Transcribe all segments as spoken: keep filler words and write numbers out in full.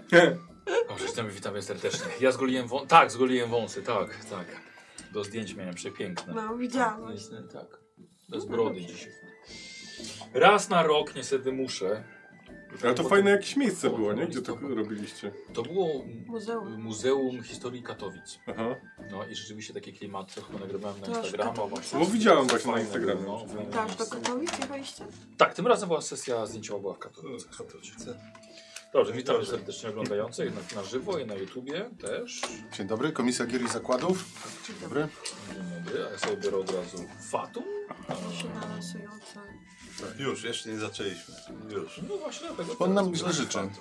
Dobrze, witamy, witamy serdecznie. Ja zgoliłem wąsy. Tak, zgoliłem wąsy, tak, tak. Do zdjęć miałem przepiękne. No, widziałam. Tak, tak. Bez brody dzisiaj. Raz na rok niestety muszę. Ale to fajne jakieś miejsce było, nie? Gdzie to robiliście? To było Muzeum. Muzeum Historii Katowic. Aha. No i rzeczywiście takie klimaty, to chyba nagrywałem na To aż Instagrama Katowice. właśnie. No widziałem właśnie na Fajne Instagramie. było, no. Tak, do Katowic jechaliście? Tak, tym razem była sesja zdjęciowa była w Katowicach. Dobrze, witamy serdecznie oglądających na, na żywo i na YouTubie też. Dzień dobry, Komisja Gier i Zakładów. Dzień dobry. Dzień dobry, a ja sobie biorę od razu Fatum. Się balansujące. Już, jeszcze nie zaczęliśmy. Już. No właśnie dlatego. On teraz nam źle życzy. Dobrze.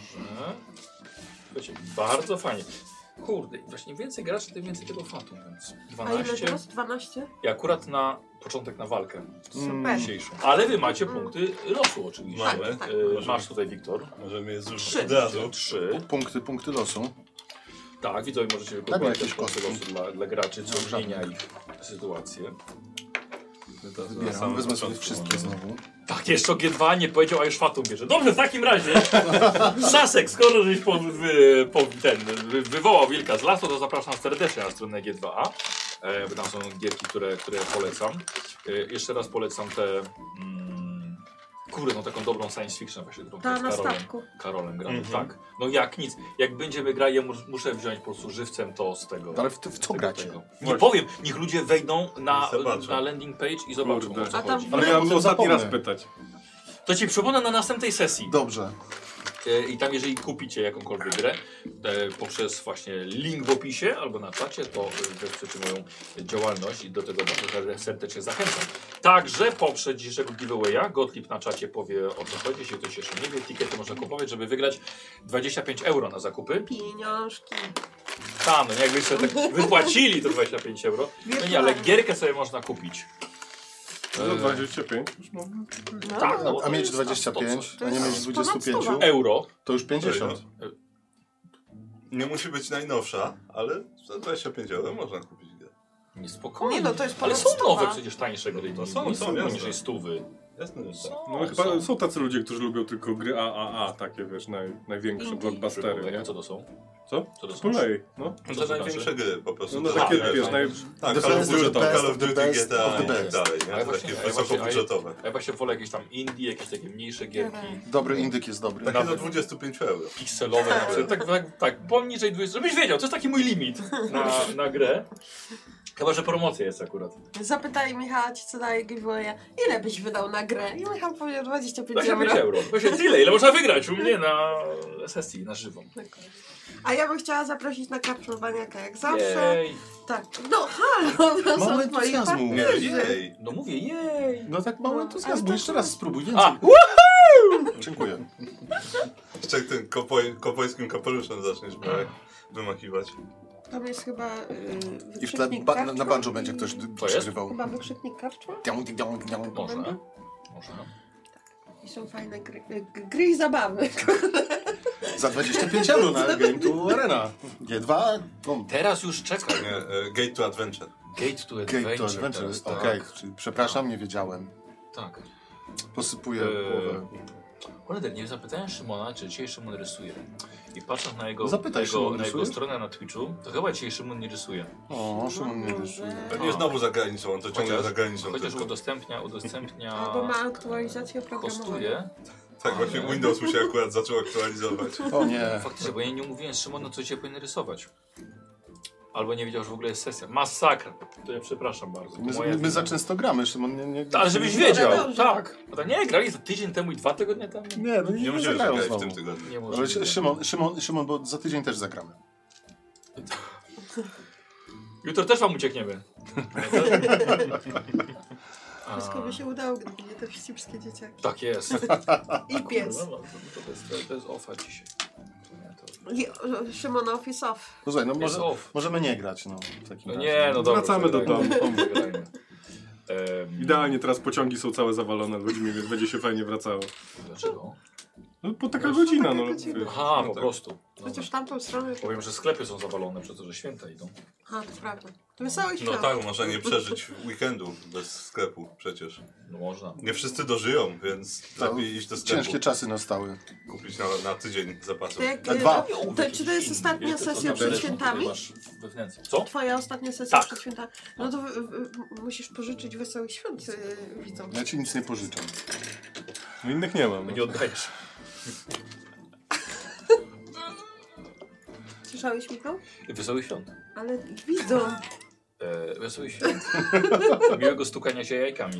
Słuchajcie, bardzo fajnie. Kurde, właśnie im więcej graczy, tym więcej tego Fatum, więc A ile dwanaście. teraz? dwanaście? I akurat na początek na walkę Super. dzisiejszą. Ale wy macie punkty losu oczywiście. Mamy. Tak, E, masz tutaj, Wiktor. Możemy je zużyć Trzy. od razu. Trzy. Punkty, punkty losu. Tak, widzowie możecie Damy wykupować jakieś też punkty kostki. losu dla, dla graczy, co No, zmienia ich sytuację. Wybieram, wezmę sobie wszystkie znowu. Tak, jeszcze o G dwa nie powiedział, a już Fatum bierze. Dobrze, w takim razie Sasek, skoro żeś po, wy, po, ten, wy, wywołał wilka z lasu, to zapraszam serdecznie na stronę G dwa A. E, bo tam są gierki, które, które polecam. E, jeszcze raz polecam te... Mm, kurde, no taką dobrą science fiction właśnie, którą Ta z na Karolem, statku. Karolem gramy. Mhm. Tak, no jak nic. Jak będziemy grać, ja mus, muszę wziąć po prostu żywcem to z tego. Ale w, w co tego, gracie? tego. Nie Właśnie. powiem, niech ludzie wejdą na, Zobaczą. na landing page i zobaczą, Kurde. o co A tam chodzi. Ale Ja ja potem mam ostatni zapomnę. raz pytać. To ci przypomnę na następnej sesji. Dobrze. E, I tam jeżeli kupicie jakąkolwiek grę e, poprzez właśnie link w opisie albo na czacie, to e, wesprzecie moją działalność i do tego bardzo serdecznie zachęcam. Także poprzez dzisiejszego giveawaya Gottlieb na czacie powie, o co chodzi, jeśli ktoś jeszcze nie wie, tikety można kupować, żeby wygrać dwadzieścia pięć euro na zakupy. Pieniążki. Tam, no jakby sobie tak wypłacili to dwadzieścia pięć euro. No nie, ale gierkę sobie można kupić. No dwadzieścia pięć już mogę? No, Tak, no bo A to mieć jest dwadzieścia na pięć, sto- a nie mieć jest dwadzieścia pięć, ponad sto. euro. to już pięćdziesiąt. Nie musi być najnowsza, ale za dwadzieścia pięć euro można kupić grę. Nie, spokojnie. Nie no, to jest Ale ponad są sto. nowe przecież tańsze gry. To nie- są, nie są, są jasne. poniżej stówy. Jasne, że tak. No ale chyba są tacy ludzie, którzy lubią tylko gry A A A, takie wiesz, naj, największe Indie. blockbustery, nie? Co to są? Co? Co to są? Polej, no. Co To to największe znaczy? gry po prostu. No, To takie, takie, wiesz, naj... tak, The Call of best Duty, of the best Call of of the Duty, best G T A of the i tak best. dalej, A ja nie? To właśnie- takie a ja właśnie- wysokobudżetowe. Ja właśnie wolę jakieś tam indie, jakieś takie mniejsze gierki. Dobry indyk jest dobry. Takie do dwadzieścia pięć euro. Pikselowe na przykład. Tak, tak, tak, poniżej dwudziestu. Żebyś wiedział, to jest taki mój limit na, na grę. Chyba, że promocja jest akurat. Zapytaj Michała, ci co daje giveawaya, ile byś wydał na grę? I Michał powiedział dwadzieścia pięć dwadzieścia pięć euro. euro. Właśnie tyle, ile można wygrać u mnie na sesji, na żywo. A ja bym chciała zaprosić na karczmowaniaka jak zawsze. Jej. Tak. No halo, to Mało są moi entuzjazmu. Nie, partnerzy. jej. No mówię, jej. No tak mało No, entuzjazmu. ale Jeszcze to- raz spróbuj więcej. A, Dziękuję. Jeszcze jak tym kopoj, kopojskim kapeluszem zaczniesz Marek, wymakiwać. Tam jest chyba yy, I w tle wykrzyknik ba na, karczma. na banjo będzie ktoś d- To jest? przegrywał. Chyba wykrzyknik karczma. Diang, diang, diang. można. Można. I są fajne gry, y, gry i zabawy. Za dwadzieścia pięć euro na Game to Arena. G dwa, no, Teraz już czekaj. Nie, e, Gate to Adventure. Gate to Adventure. Gate to Adventure. teraz, Okej, tak. czyli przepraszam, nie wiedziałem. Tak. Posypuję Eee, głowę. Holender, nie zapytałem Szymona, czy dzisiaj Szymon rysuje. I patrząc na jego, Zapytaj, na jego, Szymon, na jego rysujesz? stronę na Twitchu, to chyba dzisiaj Szymon nie rysuje. O, Szymon nie Może. rysuje. Pewnie znowu za granicą, on to ciągle Chociaż, za granicą chociaż tylko. udostępnia, udostępnia... Albo ma aktualizację oprogramowania. Kostuje. Tak, właśnie Windows mu się akurat zaczął aktualizować. O nie. Faktycznie, bo ja nie mówiłem z Szymonem, co dzisiaj powinien rysować. Albo nie wiedział, że w ogóle jest sesja. Masakra. To ja przepraszam bardzo. To My, moja my, my wina. za często gramy, Szymon nie... nie Ale żebyś nie- wiedział, Ale dobrze. tak. A tak nie, grali za tydzień temu i dwa tygodnie temu. Nie, no nie, Nie nie możemy zagrają zagrać w znowu. tym tygodniu. Nie może. Ale Szy- Szymon, Szymon, Szymon, bo za tydzień też zagramy. Jutro też wam uciekniemy. Wszystko by się udało, gdyby nie te wścibskie dzieciaki. Tak jest. I pies. No, no, to jest, to jest, to jest offa dzisiaj. Nie, to... I- Szymon Office Off. No słuchaj, no Jest może, off. możemy nie grać, no. W takim No razie. nie, no dobra. Wracamy do domu. Zagrajmy. Um, Idealnie teraz pociągi są całe zawalone ludźmi, więc będzie się fajnie wracało. Dlaczego? No bo taka godzina, no. taka godzina. wiesz. Aha, po tak. prostu. Chociaż w tamtą stronę... Powiem, że sklepy są zawalone przez to, że święta idą. A, to prawda. To wesoły No świąt. tak, można nie przeżyć weekendu bez sklepu przecież. No można. Nie wszyscy dożyją, więc lepiej iść do sklepu. Ciężkie czasy nastały. Kupić na, na tydzień zapasów. To jak, A dwa. to, to, czy to jest ostatnia Wiecie, co sesja tam przed leży, świętami? tutaj masz we wnętrzu. Co? Twoja ostatnia sesja Tak. przed świętami? No to y, y, musisz pożyczyć wesołych świąt y, widzom. Ja ci nic nie pożyczam. No innych nie mam. Nie oddajesz. Słyszałeś, Michał? Wesołych świąt. Ale widzą. E, wesołych świąt. Miłego stukania się jajkami.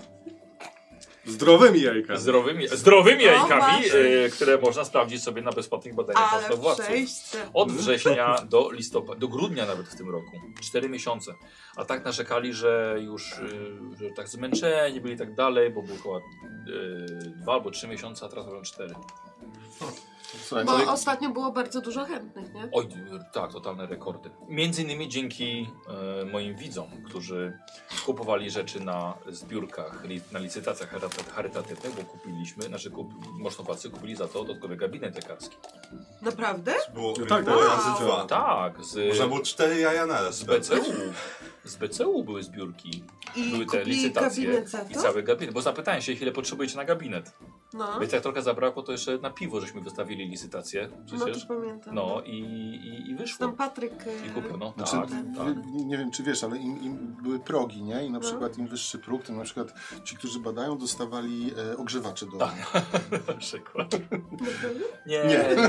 Zdrowymi jajkami. Zdrowymi, zdrowymi O, jajkami, właśnie. e, które można sprawdzić sobie na bezpłatnych badaniach Ale masnowładców. przejście. Od września do listopada, do grudnia nawet w tym roku. Cztery miesiące. A tak narzekali, że już y, że tak zmęczeni byli i tak dalej, bo było chyba y, dwa albo trzy miesiące, a teraz robią cztery. Słuchaj, Bo no, ostatnio było bardzo dużo chętnych, nie? Oj, tak, totalne rekordy. Między innymi dzięki e, moim widzom, którzy kupowali rzeczy na zbiórkach, li, na licytacjach charytat- charytatywnych, bo kupiliśmy, znaczy kup, mocnowładcy kupili za to dodatkowy gabinet lekarski. Naprawdę? Było, No tak, było wow. razy dwa. Tak, z, Można było cztery jaja naraz. z B C U. Z B C U były zbiórki. I Były te kupili licytacje gabinet za i to? cały gabinet, bo zapytałem się, ile potrzebujecie na gabinet. No, Więc jak trochę zabrakło, to jeszcze na piwo żeśmy wystawili licytację no to przecież. pamiętam. No i, i, i wyszło. Tam Patryk... y, I kupił, no. Znaczy, Tak, nie, tak. nie wiem, czy wiesz, ale im, im były progi, nie? I na No. przykład im wyższy próg, to na przykład ci, którzy badają, dostawali e, ogrzewacze do... Tak. Na przykład. Naprawdę? Nie, Nie.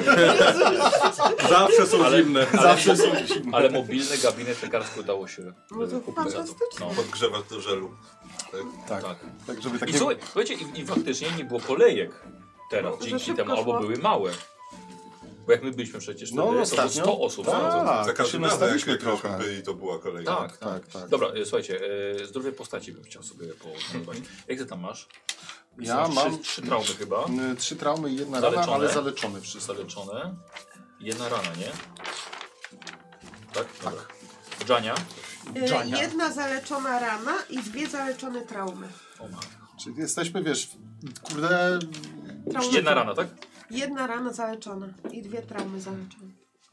nie. Zawsze są Ale- zimne. Ale, Zawsze są ale mobilny gabinet lekarski udało się No to e, kupić za to. fantastycznie. No, Podgrzewać do żelu. Tak? Tak, tak. tak, żeby tak I nie... słuchaj, słuchajcie, i, i faktycznie nie było kolejek teraz, No, że dzięki szybko temu, albo szło. były małe. Bo jak my byliśmy przecież wtedy, No, to było ostatnio. sto osób. Tak. znalazło. Za to każdym się razem, jak nastaliśmy jak trochę. byli, to była kolejka. Tak, tak. tak, tak. Dobra, e, słuchajcie, e, zdrowie postaci bym chciał sobie poznać. Jak ty tam masz? Ja Masz mam Trzy, trzy traumy chyba, y, trzy traumy i jedna Zaleczone? rana, ale zaleczone wszystko. zaleczone. Jedna rana, nie? Tak? Dobra. Dżania. Y, Dżania. Jedna zaleczona rana i dwie zaleczone traumy. O matko. Czyli jesteśmy, wiesz, kurde... Traumy. Jedna rana, tak? Jedna rana zaleczona i dwie traumy zaleczone.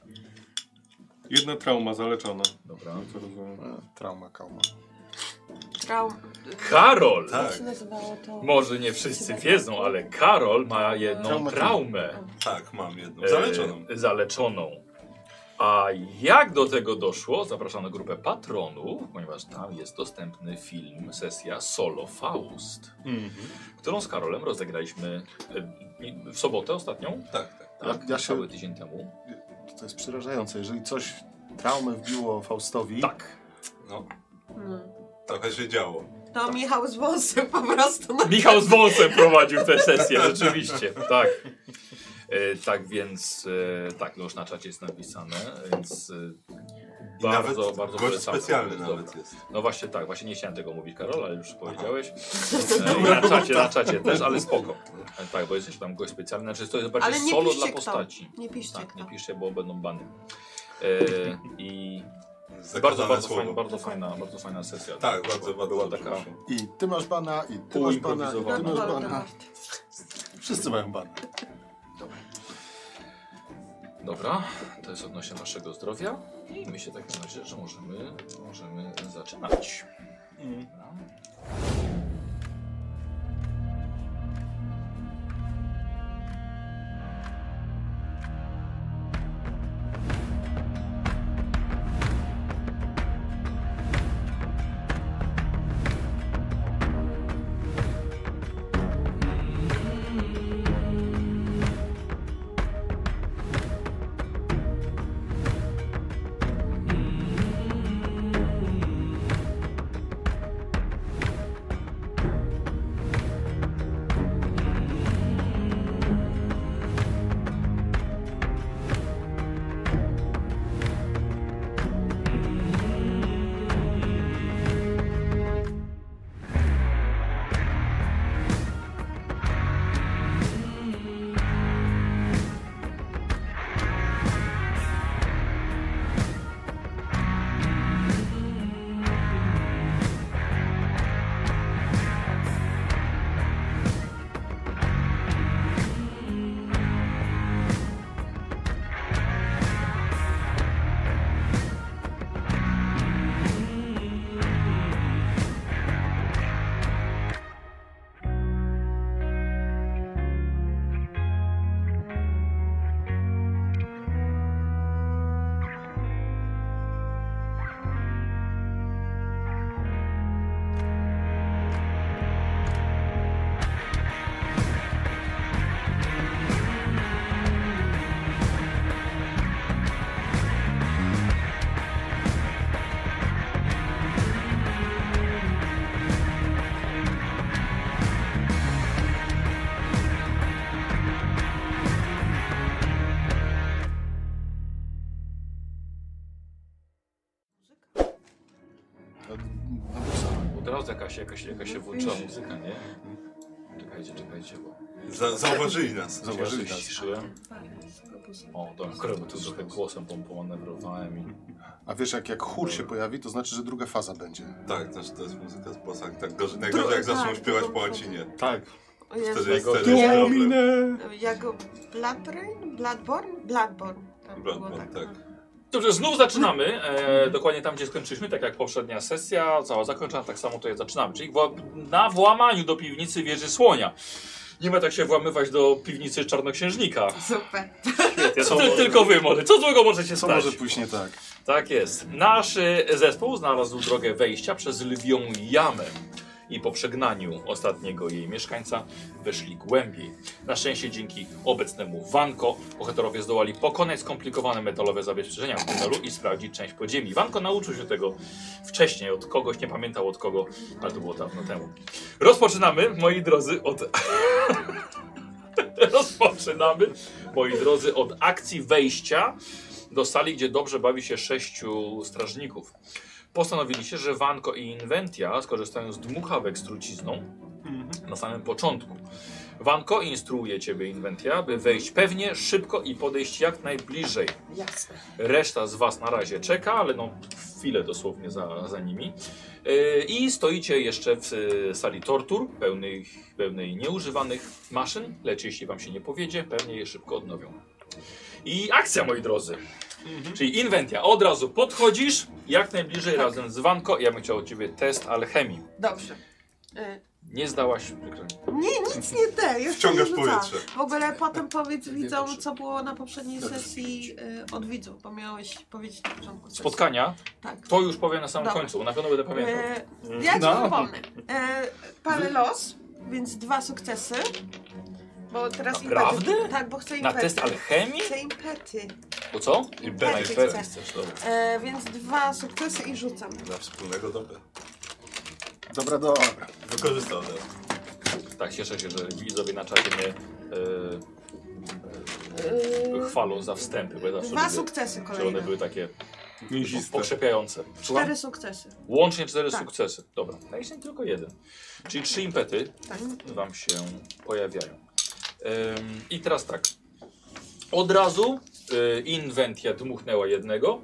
Jedna trauma zaleczona. Dobra. No, co rozumiem. e, Trauma, kauma. Traum... Karol! Jak Tak, się nazywało to? Może nie wszyscy wiedzą, ale Karol ma jedną Trauma- traumę tak, mam jedną. e, Zaleczoną. zaleczoną. A jak do tego doszło? Zapraszam na grupę patronów, ponieważ tam jest dostępny film, sesja Solo Faust, Mhm. którą z Karolem rozegraliśmy e, w sobotę ostatnią. Tak, tak. Tak, Ja- ja się- cały tydzień temu. To jest przerażające. Jeżeli coś traumę wbiło Faustowi, Tak. No, Hmm. trochę się działo. To Michał z wąsem po prostu. Na... Michał z wąsem prowadził tę sesję, rzeczywiście, tak. E, tak więc, e, tak, już na czacie jest napisane, więc e, I bardzo, nawet bardzo gość polecam. specjalny Jest nawet dobra. jest. No właśnie tak, właśnie nie chciałem tego mówić, Karol, ale już powiedziałeś. E, i na czacie, na czacie też, ale spoko. E, tak, bo jest jeszcze tam gość specjalny, znaczy to jest bardziej Ale nie solo piszcie dla kto. postaci. Nie piszcie Tak, kto. nie piszcie, bo będą bany. E, I Zakazane bardzo, bardzo, słowo. fajna, bardzo, fajna, bardzo fajna sesja. Tak, bardzo, bardzo Była dobrze taka... wyszło. i ty masz bana, i ty masz bana, i ty Uimprowizowana. masz No, bana. Wszyscy mają bana. Dobra, to jest odnośnie naszego zdrowia i myślę tak na razie, że możemy, możemy zaczynać. Dobra. Na bossa. Od razu jakaś, jakaś, jakaś się włączyła muzyka, nie? Czekajcie, czekajcie, bo... Za, zauważyli nas. Zauważyli ja nas. coś ściszyłem. O, dobra, akurat tu trochę głosem pom- pomanewrowałem i... A wiesz, jak, jak chór się pojawi, to znaczy, że druga faza będzie. Tak, znaczy to jest muzyka z bossa. Tak gorzej, najgorzej jak tak, zaczną śpiewać to- po łacinie. Tak. O Jezu. Wtedy jest, Tego- wtedy jest problem. Dominę! Jak Bloodbrain? Bloodborne? Bloodborne. Tam było Bloodborne, tak. no. Dobrze, znów zaczynamy, e, dokładnie tam, gdzie skończyliśmy, tak jak poprzednia sesja, cała zakończona, tak samo tutaj zaczynamy, czyli wła- na włamaniu do piwnicy wieży Słonia. Nie ma tak się włamywać do piwnicy Czarnoksiężnika. Super. Świetnie, Co to ty, może- tylko wy może, co złego może się Co stać? może pójść nie tak? Tak jest. Nasz y, zespół znalazł drogę wejścia przez lwią jamę i po przegnaniu ostatniego jej mieszkańca weszli głębiej. Na szczęście dzięki obecnemu Wanko bohaterowie zdołali pokonać skomplikowane metalowe zabezpieczenia w tunelu i sprawdzić część podziemi. Wanko nauczył się tego wcześniej, od kogoś, nie pamiętał od kogo, ale to było dawno temu. Rozpoczynamy, moi drodzy, od... Rozpoczynamy, moi drodzy, od akcji wejścia do sali, gdzie dobrze bawi się sześciu strażników. Postanowiliście, że Wanko i Inventia skorzystają z dmuchawek z trucizną na samym początku. Wanko instruuje ciebie, Inventia, by wejść pewnie, szybko i podejść jak najbliżej. Jasne. Reszta z was na razie czeka, ale no chwilę dosłownie za, za nimi. Yy, I stoicie jeszcze w y, sali tortur, pełnej, pełnej nieużywanych maszyn, lecz jeśli wam się nie powiedzie, pewnie je szybko odnowią. I akcja, moi drodzy. Czyli Inventia, od razu podchodzisz, jak najbliżej Tak. razem z Wanko. Ja bym chciał od ciebie test alchemii. Dobrze. Y, Nie zdałaś, przykro mi. Nie, nic nie te. Jeszcze Wciągasz nie rzucałam. powietrze. W ogóle potem powiedz widzom, proszę. co było na poprzedniej sesji y, od widzów, bo miałeś powiedzieć na początku sesji. Spotkania, Tak. to już powiem na samym Dobra. końcu, na pewno będę pamiętał. E, ja ci No. przypomnę. E, palę los, więc dwa sukcesy. Bo teraz Naprawdę? impety. Tak, bo chcę Na impety. test alchemii? Chcę impety. Bo co? Impety Impety chcę. chcesz, dobra. E, więc dwa sukcesy i rzucam. Dla wspólnego dobra. Dobra, dobra. Wykorzystał to. Tak, cieszę się, że widzowie na czacie mnie e, E, chwalą za wstępy, bo ja zawsze dwa lubię, sukcesy że one kolejne. były takie Mięsiste. pokrzepiające. Cztery sukcesy. Łącznie cztery Tak. sukcesy. Dobra, najmniej tylko jeden. Czyli trzy impety Tak. wam się pojawiają. Ym, I teraz tak. Od razu y, Inventia dmuchnęła jednego.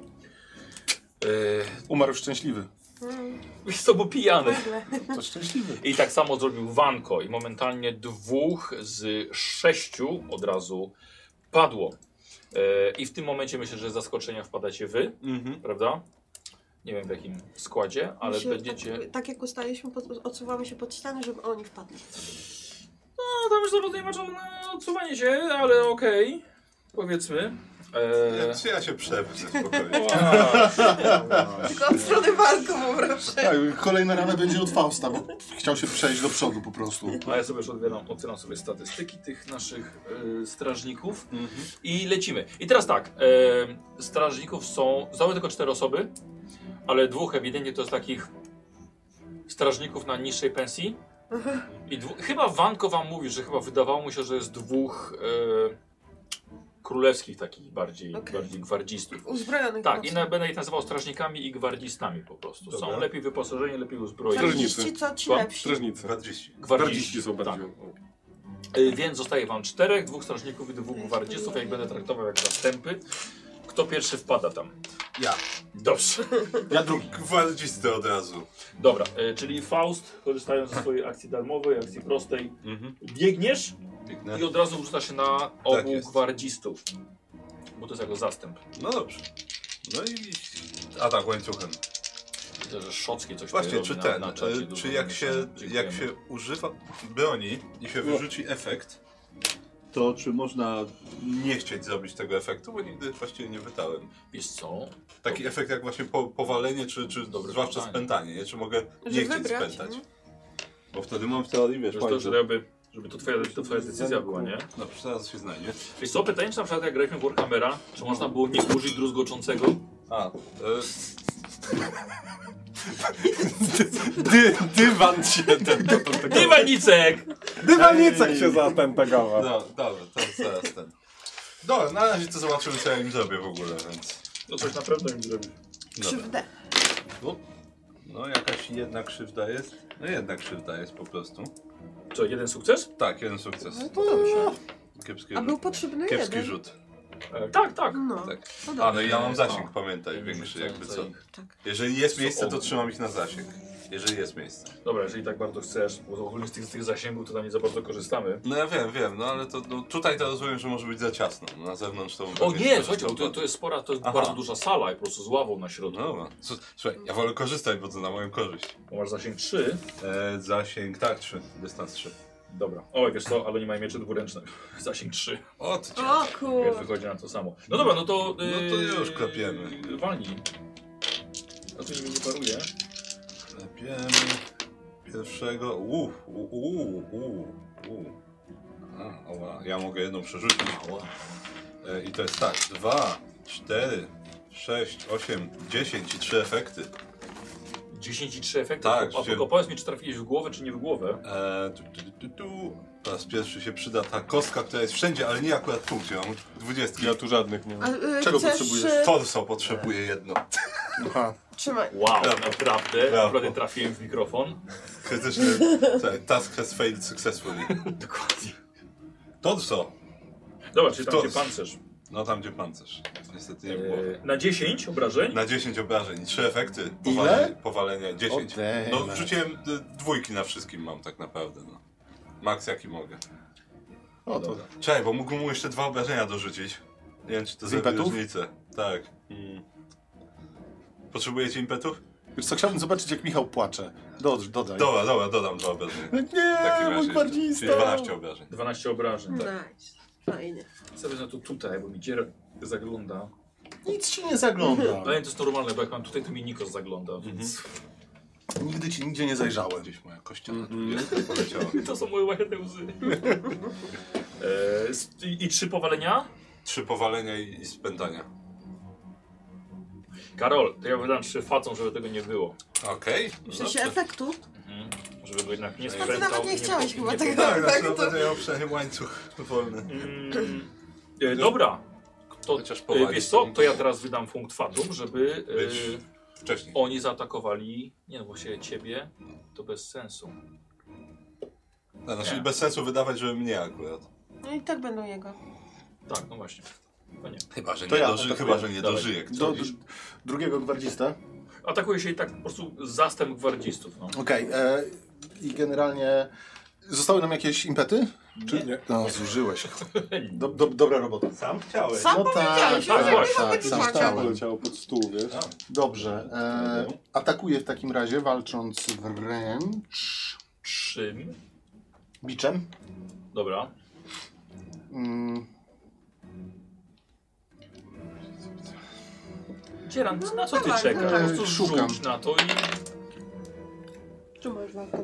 Y, Umarł szczęśliwy. Mm, Jest to był pijany. nagle. To szczęśliwy. I tak samo zrobił Wanko i momentalnie dwóch z sześciu od razu padło. E, I w tym momencie myślę, że z zaskoczenia wpadacie wy, Mhm. prawda? Nie wiem w jakim składzie, ale My się, będziecie... tak, tak jak ustaliliśmy, pod, odsuwamy się pod ścianę, żeby oni wpadli. No, tam już zaraz nie ma czasu na odsuwanie się, ale okej. Powiedzmy. E, Ja, ja się przepchnę spokojnie. Tylko od strony walką poproszę. Tak, kolejna rana będzie od Fausta, bo chciał się przejść do przodu po prostu. a ja sobie już odbieram, otwieram sobie statystyki tych naszych e, strażników i lecimy. I teraz tak, e, strażników są, zostały tylko cztery osoby, ale dwóch ewidentnie to jest takich strażników na niższej pensji. I dwu, chyba Wanko wam mówi, że chyba wydawało mu się, że jest dwóch e, królewskich takich bardziej, Okej. bardziej gwardzistów. Uzbrojonych Tak, mocno. i na, będę ich nazywał strażnikami i gwardzistami po prostu. Są Dobra. lepiej wyposażeni, lepiej uzbrojeni. Strażnicy. Strażnicy, co ci Słucham? lepsi? Strażnicy. Gwardziści. Gwardziści są bardziej. Tak. Y, więc zostaje wam czterech, dwóch strażników i dwóch gwardzistów. Ja ich będę traktował jak zastępy. Kto pierwszy wpada tam? Ja. Dobrze. Ja drugi. Gwardzisty od razu. Dobra, y, czyli Faust, korzystając ze swojej akcji darmowej, akcji prostej, Mhm. biegniesz Biegnę. i od razu rzucasz się na obu jest. gwardzistów. Bo to jest jako zastęp. No dobrze. No i atak łańcuchem. Widzę, że Szocki coś Właśnie, tutaj czy robi ten, na, na czacie. e, dużo czy jak się, dziękujemy. jak się używa broni i się wyrzuci efekt, to czy można nie chcieć zrobić tego efektu, bo nigdy właściwie nie pytałem. Wiesz co? Taki efekt jak właśnie po, powalenie, czy, czy Dobre zwłaszcza pytanie. spętanie, nie? Czy mogę nie Że chcieć wybrać, spętać? no. Bo wtedy mam w teorii, wiesz, Wiesz to, że jakby, żeby to twoja, to twoja decyzja była, nie? Dobrze, zaraz się znajdzie. Wiesz co, pytanie, czy na przykład jak graliśmy w Warhammera, czy można było nie użyć druzgoczącego? A, e, Dy, dywan się ten. To, to, to, Dywanicek! Dywanicek się zatempegował. no, dobra, to zaraz ten. Dobra, na razie to zobaczymy, co ja im zrobię w ogóle, więc... No coś na pewno im zrobisz. trzy w D. No jakaś jedna krzywda jest. No jedna krzywda jest po prostu. Co, jeden sukces? Tak, jeden sukces. No to dobrze. Kiepski A rzut. był potrzebny Kiepski jeden. rzut. E, tak, tak. No, Tak. to A dobrze. no i ja mam zasięg, O. pamiętaj, większy jakby co. Tak. Jeżeli jest Co miejsce, to on? trzymam ich na zasięg. Jeżeli jest miejsce. Dobra, jeżeli tak bardzo chcesz, bo ogólnie z tych, z tych zasięgów to tam nie za bardzo korzystamy. No ja wiem, wiem, no ale to no, tutaj to rozumiem, że może być za ciasno. No, na zewnątrz to... O pewnie nie, skorzystam słuchajcie, bo to, bardzo. to jest spora, to jest Aha. bardzo duża sala i po prostu z ławą na środku. No dobra. S- Słuchaj, ja wolę korzystać, bo to na moją korzyść. Bo masz zasięg trzy. E, zasięg, tak, trzy. Dystans trzy. Dobra. Oj, wiesz co, ale nie mają mieczy dwuręczne. Zasięg trzy. O, ty O Więc kur... wychodzi na to samo. No dobra, no to... No to już klepiemy. Yy, walnij. A tu nimi nie paruje. Klepiemy pierwszego. Uuu, uuu, uuu, uuu. A, oła, ja mogę jedną przerzucić. E, I to jest tak, dwa, cztery, sześć, osiem, dziesięć i trzy efekty. dziesięć i trzy efekty. Tak, A że- tylko powiedz mi, czy trafiłeś w głowę, czy nie w głowę. E, tu, tu, tu, tu. Po raz pierwszy się przyda ta kostka, która jest wszędzie, ale nie akurat w punkcie. Mam dwudziestki. Ja tu żadnych nie A, mam. y, Czego chcesz, potrzebujesz? y, Torso potrzebuje jedno. Aha. Trzymaj. Wow, Brawo. naprawdę, Brawo. naprawdę trafiłem w mikrofon. Krytyczny. Słuchaj, task has failed successfully. Dokładnie. Torso. Dobra, czyli tam To- gdzie pancerz. No tam gdzie pancerz. Niestety nie było. Eee, na dziesięć obrażeń. Na dziesięć obrażeń i trzy efekty. Ile? Powalenie, powalenie dziesięć. O, damn. No wrzuciłem y, dwójki na wszystkim mam tak naprawdę. No. Max jaki mogę. O, to... Czekaj, bo mógłbym mu jeszcze dwa obrażenia dorzucić. Nie wiem czy to Z zrobi impetów? różnicę. Tak. Mm. Potrzebujecie impetów? Wiesz co, chciałbym zobaczyć, jak Michał płacze. Dodaj. dodaj. Dobra, dobra, dodam dwa obrażenia. Nie, W takim mój razie. gwardzista. Czyli dwanaście obrażeń. dwanaście obrażeń. Tak. Nice. Fajnie. Sobie na to tutaj, bo mi dzier zagląda. Nic ci nie zagląda. Ale to jest normalne, bo jak mam tutaj, to mi Nikos zagląda. Więc... Nigdy ci nigdzie nie zajrzałem. Gdzieś moja kościana tu jest, poleciała. To są moje łagodne łzy. eee, s- i, I trzy powalenia? Trzy powalenia i, i spętania. Karol, to ja wydam trzy facą, żeby tego nie było. Okej. W sensie efektu? Mhm. Żeby go jednak nie No ty sprętał. nawet nie i chciałeś i chyba nie tego. Tak, Tak, znaczy, to- to będę miał przynajmniej łańcuch wolny. Mm, e, dobra. To, Chociaż e, powali. wiesz co, to ja teraz wydam punkt fatum, żeby Być e, wcześniej. oni zaatakowali, nie no właściwie ciebie, to bez sensu. A, znaczy Nie. bez sensu wydawać, że mnie akurat. No i tak będą jego. Tak, no właśnie. No nie. Chyba, że To nie, ja doży, atakuję. chyba, że nie Dawaj. dożyje Do, ktoś. d- drugiego gwardzista. Atakuje się i tak po prostu zastęp gwardzistów. No. Okej. e, I generalnie... Zostały nam jakieś impety? Nie. Nie. No, zużyłeś. Do, do, dobra robota. Sam chciałeś. Sam No tak, powiedziałeś, tak, że właśnie. nie mogę Tak, trzymać. tak. Poleciało pod stół, wiesz? Dobrze. E, atakuję w takim razie, walcząc wręcz Czym? biczem. Dobra. Mm, Dzieran, No, na co ty dawaj, czekasz? Po dawaj. prostu Szukam. rzuć na to i... Tu masz walkę.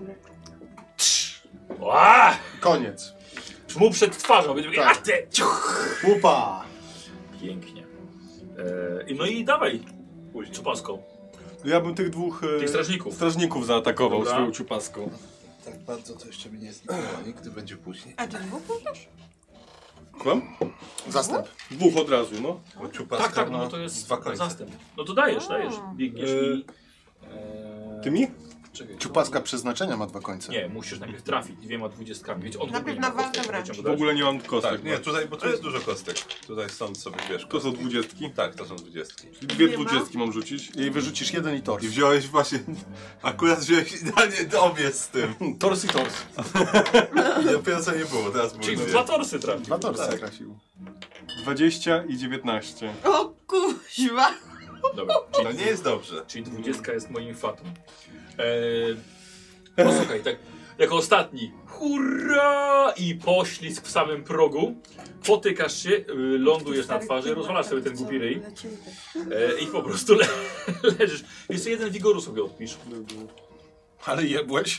Aaaa! koniec. Mu przed twarzą, będzie Tak. a ty! Ciuch! Upa! Pięknie. E, i no i dawaj, czupaską. Ja bym tych dwóch e, Tych strażników. strażników zaatakował Dobra. swoją ciupaską. Tak bardzo to jeszcze mi nie zniknęło. Nigdy będzie później. A dżungów mówisz? Kłam? Zastęp. Dwóch od razu, no. Bo ciupaska Tak, tak, no ma bo to jest dwa końce. zastęp. No to dajesz, A. dajesz. Biegniesz E, i... E, Tymi? czekaj, Ciupaska przeznaczenia ma dwa końce. Nie, musisz najpierw trafić dwiema dwudziestkami. Wiecie, on w Najpierw ogóle nie ma na walkę kostek, wręcz. możecie mu W dać. ogóle nie mam kostek. Tak, nie, tutaj, bo tu jest dużo kostek. Tutaj stąd sobie wiesz. To są dwudziestki. Tak, to są dwudziestki. Dwie Nie ma? dwudziestki mam rzucić. I wyrzucisz jeden i tors. I wziąłeś właśnie, akurat wziąłeś idealnie obie z tym. Tors i tors. I dopiero co nie było, teraz były Czyli w dwie. dwa torsy trafił. Dwa torsy Tak. trafił. dwadzieścia i dziewiętnaście. O kuźwa! Dobra, To czyli, nie jest dobrze. czyli dwudziestka jest moim fatum. Eee, posłuchaj, tak jako ostatni. Hurra! I poślizg w samym progu. Potykasz się, y, lądujesz na twarzy, rozwalasz sobie ten głupi ryj e, i po prostu le leżysz. Jeszcze jeden wigoru sobie odpisz. Ale jebłeś.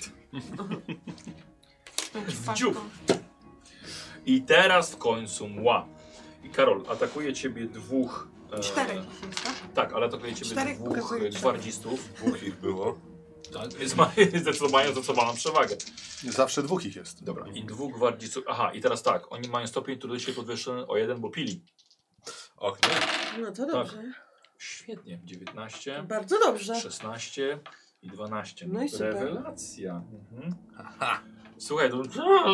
Dziób. I teraz w końcu mła. I Karol, atakuje ciebie dwóch... E, Czterech jest, tak? tak, ale atakuje ciebie Czterech dwóch pokazuje e, czterech. gwardzistów. Dwóch ich było. Tak, więc ma, zdecydowanie zdecydowaną przewagę. Zawsze dwóch ich jest. Dobra, i dwóch gwardzistów. Aha, i teraz tak, oni mają stopień trudności podwyższony o jeden, bo pili. Och nie. No to dobrze. Świetnie, dziewiętnaście, Bardzo dobrze. szesnaście, I dwanaście. No i super. Rewelacja. Mhm. Aha. Słuchaj, no,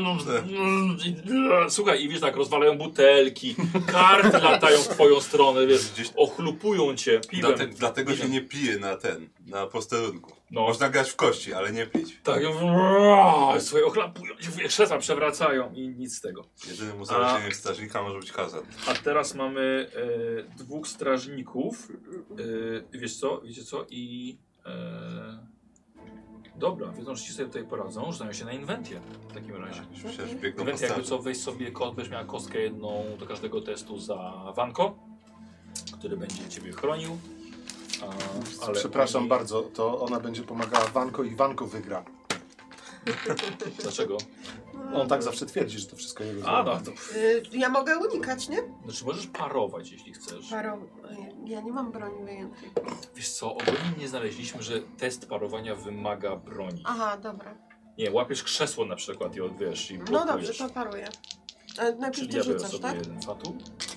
słuchaj, i wiesz, tak rozwalają butelki, karty latają w twoją stronę, wiesz, Gdzieś- ochlupują cię piwem. Dlate, dlatego Piwem. się nie pije na ten, na posterunku. No. Można grać w kości, ale nie pić. Tak, słuchaj, ochlapują cię, krzesła przewracają i nic z tego. Jedynym uzależnieniem strażnika może być hazard. A teraz mamy e, dwóch strażników, e, wiesz co, wiecie co, i... E, dobra, wiedzą, że ci sobie tutaj poradzą, rzucają się na inwentję w takim razie. Przecież biegną po Inwencja jakby straży. co, weź sobie, ko- będziesz miała kostkę jedną do każdego testu za Wanko, który będzie ciebie chronił. A, ale Przepraszam oni... bardzo, to ona będzie pomagała Wanko i Wanko wygra. Dlaczego? On tak zawsze twierdzi, że to wszystko jego A, zrobił. no to... Y, ja mogę unikać, nie? Znaczy możesz parować, jeśli chcesz. Paro... Ja nie mam broni wyjętej. Wiesz co, ogólnie nie znaleźliśmy, że test parowania wymaga broni. Aha, dobra. Nie, łapiesz krzesło na przykład i odwiesz i No blokujesz. dobrze, to paruję. E, najpierw Czyli ty ja biorę rzucasz, sobie tak? jeden fatum.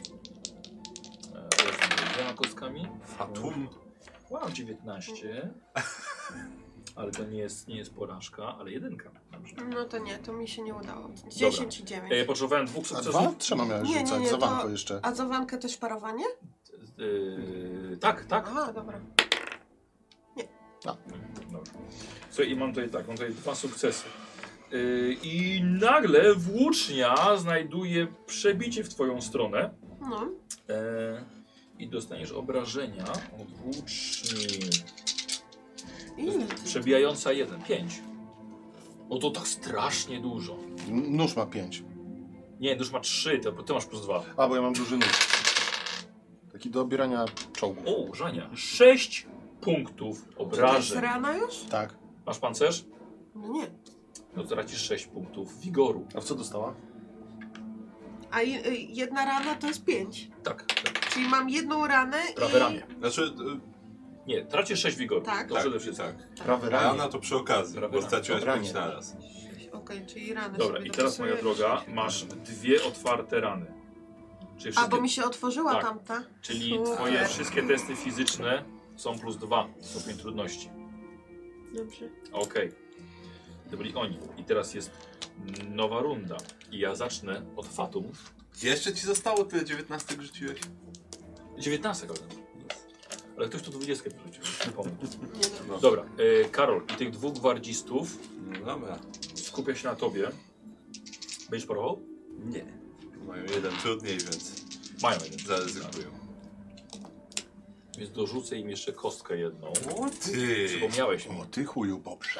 E, Lecę dwiema kostkami. Fatum. Wow, dziewiętnaście. Ale to nie jest, nie jest porażka, ale jedynka. Dobrze. No to nie, to mi się nie udało. dziesięć i dziewięć. E, potrzebowałem dwóch A sukcesów. dwa? Trzema miałeś Nie, nie, rzucać, nie, za to- Wanko jeszcze. A za Wankę też parowanie? E, tak, tak. Aha, dobra. Dobrze. Słuchaj, i mam tutaj tak, mam tutaj dwa sukcesy. Yy, I nagle włócznia znajduje przebicie w twoją stronę. No. E, I dostaniesz obrażenia od włóczni. Ile ty? Przebijająca jeden, pięć. No to tak strasznie dużo. N- Nóż ma pięć. Nie, już ma trzy, to ty masz plus dwa. A, bo ja mam duży nóż. Taki do obierania czołgów. O, Żania. sześć punktów To jest obrażeń. rana już? Tak. Masz pancerz? No nie. No to tracisz sześć punktów wigoru. A w co dostała? A i- y, jedna rana to jest pięć. Tak, tak. Czyli mam jedną ranę Prawe i... ramię. Znaczy, Nie, tracisz sześć wigoru. Tak. To tak, przede wszystkim. tak. Prawe A ramię. ona to przy okazji, Prawe bo ramię. straciłeś Ramię. pięć naraz. Okej, czyli ranę Dobra, sobie i teraz moja dopisuję. droga, masz dwie otwarte rany. Czyli, A, wszystkie, bo mi się otworzyła Tak. tamta. czyli Super. twoje wszystkie testy fizyczne są plus dwa stopień trudności. Dobrze. Okej. To byli oni. I teraz jest nowa runda. I ja zacznę od Fatum. Jeszcze ci zostało tyle dziewiętnastek rzuciłeś? dziewiętnaście, ale. Ale ktoś tu dwudziestkę wyrzucił. Nie pomnę. Nie no. Dobra, e, Karol, i tych dwóch gwardzistów No dobra. skupia się na tobie. Będziesz parował? Nie. Mają jeden trudniej, więc Mają jeden. zaryzykują. Więc dorzucę im jeszcze kostkę jedną. O ty! Przypomniałeś mi. O, ty chuju poprze.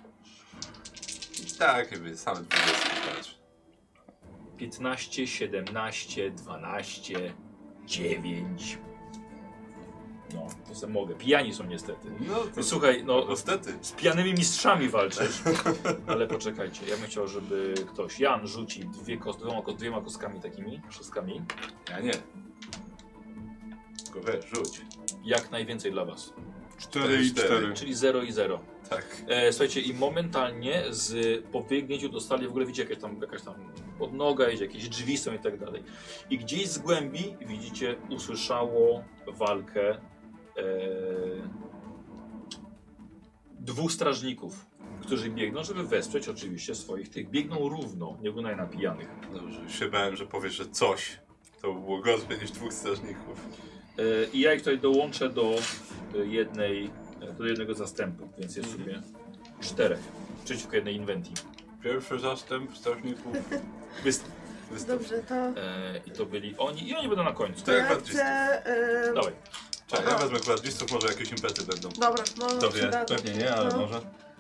Tak, jakby same dwudziestki, patrz. piętnaście, siedemnaście, dwanaście, dziewięć. No, to sobie mogę. Pijani są niestety. No to Słuchaj, no niestety. z pijanymi mistrzami walczysz. Ale poczekajcie, ja bym chciał, żeby ktoś, Jan, rzuci dwie kost, dwiema, ko- dwiema kostkami takimi, szóstkami. Ja nie. Tylko wiesz, rzuć. Jak najwięcej dla was. cztery i cztery. Czyli zero i zero. Tak. E, słuchajcie, i momentalnie z, po wybiegnięciu do stali w ogóle widzicie jakaś tam, jakaś tam podnoga, idzie, jakieś drzwi są i tak dalej. I gdzieś z głębi widzicie, usłyszało walkę e, dwóch strażników, którzy biegną, żeby wesprzeć oczywiście swoich tych. Biegną równo, nie oglądają na pijanych. Dobrze, już się bałem, że powiesz, że coś. To by było gorzej niż dwóch strażników. E, I ja ich tutaj dołączę do e, jednej, e, do jednego zastępu, więc jest sobie czterech przeciwko jednej inwentii. Pierwszy zastęp strażników. Wyst- Dobrze, to... e, I to byli oni, i oni będą na końcu. To jak ja gwardzistów. chcę... y, Dawaj. Czekaj, ja wezmę gwardzistów, może jakieś impety będą. Dobra, no... To wie, przyda- pewnie nie, ale no. może.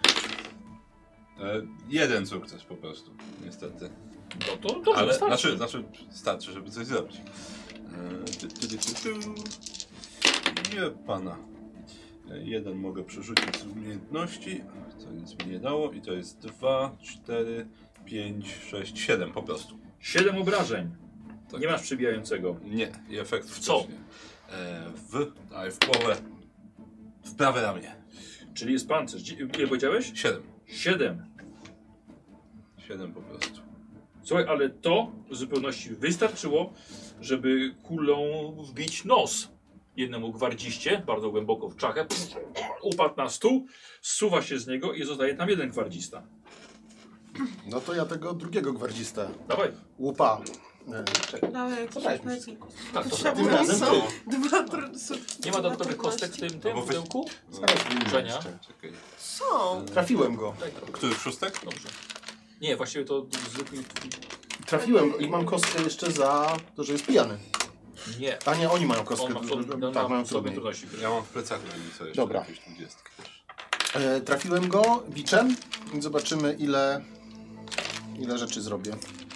E, jeden sukces po prostu, niestety. No to dobrze, Ale wystarczy. znaczy, znaczy, starczy, żeby coś zrobić. E, ty, ty, ty, ty, ty. Nie pana. E, jeden mogę przerzucić z umiejętności, co nic mi nie dało. I to jest dwa, cztery, pięć, sześć, siedem po prostu. Siedem obrażeń. Tak. Nie masz przybijającego. Nie, i efekt W co? też nie. E, w, ale w połowę. W prawe ramię. Czyli jest pancerz. Dzi- Ile powiedziałeś? Siedem. Siedem. Siedem po prostu. Słuchaj, ale to w zupełności wystarczyło, żeby kulą wbić nos jednemu gwardziście, bardzo głęboko w czachę, pff, upadł na stół, zsuwa się z niego i zostaje tam jeden gwardzista. No to ja tego drugiego gwardzista. Dawaj. Łupa. E, czekaj. Dawaj, jakiś Daj mi. plecik. Tak, to Potrzebne Tym mi razem są ty. dwa tr- su- Nie ma dodatkowych kostek w tym, tym No bo weź- pudełku? Zaraz wyjmę Żenia? jeszcze. Czekaj. Są. Trafiłem go. Daj trochę. Który szóstek? Dobrze. Nie, właściwie to zwykły... Trafiłem go i mam kostkę jeszcze za to, że jest pijany. Nie. A nie, oni mają kostkę. On ma, dużo- on, on tak, ma mają w sobie trudniej. trudności. Ja mam w plecaku co jeszcze. Dobra. Jakieś dwudziestki też. E, trafiłem go biczem i zobaczymy ile, ile rzeczy zrobię.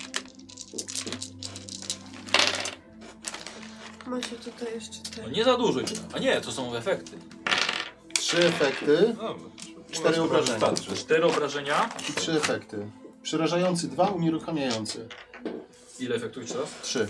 Ma się tutaj jeszcze No te... nie za dużo. A nie, to są efekty. Trzy efekty No, Cztery to obrażenia. wystarczy. Cztery obrażenia. i trzy efekty. Przerażający dwa, unieruchamiający. Ile efektów jeszcze raz? Trzy.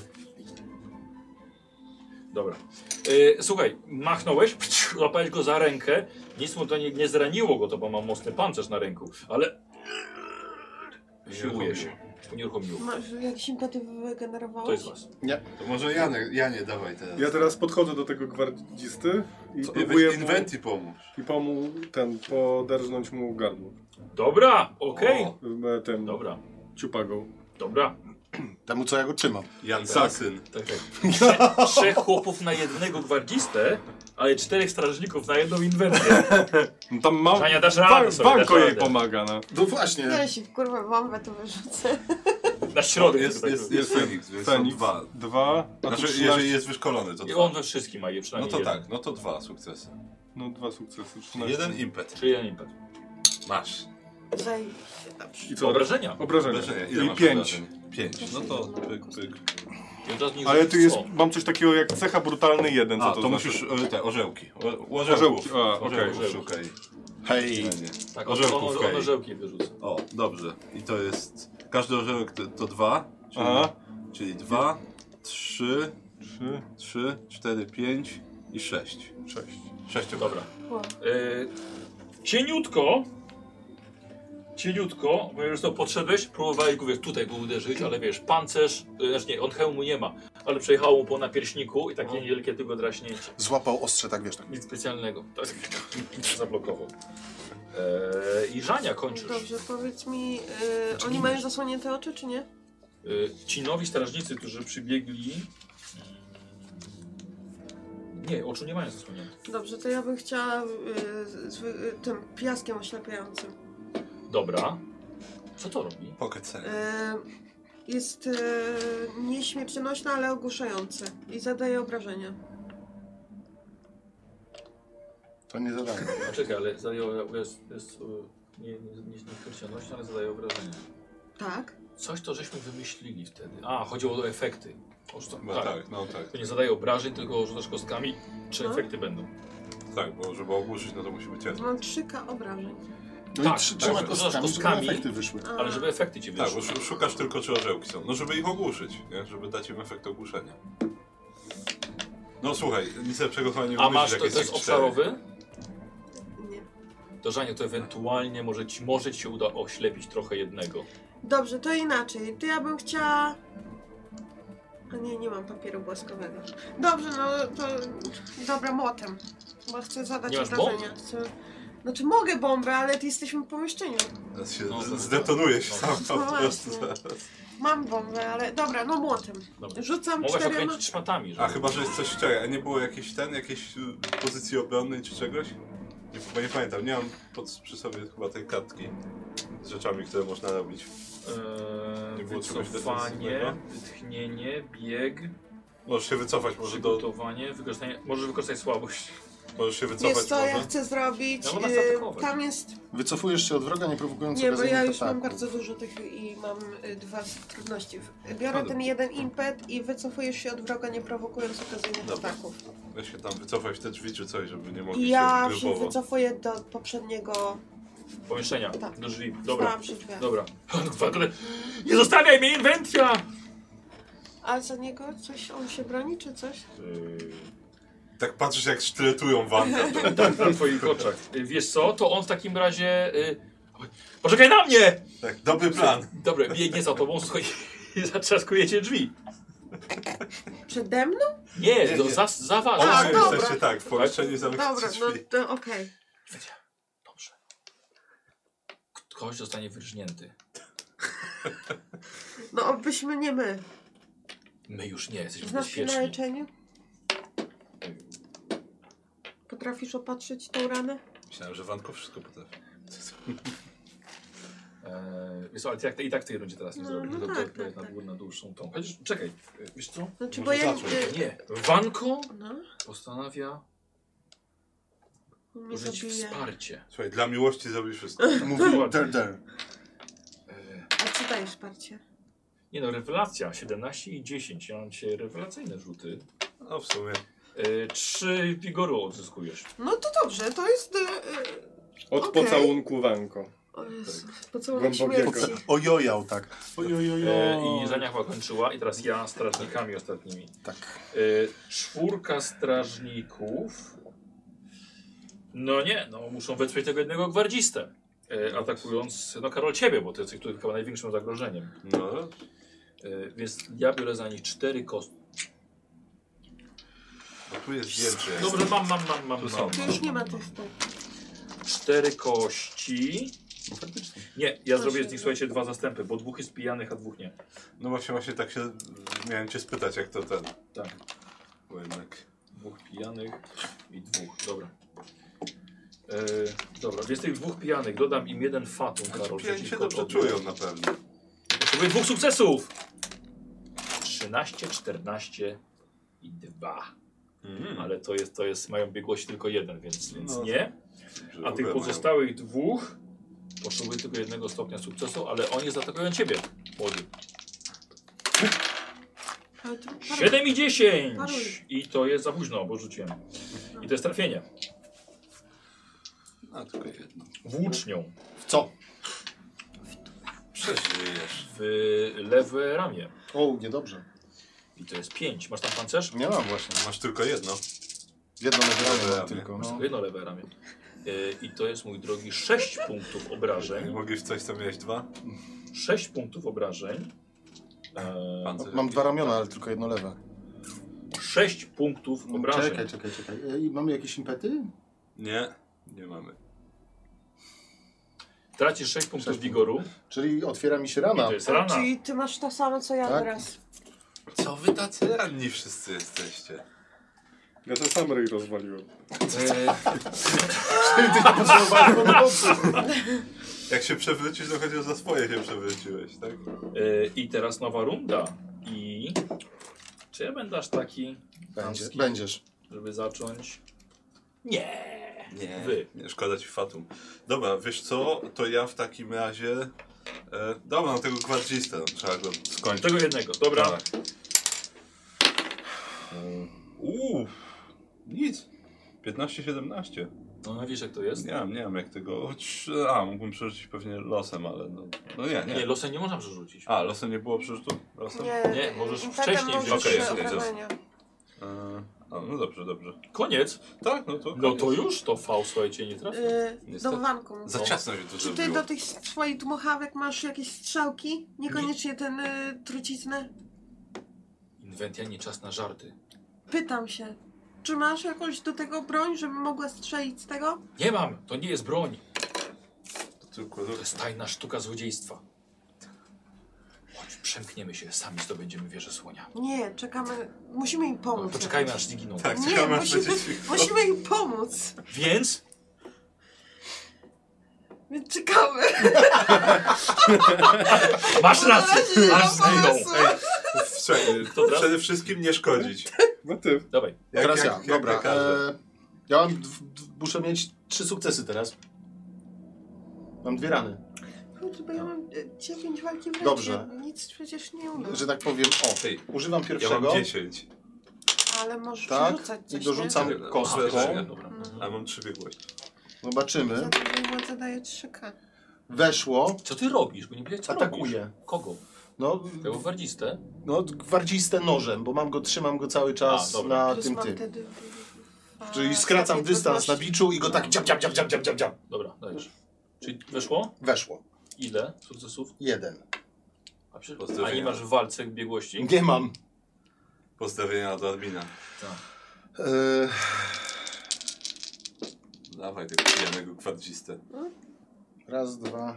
Dobra. Yy, słuchaj, machnąłeś, złapałeś go za rękę. Nic mu to nie, nie zraniło go, to bo ma mocny pancerz na ręku, ale... Siłuje się. Unieruchomiło. Masz jakieś impety wygenerowałeś? To jest was. To może Janek, Janie, dawaj teraz. Ja teraz podchodzę do tego gwardzisty i Co, próbuję weź mu, inwenty pomóż. i pomóż ten, poderżnąć mu gardło. Dobra, okej. O. E, Ten, Dobra, ciupagą. dobra. Temu co ja go trzymam. Jan Sasyn. Tak, tak. Trze trzech chłopów na jednego gwardzistę, ale czterech strażników na jedną inwencję. No tam mam... Żania, dasz radę Wa- sobie, Wanko dasz jej radę. pomaga, no. No właśnie. Ja się w kurwę bombę tu wyrzucę. Na środek. Jest, tak jest, powiem. jest Feniks, więc są Feniks. dwa. Dwa. A tu Znaczy, trzynaście. jeżeli jest wyszkolony, to I dwa. on we wszystkim ma je No przynajmniej to jeden. tak, no to dwa sukcesy. No dwa sukcesy. trzynaście. Jeden impet. Czyli jeden impet. Masz. Zajebiście, dobrze. I co? Obrażenia. Obrażenia. Obrażenia. Ile I masz pięć. obrażeń? Pięć. No to pyk, pyk. I od razu nie Ale rzucić tu jest, co? mam coś takiego jak cecha brutalny jeden, co A, to, to znaczy? musisz e, te orzełki. O, Orzełki, a, okej. Orzełków szukaj. Hej. Nie, nie. Tak, on, Orzełków, on, on hej. orzełki wyrzuca. O, dobrze. I to jest... Każdy orzełek to, to dwa. Czyli, Aha. czyli dwa, trzy, Trzy, trzy, cztery, pięć i sześć. sześć. Sześć Dobra. Wow. Yy, cieniutko, cieniutko, bo już to podszedłeś, próbowałeś go wiesz, tutaj go uderzyć, ale wiesz, pancerz, yy, znaczy nie, on hełmu nie ma, ale przejechało mu po napierśniku i takie niewielkie tylko draśnięcie. Złapał ostrze, tak wiesz. Tak. Nic specjalnego, tak zablokował. Yy, I Żania kończysz. Dobrze, powiedz mi, y, oni mają zasłonięte oczy, czy nie? Yy, ci nowi strażnicy, którzy przybiegli... Nie, oczu nie mają zasłonięte. Dobrze, to ja bym chciała y, z, z, y, tym piaskiem oślepiającym. Dobra. Co to robi? Pocket set. Y, jest y, nieśmiercionośny, ale ogłuszający i zadaje obrażenia. To nie zadanie. A czekaj, ale zadaje, jest, jest nie, nie, nie, nie śmiercionośny, ale zadaje obrażenia. Tak? Coś to żeśmy wymyślili wtedy. A, chodziło o efekty. O, to, No tak. tak, no tak. To nie zadaje obrażeń, tylko rzucasz kostkami. Czy No. efekty będą? Tak, bo żeby ogłuszyć, no to musi być jasne. Mam trzy K obrażeń. No Tak, i trzy, tak, trzema tak, kostkami, żeby kostkami. efekty wyszły. A, Ale żeby efekty ci Tak, wyszły. bo sz- szukasz tylko czy orzełki są. No żeby ich ogłuszyć, nie? Żeby dać im efekt ogłuszenia. No słuchaj, nic lepszego chyba nie A wymyślisz, masz, jak to, to jest ich cztery. obszarowy? Nie. To Żanie, to ewentualnie może ci, może ci się uda oślepić trochę jednego. Dobrze, to inaczej. To ja bym chciała... A nie, nie mam papieru błaskowego. Dobrze, no to... Dobra, młotem. Bo chcę zadać Nie masz obrażenia. Chcę... Znaczy mogę bombę, ale ty jesteśmy w pomieszczeniu. Teraz się No, z- to- zdetonuje się no. sam No po prostu właśnie. zaraz. Mam bombę, ale... Dobra, no młotem. Dobra. Rzucam Mogłaś czterema... okręcić szmatami. A Żeby... chyba, że jest coś czekaj, a nie było jakiejś ten, jakiejś y, pozycji obronnej czy czegoś? Nie, chyba nie pamiętam, nie mam pod, przy sobie chyba tej kartki z rzeczami, które można robić. Eee, Nie było czegoś wycofanie, defensywnego? wytchnienie, bieg, Możesz się wycofać może do... przygotowanie, wykorzystanie, możesz wykorzystać słabość. Możesz się wycofać Wiesz co może. ja chcę zrobić? No, bo nas Y, zaatakować. tam jest... Wycofujesz się od wroga, nie prowokując Nie, bo okazyjnych ja już mam ataków. bardzo dużo tych i mam y, dwa z trudności. Biorę Ale- ten jeden impet i wycofujesz się od wroga, nie prowokując okazyjnych Dobra. ataków. Weź się tam wycofać w te drzwi czy coś, żeby nie mogli I ja się się grupowo. wycofuję do poprzedniego... Pomieszczenia, Tak. do drzwi. Dobra, Stałam przy drzwiach. dobra. W ogóle nie zostawiaj mnie inwencja! A za niego coś, on się broni czy coś? Tak patrzysz jak sztyletują Wanka. Tak, na twoich oczach. Y, Wiesz co, to on w takim razie... Y... Poczekaj na mnie! Tak, dobry plan. Dobra, biegnie za tobą, słuchaj, i zatrzaskujecie drzwi. Przede mną? Nie, Nie, to nie. za, za was. A, Wy dobra. jesteście tak, w pomieszczeniu Dobra, zamykając no drzwi. to okej. Dobrze. Ktoś zostanie wyrżnięty. No obyśmy nie my. My już nie, jesteśmy Znasz się na bezpieczni. leczeniu? Potrafisz opatrzyć tą ranę? Myślałem, że Wanko wszystko potrafi. Eee, wiesz co, ale ty, jak, i tak w tej rundzie teraz nie No, zrobisz. no to, to, tak, to tak, na, tak. dłu- na dłuższą tą. Chociaż czekaj, wiesz co? Znaczy, Może bo ja zacząć. nie... Nie. Wanko No, postanawia on mnie użyć zabije. wsparcie. Słuchaj, dla miłości zrobisz wszystko. Mówi der, der. Eee, A co dajesz wsparcie? nie no, rewelacja. siedemnaście i dziesięć. Ja mam dzisiaj rewelacyjne rzuty. No w sumie. Eee, trzy wigoru odzyskujesz. No to dobrze, to jest... Yy, Od Okej. pocałunku Wanko. o Jezu, pocałunek Głębokiego. śmierci. Ojojał tak. Ojojojoj. Eee, I Żania chyba kończyła. I teraz ja strażnikami ostatnimi. Tak. Eee, czwórka strażników. No nie, no muszą wesprzeć tego jednego gwardzistę. E, atakując, no Karol, ciebie, bo ty jesteś tutaj chyba największym zagrożeniem. No, E, więc ja biorę za nich cztery kostki. no tu jest więcej. Dobrze, mam, mam, mam, mam. Tu są. mam, Tu mam, już nie ma mam. testu. Cztery kości. No faktycznie. Nie, ja To zrobię się- z nich, słuchajcie, dwa zastępy, bo dwóch jest pijanych, a dwóch nie. No właśnie, właśnie tak się miałem cię spytać, jak to ten. Tak, Bo jednak. dwóch pijanych i dwóch, dobra. E, dobra, więc tych dwóch pijanych dodam im jeden fatum, Karol. Pijani się przeciwko dobrze tobie. czują na pewno. Potrzebuję dwóch sukcesów! trzynaście, czternaście i dwa. Mm. Ale to jest, to jest, mają biegłość tylko jeden, więc, więc No, nie. Że A w tych ogóle pozostałych dwóch potrzebuję tylko jednego stopnia sukcesu, ale oni zaatakują ciebie, młody. Ale to paruj. siedem i dziesięć! Paruj. I to jest za późno, bo rzuciłem. I to jest trafienie. mają. A tylko jedno. Włócznią W co? Przeżyjesz. w lewe ramię. O, niedobrze. I to jest pięć. Masz tam pancerz? Nie mam właśnie. Masz tylko jedno. Jedno Lewe nagranie mam ramię. tylko. Masz No. tylko jedno lewe ramię. E, I to jest, mój drogi, sześć punktów obrażeń. Mogłeś w coś, co miałeś dwa? sześć punktów obrażeń. E, Pancerz. Mam dwa ramiona, ale tylko jedno lewe. sześć punktów obrażeń. Czekaj, czekaj, czekaj. E, i mamy jakieś impety? Nie, nie mamy. Tracisz sześć punktów Sześć wigoru. Czyli otwiera mi się I rana. to jest A, rana. czyli ty masz to samo co ja Tak? teraz. Co wy tacy ranni wszyscy jesteście? Ja to sam rej rozwaliłem. E, Ty nie potrzebowałeś pomocy. Jak się przewrócisz, to chociaż za swoje się przewróciłeś, tak? e, I teraz nowa runda. I czy ja będę aż taki Będzie, chamski, będziesz. żeby zacząć? Nie. Nie, Wy. nie szkoda ci fatum. Dobra, wiesz co, to ja w takim razie... E, dobra, no tego gwardzistę, no, trzeba go skończyć. Tego jednego, dobra. Tak. Uuu, nic. piętnaście siedemnaście. No, no wiesz jak to jest? Nie wiem, nie wiem jak tego... Choć, a, mógłbym przerzucić pewnie losem, ale no, no nie, nie. Nie, losem nie można przerzucić. A, losem nie było przerzutu? Losem? Nie, Nie, możesz impetem wcześniej możesz wziąć. Okej, okay, okej, obrażenia. E, a, no dobrze, dobrze. Koniec. Tak, no to No koniec. to już to V, słuchajcie, nie trafi. Yy, Niestety. do wanku. Za ciasno się to Czy ty zrobiło. do tych swoich dmuchawek masz jakieś strzałki? Niekoniecznie ten y, truciznę? Inwentia, nie czas na żarty. Pytam się. Czy masz jakąś do tego broń, żebym mogła strzelić z tego? Nie mam, to nie jest broń. To tylko To jest tajna sztuka złodziejstwa. Chodź, przemkniemy się, sami zdobędziemy wieżę słonia. Nie, czekamy. Musimy im No, pomóc. poczekajmy aż zginą. Tak, Nie, czekamy aż musimy, będzie ci... musimy im pomóc. Więc Więc czekamy. masz rację, Na razie aż nie ma zginą. pomysłu. Ej, słuchaj, To teraz? przede wszystkim nie szkodzić. No ty. Dawaj. Jak- Teraz jak- ja, jak dobra. lekarze. E, ja mam, d- d- muszę mieć trzy sukcesy teraz. Mam dwie rany. Kurczę, bo ja mam y, dziewięć walki wręcz. Dobrze. Ja nic przecież nie umiem. Że tak powiem, o, Ej, używam ja pierwszego. mam dziesięć, Ale możesz Tak, przerzucać i coś, dorzucam nie? nie? kostką. Uderzenie. Dobra. a mam trzy biegłości. Zobaczymy. Za dużej władzy daje trzy K. Weszło. Co ty robisz? Bo nie wiedziałem, co Atakuję. robisz. Kogo? No, Tego gwardzistę? no gwardziste nożem, bo mam go, trzymam go cały czas A, dobra. na Plus tym mam tym. wtedy... a, Czyli skracam stopień dystans na trudności. biczu i go tak dziab, dziab, dziab, dziab, dziab, dziab, dziab. Dobra, dajesz. Czyli weszło? Weszło. Ile sukcesów? Jeden. A, przy... Pozdrowienia. A nie masz w walce biegłości? Nie mam. Postawienia do admina. Tak. E, Dawaj tego pijanego gwardzistę. raz, dwa.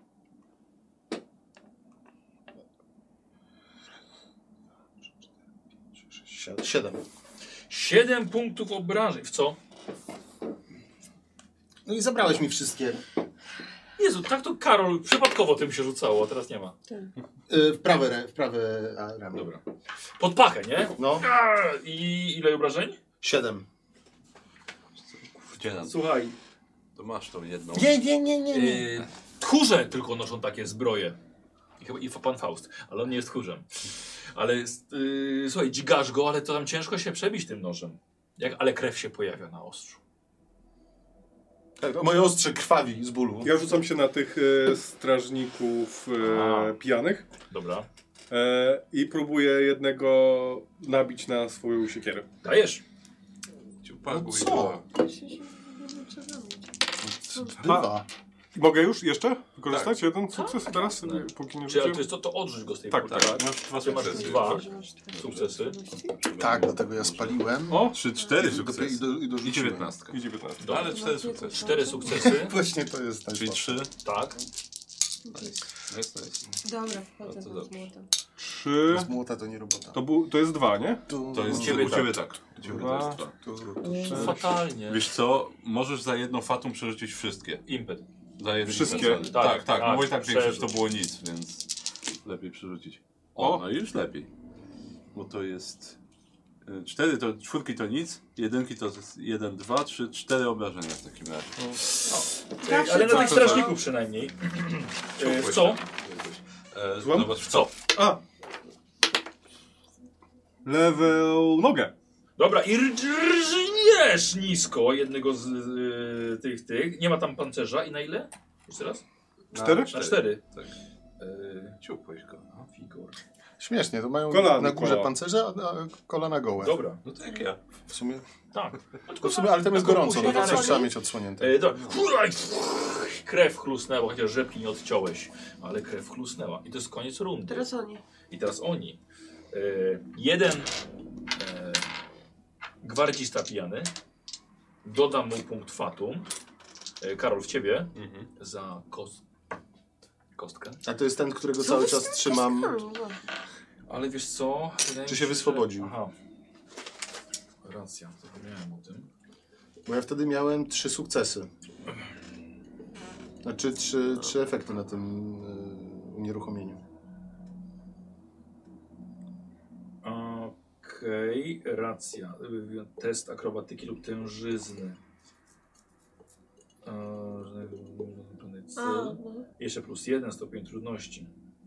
Siedem. Siedem punktów obrażeń. W co? No i zabrałeś mi wszystkie. Jezu, tak to Karol przypadkowo tym się rzucało, a teraz nie ma. E, w prawe, re- w prawe a, ramię. Dobra. Pod pachę, nie? No, I ile obrażeń? siedem. Gdzie nam? Słuchaj. To masz tą jedną. Nie, nie, nie, nie. nie. Yy, tchórze tylko noszą takie zbroje. I chyba i pan Faust, ale on nie jest tchórzem. Ale yy, słuchaj, dźgasz go, ale to tam ciężko się przebić tym nożem. Jak, ale krew się pojawia na ostrzu. Tak, moje ostrze krwawi z bólu. Ja rzucam się na tych e, strażników A. e, pijanych Dobra. e, i próbuję jednego nabić na swoją siekierę. Dajesz. Ciupaku No i co? dwa. Dwa. Mogę już jeszcze wykorzystać Tak. jeden sukces Tak, teraz, jasne. póki nie Czy ale rzuciłem? to, jest to, to odrzuć go z tej Tak, furtki. tak. Masz dwa Ty masz sukcesy. dwa sukcesy. Tak, dlatego ja spaliłem. O, Trzy, cztery I do- sukcesy. i do- i I dorzuciłem. dziewiętnastka. i dziewiętnaście. Dobra. Ale cztery sukcesy. Cztery sukcesy. Właśnie to jest Czyli najsłabsze. trzy. Tak. Nice, nice, nice. Dobra, wchodzę No to z dobrze. młotem. Trzy. Z młota to nie robota. To, bu, to jest dwa, nie? Tu, To jest U u ciebie ciebie, tak. tak. U ciebie Dwa. to jest dwa. tu, Fatalnie. Wiesz co, możesz za jedną fatą przerzucić wszystkie. Impet. Za jedną Wszystkie? Tak, Tak, tak, tak. tak, No bo i tak większość to przerzuć. było nic, więc lepiej przerzucić. O, O. no i już lepiej. Bo to jest... y, Cztery to, czwórki to nic, jedynki to jest jeden, dwa, trzy, cztery obrażenia w takim razie. Zawsze Ale na coś, tych co? strażników przynajmniej. E, w co? E, Złam? zobacz w co? A! Level nogę. Dobra, i rżniesz nisko jednego z y, tych, tych. Nie ma tam pancerza. I na ile? Jeszcze raz? Cztery? Na cztery. Tak. E, Ciupłeś go, no. Figor. Śmiesznie, to mają Kolana, na górze kola. pancerze, a a kolana gołe. Dobra, No tak jak ja. W sumie, tak. no w sumie, ale tam jest gorąco, no to Taką coś trzeba mieć odsłonięte. E, dobra. Krew chlusnęła, chociaż rzepki nie odciąłeś. Ale krew chlusnęła. I to jest koniec rundy. Teraz oni. I teraz oni. E, jeden e, gwardzista pijany. Dodam mu punkt fatum. E, Karol, w ciebie. Mhm. Za kost... kostkę. A to jest ten, którego Co cały wy z czas tymi trzymam. kostkami? Ale wiesz co? Wydaje Czy mi się że- wyswobodził? Aha. Racja, zapomniałem o tym. Bo ja wtedy miałem trzy sukcesy. Znaczy trzy, trzy efekty na tym yy, unieruchomieniu. Okej, racja. Y, Test akrobatyki lub tężyzny. Eee, A, cel. no. Jeszcze plus jeden stopień trudności.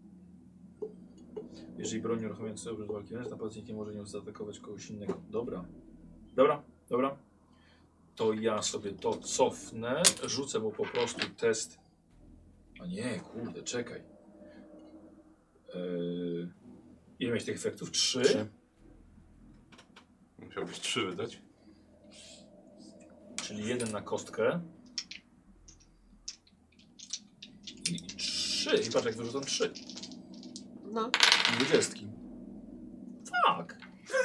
Jeżeli broń uruchamiająca obrót walki wręcz, napastnik nie może nią zaatakować kogoś innego. Dobra. Dobra, dobra. To ja sobie to cofnę. Rzucę mu po prostu test. A nie, kurde, czekaj. Yy... Ile miałeś tych efektów? Trzy? Trzy. Musiałbyś trzy wydać. Czyli jeden na kostkę. I trzy. I patrz jak wyrzucam trzy. No. Dwudziestki. Tak.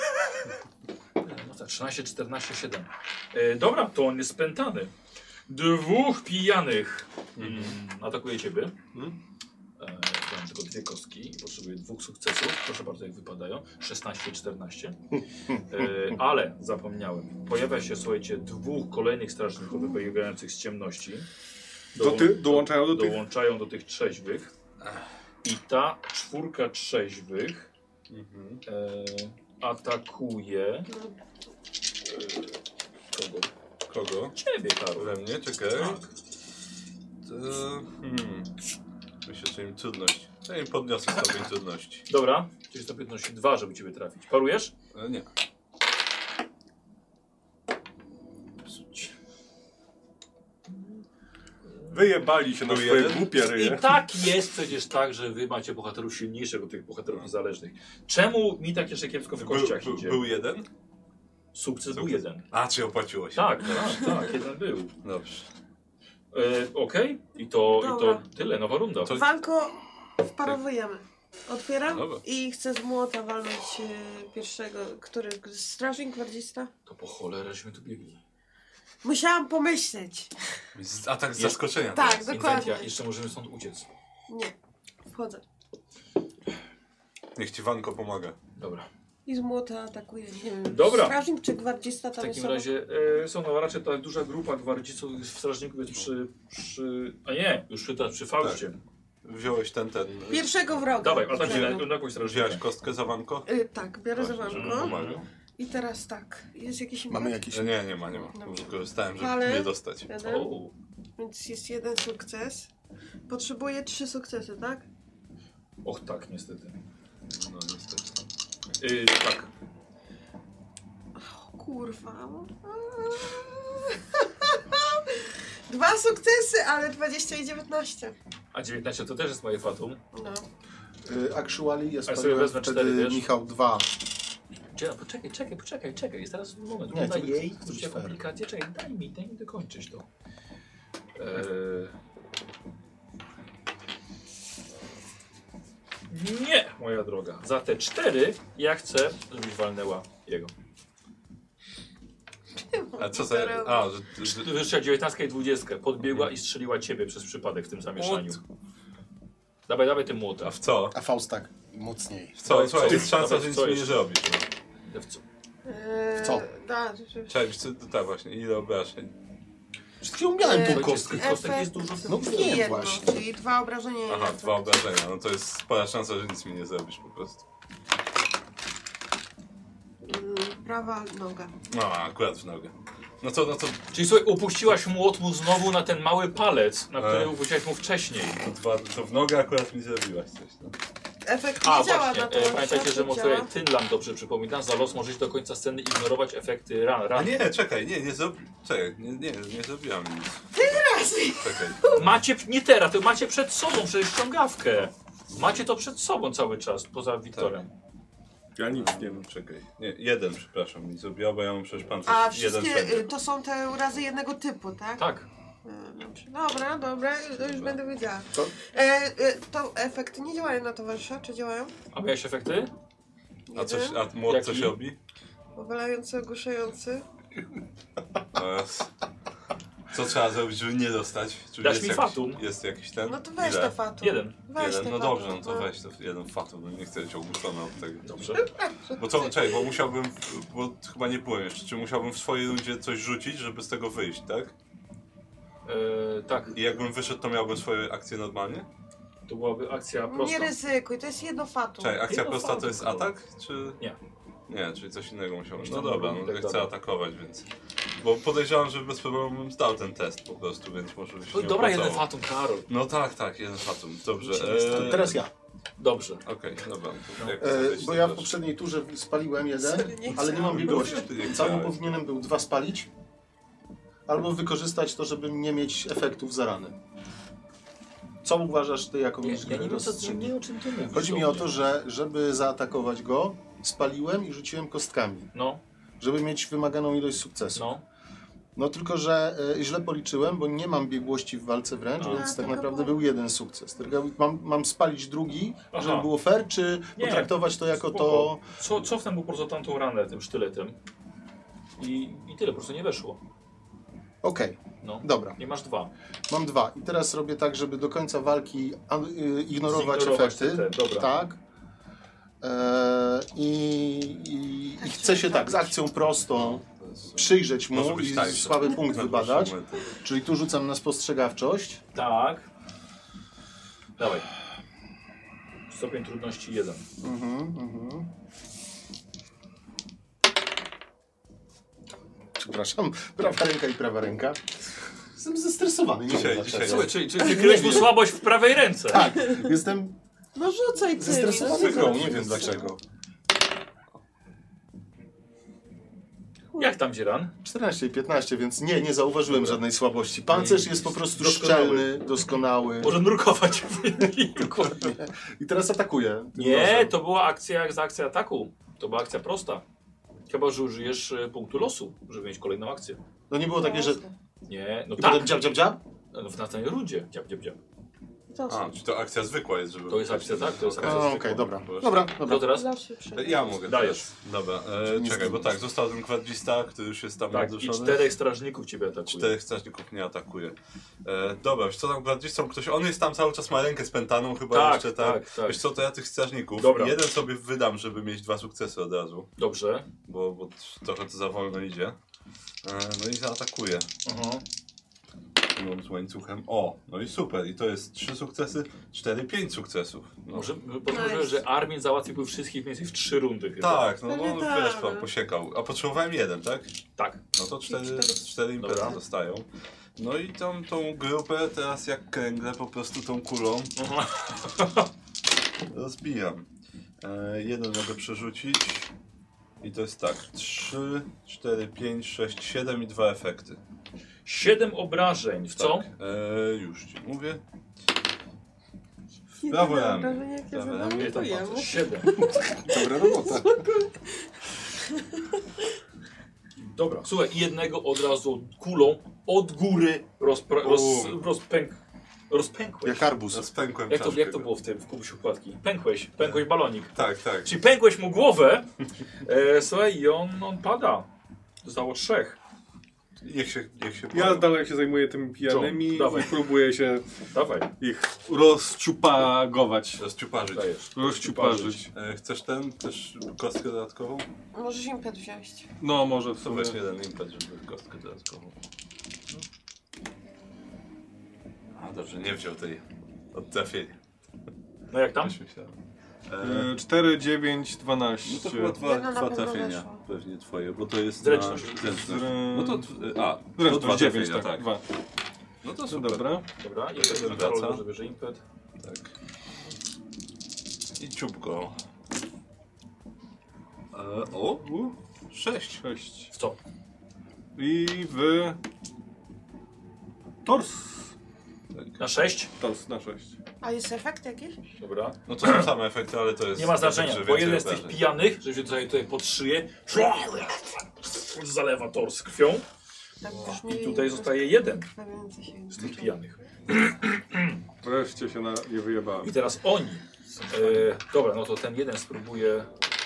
No tak, trzynaście, czternaście, siedem. E, dobra, to on jest spętany. Dwóch pijanych mm, atakuje ciebie. Mhm. E, mam tylko dwie kostki i potrzebuję dwóch sukcesów. Proszę bardzo, jak wypadają. szesnaście, czternaście. E, ale zapomniałem. Pojawia się, słuchajcie, dwóch kolejnych strażników wybiegających z ciemności. Do ty, dołączają do tych... dołączają do tych trzeźwych. I ta czwórka trzeźwych Mhm. e, atakuje kogo? Kogo? Ciebie, Karol. We mnie? Czekaj. Tak. To... Hmm. Myślę, że im trudność. Ja im podniosę stopień trudności. Dobra, czyli stopień trudności dwa, żeby ciebie trafić. Parujesz? E, nie. Wyjebali się na Był swoje jeden? głupie I ryje. tak jest przecież tak, że wy macie bohaterów silniejszych od tych bohaterów niezależnych. Czemu mi tak jeszcze kiepsko w Był, kościach był, idzie? był jeden? Sukces był Sukces. jeden. A, czy opłaciło się? Tak, tak, tak, jeden był. Dobrze. E, Okej, I, to, i to Dobra. tyle, nowa runda. To- Walko wparowujemy. Otwieram Dobra. i chcę z młota walnąć e, pierwszego, który... Strażnik, gwardzista? To po cholerę żeśmy tu biegli. Musiałam pomyśleć. Atak z Jest- zaskoczenia. Tak, teraz. dokładnie. Inwentia, jeszcze możemy stąd uciec. Nie. Wchodzę. Niech ci Wanko pomaga. Dobra. I z młota atakuję. Nie wiem, Dobra. strażnik czy gwardzista W tam takim jest razie e, są no, raczej ta duża grupa gwardziców strażników jest przy, przy... A nie, już przy, przy Faustie. Wziąłeś ten, ten... Pierwszego wroga. Dawaj, ale tak Pierwszego. na, na jakąś strażnikę. Wziąłeś kostkę za Wanko? Y, tak, biorę za Właśnie, żeby wamko. pomagał. I teraz tak. Jest jakiś Mamy impet? jakiś... E, Nie, nie ma, nie ma. Dobrze. Wykorzystałem, żeby Ale- nie dostać. Jeden. O, Więc jest jeden sukces. Potrzebuję trzy sukcesy, tak? och tak, niestety. No niestety. Yy, tak. O kurwa. Dwa sukcesy, ale dwadzieścia i dziewiętnaście. A dziewiętnaście to też jest moje fatum. No. Y, Actually, ja Ale sobie spaliłem wezmę wtedy cztery, wiesz? Michał dwa. Gdzie, poczekaj, czekaj, poczekaj, czekaj. Jest teraz moment. Nie, Daj to jej, jest kurczę, fair. komplikacje. Czekaj, daj mi, daj mi dokończyć to. Eee... Nie, moja droga. Za te cztery ja chcę, żebyś walnęła jego. A co za... A, że... że... Wyższa dziewiętnastka i dwudziestka. Podbiegła i strzeliła ciebie przez przypadek w tym zamieszaniu. Dawaj, dawaj tym młotem. A w co? A Faust tak mocniej. W co? Słuchaj, jest szansa, Dawaj, że nic co mi nie jeszcze? zrobisz. No. W co? Eee, W co? Da, że- Cześć, co, tak właśnie, ile obrażeń? Przed chwilą miałem tą Eee, kostkę. Tych kostek jest dużo. No I wiem jedno, właśnie. czyli dwa obrażenia. i Aha, jeden dwa sukces. obrażenia, no to jest spora szansa, że nic mi nie zrobisz po prostu. Mm, Prawa noga. No, akurat w nogę. No to, no to, Czyli słuchaj, upuściłaś młot mu znowu na ten mały palec, na który E. upuściłaś mu wcześniej. to, dwa, to w nogę akurat mi zrobiłaś coś, no. Efekt A nie działa właśnie, na to. e, pamiętajcie, że działa. moje Tynlam dobrze przypomina, za los możecie do końca sceny ignorować efekty ran. A ran. nie, czekaj, nie, nie zrobi... Czekaj, nie, nie, nie zrobiłam nic. Teraz mi- Czekaj. Macie, nie teraz, to macie przed sobą przecież ściągawkę. Macie to przed sobą cały czas, poza Wiktorem. Ja nic nie wiem. Czekaj. Nie, jeden, przepraszam, mi zrobiła, bo ja mam przecież pancerz A jeden wszystkie wszędzie. y, to są te urazy jednego typu, tak? Tak. Y, dobrze. Dobra, dobra, to już będę wiedziała. To- E, e, to efekty nie działają na towarzysza, czy działają? A miałeś efekty? A, coś, Jeden. a młot Jaki? coś robi? Powalający, ogłuszający. Oraz... Co trzeba zrobić, żeby nie dostać? Czy Dasz jest mi jakiś, fatum. Jest jakiś ten? No to weź Ile? to fatum. Jeden. Weź Jeden, to no fatum, dobrze, no to no. weź to jeden fatum, no nie chcę być ogłuszony od tego. Dobrze. Bo co, czekaj, bo musiałbym, bo chyba nie byłem jeszcze, czy musiałbym w swojej rundzie coś rzucić, żeby z tego wyjść, tak? E, tak, I jakbym wyszedł, to miałbym swoje akcje normalnie? to byłaby akcja Nie prosta. ryzykuj, to jest jedno fatum. Czekaj, akcja Jedno prosta fatum, to jest kurwa. atak, czy... Nie. Nie, czyli coś innego musiałem. Coś No tam dobra, robić, no tak ja chcę dalej. atakować, więc... Bo podejrzewam, że bez problemu bym zdał ten test po prostu, więc może by się No, nie dobra, opłacało. jeden fatum, Karol. No tak, tak, jeden fatum, dobrze. To Eee, teraz ja. Dobrze. Okej, dobra. No. Jak E, chcesz, bo to ja w też. poprzedniej turze spaliłem jeden, Sorry, nie ale nie mam chciałam. biegłości. Nie Cały chciałeś. powinienem był dwa spalić, albo wykorzystać to, żeby nie mieć efektów za rany. Co uważasz ty jako Nie, mistrz ja nie gry wiem, co, rozstrzygnie? nie, o czym ty mówisz. Chodzi mi do o mnie. to, że żeby zaatakować go, spaliłem i rzuciłem kostkami, No, żeby mieć wymaganą ilość sukcesów. no. No tylko, że e, źle policzyłem, bo nie mam biegłości w walce wręcz, A. więc A, tak tylko naprawdę było- był jeden sukces. Tylko mam, mam spalić drugi, Aha. żeby było fair, czy Nie, potraktować to jako spoko. to... Co, cofnę mu po prostu tamtą ranę tym sztyletem. I, I tyle, po prostu nie weszło. Okej, No. dobra, Nie masz dwa. mam dwa. I teraz robię tak, żeby do końca walki an- y, ignorować Zignorować efekty. te, dobra. Tak. E, I, i, Tak i się chcę się tak z zrobić. akcją prostą To jest- przyjrzeć Może mu być i tańsze. słaby punkt Na wybadać. dłuższy moment. Czyli tu rzucam na spostrzegawczość. Tak. Dawaj. Stopień trudności jeden. Mhm, mhm. Przepraszam, prawa ręka i prawa ręka. Jestem zestresowany, nie Dzisiaj, wiem dlaczego. dzisiaj. Słuchaj, czyli, czyli wykryłeś mu słabość w prawej ręce. Tak, jestem No rzucaj ty. zestresowany no, grą, nie wiem dlaczego. Jak tam dzieran? czternaście i piętnaście, więc nie, nie zauważyłem żadnej słabości. Pancerz jest po prostu Doskonały. szczelny, doskonały. Może nurkować w wyniku. Dokładnie. I teraz atakuję. tym Nie, nożem. to była akcja jak za akcja ataku. To była akcja prosta. Chyba, że użyjesz e, punktu losu, żeby mieć kolejną akcję. No nie było takie, że... Nie, no I tak. potem dziab, dziab, dziab? No, w następnej rundzie. Dziab, dziab, dziab. To A, czy to akcja zwykła jest, żeby... To jest akcja, tak? To jest akcja A, zwykła. okej, dobra. Proszę. Dobra, Co dobra. teraz? zawsze przy... Ja mogę Dajesz. teraz. Dobra, e, czekaj, bo tak, został ten gwardzista, który już jest tam Tak, i naduszony. czterech strażników ciebie atakuje. Czterech strażników mnie atakuje. E, dobra, wiesz co tam gwardzistą ktoś, on jest tam cały czas, ma rękę spętaną chyba Tak, jeszcze, tak? tak, tak. Wiesz co, to ja tych strażników, Dobra. jeden sobie wydam, żeby mieć dwa sukcesy od razu, Dobrze. bo, bo trochę to za wolno idzie. E, no i zaatakuję. Aha. No, z łańcuchem. O, no i super. I to jest trzy sukcesy, cztery, pięć sukcesów. No. Może pozwolę, że Armin załatwiłby wszystkich mniej więcej w trzy rundy chyba. Tak, no, Pewnie no tak, wiesz, pan no. posiekał. A potrzebowałem jeden, tak? Tak. No to cztery, cztery. cztery imprezy Dobra. zostają. No i tą, tą grupę teraz jak kręgle po prostu tą kulą Aha. rozbijam. E, jeden mogę przerzucić. I to jest tak, trzy, cztery, pięć, sześć, siedem i dwa efekty. Siedem obrażeń. W co? Tak, e, już ci mówię. Nie Brawo, wiem, Jan. wrażenie, jak ja Brawo, zadałam, Jan. Nie, to tam jemu. pancerz. Siedem. Dobra robota. Dobra. Słuchaj, i jednego od razu kulą od góry rozpra- roz, Bum. rozpęk... rozpękłeś. Jak arbuz. Rozpękłem Jak to, czaszkę. jak to było w tym, w kubusiu płatki? Pękłeś, pękłeś balonik. Tak, tak. Czyli pękłeś mu głowę, e, słuchaj, i on, on pada. Zostało trzech. Niech się, niech się Ja dalej się zajmuję tymi pijanymi John, dawaj. i próbuję się Dawaj, ich rozciupagować. rozciuparzyć. dajesz. Rozciuparzyć. E, chcesz ten? Też kostkę dodatkową? Możesz impet wziąć. No może w To sumie. weź jeden impet, żeby kostkę dodatkową. A dobrze, nie wziął tej od trafienia. No jak tam? Też myślałem. E, E, cztery, dziewięć, dwanaście. no to chyba dwa, Jedno na dwa pewno trafienia weszło. pewnie twoje, bo to jest Zręczność. Na zręczność. Zrę- No to, d- a, to Zresztą dwa dziewięć, trafienia, tak. tak. Dwa. No to No super. dobra. Dobra, i Jeden jeden wraca. Karol zabierze impet. Tak. I ciup go. E, o, U, sześć. sześć. W co? I w... Tors. Na sześć? Tors na sześć. A jest efekt jakiś? Dobra. No to są same efekty, ale to jest... Nie ma efekt, znaczenia, że bo więcej jeden z tych obrażeń. pijanych, że się tutaj, tutaj pod szyję, zalewa tors krwią Tak i tutaj zostaje jeden Na więcej się z tych pijanych. Wreszcie się na nie wyjebałem. I teraz oni. E, dobra, no to ten jeden spróbuje.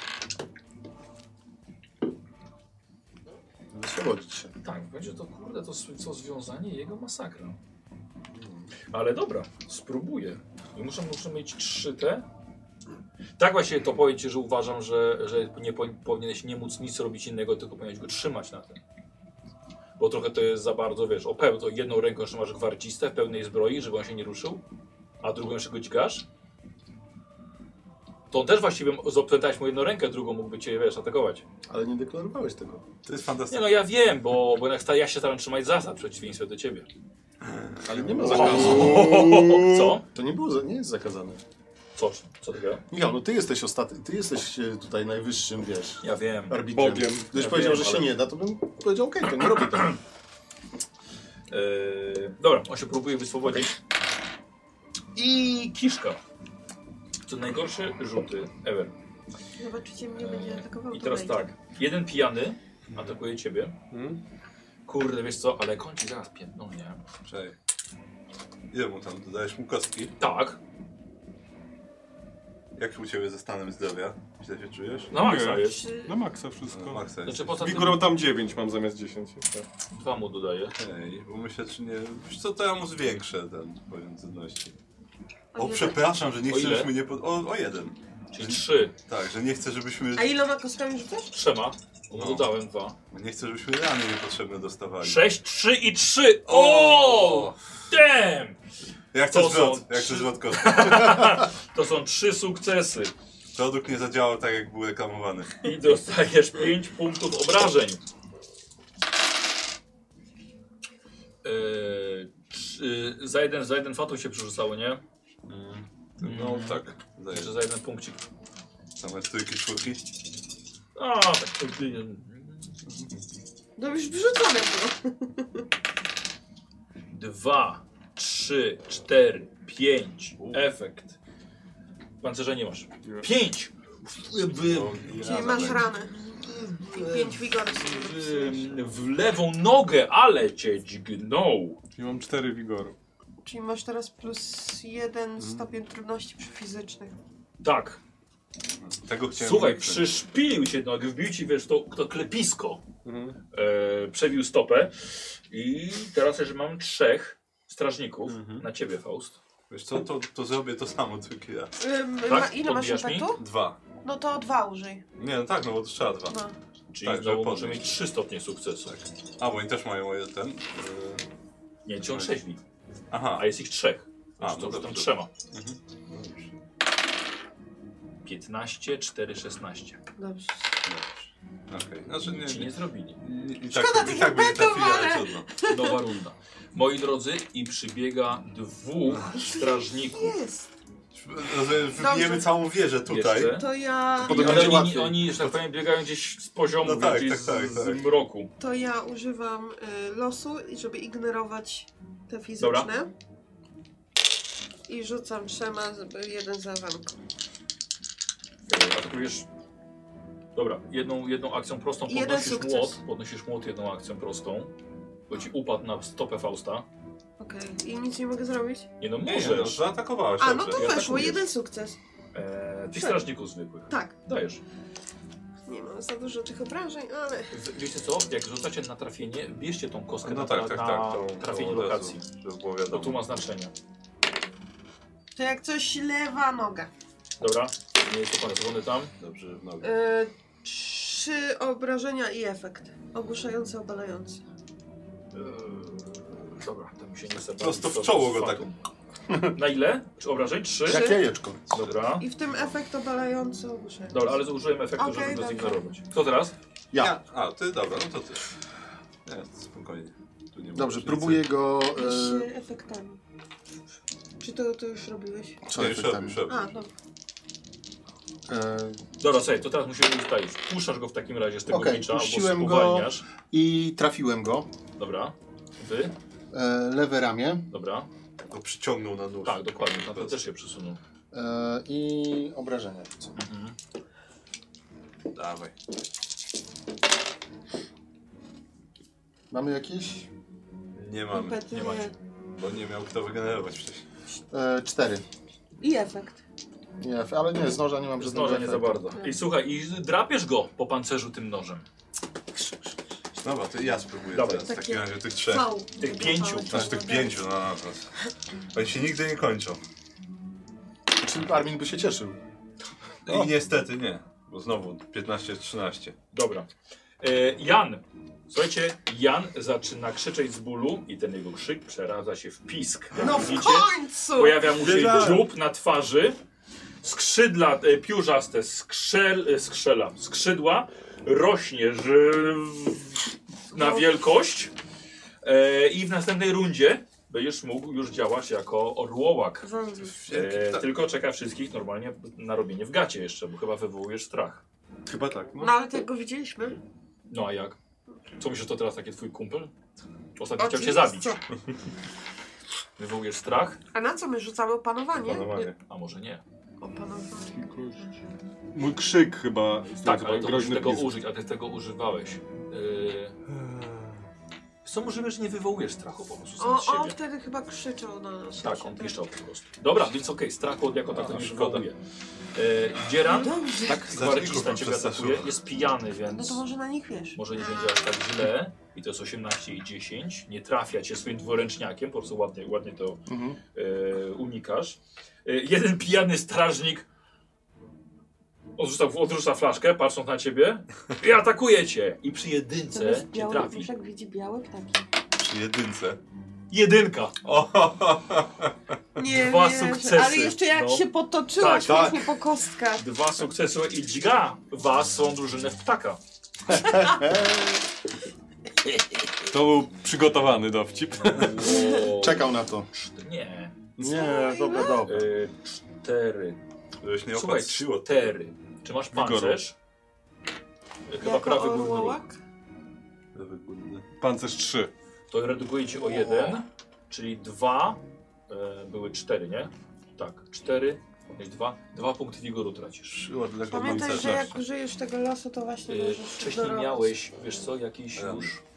Wyswobodzić się. Tak, będzie to kurde, to co związanie jego masakra. Ale dobra, spróbuję. I muszę, muszę mieć trzy te. Tak właśnie to powiem ci, że uważam, że, że nie po, powinieneś nie móc nic robić innego, tylko powinieneś go trzymać na tym. Bo trochę to jest za bardzo, wiesz, o peł, to jedną ręką trzymasz gwardzistę w pełnej zbroi, żeby on się nie ruszył, a drugą jeszcze go dźgasz. To on też właściwie zapętałeś mu jedną rękę, drugą mógłby cię, wiesz, atakować. Ale nie deklarowałeś tego. To jest Nie fantastyczne. no, ja wiem, bo, bo jak sta- ja się staram trzymać zasad w przeciwieństwie do ciebie. Ale nie ma zakazu. Co? To nie było, za- nie jest zakazane. Co? Co takiego? Michał, no ty jesteś ostatni, ty jesteś e, tutaj najwyższym, wiesz, Ja wiem. arbitrem. Bogiem. Gdybyś Ja powiedział, wiem, że się ale- nie da, to bym powiedział, okej, to nie robię tego. Eee, dobra, on się próbuje wyswobodzić. I kiszka. To najgorsze rzuty ever. Zobaczycie, mnie będzie atakował. I to teraz wejdzie. tak, jeden pijany atakuje ciebie. Hmm? Kurde, wiesz co, ale kończy zaraz piętną, nie? Czekaj. Ile mu tam dodajesz mu kostki? Tak, Jak u ciebie ze stanem zdrowia? Źle się czujesz? na maksa Nie. jest. Trzy... Na maksa wszystko. No, maksa jest. Znaczy poza tym Wigorą tam dziewięć mam zamiast dziesięć. dwa mu dodaję. Ej, bo myślę, czy nie... Wiesz co, to ja mu zwiększę ten poziom trudności. A O, ile- przepraszam, że nie O chcę, ile? żebyśmy nie... Pod... O, o jeden. Czyli trzy. Tak, że nie chcę, żebyśmy... A iloma kostkami rzucasz? Trzema. Bo mu No. dodałem dwa. Nie chcę, żebyśmy rany niepotrzebne dostawali. Sześć, trzy i trzy. O! Damn! Jak To to zwrot? są Jak trzy- to zwrot kostki? To są trzy sukcesy. Produkt nie zadziałał tak, jak był reklamowany. I dostajesz pięć punktów obrażeń. Eee, czy, za jeden, za jeden fatum się przerzucało, nie? No tak, zdaje Jeszcze się. za jeden punkcik. Same trójki, czwórki. A, tak. No już wrzucone było. Dwa, trzy, cztery, pięć. Efekt. Pancerza nie masz. Pięć! Czyli masz ranę. I pięć wigorów sobie W, w lewą nogę, ale cię dźgnął. Czyli mam cztery wigoru. Czyli masz teraz plus jeden stopień trudności przy fizycznych. Tak. Tego chciałem Słuchaj, powiedzieć. przyszpilił się, no jak wbił ci, wiesz, to, to klepisko. Mhm. E, przebił stopę. I teraz już mam trzech strażników Mhm. na ciebie, Faust. Wiesz co, to, to zrobię to samo, tylko ja. Ym, Tak? ma, ile masz Podbijasz mi? impetu? Dwa. No to dwa użyj. Nie, no tak, no bo to trzeba dwa. No. Czyli Tak, znowu żeby może podnieść. mieć trzy stopnie sukcesu. A, bo oni też mają ten... Yy... Nie, ci on trzeźwi, Aha. a jest ich trzech. A, Więc no to już tam dobrze. trzema. Mhm. No dobrze. piętnaście, cztery, szesnaście. Dobrze. Okej, znaczy nie... Ci nie zrobili. nie i Szkoda tak, tych i tak by nie impetów, trafili, ale ale- trudno. Nowa runda. Moi drodzy, i przybiega dwóch strażników. Jest. Rozumiem, wybijemy Dobrze. całą wieżę tutaj. Jeszcze. To ja, Potem Ale będzie oni, łatwiej. oni, że tak powiem, biegają gdzieś z poziomu, No tak, gdzieś tak, tak, z, tak. z mroku. to ja używam y, losu, żeby ignorować te fizyczne. Dobra. I rzucam trzema, żeby jeden za wanką. E, Atakujesz... Dobra, jedną, jedną akcją prostą Jeden podnosisz sukces. młot. Podnosisz młot jedną akcją prostą. Bo ci upadł na stopę Fausta. Okej. I nic nie mogę zrobić? Nie no, Nie, nie, możesz. no, zaatakowałeś, A, no dobrze. to ja weszło, atakujesz. jeden sukces. E, tych strażników zwykłych. Tak. Dajesz. Nie mam za dużo tych obrażeń, ale... W- Wiecie co? Jak rzucacie na trafienie, bierzcie tą kostkę No na, tak, na, tak, na tak. To, trafienie to od lokacji. razu, żeby było Bo wiadomo. tu ma znaczenie. To jak coś lewa noga. Dobra, nie jest opancerzony tam. Dobrze, w nogę. E, trzy obrażenia i efekt. Ogłuszający, obalający. Eee, dobra, to mi się nie chce Prosto bawić, w czoło go to- tak. Na ile? Czy obrażeń? Trzy? Trzy. Jak jajeczko. Dobra. I w tym efekt obalający, ogłuszający. Dobra, ale użyłem efektu, Okej, żeby go dobra. zignorować. Kto teraz? Ja. A, ty, dobra, no to ty. Nie, spokojnie. Tu nie ma Dobrze, różnicy. próbuję go... Jeszcze efektami. Czy to, to już robiłeś? E, co Nie, już robię, efektami? już robię. A, dobra. E, Dobra, słuchaj, to teraz musimy ustalić. Puszczasz go w takim razie z tego Okej, micza, albo puściłem go. spowalniasz. I trafiłem go. Dobra. Wy? E, lewe ramię. Dobra. To przyciągnął na nóż. Tak, dokładnie. Na to też się przesunął. E, I obrażenia. Mhm. Dawaj. Mamy jakieś? Nie mamy, Impety nie nie. macie. bo nie miał kto wygenerować wcześniej. E, cztery. I efekt. Nie, ale nie, z noża nie mam Z żadnego noża nie za efektu. bardzo. I słuchaj, i drapiesz go po pancerzu tym nożem. Dobra, to ja spróbuję Dobra. teraz w takim razie tych trzech. Cał. Tych pięciu. Znaczy tych pięciu, no, no, no. Oni się nigdy nie kończą. Czy Armin by się cieszył? I niestety nie, bo znowu piętnaście trzynaście. Dobra. E, Jan. Słuchajcie, Jan zaczyna krzyczeć z bólu i ten jego krzyk przeradza się w pisk. Jak No w widzicie, końcu! pojawia mu się Wiedziałem. dziób na twarzy, skrzydla e, piórzaste, skrzel, e, skrzela, skrzydła, rośnie że, na No. wielkość e, i w następnej rundzie będziesz mógł już działać jako orłołak. Rządzi. E, tylko czeka wszystkich normalnie na robienie w gacie jeszcze, bo chyba wywołujesz strach. Chyba tak, no. No ale tego widzieliśmy. No a jak? Co myślisz, to teraz taki twój kumpel? Ostatnio chciał cię Oczywiście. zabić. Wywołujesz strach? A na co my rzucamy opanowanie? Panowanie. A może nie. Opanowanie. Mój krzyk chyba. Tak, chyba ale to możesz groźny tego pisk. użyć, a ty tego używałeś. Yy... Co możliwe, że nie wywołujesz strachu po prostu sam O, z siebie. on wtedy chyba krzyczał na nas. Tak, on piszczał po prostu. Dobra, więc okej, strachu jako tako A, nie szkoda. wywołuje. Yy, Dzieran, Dobrze. tak, gwardzista cię przestraszyło. atakuje, jest pijany, No więc to może na nich wiesz. może nie będzie aż tak źle. I to jest osiemnaście i dziesięć. Nie trafia cię swoim dwuręczniakiem, po prostu ładnie, ładnie to Mhm. yy, unikasz. Yy, jeden pijany strażnik odrzuca, odrzuca flaszkę, patrząc na ciebie i atakuje cię. I przy jedynce cię trafi. jak widzi białe ptaki. Przy jedynce. Jedynka. O, Nie Dwa wierzę, sukcesy. ale jeszcze jak No. się potoczyłaś Tak, właśnie po kostkach. Dwa sukcesy i dźga was są drużynę w ptaka. To był przygotowany dowcip. Czekał na to. Czt- Nie. Nie, dobra, dobra. Yy, cztery. żebyś nie Słuchaj, opatrzyło. cztery. Czy masz Wigoru. pancerz? Chyba Jako prawy górny róg. orłołak? Lewy górny. Pancerz trzy. To redukuje ci o jeden, czyli dwa. E, były cztery, nie? Tak, cztery. Jest dwa. Dwa punkty wigoru tracisz. Trzy odległe Pamiętaj, że pancerze. jak użyjesz tego losu, to właśnie E, możesz wcześniej dorobić. miałeś, wiesz co, jakiś Rany. już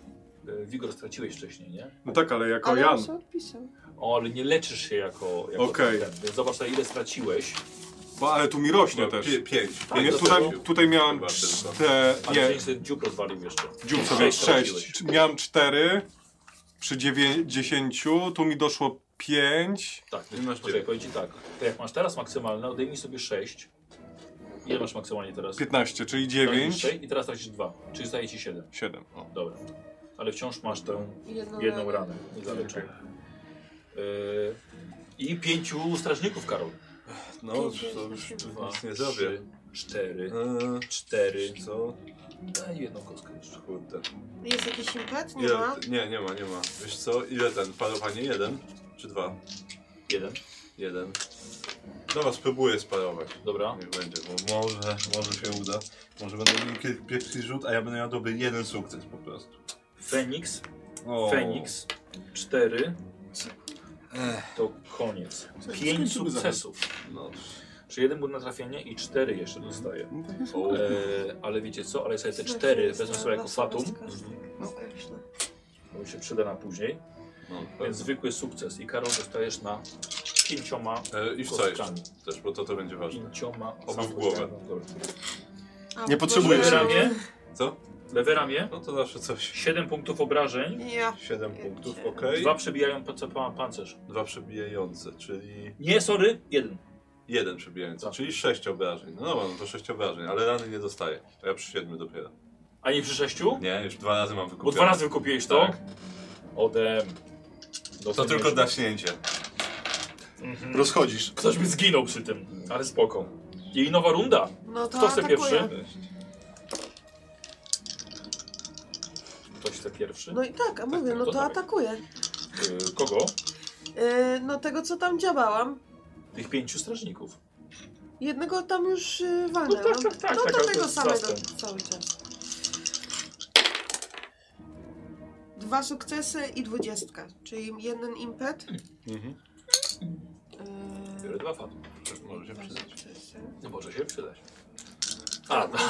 e, wigor straciłeś wcześniej, nie? No tak, ale jako Ale Jan. on sobie odpisał. O, ale nie leczysz się jako, jako Okej. ten, więc zobacz sobie, ile straciłeś. Bo, ale tu mi rośnie No, też. pie, pięć. Tak, Nie, do tutaj, tego- tutaj miałem Chyba tylko. cztery. Ale Nie, nie. sobie dziób rozwalił jeszcze. dziób sobie Sześć straciłeś. sześć. Miałem cztery przy dziewięćdziesięciu, tu mi doszło pięć. Tak, I masz poczekaj, dziewięć. powiem ci tak. To jak masz teraz maksymalne, odejmij sobie sześć. Ile masz maksymalnie teraz? piętnaście, czyli Tracisz dziewięć. sześć I teraz tracisz dwa. Czyli zostaje ci siedem. siedem. O, dobra. Ale wciąż masz tę Jedną, jedną ranę. Niezaleczenie. Yy, I pięciu strażników, Karol. No, Pięć, to już Dwa, nic nie trzy, zrobię. cztery, Eee, cztery. co? Daj jedną kostkę jeszcze. Kurde. Jest jakiś impet? Nie Ile, ma? nie, nie ma, nie ma. Wiesz co? Ile ten? Parowanie? Jeden? Czy dwa? Jeden. Jeden. Dobra, spróbuję sparować. Dobra. Niech będzie, bo może, może się uda. Może będę miał pier- pierwszy rzut, a ja będę miał dobry jeden sukces po prostu. Feniks. O. Feniks. Cztery. Ech, To koniec. Pięć skończymy sukcesów. no. Czy jeden był na trafienie i cztery jeszcze dostaje. O. E, ale wiecie co? Ale sobie te cztery wezmę sobie jako fatum. No, straszne. To mi się przyda na później. No, Więc pewnie. zwykły sukces. I Karol dostajesz na pięcioma E, I w co jeszcze? kostkami. Też, bo to, to będzie ważne. Pięcioma Obu w kostkami. głowę. Dobra. A, Nie potrzebuję Lewe Boże. ramię. Co? Lewe ramię. No to zawsze coś. siedem punktów obrażeń. Ja. siedem punktów, Pierdzie. ok. Dwa przebijają pa- pa- pancerz. Dwa przebijające, czyli Nie, sorry, jeden. jeden przebijający, Tak. czyli sześć obrażeń. No dobra, no to sześć obrażeń, ale rany nie dostaję. To ja przy siedmiu dopiero. A nie przy sześciu? Nie, już dwa razy mam Bo wykupione. dwa razy wykupiłeś to? Tak. Odem. To tylko daśnięcie. Mhm. Rozchodzisz. Ktoś by zginął przy tym, ale spoko. I nowa runda. No to Kto chce atakuje. pierwszy? Cześć. Ktoś chce pierwszy? No i tak, a mówię, no to to dawaj. atakuję. Y, kogo? Yy, no tego, co tam działałam. Tych pięciu strażników. Jednego tam już yy, walnęłam. No tak, tak, tak, No tak, to ale to tego jest samego zastęp. cały czas. Dwa sukcesy i dwudziestka, czyli jeden impet. Mhm. Yy, Biorę dwa fatum. Może się dwa przydać. sukcesy. Nie może się przydać. A, no.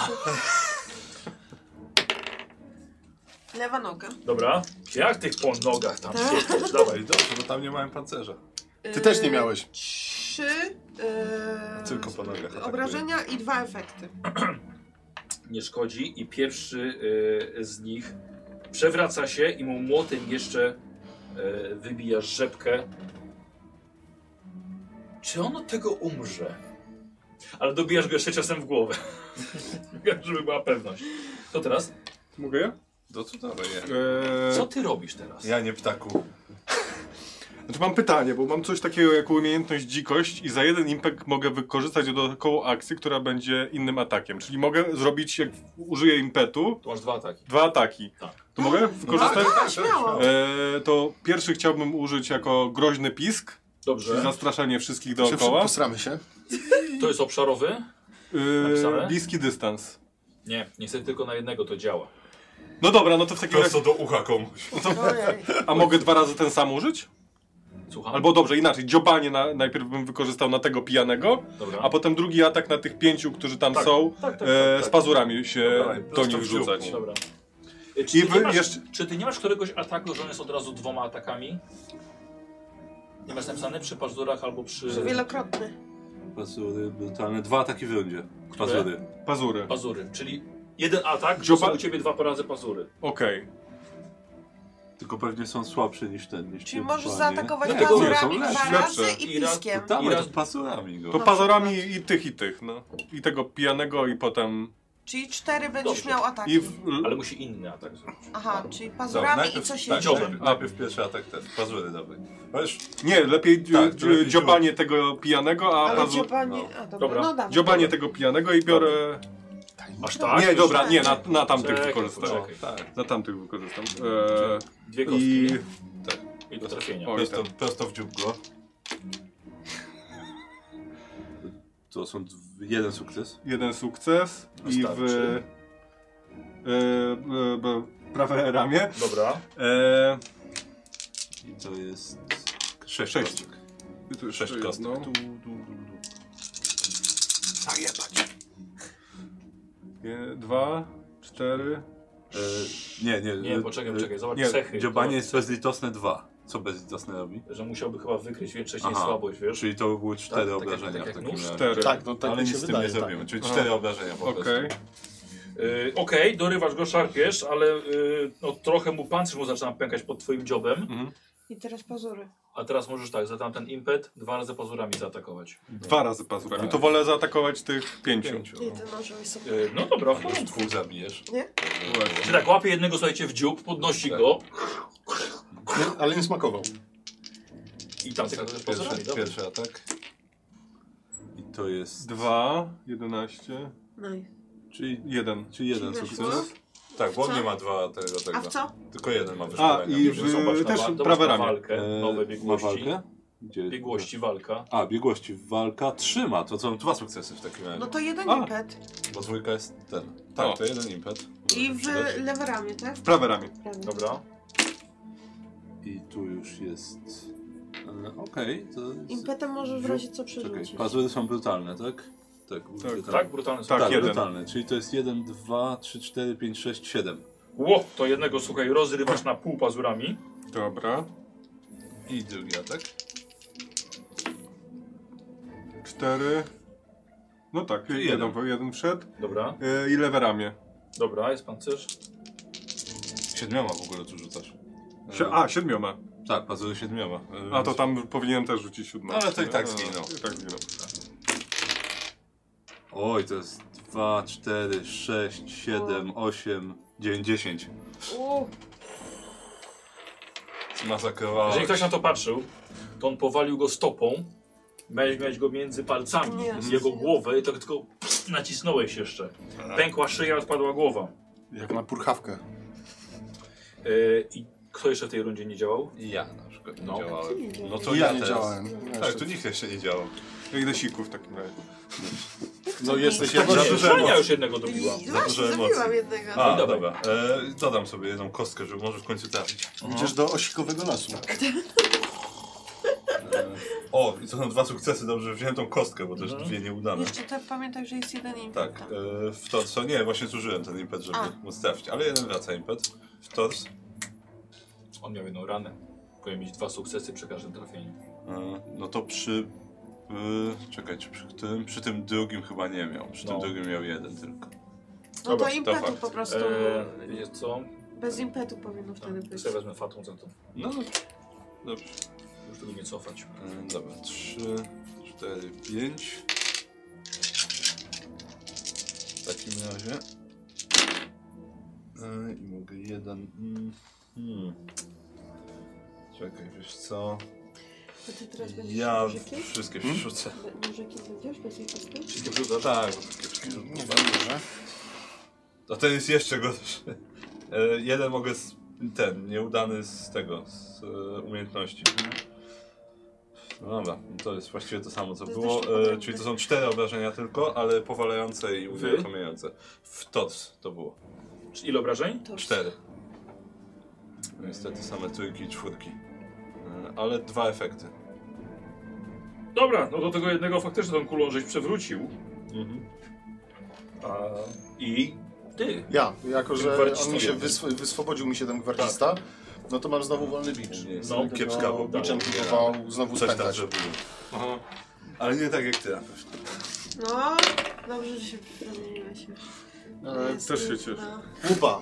Lewa noga. Dobra. Jak tych po nogach tam Tak. siedzisz? No Dawaj. i dobrze, bo tam nie miałem pancerza. Ty też nie miałeś. Trzy yy, Tylko po nogach atakuję. obrażenia i dwa efekty. Nie szkodzi i pierwszy y, z nich przewraca się i mu młotem jeszcze y, wybija rzepkę. Czy on od tego umrze? Ale dobijasz go jeszcze czasem w głowę. Żeby była pewność. To teraz? Mogę ja? To co dawaj, nie. Eee, Co ty robisz teraz? Ja nie ptaku. Znaczy mam pytanie, bo mam coś takiego jak umiejętność dzikość i za jeden impek mogę wykorzystać dodatkową akcję, która będzie innym atakiem. Czyli mogę zrobić, jak użyję impetu, Tu masz dwa ataki. dwa ataki. Tak. To mogę wykorzystać? Tak, śmiało. Eee, to pierwszy chciałbym użyć jako groźny pisk, czyli Dobrze. zastraszanie wszystkich Szybko dookoła. posramy się. To jest obszarowy? Eee, Napisane? bliski dystans. Nie, niestety tylko na jednego to działa. No dobra, no to w takim razie... Prosto do ucha komuś. Ojej. A mogę dwa razy ten sam użyć? Słucham? Albo dobrze, inaczej, dziobanie na, najpierw bym wykorzystał na tego pijanego, Dobra. a potem drugi atak na tych pięciu, którzy tam Tak, są, tak, tak, e, tak, tak. z pazurami się Dawaj, do prosto nich w dziób. rzucać. Dobra. Y, Czy I ty, wy nie masz, jeszcze- czy ty nie masz któregoś ataku, że on jest od razu dwoma atakami? Nie masz napisane przy pazurach albo przy... Wielokrotny. Pazury brutalne. Dwa ataki w rundzie. Które? Pazury. Pazury. Pazury, czyli jeden atak, Dzioba- są u ciebie dwa razy pazury. Okej. Tylko pewnie są słabsze niż ten. Niż Czyli te możesz panie. zaatakować Nie, Dlatego nie, są pazurami lepsze. dwa razy lepsze. i I raz- piskiem. Tam I raz- to pazurami go. To No. pazurami i tych, i tych, no. I tego pijanego, i potem... Czyli cztery będziesz Dobrze. miał ataki. I w... Ale musi inny atak zrobić. Aha, czyli Dobra, pazurami i najpierw, coś tak, jeszcze. dziobem. najpierw, najpierw pierwszy atak ten. Pazury dawaj. Wiesz, Nie, lepiej Tak, tak, lepiej dziobanie tego pijanego, a Ale pazur... dziobanie... no. A, dobra, Dobra. no dawaj. Dziobanie tego pijanego i biorę... Aż tak? Nie, dobra, nie, na, na tamtych Czekaj, wykorzystam. poczekaj. tak. Na tamtych wykorzystam. Eee, Dwie kostki I... i do trafienia. O, Prosto, tak. prosto w dziób go. To są dw- jeden sukces. Jeden sukces i w... Wystarczy. E, e, e, prawe ramię. Dobra. E, I to jest sześć. Sześć. kostek. i tu Sześć jeszcze kostek. jedno. Tu, tu, tu, tu. Zajebać. Je- Dwa, cztery, E, nie, nie. Nie, poczekaj, poczekaj, zobacz nie, cechy. Dziobanie jest bezlitosne dwa. Co bezlitosne robi? Że musiałby chyba wykryć wcześniej Aha, słabość, wiesz? Czyli to by były cztery Tak, tak jak- obrażenia tak jak w takim nóż? razie. Cztery. Tak, no tak Ale mi nic się z tym wydaje. nie Tak. zrobimy. Czyli Aha. cztery obrażenia po prostu. Okej. Yy, Okej, okay, dorywasz go, szarpiesz, ale yy, no, trochę mu pancerz mu zaczyna pękać pod twoim dziobem. Mhm. I teraz pazury. A teraz możesz tak, za tamten impet dwa razy pazurami zaatakować. Dwa razy pazurami. Tak. To wolę zaatakować tych pięciu. Pięciu. I ty nożyłeś sobie. Yy, no dobra, w Już porządku. dwóch zabijesz. Nie? Czy tak, łapie jednego, słuchajcie, w dziób, podnosi Tak. go Nie, ale nie smakował. i tam tylko też pazurami, Pierwszy, dobra. pierwszy atak. I to jest... Dwa, jedenaście, No i. Czyli, jeden. czyli jeden Czyli sukces. weszło? Tak, bo on Co? nie ma dwa tego, A tego. w co? Tylko jeden ma A, wyszkolenia. i Że zobacz, w, na też wa- zobacz prawe na ramię. walkę, nowe Ma biegłości. walkę? Gdzie? Biegłości, walka. A, biegłości, walka trzyma. To są dwa sukcesy w takim razie. No to jeden A. impet. Bo dwójka jest ten. Tak, O. to jeden impet. I Może w przydać. lewe ramię, tak? Prawe ramię. Prawie. Dobra. I tu już jest... E, Okej, to... jest- Impetem możesz w razie co Czekaj, przerzucić. pazury są brutalne, tak? Tak, brutalne. Tak, brutalny Tak, tak. Tak, jeden. brutalne. Czyli to jest jeden, dwa, trzy, cztery, pięć, sześć, siedem. Ło, to jednego, słuchaj, rozrywasz na pół pazurami. Dobra. I drugi atak. Cztery. No tak, Czyli jeden, jeden. jeden wszedł. Dobra, Yy, I lewe ramię. dobra, jest pancerz. Siedmioma w ogóle tu rzucasz. E, Sie a, siedmioma. Tak, pazury siedmioma. E, A to tam powinienem też rzucić siódmą. Ale to i tak A, zginął. I tak zginął. Oj, to jest dwa, cztery, sześć, siedem, osiem, dziewięć, dziesięć. U, Zmasakrowałeś. Jeżeli ktoś na to patrzył, to on powalił go stopą. Miałeś, miałeś go między palcami, Nie. z jego głowę i to tylko pst, nacisnąłeś jeszcze. Pękła szyja, odpadła głowa. Jak na purchawkę. Yy, I kto jeszcze w tej rundzie nie działał? Ja na przykład nie No. działałem. No to I ja, ja nie teraz. działałem. Tak, tu nikt jeszcze nie działał. Ja idę siku w takim razie. No jesteś Tak, jako... za nie, dużo Żania emocji. już jednego dobiła. Właśnie, dużo zabiłam emocji. jednego. A, No i dawaj. dobra. E, dodam sobie jedną kostkę, żeby może w końcu trafić. Idziesz do osikowego lasu. E, o, i to są dwa sukcesy, dobrze, że wziąłem tą kostkę, bo też Mhm. dwie nieudane. Jeszcze tak pamiętaj, że jest jeden impet. Tak, e, w to co? Nie, właśnie zużyłem ten impet, żeby A. móc trafić, ale jeden wraca impet. W tors. On miał jedną ranę. Powinien mieć dwa sukcesy przy każdym trafieniu. E, no to przy... E, czekaj, czy przy tym? Przy tym drugim chyba nie miał. Przy No. tym drugim miał jeden tylko. No Dobra, to to impetu fakt. po prostu. Eee, wiecie co? Bez impetu powinno wtedy To być. sobie wezmę fatum za to. No, dobrze. Już tego nie cofać. E, dobra, trzy, cztery, pięć. W takim razie. E, I mogę jeden... Mm, hmm. Czekaj, wiesz co? To ty teraz będziesz Ja nożyki? wszystkie przerzucę. Be- Nożyki będziesz bez impetu? Wszystkie wrzucasz? Tak, bo wszystkie przerzucę. Nie wiem, że... To ten jest jeszcze gorszy. E, jeden mogę z, ten, nieudany z tego, z e, umiejętności. No dobra, to jest właściwie to samo co To jest było, dość e, podobne. czyli to są cztery obrażenia tylko, ale powalające i Wy? unieruchamiające. W tors to było. Czy ile obrażeń? To Cztery. Niestety same trójki i czwórki. E, ale dwa efekty. Dobra, no do tego jednego faktycznie tą kulą żeś przewrócił. Mhm. A, I ty. Ja, jako Tym że on gwardzistą mi się jednym. wysw wyswobodził mi się ten gwardzista, no to mam znowu wolny bicz. Nie jest No, kiepska, bo biczem tak, próbował znowu coś tam, spętać. że było. Aha. Ale nie tak jak ty. No, dobrze, że się przemieniłeś już. Ale Jest też się na- cieszę. Łupa.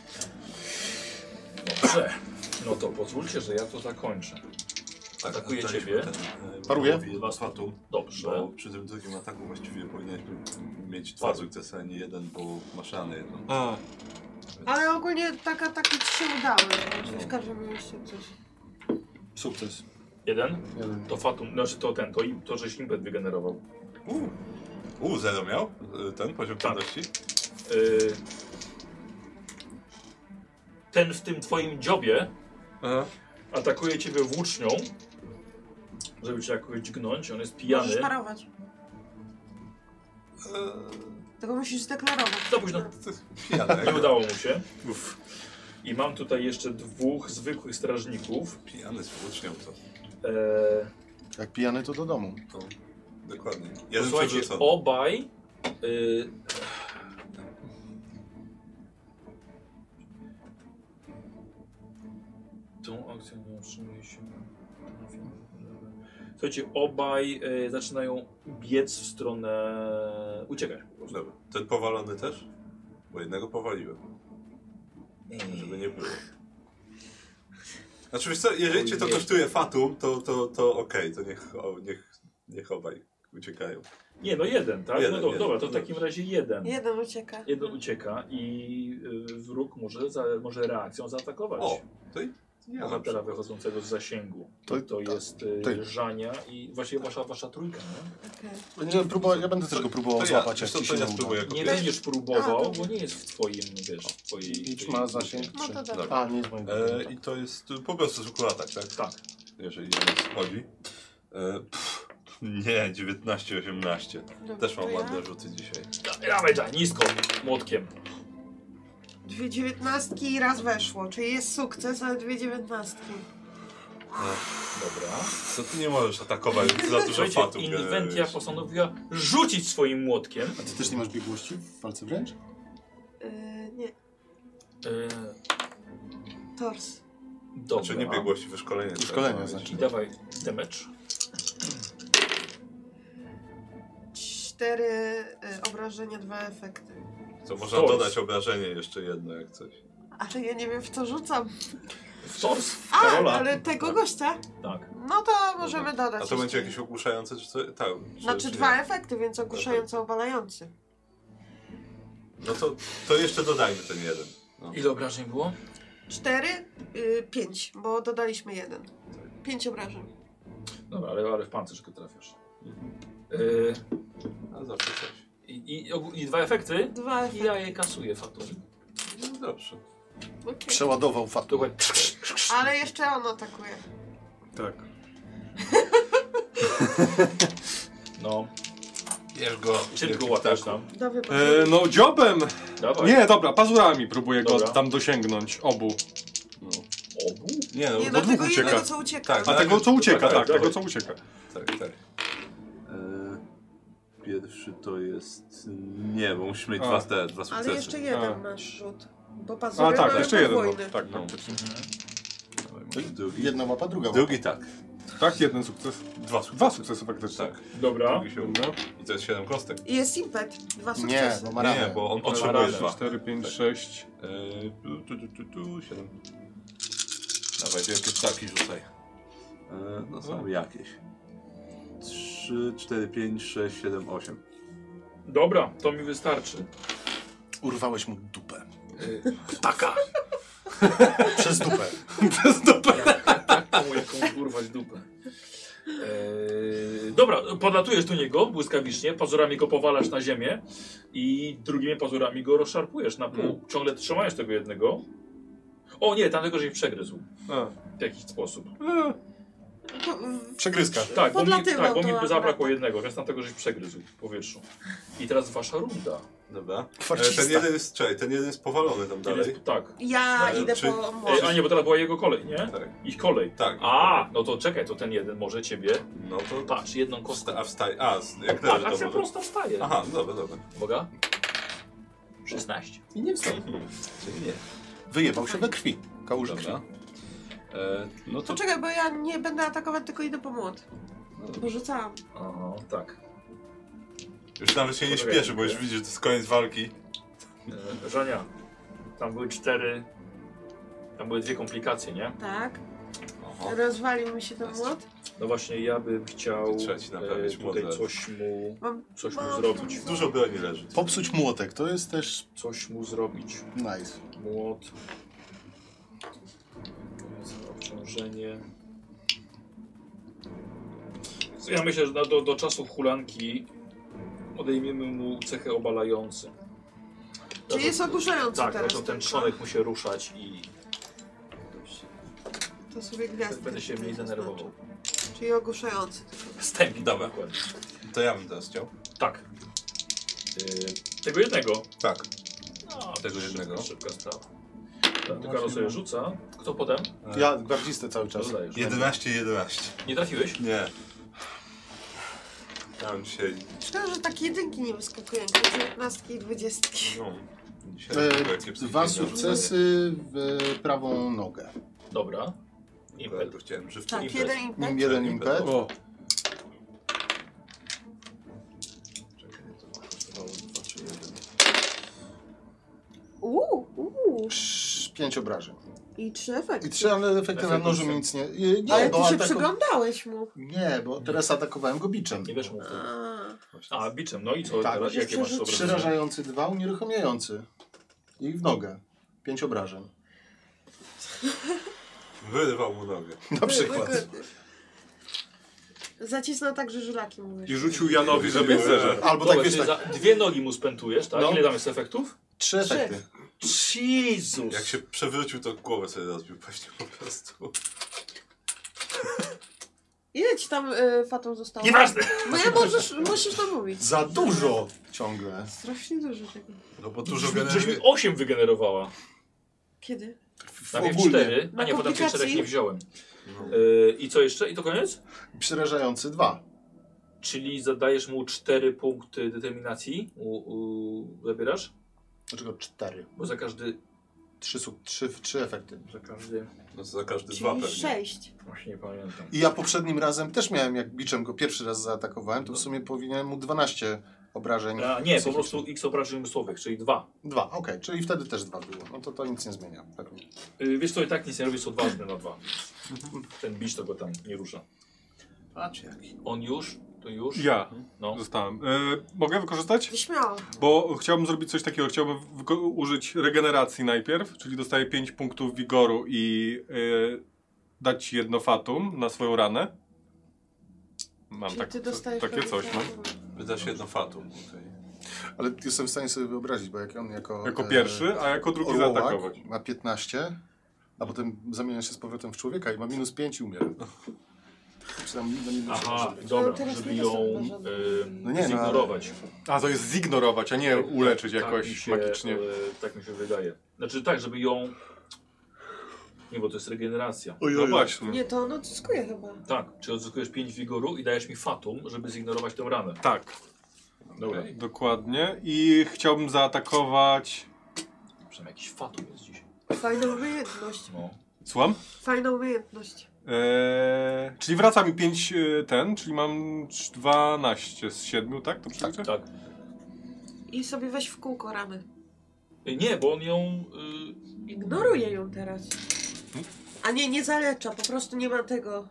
Dobrze. No to pozwólcie, że ja to zakończę. Atakuje oddaliśmy ciebie. ten, e, Paruję? Bobowi Dwa fatum. Dobrze. Bo przy tym drugim ataku właściwie powinieneś mieć dwa sukcesy, a nie jeden, bo masz ranę jedną. A, Ale ogólnie tak ataki ci się udały. Czyli w każdym miejscu coś. Sukces. Jeden? Jeden. To fatum, znaczy to ten, to, im, to żeś impet wygenerował. Uuu, Uu, zero miał? Y, Ten poziom Tak. trudności? Yy, ten w tym twoim dziobie aha. atakuje ciebie włócznią, żeby cię jakoś dźgnąć. On jest Możesz pijany. parować. Tego musisz zdeklarować. Za późno. Pijany. Nie udało mu się. I mam tutaj jeszcze dwóch zwykłych strażników. Pijany z włócznią to. Eee, Jak pijany to do domu. to dokładnie. Jeden Słuchajcie, przerzucony. obaj yy, Tą akcją nie utrzymuje się. Słuchajcie, obaj e, zaczynają biec w stronę... uciekać po prostu. Dobra. Ten powalony też? Bo jednego powaliłem. Żeby nie było. Znaczy wiesz co, jeżeli cię to kosztuje fatum, to, to, to okej, okay, to niech, o, niech, niech obaj uciekają. Nie, no jeden, tak? Jeden, no do, jeden, dobra, to w dobrze. takim razie jeden. Jeden ucieka. Jeden ucieka i y, wróg może, za, może reakcją zaatakować. O, to i ja Bohatera wychodzącego z zasięgu. To, To- to jest y, to- Żania i właściwie wasza, wasza trójka, nie? Okej. Będziemy próbować, ja będę też go próbował to złapać, ja, jak to, ci to się ja nie spróbuję uda. jako Nie pierwszy. będziesz próbował, A, bo nie jest w twoim, wiesz, w twojej... Idź twojej- ma zasięg. No to trzy. dobra. A, nie jest mojego. E, I to jest po prostu zwykły atak, tak? Tak. Jeżeli o nas chodzi. E, pff, nie, dziewiętnaście osiemnaście. Dobra, Też mam to ja. ładne rzuty dzisiaj. Dawaj, dawaj, nisko, młotkiem. Dwie dziewiętnastki i raz weszło, czyli jest sukces, ale dwie dziewiętnastki. Dobra. Co ty nie możesz atakować za dużo Słuchajcie, fatów. Inwentia generujesz. postanowiła rzucić swoim młotkiem. A ty też nie masz biegłości w walce wręcz? Yy, nie, Yy, tors. dobra. Znaczy nie biegłości, wyszkolenie. Wyszkolenie trzeba znaczy. I dawaj damage. Cztery y, obrażenia, dwa efekty. mieć. To można Force. dodać obrażenie jeszcze jedno, jak coś. Ale ja nie wiem, w co rzucam. W tors. A, Karola. ale tego gościa? Tak. No to możemy dodać. A to będzie jeszcze. jakieś ogłuszające, czy co? Tak. czy- Znaczy czy dwa nie? efekty, więc ogłuszająco obalający. No to, to jeszcze dodajmy ten jeden. No. Ile obrażeń było? Cztery, y, pięć, bo dodaliśmy jeden. Pięć obrażeń. Dobra, ale, ale w pancerz go trafiasz. Yy, A zawsze coś. i, i, ogó- I dwa efekty? Dwa I efekty. ja je kasuję fatum. No dobrze. Okay. Przeładował fatum. Dokładnie. Ale jeszcze on atakuje. Tak. No, Bierz go. czym go łatasz tam? Do E, wypoczynku. no dziobem! Dawaj. Nie, dobra, pazurami próbuję go Dobra. tam dosięgnąć, obu. No. Obu? Nie no, Nie, no do tego ucieka. jednego, co ucieka. Tak, A tego co ucieka, tak, tak, dawaj. tego co ucieka. tak, tak. E, pierwszy to jest... Nie, bo musimy mieć A. dwa, te, dwa sukcesy. Ale jeszcze jeden A. masz rzut. Bo pazury A tak, mamy jeszcze jeden. No, podwójny. tak, No. faktycznie. Drugi, Jedna mapa, druga mapa. drugi tak. Tak, jeden sukces. Dwa sukcesy. Dwa sukcesy faktycznie. Tak. Dobra. Drugi się uda. I to jest siedem kostek. I jest impet. Dwa Nie, sukcesy. bo ma Nie, ranę. nie, bo on On ma potrzebuje ranę. dwa. cztery, pięć, sześć. Eee, tu, tu, tu, tu, tu, siedem. Dawaj, wielkie ptaki rzucaj. Eee, no są jakieś. trzy, cztery, pięć, sześć, siedem, osiem. Dobra, to mi wystarczy. Urwałeś mu dupę. Yy, taka. Przez dupę. Taką jaką urwać dupę. Eee, dobra, podlatujesz do niego błyskawicznie, pazurami go powalasz na ziemię i drugimi pazurami go rozszarpujesz na pół. Mm. Ciągle trzymając tego jednego. O nie, tamtego żeś przegryzł A. w jakiś sposób. E, Po- w- Przegryzka. Tak, bo mi, Podlatywał tak, bo to mi akurat. zabrakło jednego, więc tamtego żeś przegryzł w powietrzu. I teraz wasza runda. Dobra. Eee, Kwarcista. ten jeden jest, czekaj, ten jeden jest powalony tam dalej. Jest, tak. Ja Ale idę czy- po Ej, młot. a nie, bo teraz była jego kolej, nie? Tak. Ich kolej. Tak. A, no to czekaj, to ten jeden może ciebie. No to Patrz, jedną kostkę. Wsta- a wstaj. A, z- jak Tak, leży akcja to może. prosta wstaje. Aha, no dobra, dobra. Uwaga. szesnaście. I nie wstał. Czyli nie. Wyjebał się we krwi. Kałuży krwi. Dobra. Eee, no to... Poczekaj, bo ja nie będę atakować, tylko idę po młot. Bo rzucałam. Aha, tak. Już nawet się nie Poczekaj, śpieszy, bo już nie? widzisz, że to jest koniec walki. E, Żania, tam były cztery... Tam były dwie komplikacje, nie? Tak. Oho. Rozwalił mi się ten młot. No właśnie, ja bym chciał Trzeba ci e, naprawić tutaj model. coś mu, Mam... coś mu mam- zrobić. Dużo broni leży. Popsuć młotek, to jest też Coś mu zrobić. nice. Młot. Obciążenie. Ja myślę, że na- do, do czasu hulanki odejmiemy mu cechę obalający. Czyli jest ogłuszający Tak, no teraz. to ten tylko. trzonek mu się ruszać i To sobie gwiazdkę. będę się mniej tutaj denerwował. zaznaczę. Czyli ogłuszający. Stępi, Dobra. dokładnie. To ja bym teraz chciał. Tak. Yy, tego jednego. Tak. No, Tego szybka, jednego. Szybka sprawa. Tak, Karol sobie rzuca. Kto potem? Ja gwardzistę cały czas. Dodajesz. jedenaście jedenaście. Nie trafiłeś? Nie. Ja bym dzisiaj... Szkoda, że takie jedynki nie wyskakują, jak dziewiętnastki i dwudziestki. No, dzisiaj E, tylko kiepskie dwa pieniądze. sukcesy w prawą nogę. Dobra. Impet. Bo chciałem żywcem. Tak, impet. jeden impet. Nim jeden impet. O, Czekaj, to kosztowało dwa czy jeden. Uuu, uuu. Psz, Pięć obrażeń. I trzy efekty. I trzy, ale efekty na Efekty nożu są. mi nic nie... Nie, nie Ale bo ty się atako- przyglądałeś mu. Nie, bo teraz atakowałem go biczem. Nie wiesz mu wtedy. A. A, biczem. No i co Tak, teraz? Jakie masz przerzucić. obrażenia? Przerażający dwa, unieruchamiający. I w nogę. Pięć obrażeń. Wyrwał mu nogę. Na przykład. Zacisnął tak, że żylaki mówisz. i rzucił Janowi, żeby zerze. Albo Dobra, tak wiesz, czyli tak. za dwie nogi mu spętujesz, tak? No. Ile tam jest efektów? Trzy efekty. Jezus! Jak się przewrócił, to głowę sobie rozbił pewnie po prostu. Ile ci tam y, fatą zostało? Nieważne! No ja możesz, musisz to mówić. Za dużo ciągle. Strasznie dużo tego. No bo dużo Żeś mi generuje... osiem wygenerowała. Kiedy? Najpierw Ogólnie. cztery, a Na nie, potem tych komplikacji? czterech nie wziąłem. No. Yy, I co jeszcze? I to koniec? Przerażający dwa. Czyli zadajesz mu cztery punkty determinacji, u, u, zabierasz? Dlaczego cztery? Bo za każdy... Trzy, su- trzy, trzy efekty. Za każdy... No to za każdy dwa Czyli pewnie. sześć. Właśnie nie pamiętam. I ja poprzednim razem też miałem, jak biczem go pierwszy raz zaatakowałem, to w sumie powinienem mu dwanaście obrażeń. A, nie, po psychicznych. prostu x obrażeń umysłowych, czyli dwa. Dwa, okej, czyli wtedy też dwa było. No to to nic nie zmienia, pewnie. Yy, wiesz co, i tak nic nie robi, jest odważny na dwa. Ten bisz to go tam nie rusza. Patrz jaki. On już? To już? Ja No. zostałem. E, mogę wykorzystać? Śmiało. Bo chciałbym zrobić coś takiego, chciałbym wyko- użyć regeneracji najpierw, czyli dostaję pięć punktów wigoru i y, dać ci jedno fatum na swoją ranę. Mam Czyli tak, ty dostajesz takie coś, no. Wydasz jedno fatum. Okay. Ale jestem w stanie sobie wyobrazić, bo jak on jako... Jako e, pierwszy, a jako drugi orłołak zaatakować. ma piętnaście, a potem zamienia się z powrotem w człowieka i ma minus pięć i umiera. Czy tam na minusie Aha, może być. dobra, No, teraz żeby nie ją dostępna żadna. yy, No nie, no, zignorować. A, to jest zignorować, a nie uleczyć Tak jakoś mi się, magicznie. e, tak mi się wydaje. Znaczy tak, żeby ją... Nie, bo to jest regeneracja. No właśnie. Nie, to on odzyskuje chyba. Tak, czy odzyskujesz pięć wigoru i dajesz mi fatum, żeby zignorować tę ranę. Tak, Dobra. dokładnie. I chciałbym zaatakować... Przynajmniej jakiś fatum jest dzisiaj. Fajna umiejętność. No. Słucham? Fajna umiejętność. Eee, czyli wraca mi pięć e, ten, czyli mam dwanaście z siedmiu, tak? To przeliczę? Tak. I sobie weź w kółko ramy. E, Nie, bo on ją... y, Ignoruję ją teraz. A nie, nie zalecza, po prostu nie ma tego.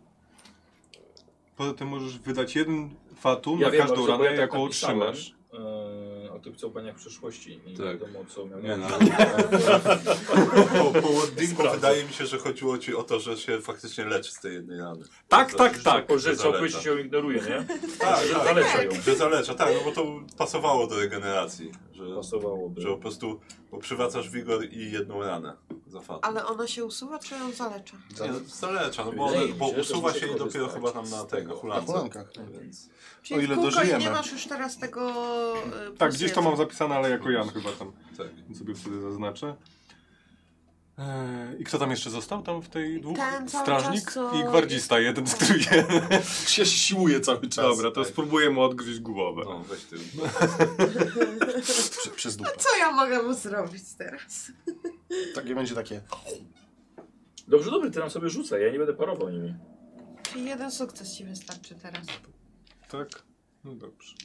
Poza tym możesz wydać jeden fatum Ja na wiem, każdą dobrze, bo ranę, ja tak jaką napisałem. otrzymasz. Eee, a to chcę o paniach w przyszłości. I Tak. nie wiadomo, co miał Nie no. na Po, po wordingu Sprawdzę. wydaje mi się, że chodziło ci o to, że się faktycznie leczy z tej jednej rany. Tak, Że- tak, że- tak. Że Że całkowicie zaleca. się ją ignoruje, nie? Tak, Że tak. zalecza ją. Że zalecza, tak, no bo to pasowało do regeneracji. Że, Pasowałoby. że po prostu bo przywracasz wigor i jedną ranę za fatum. Ale ona się usuwa, czy ją zalecza? Nie, no, zalecza, no bo, Wydaje one, mi bo się, że usuwa muszę się je dopiero korzystać chyba tam na z tego tego. hulance. Na hulankach. Więc... Czyli O ile w kółko i dożyjemy. nie masz już teraz tego... y, plus Tak, gdzieś to jeden. mam zapisane, ale jako Jan chyba tam Tak. sobie wtedy zaznaczę. Eee, I kto tam jeszcze został tam w tej dwóch? Ten cały Strażnik czas, co- i gwardzista, jeden z których. Się siłuje cały czas. Dobra, to tak. spróbuję mu odgryźć głowę. No, weź ty. Prze, przez dupę. Co ja mogę mu zrobić teraz? Takie będzie takie... Dobrze, dobry, ty nam sobie rzucaj, ja nie będę parował nimi. Czyli jeden sukces ci wystarczy teraz. Tak? No dobrze.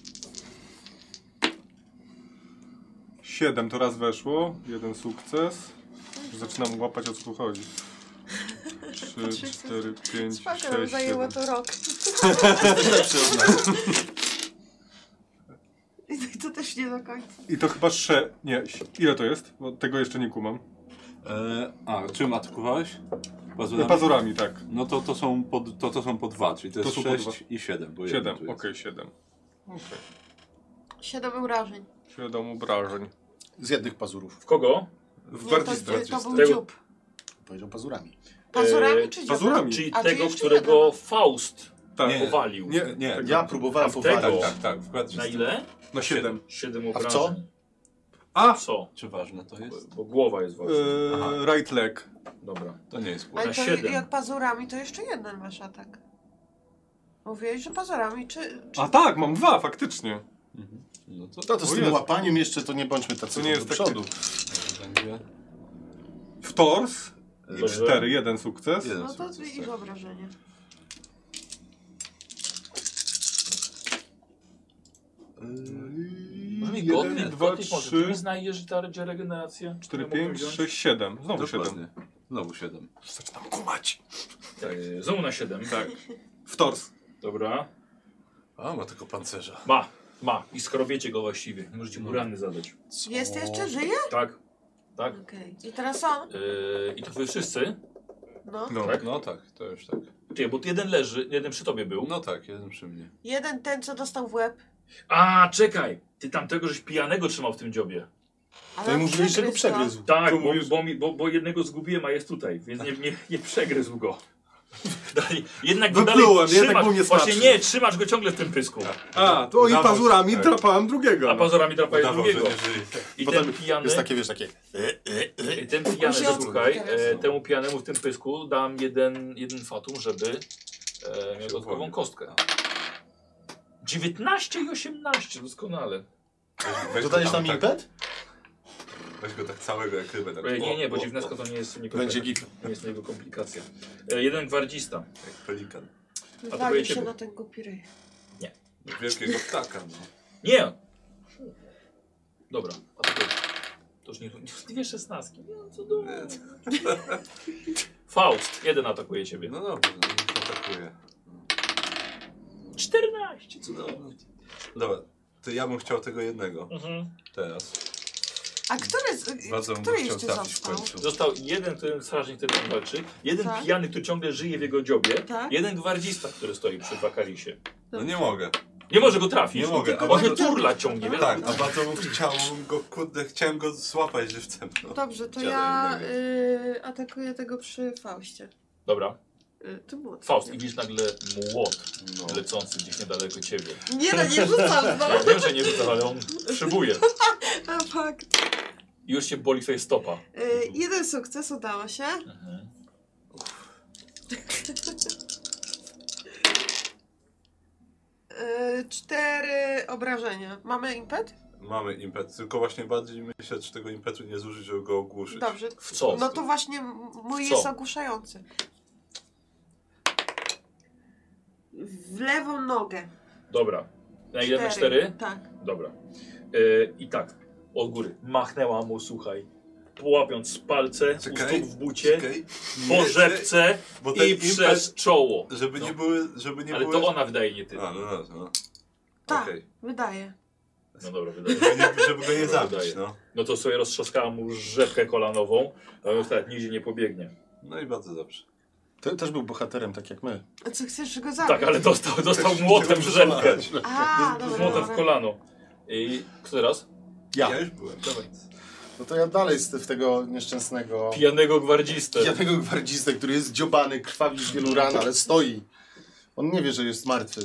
Siedem to raz weszło, jeden sukces. Zaczynam łapać, o co tu chodzi. Trzy, cztery, pięć, Spoko, sześć, zajęło siedem. to rok. Lepszy od nas. I to też nie do końca. I to chyba sze... Nie, ile to jest? Bo tego jeszcze nie kumam. E, a, czym atakowałeś? Pazurami? Pazurami, tak. No to to są po, to, to są po dwa, czyli to jest To są po sześć dwa. i siedem. Bo Siedem, jeden tu okej, jest. siedem. Okej. Siedem urażeń. Siedem obrażeń. Z jednych pazurów. W kogo? W Nie, to, gwardzistę. to był Tego- dziób. Powiedział pazurami. Pazurami Eee, czy dziobem? pazurami. Czyli A, tego, czy jeszcze którego jeden? Faust Tak. Nie. powalił. Nie, Nie, tak, Ja próbowałem A w tego? powalić. Tak, tak, tak. Wkład Na ile? na siedem. Siedem A w obrażeń. co? A! Co? Czy ważne to jest? Bo głowa jest ważna. Yy, right leg. Dobra. To nie jest Ale na to siedem. jak pazurami, to jeszcze jeden masz atak. Mówiłeś, że pazurami, czy... czy... A tak, mam dwa, faktycznie. Mhm. No to, No to z O tym Jezu. łapaniem jeszcze to nie bądźmy tacy To nie jest do tak- przodu. to będzie... W tors I Dobrze. cztery, jeden sukces. Jeden No to sukces, i tak. wyobrażenie. Może mi Jeden, godny, dwa, godny może. trzy. Ty mi znajdziesz ta będzie regeneracja? cztery, którą mogę pięć, wziąć? sześć, siedem. Znowu siedem. Dokładnie. Znowu siedem. Zaczynam kumać. Tak, znowu na siedem. Tak. W tors. Dobra. A, ma tylko pancerza. Ma, ma. I skrobiecie go właściwie. Możecie mu rany zadać. Jest jeszcze? Żyje? Tak. Tak. Okej. I teraz on? Yy, I to wy wszyscy? No. No. Tak? No tak, to już tak. Czekaj, bo jeden leży, jeden przy tobie był. No tak, jeden przy mnie. Jeden ten, co dostał w łeb. A, czekaj! Ty tamtego żeś pijanego trzymał w tym dziobie. Ale No i on mówiłeś, że go przegryzł to. przegryzł. Tak, Tu bo, mówisz- bo, mi, bo, bo jednego zgubiłem, a jest tutaj, więc nie, nie, nie przegryzł go. Dalej, jednak go dalej Wyplułem, jednak trzymasz. był Właśnie niesmaczny. nie, trzymasz go ciągle w tym pysku. A, to i Udało się. pazurami Tak. drapałem drugiego. A pazurami drapałeś Udawał, że drugiego. nie żyje. I Potem ten pijany, Jest takie, wiesz, takie... i ten pijany, On się słuchaj, odkupił e, teraz. temu pijanemu w tym pysku dam jeden, jeden fatum, żeby e, miał dodatkową uwolnił. kostkę. dziewiętnaście i osiemnaście, doskonale. Weź, weź Dodajesz go tam nam tak, impet? Weź go tak całego jak rybę. Tak. E, nie, nie, O, bo o, dziwneska o, to nie jest nie Będzie git. nie jest jego komplikacja. E, jeden gwardzista. Jak pelikan. A to Walił będzie się ciebie. na ten głupi ryj. Wielkiego ptaka. No. Nie! Dobra, a to to już nie, dwie szesnastki. Nie, co do... Faust, jeden atakuje ciebie. No dobrze, no, niech atakuje. czternaście, cudownie. Dobra, to ja bym chciał tego jednego. Mhm. Teraz. A który, z, Bardzo bym który chciał jeszcze trafić w został? końcu. Został jeden, który strażnik, który tam walczy, jeden Tak. pijany, który ciągle żyje w jego dziobie, Tak. jeden gwardzista, który stoi przy Bakarisie. No nie mogę. Nie może go trafić. Nie mogę, Bo a się bardzo- turla ciągnie, wiesz? Tak, a bardzo bym chciał go, kurde, chciałem go złapać żywcem. No. Dobrze, to Dziada ja innego. y, atakuję tego przy Faustie. Dobra. Y, to było. Faust, i widzisz nagle młot No. lecący gdzieś niedaleko ciebie. Nie no, nie rzucam, no. Ja wiem, że nie rzuca, ale on szybuje. A fakt. I już się boli twoja stopa. Y, jeden sukces, udało się. Mhm. Y, cztery obrażenia. Mamy impet? Mamy impet, tylko właśnie bardziej myślę, czy tego impetu nie zużyć, żeby go ogłuszyć. Dobrze. W co? No to właśnie m- mój W co? jest ogłuszający. W lewą nogę. Dobra. Na jeden, na cztery? Tak. Dobra. Yy, I tak, od góry. Machnęła mu, słuchaj, połapiąc palce, Czekaj, u stóp w bucie, Czekaj. po Nie, rzepce bo ten i impet, przez czoło. żeby No. nie były, żeby nie Ale były... to ona wydaje, nie ty. A, no, no, no. Tak, Okej. wydaje. No dobra, wydaje. Żeby, nie, żeby go nie Dobra, zabić, wydaje. no. No to sobie roztrzaskała mu rzepkę kolanową, a on tak nigdzie nie pobiegnie. No i bardzo dobrze. Te, też był bohaterem, tak jak my. A co, chcesz go zabić? Tak, ale dostał, dostał Też młotem w chciałem rzepkę. słuchać. A, dobra, Młotem w dobra. kolano. I kto teraz? Ja. Ja już byłem, dawaj. No to ja dalej z w tego nieszczęsnego... Pijanego gwardzistę. Pijanego gwardzistę, który jest dziobany, krwawi z wielu ran, ale stoi. On nie wie, że jest martwy.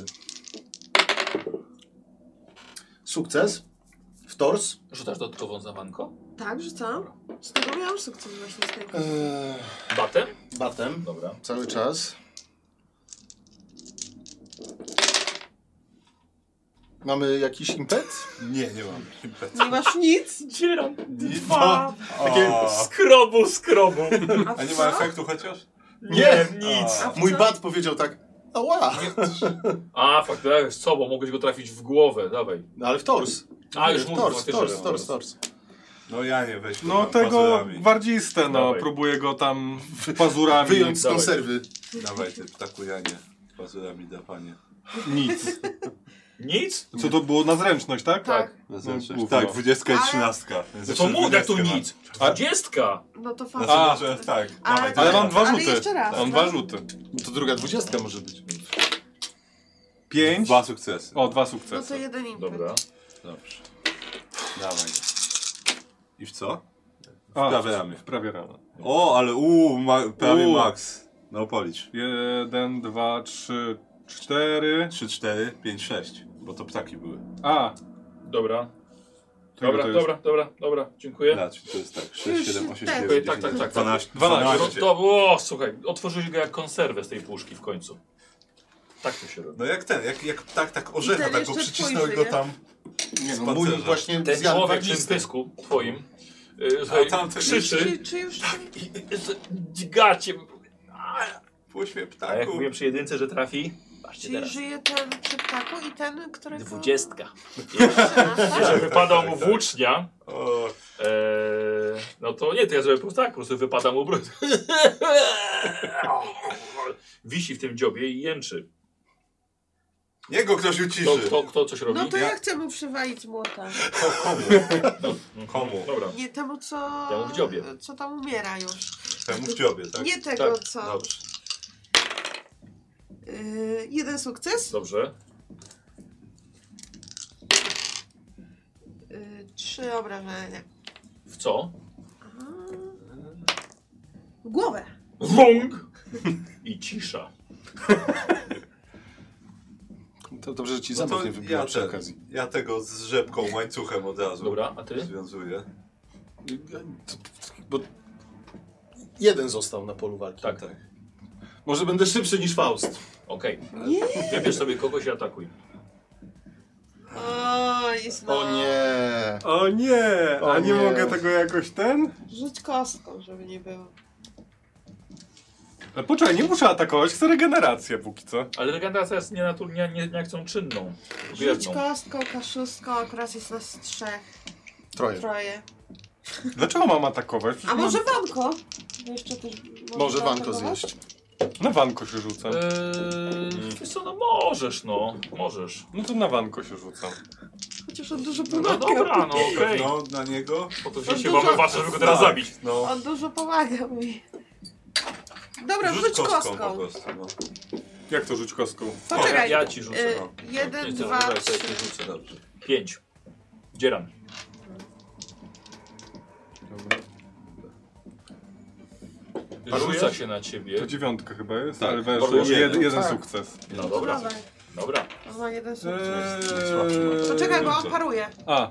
Sukces. W tors. Rzucasz dodatkową zawanko? Tak, rzucam. Z tego miałam sukces właśnie z tego. Eee, Batem? batem. Dobra. Cały czas. Mamy jakiś impet? Nie, nie mam impetu. Nie masz nic? Dzieram. Dwa. Takie Skrobu, skrobu. A, A nie co? ma efektu chociaż? Nie, nic. A. Mój Co? bat powiedział tak. Ała! A, fakt, tak, z co, bo mogłeś go trafić w głowę, dawaj. No ale w tors. A, już w mówię, tors, faktycznie, tors, że- tors, tors. No ja nie, weź go No tam tego pazurami. gwardzistę, no. Dawaj. Próbuję go tam pazurami. Wyjąć z Dawaj. konserwy. Dawaj ty, ptaku Janie. Pazurami da panie. Nic. Nic? Co to było na zręczność, tak? Tak. Na zręczność. zręczność. Tak, Tak, dwudziestka i Ale- trzynastka. No to mów, jak to nic? Dwudziestka. No to Znaczy, fakt. A. że tak. Ale- Dawaj, Ale dawaj. mam dwa Ale rzuty. jeszcze raz, Mam no. dwa rzuty. No to druga dwudziestka może być. Pięć. Dwa sukcesy. O, dwa No to sukcesy. jeden impet. Dobra. Dobrze. Dawaj. I w co? A, prawe ramię. W prawie ramię. O, ale uuu, ma, prawie Uuu. max. No policz. Jeden, dwa, trzy, cztery. trzy, cztery, pięć, sześć. Bo to ptaki były. A. Dobra. Czego Dobra, to jest? dobra, dobra, dobra. Dziękuję. Znaczy, to jest tak. sześć, siedem, osiem, Tak. dziewięć, Tak, tak, tak. dwanaście. dwanaście. No to było, słuchaj, otworzyłeś go jak konserwę z tej puszki w końcu. Tak to się robi. No jak ten, jak, jak tak, tak orzecha, ten tak go jeszcze przycisnął twój go żyje? tam. Nie Z no, mój pancerza. właśnie Ten zjadł człowiek w tym gwardzistę. pysku twoim Yy, słuchaj, tamten krzyczy. Czy, czy już... Dźgacie. Puśćmy A jak ptaku. mówiłem przy jedynce, że trafi? Patrzcie Czyli teraz. żyje ten przy ptaku i ten, którego... Dwudziestka. Trzynaста? Jeżeli wypada mu włócznia, O, Eee, no to nie, to ja zrobię po prostu tak, po prostu wypada mu brud. Wisi w tym dziobie i jęczy. niech go ktoś Kto, uciszy. kto, kto coś robi? No to Ja- ja chcę mu przywalić z młota. Ko- Komu? No, Komu? Dobra. Nie temu, co... Temu w dziobie. Co tam umiera już. Temu w dziobie, tak? Nie tego, Tak, co... Dobrze. Yy, jeden sukces. Dobrze. Yy, trzy obrażenia. W co? Aha. W głowę. Wąg! I cisza. To dobrze, że ci No zamek to nie wybiła ja, przy te, okazji. ja tego z rzepką, łańcuchem od razu Dobra, a ty? związuję. Bo jeden został na polu walki. Tak. Tak. Może będę szybszy niż Faust. Okej. Nie. Wybierz sobie kogoś i atakuj. O, jest no. O nie! O nie! O A nie, nie. mogę tego jakoś ten? Rzuć kostką, żeby nie było. Ale poczekaj, nie muszę atakować, chcę regenerację póki co. Ale regeneracja jest nie, natur- nie, nie, nie akcją czynną. Rzuć Wierną. kostką, kaszustką, akurat jest nas trzech, Troje. troje. Dlaczego mam atakować? Przecież A może mam... wanko? Bo jeszcze też Może wanko zaatakować? zjeść. Na wanko się rzucam. Eee, wiesz co, no możesz, no. Możesz. No to na wanko się rzucam. Chociaż on dużo No pomaga. dobra, no okej. No, na niego? Po to On wzięcie dużo- mamy walczyć, żeby go teraz Tak. zabić. No. On dużo pomaga mi. Dobra, Rzuć rzuć kostką po kostką. prostu, no. Jak to rzuć kostką? Poczekaj. Ja ci rzucę, Y, no. jeden, Nie, to dwa, dawaj, trzy. to ja ci rzucę. Dobrze. Pięć. Dzieran. Dobra. Rzuca się na ciebie. To dziewiątka chyba jest, Tak, ale weszło bardzo jed, jeden. jeden Tak. sukces. No dobra, Dawaj. dobra. On ma jeden sukces. Eee... Poczekaj, bo on paruje. A,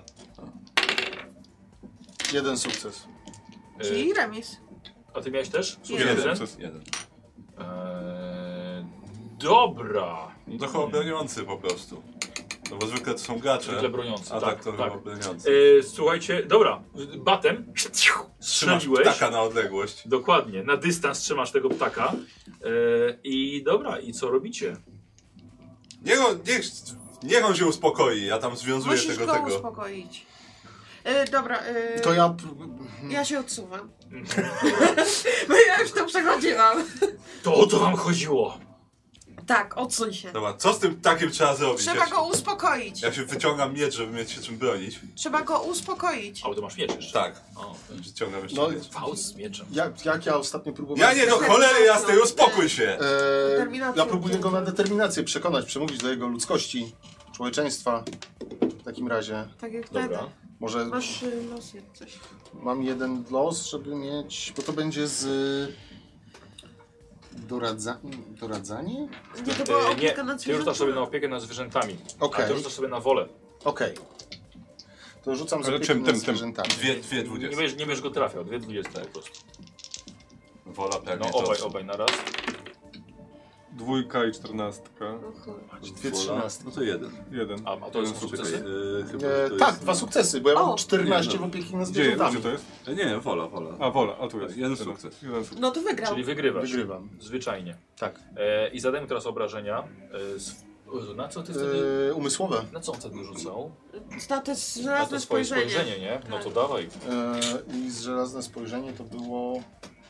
Jeden sukces. Czyli E, remis. a ty miałeś też? Jeden. Jeden? sukces. Jeden. Eee, dobra. No to chyba broniący po prostu. No bo zwykle to są gacze. Zwykle broniący, A tak, tak, to tak. chyba broniący. Eee, słuchajcie, dobra. Batem Trzymasz strzeliłeś. ptaka na odległość. Dokładnie, na dystans trzymasz tego ptaka. Eee, I dobra, i co robicie? Niech on, niech, niech on się uspokoi, ja tam związuję Musisz tego go tego. uspokoić. Y, dobra, y, To ja... ja się odsuwam. Bo ja już to przechodziłam. To o to wam chodziło. Tak, odsuń się. Dobra, co z tym ptakiem trzeba zrobić? Trzeba ja, się, go uspokoić. ja się wyciągam miecz, żeby mieć się czym bronić. Trzeba go uspokoić. A, bo ty masz miecz jeszcze. Tak, O, wyciągam jeszcze No, miecz. Faust z mieczem. Jak, jak ja ostatnio próbowałem... Ja nie, do cholery jasnej, uspokój się! Eee, Determinacją. ja próbuję go na determinację przekonać, przemówić do jego ludzkości, człowieczeństwa. W takim razie Tak jak wtedy. Dobra. może Masz y, los jak coś. mam jeden los, żeby mieć... Bo to będzie z... Doradza... Doradzanie? Nie, to była Eee, nie, opieka nad ty rzucasz sobie na zwierzętami. opiekę nad zwierzętami. Okej, A ty rzucasz sobie na wolę. okej. To rzucam z Ale opieki czym, nad tym, tym? zwierzętami. Dwie, dwie Nie dwudzieste. będziesz, nie będziesz go trafiał, dwie dwudzieste po prostu. Wola pewnie No to obaj, są. obaj na raz. Dwójka i czternastka. O chuj. Dwie Wola. trzynastki. No to jeden. Jeden. A, a to jeden są sukces. sukcesy? Yy, chyba, E, to tak, jest- dwa sukcesy, bo ja mam O! czternaście Nie, no. w opieki nad Gdzie, zwierzętami. gdzie to jest? E, Nie, wola, wola. A, wola, a tu jest. Jeden Jeden. sukces. Jeden sukces. No to wygrał. Czyli wygrywasz. Wygrywam. Zwyczajnie. Tak. E, I zadajmy teraz obrażenia. E, z, o, na co ty wtedy... E, umysłowe. Na co on wtedy rzucał? Na to Na żelazne to swoje spojrzenie. spojrzenie, nie? No Tak. to dawaj. E, I z żelazne spojrzenie to było...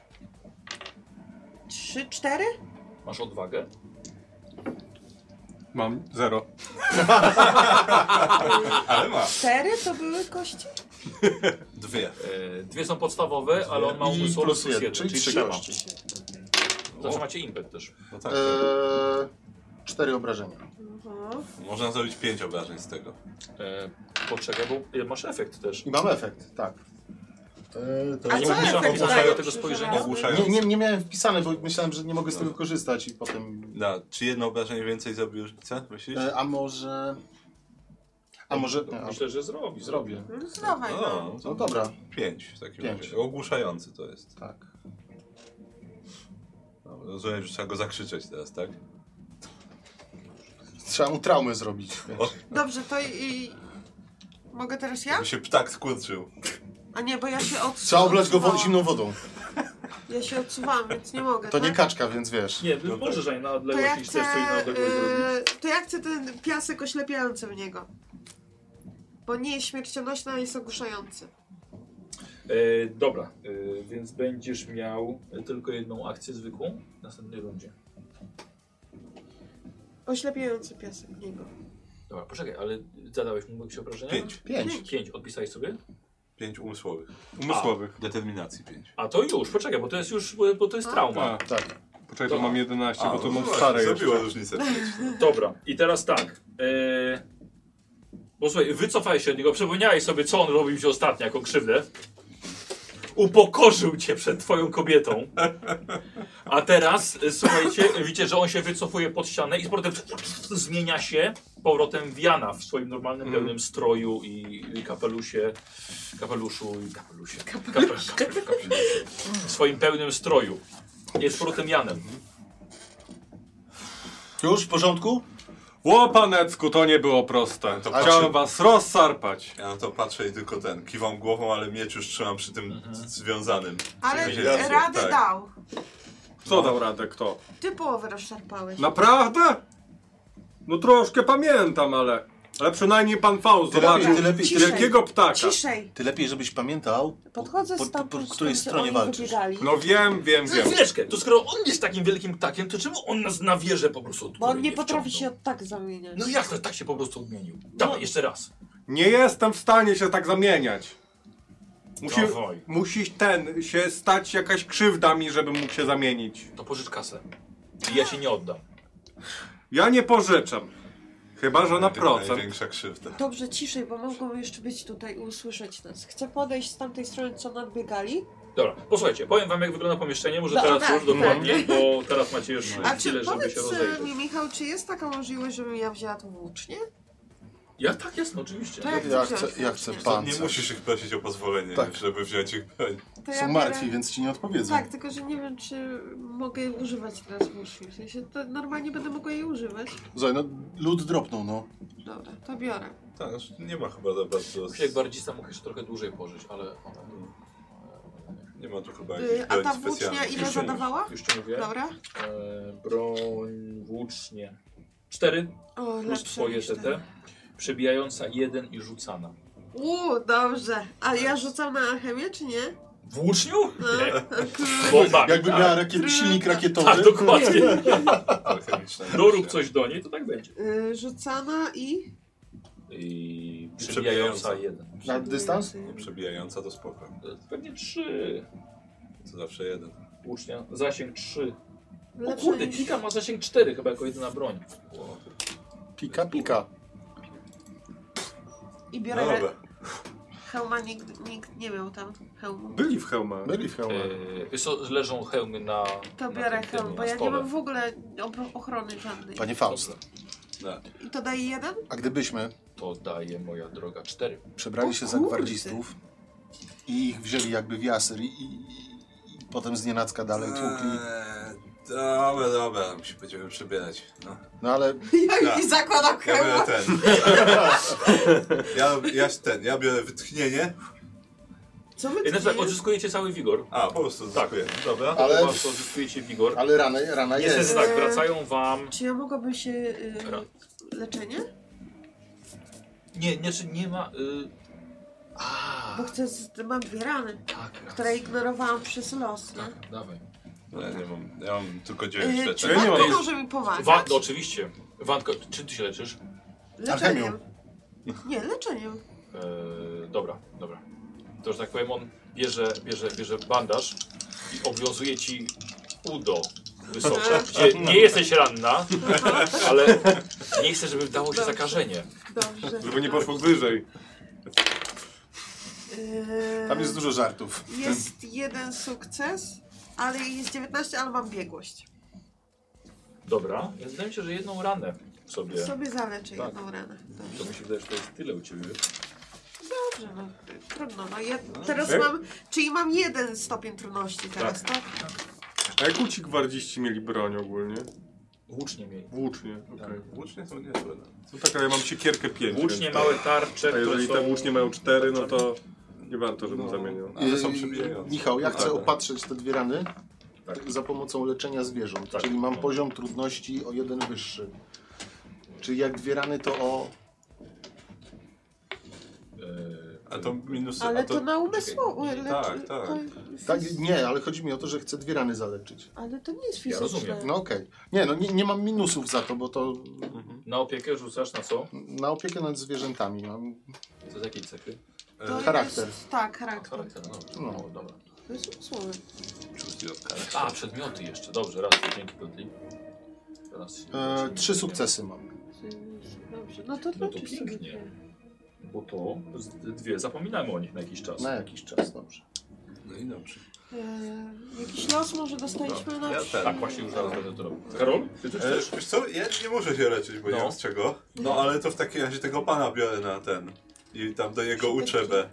Trzy, cztery? Masz odwagę? Mam zero. Ale ma. Cztery to były kości? Dwie. E, dwie są podstawowe, ale on ma I umysłowy plus plus jeden, jeden, czyli czyli trzynaście. trzyma. Znaczy macie impet też. No tak. E, cztery obrażenia. Mhm. Można zrobić pięć obrażeń z tego. E, poczekaj, bo masz efekt też. I mam efekt, tak. E, to A nie co mówisz, efekt ogłuszają daje tego przy spojrzenia? żelaznym? Ogłuszają. nie, nie, nie miałem wpisane, bo myślałem, że nie mogę z tego korzystać i potem... Da, czy jedno obrażenie więcej zrobi różnicę, myślisz? E, a może... A może... No, A, myślę, że zrobi. zrobię. No dawaj, no. No, No dobra, Pięć w takim Pięć. razie. Ogłuszający to jest. tak. No, rozumiem, że trzeba go zakrzyczeć teraz, tak? Trzeba mu traumę zrobić. wiesz. O. Dobrze, to i... Mogę teraz ja? By się ptak skurczył. A nie, bo ja się odsuwam. Trzeba oblać go wo- zimną wodą. Ja się odsuwam, więc nie mogę, To tak? nie kaczka, więc wiesz. Nie, no możesz ani na To ja odległość, jeśli chcę, chcesz coś na odległość zrobić. yy, to ja chcę ten piasek oślepiający w niego. Bo nie jest śmiercionośny, a jest ogłuszający. E, dobra, e, więc będziesz miał tylko jedną akcję zwykłą w następnej rundzie. Oślepiający piasek w niego. Dobra, poczekaj, ale zadałeś mu jakieś obrażenia? Pięć. Pięć. Pięć, odpisałeś sobie? Pięć umysłowych. Umysłowych. Determinacji pięć. A to już, poczekaj, bo to jest już, bo, bo to jest trauma. A, Tak. poczekaj, to mam jedenaście, bo to no mam właśnie, stare jeszcze. zrobiła różnicę. Dobra, i teraz tak. E, bo słuchaj, wycofaj się od niego, przypomniałeś sobie, co on robił ci ostatnio jako krzywdę. Upokorzył cię przed twoją kobietą. A teraz, e, słuchajcie, widzicie, że on się wycofuje pod ścianę i z powrotem zmienia się powrotem w Jana w swoim normalnym, Mm. pełnym stroju i, i kapelusie, kapeluszu i kapelusie. Kapelusie. Kapelusie. W swoim pełnym stroju. Jest z powrotem Janem. Już w porządku? Ło, panecku, to nie było proste. To Chciałem patrzę- was rozsarpać. Ja na to patrzę i tylko ten, kiwam głową, ale miecz już trzymam przy tym związanym. Ale Czyli razy, radę tak. dał. Co dał radę, kto? Ty połowę rozszarpałeś. Naprawdę? No troszkę pamiętam, ale... Ale przynajmniej pan Faust Ty zobaczył lepiej, ty lepiej, ty lepiej, wielkiego ptaka. Ciszej. ty lepiej, żebyś pamiętał, Podchodzę po, z po, tam, po, po której stronie walczysz. No wiem, wiem, wiem. Chwileczkę, to skoro on jest takim wielkim ptakiem, to czemu on nas na wieżę po prostu od Bo on góry nie potrafi się wciągnął? od tak zamieniać. No jak to tak się po prostu odmienił? Dawaj, jeszcze raz. Nie jestem w stanie się tak zamieniać. Musi, Dawaj. musi ten się stać jakaś krzywda mi, żebym mógł się zamienić. To pożycz kasę. I ja się nie oddam. Ja nie pożyczam. Chyba, że na procent. Największa krzywda. Dobrze, ciszej, bo mogą jeszcze być tutaj i usłyszeć nas. Chcę podejść z tamtej strony, co nadbiegali. Dobra, posłuchajcie, powiem wam jak wygląda pomieszczenie, może No, teraz tak, już dokładnie, bo teraz macie już A czy chwilę, żeby się powiedz rozejrzeć. mi, Michał, czy jest taka możliwość, żebym ja wzięła to włócznie? Ja tak jasno, oczywiście. To jak Ja chcę chcę, wziąć ja chcę włócznie? pan. Nie musisz ich prosić o pozwolenie, Tak. żeby wziąć ich broń. To Są biorę- martwi, więc ci nie odpowiedzą. Tak, tylko że nie wiem, czy mogę używać teraz włóczni. W sensie, to normalnie będę mogła jej używać. Słuchaj, no lód dropnął, no. Dobra, to biorę. Tak, znaczy nie ma chyba za bardzo... Jak bardzista mógł jeszcze trochę dłużej pożyć, ale ona... Nie ma tu chyba Y, jakichś A ta broni włócznia specjalnych. ile Już ci- zadawała? Już ci mówię. Dobra. E, broń, włócznie. Cztery O, plus lepsze twoje niż T ten. T. Przebijająca jeden i rzucana. Uuu, dobrze. A ja rzucam na alchemię, czy nie? W łuczniu? No. Nie. Bombami, Jakby tak. miała rakiet, silnik rakietowy. Tak, dokładnie. Alchemiczne. Dorób coś do niej, to tak będzie. Y, rzucana i... I przebijająca. przebijająca jeden. Na dystans? Przebijająca to spoko. Pewnie trzy. To zawsze jeden. Włócznia. Zasięg trzy. O Lepsze kurde, niż- pika ma zasięg cztery chyba jako jedyna broń. Pika, pika. I No biorę... dobra. Hełma nikt, nikt nie miał tam hełmu. Byli w hełmach. Byli w hełmach. Eee, wiesz co, leżą hełmy na. To na biorę tym, tym, hełm, bo na ja nie stole. mam w ogóle ob- ochrony żadnej. Panie Faust, No. I to daje jeden? a gdybyśmy To daje moja droga cztery. przebrali O się za kurde. gwardzistów i ich wzięli jakby w jasyr i, i, i potem z nienacka dalej tłukli. Eee, dobra, dobra, my się będziemy przebierać. No. No ale Ja Tak. mi zakładam Ja biorę hełm. ten. ja, ja ten, ja biorę wytchnienie. Co my I tu znaczy, dzieje? odzyskujecie cały wigor. A, po prostu Tak. dziękuję. Dobra. Ale- Po prostu odzyskujecie wigor. ale rana, rana Jest, jest jest. tak, wracają wam. Czy ja mogłabym się... Y, Ra- leczenie? Nie, nie, czy nie ma. Y... A, Bo chcę... Z, mam dwie rany, tak, które ignorowałam przez los, nie? tak, dawaj. Ja nie mam, ja mam tylko dziewięć Y, czy leczeń. Ja nie Wanko mam- może mi pomagać? Wa no, oczywiście. Wandko, czy ty się leczysz? Leczeniem. Nie, leczeniem. Eee, dobra, dobra. To, że tak powiem, on bierze, bierze, bierze bandaż i obwiązuje ci udo wysoce, gdzie nie jesteś ranna, ale nie chcę, żeby dało się Dobrze. zakażenie. Dobrze. Żeby nie poszło wyżej. Yy, Tam jest dużo żartów. Jest jeden sukces, ale jest dziewiętnaście, ale mam biegłość. Dobra, ja wydaje mi się, że jedną ranę sobie. Sobie zaleczę Tak. jedną ranę. To Dobrze, mi się wydaje, że to jest tyle u ciebie. Dobrze no trudno. No, ja teraz Jak- mam, czyli mam jeden stopień trudności teraz, tak? A jak ci gwardziści mieli broń ogólnie? Włócznie mieli. Włócznie, okej. Włócznie są niezłe. No tak, ale ja mam siekierkę pięć. Włócznie, więc- małe tarcze, A które jeżeli są... te włócznie mają cztery, no to... Nie warto, żebym No. zamieniał. Ale są Yy, przebijające. Michał, ja No chcę tak. opatrzyć te dwie rany Tak. za pomocą leczenia zwierząt, Tak. czyli mam No. poziom trudności o jeden wyższy. Czyli jak dwie rany to o... Eee, A to minusy... Ale a to na umysłowo. Tak, lecz- tak. to Tak, fiz- nie, ale chodzi mi o to, że chcę dwie rany zaleczyć. Ale to nie jest Ja fizyczne. rozumiem. No okej. Nie, no nie, nie mam minusów za to, bo to Na opiekę rzucasz na co? na opiekę nad zwierzętami mam. To z jakiej cechy? To E, Charakter. Jest, tak, charakter. Charakter, no, No. no dobra. To jest umysłowe. Choose your character. A, przedmioty jeszcze. Dobrze, raz, dzięki Piotrli. Raz. E, trzy sukcesy mam. Dobrze, no to No to leczysz sobie pięknie. dwie. Bo to z- dwie, zapominamy o nich na jakiś czas. Na jakiś czas, dobrze. No i dobrze. E, jakiś los może dostaliśmy na... Ja ten. Tak, właśnie już zaraz będę to robił. Karol, ty coś E, chcesz? wiesz co, ja nie muszę się leczyć, bo nie No. mam z czego. No ale to w takim razie tego pana biorę na ten. I tam do jego uczebę.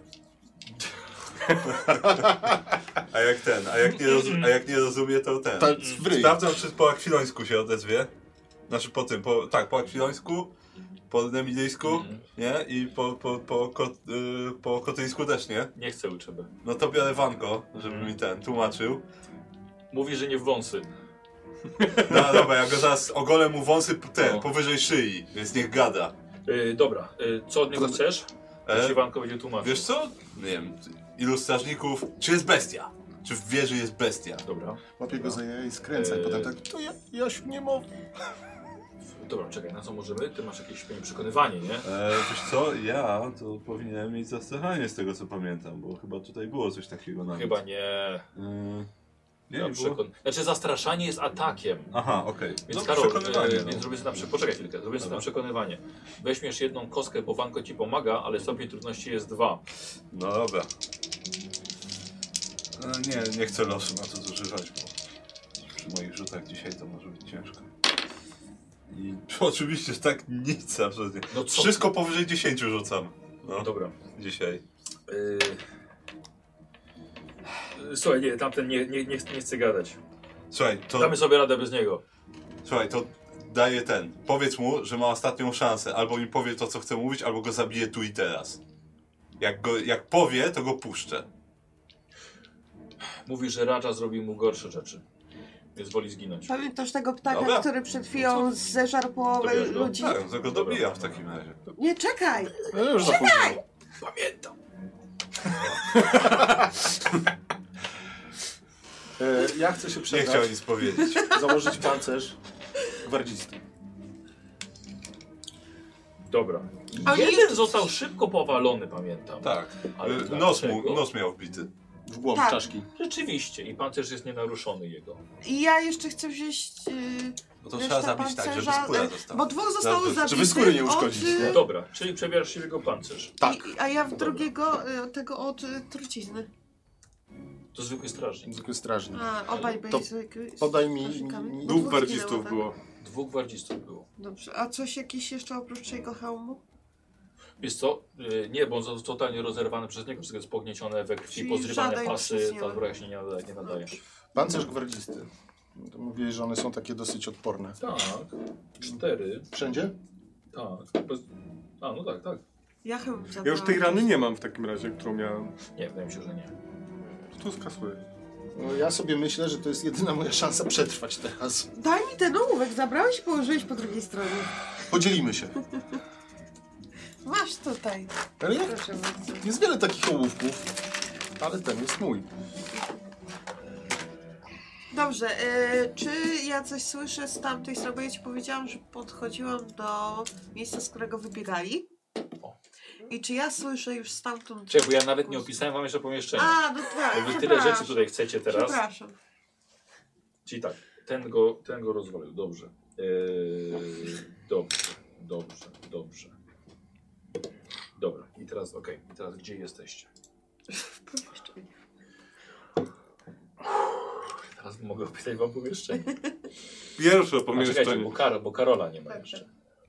A jak ten, a jak nie, rozum, a jak nie rozumie, to ten. Tak, w ryj. Sprawdzam, czy po akwilońsku się odezwie. Znaczy po tym, po, tak, po akwilońsku, po nemidyjsku, Mhm. nie? I po, po, po, ko, y, po kotyńsku też, nie? Nie chcę uczebę. No to biorę Wanko, żeby Mhm. mi ten tłumaczył. Mówi, że nie w wąsy. No dobra, ja go zaraz ogolę mu wąsy ten, No. powyżej szyi, więc niech gada. Yy, dobra, yy, co od niego chcesz? E, Iwanko będzie tłumaczył. Wiesz co? Nie wiem, ilu strażników, czy jest bestia? Czy w wieży jest bestia? Dobra. Łapię go za jaja i skręcaj, Eee. potem tak, to ja, Jasiu nie mów. Dobra, czekaj, na co możemy? Ty masz jakieś pewnie przekonywanie, nie? E, wiesz co, ja to powinienem mieć zastraszanie z tego co pamiętam, bo chyba tutaj było coś takiego nawet. Chyba nie. E, nie, Ja nie było. przekon... Znaczy zastraszanie jest atakiem. Aha, okej. Więc No, Karol, przekonywanie, e, no. więc zrobię sobie na prze... Poczekaj chwilkę, zrobię sobie na przekonywanie. Weźmiesz jedną kostkę, bo Wanko ci pomaga, ale stopień trudności jest dwa. No dobra. E, nie, nie chcę losu na to zużywać, bo przy moich rzutach dzisiaj to może być ciężko. I oczywiście tak nic absolutnie. No co? Wszystko powyżej dziesięć rzucam. No, Dobra. dzisiaj. Yy... Słuchaj, nie, tamten nie, nie, nie, nie chce gadać. Słuchaj, to... Damy sobie radę bez niego. Słuchaj, to daję ten. Powiedz mu, że ma ostatnią szansę. Albo mi powie to, co chce mówić, albo go zabiję tu i teraz. Jak, go, jak powie, to go puszczę. Mówi, że Radża zrobił mu gorsze rzeczy. Więc woli zginąć. Pamiętasz tego ptaka, Dobra. który przed chwilą zeżarł połowę Dobierz go. ludzi? Tak, to go dobijam w takim razie. Nie, czekaj! No już za późno. Pamiętam. E, ja chcę się Nie chciał przebrać, nic powiedzieć. założyć pancerz gwardzisty. Dobra. A Jeden jeszcze- został szybko powalony, pamiętam. Tak. Ale Y, nos, mu, dlaczego? nos miał wbity. W głąb Tak. czaszki. Rzeczywiście. I pancerz jest nienaruszony jego. I ja jeszcze chcę wziąć... Yy, Bo to resztę trzeba zabić tak, żeby pancerza, skóra e, została. Bo dwóch zostało Żeby- zabitych. żeby skóry nie od, uszkodzić, y, nie? Dobra, czyli przebierasz się w jego pancerz. Tak. I, a ja w Dobra. drugiego, y, tego od y, trucizny. To zwykły strażnik. Zwykły strażnik. A, obaj byli To zwykły. podaj mi- strażnikami. mi- Bo Dwóch dwóch gwardzistów zginęło, tak? było. Dwóch gwardzistów było. Dobrze, a coś jakieś jeszcze oprócz jego hełmu? Wiesz co? Yy, nie, bo on został totalnie rozerwany przez niego. Wszystko jest pogniecione we krwi, Czyli pozrywane żaden pasy. nic nie Ta ma. zbroja się nie nadaje. Nie nadaje. Pancerz gwardzisty. No to mówiłeś, że one są takie dosyć odporne. Tak. Cztery. Wszędzie? Tak. Bez... A, no tak, tak. Ja hełm zabrałam. Ja już tej rany nie mam w takim razie, którą miałem. Nie, wydaje mi się, że nie. To skasuję. No, ja sobie myślę, że to jest jedyna moja szansa przetrwać teraz. Daj mi ten ołówek, zabrałeś i położyłeś po drugiej stronie. Podzielimy się. Masz tutaj. Ale ja, Proszę bardzo. jest wiele takich ołówków, ale ten jest mój. Dobrze, y, czy ja coś słyszę z tamtej strony? Bo ja ci powiedziałam, że podchodziłam do miejsca, z którego wybiegali. O. I czy ja słyszę już stamtąd... Czekaj, bo ja nawet nie opisałem wam jeszcze pomieszczenia. A, no tak, Bo wy tyle przepraszam. rzeczy tutaj chcecie teraz. Przepraszam. Czyli tak, ten go, ten go rozwalił, dobrze. Eee, dobrze, dobrze, dobrze. Dobra, i teraz, okej, i teraz gdzie jesteście? Teraz mogę opisać wam pomieszczenie. Pierwsze A czekajcie, pomieszczenie. bo, Kar bo Karola nie ma Tak, jeszcze.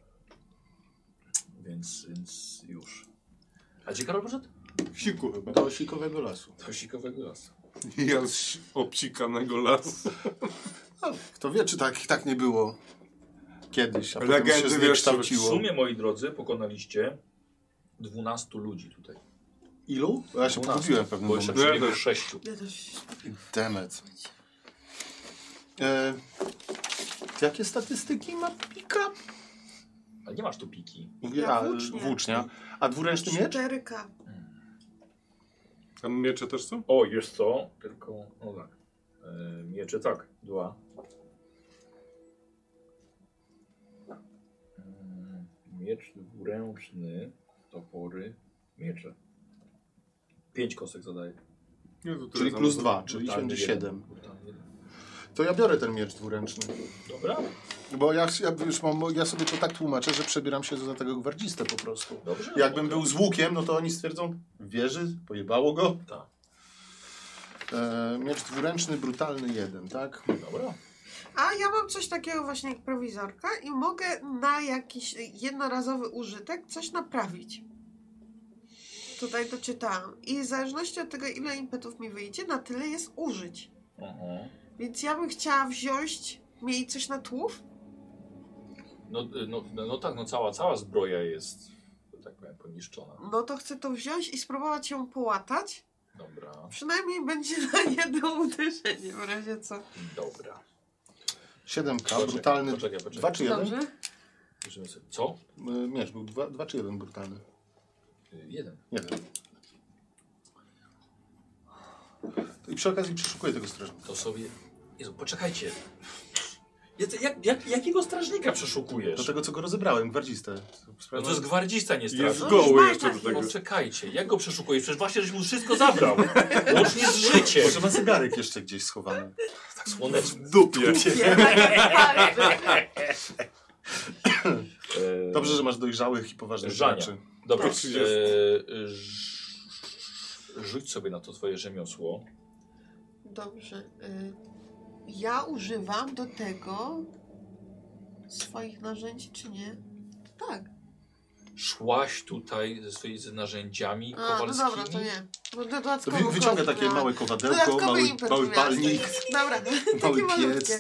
Więc, więc już. A gdzie Karol poszedł? W siku chyba. Do sikowego lasu. Do sikowego lasu. Ja z obsikanego lasu. No, kto wie, czy tak, tak nie było kiedyś, a potem Legendy, się wiesz, W zniekształciło. sumie, moi drodzy, pokonaliście dwunastu ludzi tutaj. Ilu? Bo ja się dwunastu. pogubiłem w pewnym Bo jeszcze momencie. przebiegłeś sześciu. Ja też... Demet. E, jakie statystyki ma pika? Ale nie masz tu piki. Ja A, włócznie. włócznia. A dwuręczny miecz? cztery K. A miecze też są? O, jest co? Tylko, no tak. E, miecze tak, dwa. Mm, Miecz dwuręczny, topory, miecze. Pięć kostek zadaje. Nie, to tyle Czyli samo. plus dwa, czyli Brutalny będzie jeden. siedem. Brutalny jeden. To ja biorę ten miecz dwuręczny. Dobra, Bo ja, ja, już mam, ja sobie to tak tłumaczę, że przebieram się za tego gwardzistę po prostu. dobrze. Jakbym był z łukiem, no to oni stwierdzą, wieży, pojebało go. Tak, E, miecz dwuręczny, brutalny jeden, tak? dobra. A ja mam coś takiego właśnie jak prowizorka i mogę na jakiś jednorazowy użytek coś naprawić. Tutaj doczytałam. I w zależności od tego, ile impetów mi wyjdzie, na tyle jest użyć. Aha. Więc ja bym chciała wziąć, mieć coś na tłów. No, no, no, no tak, no cała, cała zbroja jest, że tak powiem, poniszczona. No to chcę to wziąć i spróbować ją połatać. Dobra, Przynajmniej będzie na jedno uderzenie, w razie co. dobra. siedem K, Poczekaj, brutalny. poczekaj, poczekaj. Dwa czy jeden? Dobrze? Bierzemy sobie- Co? E, miecz był dwa, dwa czy jeden brutalny? Y, Jeden. Jeden. I przy okazji przeszukuję tego strażnika. To sobie... Jezu, poczekajcie. Jak, jak, jak, jakiego strażnika przeszukujesz? Do tego, co go rozebrałem, gwardzistę. No to jest gwardzista, nie Jest strażnik. goły No, jeszcze do tak. tego. Poczekajcie, jak go przeszukujesz? Przecież właśnie żeś mu wszystko zabrał. Łącznie z życiem. Może ma zegarek jeszcze gdzieś schowany. Tak słonecznie. W dupie. E, Dobrze, że masz dojrzałych i poważnych Żania. rzeczy. Dobra, To e, ż- rzuć sobie na to twoje rzemiosło. Dobrze. Y, ja używam do tego swoich narzędzi, czy nie? Tak. Szłaś tutaj ze swoimi narzędziami A, no kowalskimi. dobra, to nie. Bo To dodatkowo wy, wyciąga kość takie miała. małe kowadełko, Dodatkowy mały, impet mały miała palnik. tutaj. Dobra, Mały takie piec. malutkie.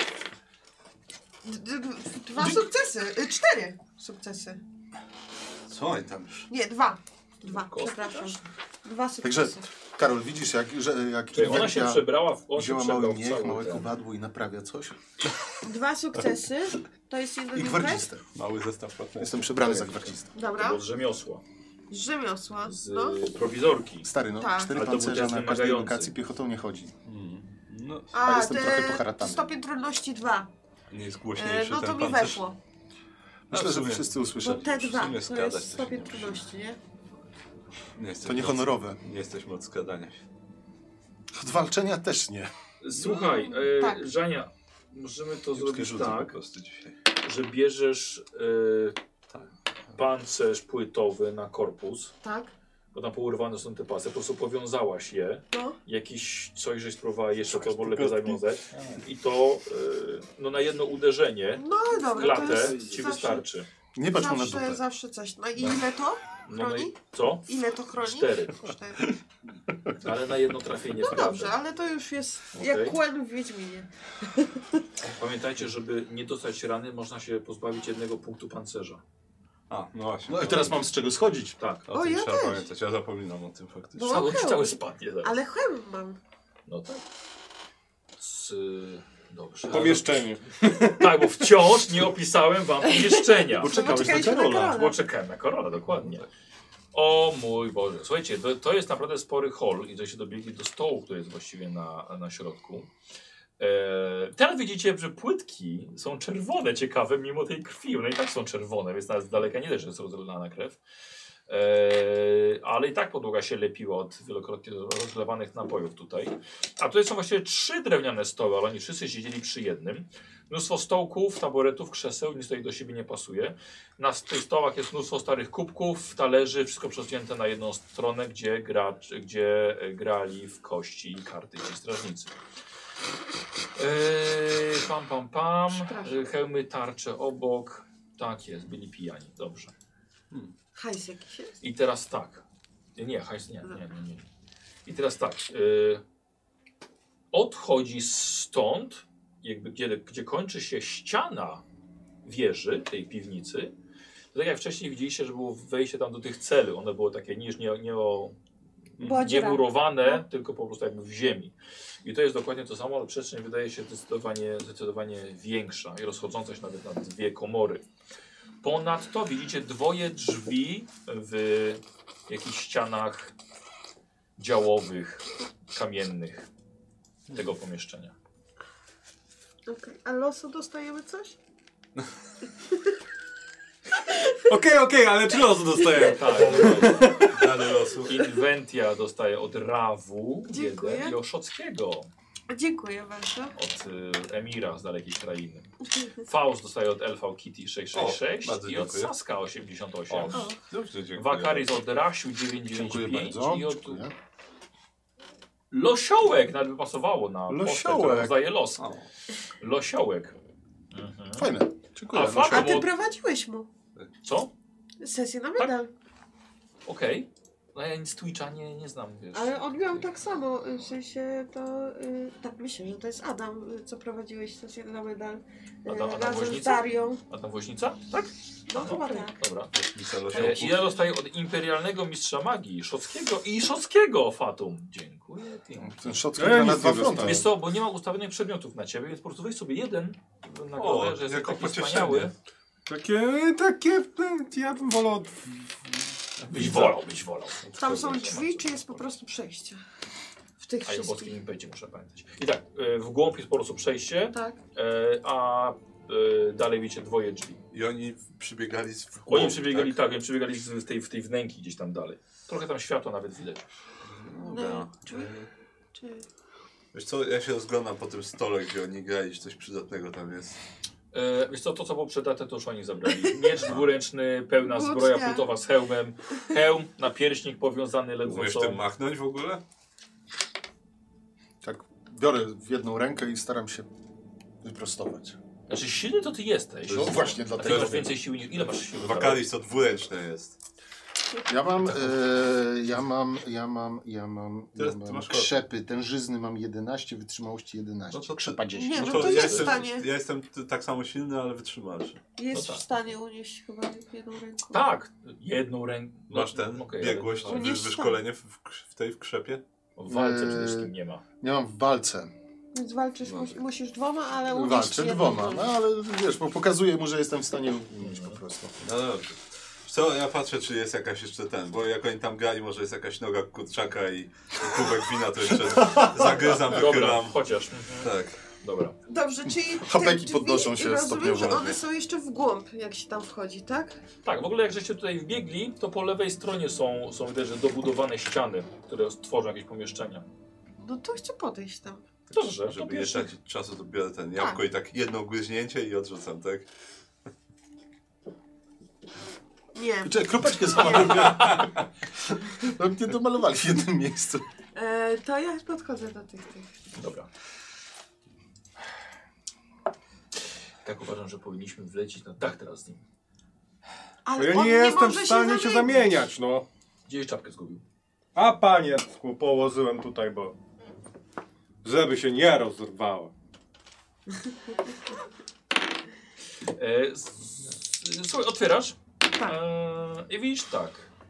D- d- Dwa sukcesy. Y, Cztery sukcesy. Co oni tam już? Nie, dwa. Dwa, Kostki przepraszam. też? Dwa Także, sukcesy. Karol, widzisz, jak, że, jak, Czyli ona jak się ja przebrała w on się wzięła przebrał mały w miech, cały małe ten. kowadło i naprawia coś. Dwa sukcesy. To jest jeden I impet. gwardzistę. Mały zestaw płatności. Jestem przebrany za gwardzistę. To Dobra. było z rzemiosła. Z rzemiosła. Z No. prowizorki. Stary, no, Tak. cztery Ale to był pancerza test na każdej wymagający. lokacji piechotą nie chodzi. Mm. No, A jestem te- trochę poharatany. Stopień trudności dwa. nie jest E, głośniejszy no to ten mi pancerz. weszło. Myślę, A, w że sumie- wszyscy Bo usłyszeli. te w dwa sumie to skradać jest to się stopień nie musi. trudności, nie? Nie jesteśmy To niehonorowe. Od, nie jesteśmy od skradania się. Od walczenia też nie. Słuchaj, No, e, tak. Żania, możemy to Ludzkie zrobić rzuty po tak, prostu dzisiaj. że bierzesz e, Tak. pancerz płytowy na korpus, Tak. bo tam pourywane są te pasy, po prostu powiązałaś je, No. jakiś coś żeś spróbowała jeszcze to Szukać lepiej kostki. zawiązać i to e, no na jedno uderzenie No w dobra, to klatę jest ci zawsze, wystarczy. Nie patrz mu na zawsze, dupę. zawsze coś. No i ile to? No, no Chroni? i co? Ile to chroni? Cztery, Cztery. ale na jedno trafienie w No klatę. dobrze, ale to już jest Okej. jak Quen w Wiedźminie. Pamiętajcie, żeby nie dostać rany, można się pozbawić jednego punktu pancerza. A, no właśnie. No i teraz mam z czego schodzić. Tak. O O, tym ja trzeba też. pamiętać. Ja zapominam o tym faktycznie. Bo- Cały, okej. cały spadnie zaraz. Ale hełm mam. No tak. Z, dobrze. Pomieszczenie. Tak, bo wciąż nie opisałem wam pomieszczenia. Bo czekałeś na Poczekaliśmy na Karola. Karola. Bo czekałem na Karola, dokładnie. O mój Boże. Słuchajcie, to, to jest naprawdę spory hol i to się dobiegli do stołu, który jest właściwie na, na środku. E, teraz widzicie, że płytki są czerwone, ciekawe, mimo tej krwi. One i tak są czerwone, więc nawet z daleka nie też jest rozlana krew. E, ale i tak podłoga się lepiła od wielokrotnie rozlewanych napojów tutaj. A tutaj są właściwie trzy drewniane stoły, ale oni wszyscy siedzieli przy jednym. Mnóstwo stołków, taboretów, krzeseł, nic tutaj do siebie nie pasuje. Na tych stołach jest mnóstwo starych kubków, talerzy, wszystko przesunięte na jedną stronę, gdzie, gracz, gdzie grali w kości i karty ci strażnicy. Eee, pam, pam, pam. Przepraszam. Eee, Hełmy, tarcze obok. Tak jest, byli pijani, dobrze. Hajs jakiś jest? I teraz tak. Nie, hajs nie, nie, nie, nie. I teraz tak. Yy, odchodzi stąd, jakby gdzie, gdzie kończy się ściana wieży, tej piwnicy. Tak jak wcześniej widzieliście, że było wejście tam do tych celi. One było takie niż nie, nie o Była nie dziura. murowane, No. tylko po prostu jakby w ziemi. I to jest dokładnie to samo, ale przestrzeń wydaje się zdecydowanie, zdecydowanie większa i rozchodząca się nawet na dwie komory. Ponadto widzicie dwoje drzwi w jakichś ścianach działowych, kamiennych tego pomieszczenia. Okej, a losu dostajemy coś? Okej, okej, ale czy losu dostaję? Tak, Dane losu. Inwentia dostaje od Rawu Dziękuję. jeden i Oszockiego Dziękuję bardzo. od y, Emira z dalekiej krainy. Faust dostaje od Elfa Kitty sześćset sześćdziesiąt sześć O, bardzo i od dziękuję. Saska osiemdziesiąt osiem. O, O. dobrze, dziękuję. Wakaris od Rasiu dziewięćset Dziękuję dziewięćdziesiąt pięć bardzo. i od Dziękuję. Losiołek, nawet by pasowało na postać, Losiołek. która rozdaje los. O, Losiołek. Mhm. Fajne. Dziękuję. A, No, fakt- A ty Bo- prowadziłeś mu Co? sesję na Tak. medal. Okej. No ja nic Twitcha nie, nie znam, wiesz. Ale on miał tak samo, w sensie to, y, tak myślę, że to jest Adam, y, co prowadziłeś sesję na medal y, Adam- Adam razem z Woźnica? Darią. A tam woźnica? Tak? No Aha, chyba okej, tak. Dobra. Lisa E, losiołków. I ja dostaję od imperialnego mistrza magii Szockiego i Szockiego Fatum. Dziękuję pięknie. Ten szocki Ja gra nic na nie dwa dostałem. fronty. Wiesz co, bo nie ma ustawionych przedmiotów na ciebie, więc po prostu weź sobie jeden nagrodę, O, że jesteś jako taki pocieszenie. wspaniały. Takie, takie, ja bym wolał... Byś wolał, byś wolał. Tam są drzwi, czy jest po prostu przejście? W tych A i o boskim wszystkich. impecie muszę pamiętać. I tak, e, w głąb jest po prostu przejście, Tak. e, a e, dalej widzicie dwoje drzwi. I oni przybiegali z w Oni głąb, przybiegali, tak, oni przybiegali z z tej, w tej wnęki gdzieś tam dalej. Trochę tam światła nawet widać. Dobra. No, drzwi. Czy... Wiesz co, ja się rozglądam po tym stole, gdzie oni grali, czy coś przydatnego tam jest. E, wiesz co, to co było przedate, to już oni zabrali. Miecz dwuręczny, pełna Włócznia. zbroja plutowa z hełmem, hełm, napierśnik powiązany ledwo Umiesz co. tym machnąć w ogóle? Tak, biorę w jedną rękę i staram się wyprostować. Znaczy silny to ty jesteś. No właśnie A ty dlatego. masz więcej siły niż... Ile masz siły? Wakaris to dwuręczne jest. Ja mam, e, ja mam, ja mam, ja mam, Ty- ja ty mam masz krzepy tężyzny mam jedenaście, wytrzymałości jedenaście, No to- krzepa dziesięć. Nie, No no to ja jest w jestem, stanie. ja jestem t- tak samo silny, ale wytrzymalszy. Jest No tak. w stanie unieść chyba jedną ręką. Tak, jedną ręką. Masz ten Okej, biegłość, ale- ale- wy, wyszkolenie w, w, w tej w krzepie? W walce Eee, przede wszystkim nie ma. Ja mam w walce. Więc walczysz, No. mus, musisz dwoma, ale unieść Walczę jedną dwoma, ręką. no ale wiesz, bo pokazuję mu, że jestem w stanie unieść po prostu. No dobrze. Co, ja patrzę, czy jest jakaś jeszcze ten, bo jak oni tam grali, może jest jakaś noga kurczaka i, i kubek wina, to jeszcze zagryzam, Dobra, wychylam. chociaż. Mhm. Tak. Dobra. Dobrze, czyli te Hapeki drzwi, podnoszą się rozumiem, stopniowo. że one są jeszcze w głąb, jak się tam wchodzi, tak? Tak, w ogóle jak żeście tutaj wbiegli, to po lewej stronie są, są widać, że dobudowane ściany, które tworzą jakieś pomieszczenia. No to chcę podejść tam. Dobrze, to Żeby nie pierwszy. tracić czasu, to biorę ten jabłko i tak jedno gryźnięcie i odrzucam, tak? Nie. Czekaj, kropeczkę zamalowałem. No mnie domalowali w jednym miejscu. E, to ja podchodzę do tych tych. Dobra. Tak uważam, że powinniśmy wlecieć na dach teraz z nim. Ale Ja on nie jestem może w stanie się zamieniać, no. Gdzieś czapkę zgubił. A paniecku, położyłem tutaj, bo... Żeby się nie rozrwało. E, s- s- słuchaj, otwierasz Tak. e, i widzisz tak.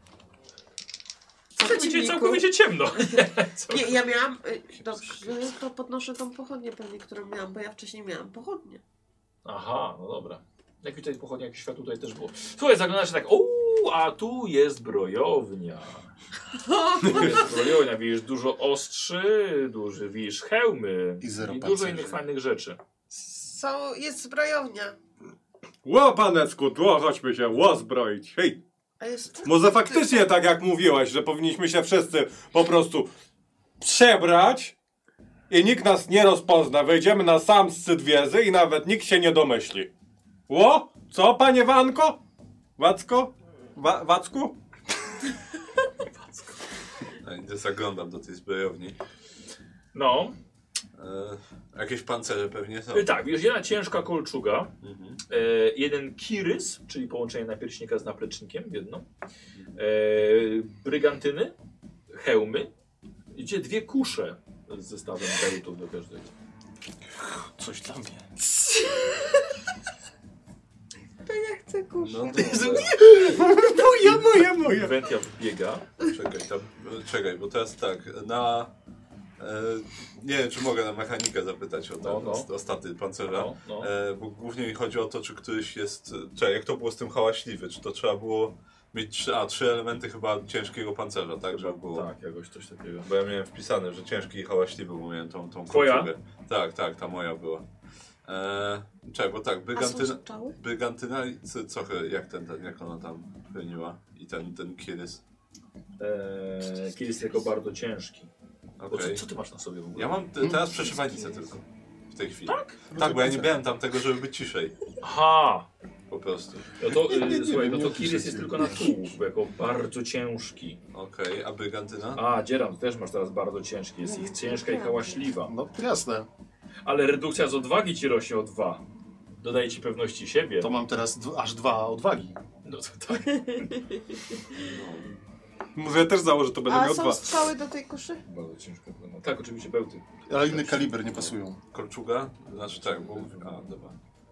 W Całkowicie, przeciwniku. całkowicie ciemno. Nie, ja miałam... y, Dobrze, to podnoszę tą pochodnię pewnie, którą miałam, bo ja wcześniej miałam pochodnię. Aha, no dobra. Jak tutaj pochodnie, jak świat tutaj też było. Słuchaj, zaglądasz tak, uuu, a tu jest brojownia. Tu jest brojownia, widzisz dużo ostrzy, duży, widzisz hełmy I zero dużo pancerzy. innych fajnych rzeczy. Są, jest zbrojownia. Ło, panecku, tło, chodźmy się ło zbroić. Hej, A jest... może faktycznie tak jak mówiłaś, że powinniśmy się wszyscy po prostu przebrać i nikt nas nie rozpozna. Wejdziemy na sam szczyt wieży i nawet nikt się nie domyśli. Ło? Co, panie Wanko? Wacko? Wa Wacku? Ja idę, zaglądam do tej zbrojowni. No, E, jakieś pancerze pewnie są. i tak, widzisz, jedna ciężka kolczuga, Mhm. e, jeden kirys, czyli połączenie napierśnika z naplecznikiem, jedno, e, brygantyny, hełmy, idzie dwie kusze z zestawem belutów do każdej. Coś dla mnie. To ja chcę kuszę. No dobra. Moje, moje, moje. Wentia wbiega Czekaj, tam, czekaj, bo teraz tak, na... E, nie wiem, czy mogę na mechanikę zapytać o ten No, no. o, o staty pancerza, No, no. E, bo głównie mi chodzi o to, czy któryś jest... Czekaj, jak to było z tym hałaśliwy? Czy to trzeba było mieć trzy, a, trzy elementy chyba ciężkiego pancerza, tak? Żeby było... Tak, jakoś coś takiego. Bo ja miałem wpisane, że ciężki i hałaśliwy, bo miałem tą, tą Twoja? kolczugę. Tak, tak, ta moja była. E, czekaj, bo tak, A są Brygantyna... strzały? Brygantyna, co, co, jak, ten, ten, jak ona tam pełniła? I ten, ten Kirys. Eee, Kill jest jako bardzo ciężki. Bo co, Okej. co ty masz na sobie w ogóle? Ja mam te, teraz przeszywanicę tylko. W tej chwili. Tak? Tak, bo ja nie miałem tam tego, żeby być ciszej. Aha! Po prostu. No to, Nie, nie, nie, y, słuchaj, no nie to opiszę Kiris ci. jest tylko na tułów, bo jako bardzo ciężki. Okej, a Brygantyna? A, Dzieran, też masz teraz bardzo ciężki. Jest ich ciężka i hałaśliwa. No jasne. Ale redukcja z odwagi ci rośnie o dwa. Dodaje ci pewności siebie. To mam teraz dw- aż dwa odwagi. No to tak. Może ja też założę, to będę A miał są dwa. strzały do tej kuszy? Bardzo ciężka. No, tak, oczywiście bełty. Ale inny kaliber nie pasują. Kolczuga? Znaczy tak, bo... A, dobra.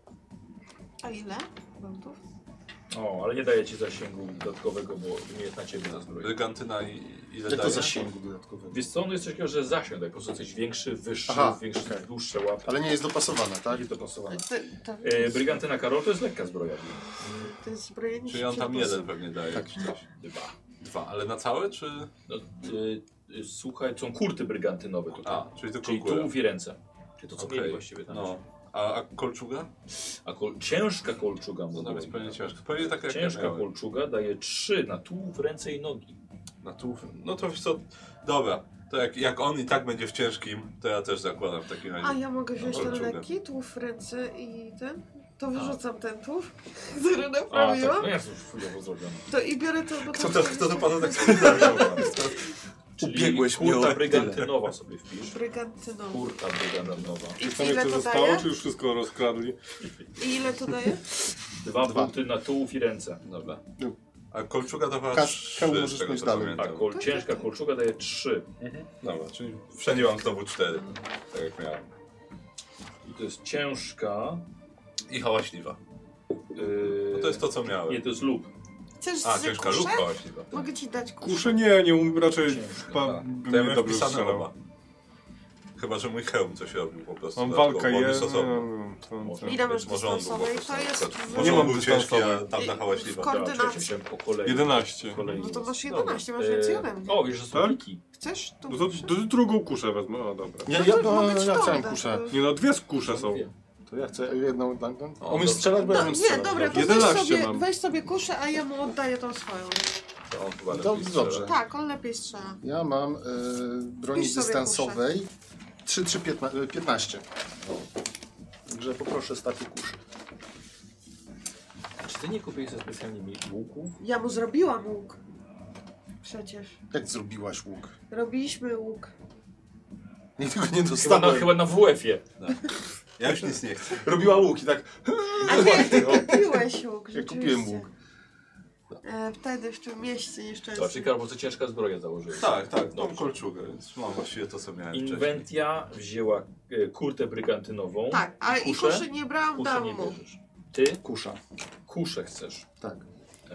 A ile? Buntów? O, ale nie daje ci zasięgu dodatkowego, bo nie jest na ciebie za zbroję. Brygantyna i ile Jak to daje? zasięgu dodatkowego? Wiesz co, on jest coś takiego, że zasięg, jak po prostu coś większy, wyższy, Aha, większy, okej. dłuższe łapy. Ale nie jest dopasowane, tak? Jest dopasowane. To, to, E, Brygantyna Karol to jest lekka zbroja. to jest zbrojenie. Czyli on tam jeden pewnie daje. Tak. czy coś. Dwa. Dwa, ale na całe, czy... No, y, y, słuchaj, są kurty brygantynowe tutaj. A, czyli tylko Czyli górę. tułów i ręce. Czyli to co Okej, mieli właściwie tam. No. A, a kolczuga? A kol ciężka kolczuga No może nawet być. pewnie ciężko. Pewnie tak jak Ciężka ja miałem. kolczuga daje trzy na tułów, ręce i nogi. Na tułów. No to wiesz co, dobra. To jak, jak on i tak będzie w ciężkim, to ja też zakładam w takim razie. A ja mogę wziąć ten Kolczugę. lekki tłów w ręce i ten? To wyrzucam ten tłów, który A, tak, naprawiłam. no jest już chujowo zrobione. To i biorę to do Kto to, kto to panu tak Czyli Ubiegłeś mnie o kurta tyle. brygantynowa sobie wpisz. Brygantyną. Kurta brygantynowa. I Co ile to to zostało, daje? czy już wszystko rozkradli? I ile to daje? Dwa, Dwa. punkty na tułów i ręce. Dobra. No. A kolczuga dawała Kas- trzy, hełm z możesz tego, mieć co dalej. pamiętam. A kol ciężka kolczuga daje trzy. Dobra, czyli wszędzie mam znowu cztery. Tak jak miałem. I to jest ciężka. I hałaśliwa. Yy... No to jest to, co miałem. Nie, to jest lub. Chcesz A, z ciężka kuszę? lub hałaśliwa. Mogę ci dać kuszę. Kusze nie, nie um, raczej Ciężko, chyba Tak. bym To ja nie miałem dobrze wpisane strzelał. oba. Chyba, że mój hełm coś robił po prostu. Mam dlatego, walkę bo on je, jest osobny. no, to, to. Ile masz Więc może on był po dystansowej? prostu To na jest przykład- w- Może Nie on mam był ciężki, a dystansowej. tamta I- hałaśliwa. w ko- Dobra, Koordynacji. czekajcie, po kolei. jedenaście. Po kolei No to jest. masz Dobra. jedenaście, masz więcej ode mnie. O, wiesz, że są Tak? pliki. Chcesz? Tu No to, to drugą kuszę wezmę, o dobra. Ja, No ja, to no, mogę ci ja to chciałem oddać, kuszę. to- Nie no, dwie kusze są. Wiem. To ja chcę jedną... dla- dla- O, Umiesz dobra. strzelać, bo ja No, umiem nie, strzelać. dobra, to weź jedenaście sobie, mam. weź sobie kuszę, a ja mu oddaję tą swoją. To on chyba To lepiej strzela. dobrze. Tak, on lepiej strzela. Ja mam y, broni Wpisz sobie dystansowej trzy trzy piętnaście. Także poproszę statu kuszy. A czy ty nie kupiłeś sobie specjalnie mi- łuku? Ja mu zrobiłam łuk. Przecież. Jak zrobiłaś łuk? Robiliśmy łuk. Nie, tego nie Chyba na, dostałem. chyba na W F-ie. Ja już nic nie chcę. Robiła łuk i tak... A nie, ty kupiłeś łuk, Ja rzeczywiście. kupiłem łuk. E, wtedy w tym mieście To nieszczęsnym. ciekawe, bo to ciężka zbroja założyłeś. Tak, tak, mam Dobrze. kolczugę, więc mam właściwie to, co miałem wcześniej. Inwentia wzięła e, kurtę brygantynową. Tak, ale i Kuszę? kuszy nie brałam, Kuszę dam nie mu. bierzesz. Ty Kusza. kuszę chcesz. Tak. E,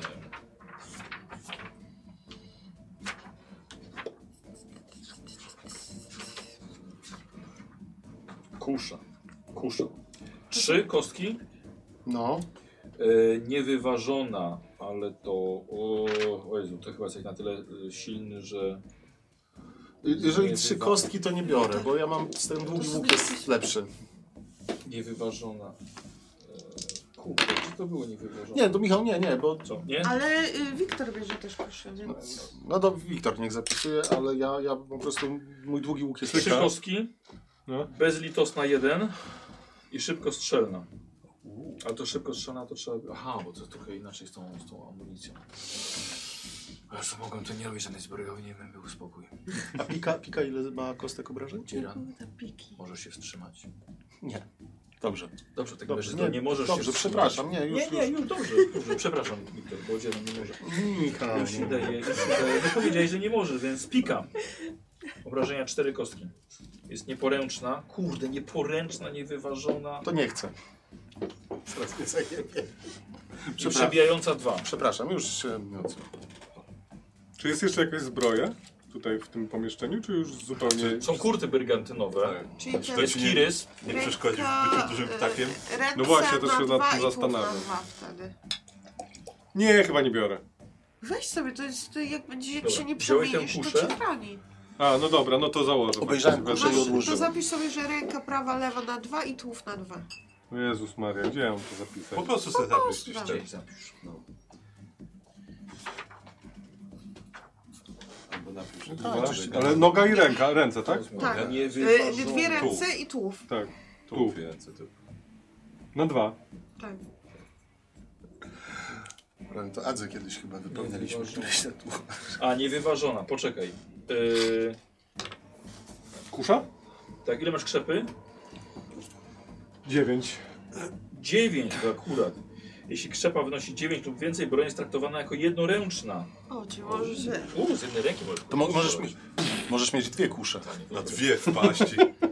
Kusza. Kusza. Trzy kostki. No. E, niewyważona, ale to... O, o Jezu, to chyba jest na tyle e, silny, że... Jeżeli Nie trzy bywa. kostki, to nie biorę, bo ja mam ten długi łuk jest lepszy. Niewyważona. E, kurde, czy to było niewyważone? Nie, to Michał, nie, nie, bo... Co? Nie? Ale y, Wiktor bierze też kuszę, więc... No to Wiktor niech zapisuje, ale ja, ja po prostu... Mój długi łuk jest Trzy lepszy. kostki, No. bezlitosna jeden i szybko strzelna. Ale to szybko strzelna to trzeba... Aha, bo to trochę inaczej z tą, z tą amunicją. Ale co mogłem to nie robić żadnej zbrojowej, nie wiem, był spokój. A pika, pika ile ma kostek obrażeń? Dzieran, Te piki. możesz się wstrzymać. Nie. Dobrze. Dobrze, w takim Dobrze, razie to nie możesz dobrze, się przepraszam, nie, już, Nie, nie, już. już dobrze, dobrze, przepraszam, Wiktor, bo Dzieran nie może. Michał, Już się daje, już się daje. Nie powiedziałeś, że nie możesz, więc pika. Obrażenia cztery kostki. Jest nieporęczna. Kurde, nieporęczna, niewyważona. to nie chcę. I przebijająca dwa. Przepraszam, już się nie odzywam. Czy jest jeszcze jakaś zbroja tutaj w tym pomieszczeniu, czy już zupełnie... Są kurty brygantynowe. Tak. Czyli To jest ten kirys. Nie przeszkodzisz byciu dużym ptakiem? e, ręce No właśnie, też na się nad dwa tym i pół zastanawiam. na dwa wtedy. Nie, chyba nie biorę. Weź sobie, to jest, to jak, będzie, jak Dobra, się nie wziąłeś tę przemienisz, to kuszę? cię rani. A, no dobra, no to założę. Obejrzałem tak, kuszę i wezmę. Masz, to odłożyłem. zapisz sobie, że ręka prawa, lewa na dwa i tułów na dwa. Jezus Maria, gdzie ja mam to zapisać? Po prostu sobie zapisz gdzieś prostu tam. Gdzieś zapisz. No. Albo napisz. Tak, Dwa, Dwa, ale noga i ręka, ręce, tak? Tak. Nie Y, wyważone. Dwie ręce i tułów. Tak. Tu Tu. ręce, tu. Na dwa. Tak. To Adze kiedyś chyba wypełnialiśmy któreś tu. A, niewyważona, poczekaj. Yy, Kusza? tak, ile masz krzepy? Dziewięć. dziewięć to akurat. Jeśli krzepa wynosi dziewięć lub więcej, broń jest traktowana jako jednoręczna. O, czy możesz... U, z jednej ręki możesz. To mo możesz, mieć, możesz mieć dwie kusze. Na dwie wpaści.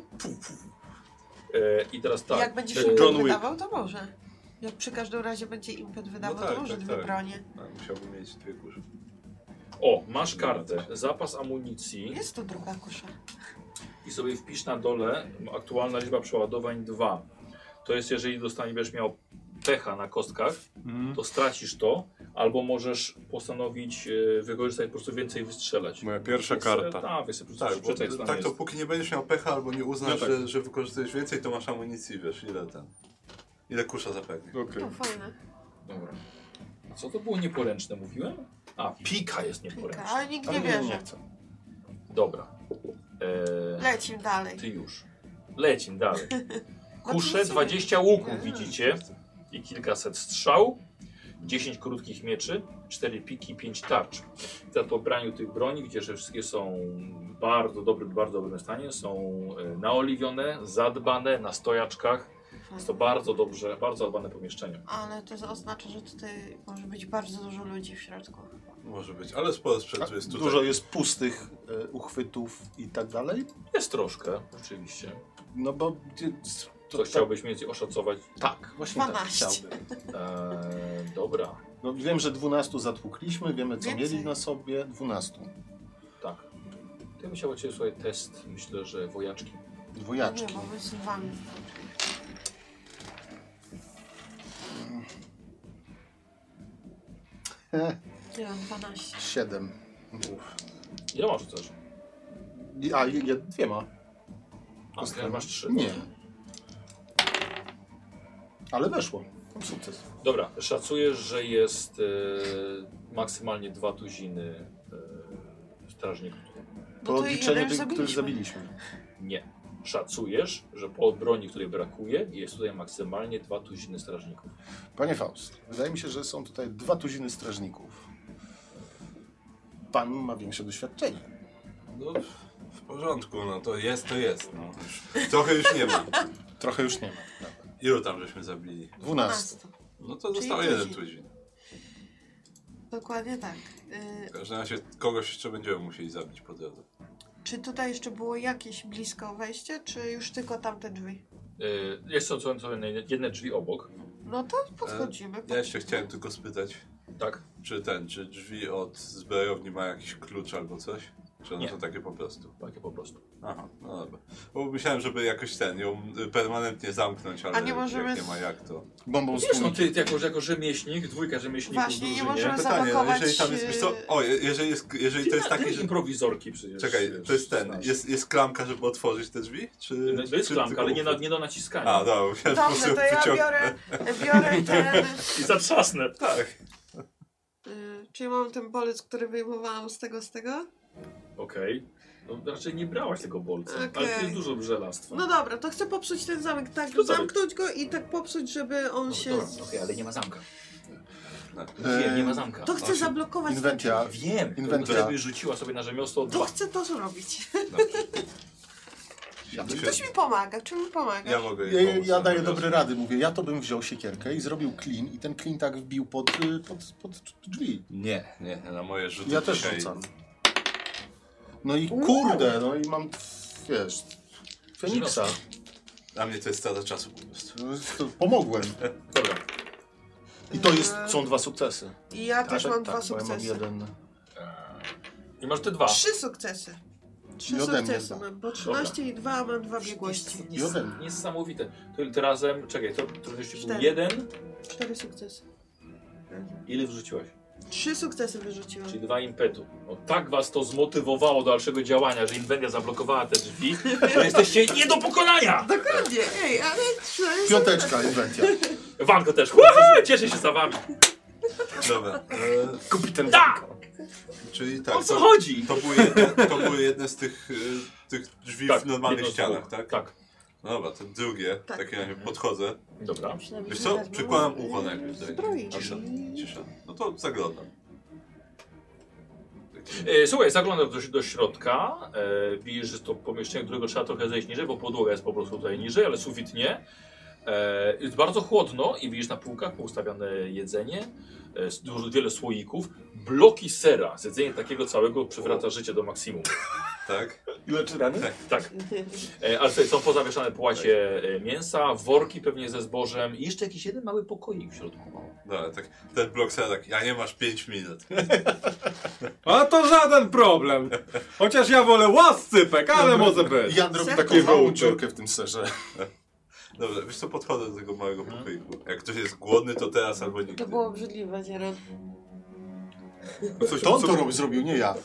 E, I teraz tak. Jak będziesz e, impet John Wick. wydawał, to może. Jak przy każdym razie będzie impet wydawał, No tak, to może tak, dwie tak. bronie. A, musiałbym mieć dwie kusze. O, masz kartę. Zapas amunicji Jest to druga kusza. i sobie wpisz na dole aktualna liczba przeładowań dwa. To jest, jeżeli dostaniesz, będziesz miał pecha na kostkach, Mhm. to stracisz to, albo możesz postanowić e, wykorzystać po prostu więcej i wystrzelać. Moja pierwsza Wiesz, karta. e, Tak, wiesz, po prostu Tak, bo, przeczytaj, co tam tak to jest. póki nie będziesz miał pecha albo nie uznasz, No tak. że, że wykorzystujesz więcej, to masz amunicji, wiesz, ile ten. Ile kusza zapewni. Okej. To fajne. Dobra. A co to było nieporęczne, mówiłem? A, pika jest Pika, nieporęczna. ale nikt nie Ale nie, nie bierze. chcę. Dobra. E, Lecim dalej. Ty już. Lecim dalej. No Kusze, to dwadzieścia łuków Nie. widzicie i kilkaset strzał, dziesięć krótkich mieczy, cztery piki, pięć tarcz. Za po braniu tych broni, gdzie że wszystkie są w bardzo dobrym, bardzo dobrym stanie, są e, naoliwione, zadbane, na stojaczkach. Jest to bardzo dobrze, bardzo zadbane pomieszczenie. Ale to oznacza, że tutaj może być bardzo dużo ludzi w środku. Może być, ale sporo A sprzętu jest tutaj. dużo jest pustych e, uchwytów i tak dalej. Jest troszkę, oczywiście. No bo... To chciałbyś mniej więcej oszacować? Tak, właśnie tak dwanaście. chciałbym. Eee, dobra, No, wiem, że dwunastu zatłukliśmy, wiemy co Więcej. mieli na sobie. dwunastu. tak. Ja bym chciał od Ciebie sobie test, myślę, że wojaczki. No Dwojaczki. nie, bo my z wami. Ja mam dwanaście. Siedem. Ile masz też? I- A, je, je, dwiema. A, Kostkami. masz trzy. Nie. Ale weszło. Mam sukces. Dobra, szacujesz, że jest e, maksymalnie dwa tuziny e, strażników. Po No to odliczeniu jeden tych, których zabiliśmy. zabiliśmy. Nie. Szacujesz, że po broni, której brakuje, jest tutaj maksymalnie dwa tuziny strażników. Panie Faust, wydaje mi się, że są tutaj dwa tuziny strażników. Pan ma większe doświadczenie. No, w porządku, no to jest, to jest. No. Już, trochę już nie ma. Trochę już nie ma. Ilu tam żeśmy zabili? Dwunastu. No to Czyli został tuzin. jeden tuzin. Dokładnie tak. Y, W każdym razie kogoś jeszcze będziemy musieli zabić po drodze. czy tutaj jeszcze było jakieś blisko wejście, czy już tylko tamte drzwi? E, jest są, są, są jedne drzwi obok. No to podchodzimy. Ja jeszcze chciałem tylko spytać, Tak? czy ten, czy drzwi od zbrojowni ma jakiś klucz albo coś? Czy one Nie. są takie po prostu? Takie po prostu. Aha, no dobra. Bo myślałem, żeby jakoś ten, ją y, permanentnie zamknąć, ale A nie możemy jak nie ma jak to. Bombą z Wiesz, no tłumiki. ty jako, jako rzemieślnik, dwójka rzemieślników Właśnie, w nie drużynie. możemy Pytanie, no zapakować, jeżeli tam jest, wiesz co, o, je- jeżeli jest, jeżeli Ty to jest na- taki, ty że... improwizorki przecież. Czekaj, wiesz, to jest ten, znasz. jest, jest klamka, żeby otworzyć te drzwi? Czy, No, to jest czy klamka, tylko ale nie, na, uchwyt? nie do naciskania. A, dobra, musiałem po Dobrze, prostu to ja wyciągnąć. biorę, biorę ten... I zatrzasnę. Tak. Y, czyli mam ten bolec, który wyjmowałam z tego, z tego? Okej. No raczej nie brałaś tego bolca, ale tu Okej. jest dużo brzelastwa. No dobra, to chcę popsuć ten zamek, tak, To zamek. zamknąć go i tak popsuć, żeby on No, się... dobra, okej, ale nie ma zamka. No. Wiem, nie ma zamka. To chcę Osiem. zablokować... Inwentia. Wiem, Inwentia. to żeby rzuciła sobie na rzemiosło To dwa. chcę to zrobić. Ja, Czy ktoś mi pomaga? Czy mi pomaga? ja mogę Ja, jej ja, pomóc, ja daję natomiast- dobre rady, mówię, ja to bym wziął siekierkę i zrobił klin i ten klin tak wbił pod, y, pod, pod drzwi. Nie, nie, na moje rzuty Ja też dzisiaj- rzucam. No i kurde, no i mam, wiesz, Feniksa. Dla mnie to jest strata czasu po prostu. No, to pomogłem. Dobra. I to jest, są dwa sukcesy. I ja też mam tak, dwa bo ja mam sukcesy. jeden. I masz te dwa. Trzy sukcesy. Trzy I ode mnie sukcesy dwa. mam, bo trzynaście i dwa, a mam dwa biegłości. I ode mnie. Niesamowite. To ty razem, czekaj, to trudności był Cztery. jeden. Cztery sukcesy. Ile wrzuciłaś? Trzy sukcesy wyrzuciłam. Czyli dwa impetu. No, tak was to zmotywowało do dalszego działania, że Inwendia zablokowała te drzwi, że jesteście nie do pokonania! Dokładnie, ej, ale przynajmniej... Piąteczka, inwencja. Wanko też. Woohoo! Cieszę się za wami. Dobra. E, Kupi ten Da! banko. czyli tak, O co to, chodzi? to, były jedne, to były jedne z tych, y, tych drzwi w normalnych jedno z ścianach, dwóch. tak? Tak. No dobra, to drugie, Tak. w takim razie podchodzę. Dobra. Przynajmniej Wiesz co? wezmą, Przykładam y, ucho najpierw. do- Zbroi. Cisza, cisza. No to zaglądam. E, słuchaj, zaglądasz do, do środka. E, widzisz, że to pomieszczenie, którego trzeba trochę zejść niżej, bo podłoga jest po prostu tutaj niżej, ale sufit nie. E, jest bardzo chłodno i widzisz na półkach poustawiane jedzenie, e, dużo, wiele słoików, bloki sera. Jedzenie takiego całego przywraca życie do maksimum. Tak? I leczy rany? Tak. E, ale tutaj są pozawieszane płacie e, mięsa, worki pewnie ze zbożem i jeszcze jakiś jeden mały pokoik w środku. Dobra, tak. Ten blok sera tak, ja nie masz pięć minut. A to żaden problem. Chociaż ja wolę łascypek, ale może być. Jan robi Ser taką to małą żółty. dziurkę w tym serze. Dobra, wiesz co, podchodzę do tego małego pokoiku. Jak ktoś jest głodny, to teraz albo nigdy. To było obrzydliwe, Dzieran. Coś, To on co- to robi, zrobił, nie ja.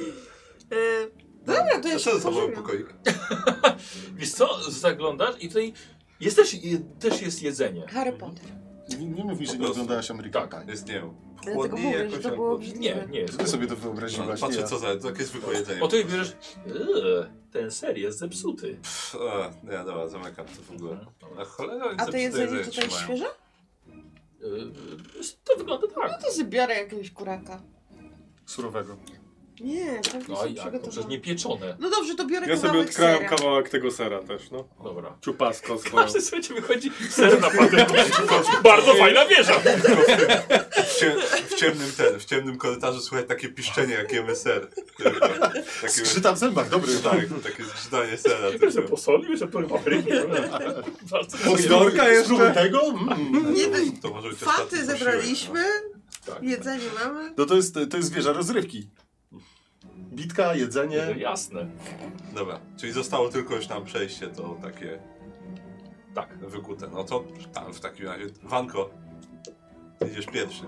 Yy, dobra, to A jeszcze co to za mały pożywiam. pokoik? Wiesz co, zaglądasz i tutaj jest też, je, też jest jedzenie. Harry Potter. Nie, nie mów mi, że Po nie prostu. oglądałaś American Tak. Pie. Jest, nie wiem, Dlatego chłodniej mówię, jakoś że to albo... było obrzydliwe. Nie, nie jest. Ty sobie to No, wyobraziłaś, nie patrzę ja. co za, takie zwykłe jedzenie. O ty bierzesz, eee, ten ser jest zepsuty. Pff, a, nie, dobra, zamykam to w ogóle. A cholera, oni A to zepsute jedzenie tutaj trzymają. świeże? Eee, to wygląda tak. No to zabiorę jakiegoś kuraka. Surowego. Nie, pewnie No są i jak, to przecież przygotowane. nie pieczone. No dobrze, to biorę Ja sobie kawałek odkrałem sera. kawałek tego sera też, no. Dobra. Ciupasko swoją. Każdy słuchajcie, wychodzi ser na patyku. Bardzo fajna wieża. W, cie, w ciemnym ten, w ciemnym korytarzu słychać takie piszczenie, jak jemy ser. Tylko, takie, Skrzyta w zębach, dobry. tak, takie zgrzytanie sera. Że Tylko. posolił, że papryki. Bardzo Pomidorka jeszcze? Spróbuj tego? Mm. Nie, no, To może być faty ostatni zebraliśmy, tak. jedzenie mamy. No to jest, to jest wieża rozrywki. Bitka, jedzenie. Jasne. posiłek. Dobra, czyli zostało tylko już nam przejście, to takie Tak. wykute. No to tam w takim razie, Wanko, idziesz pierwszy.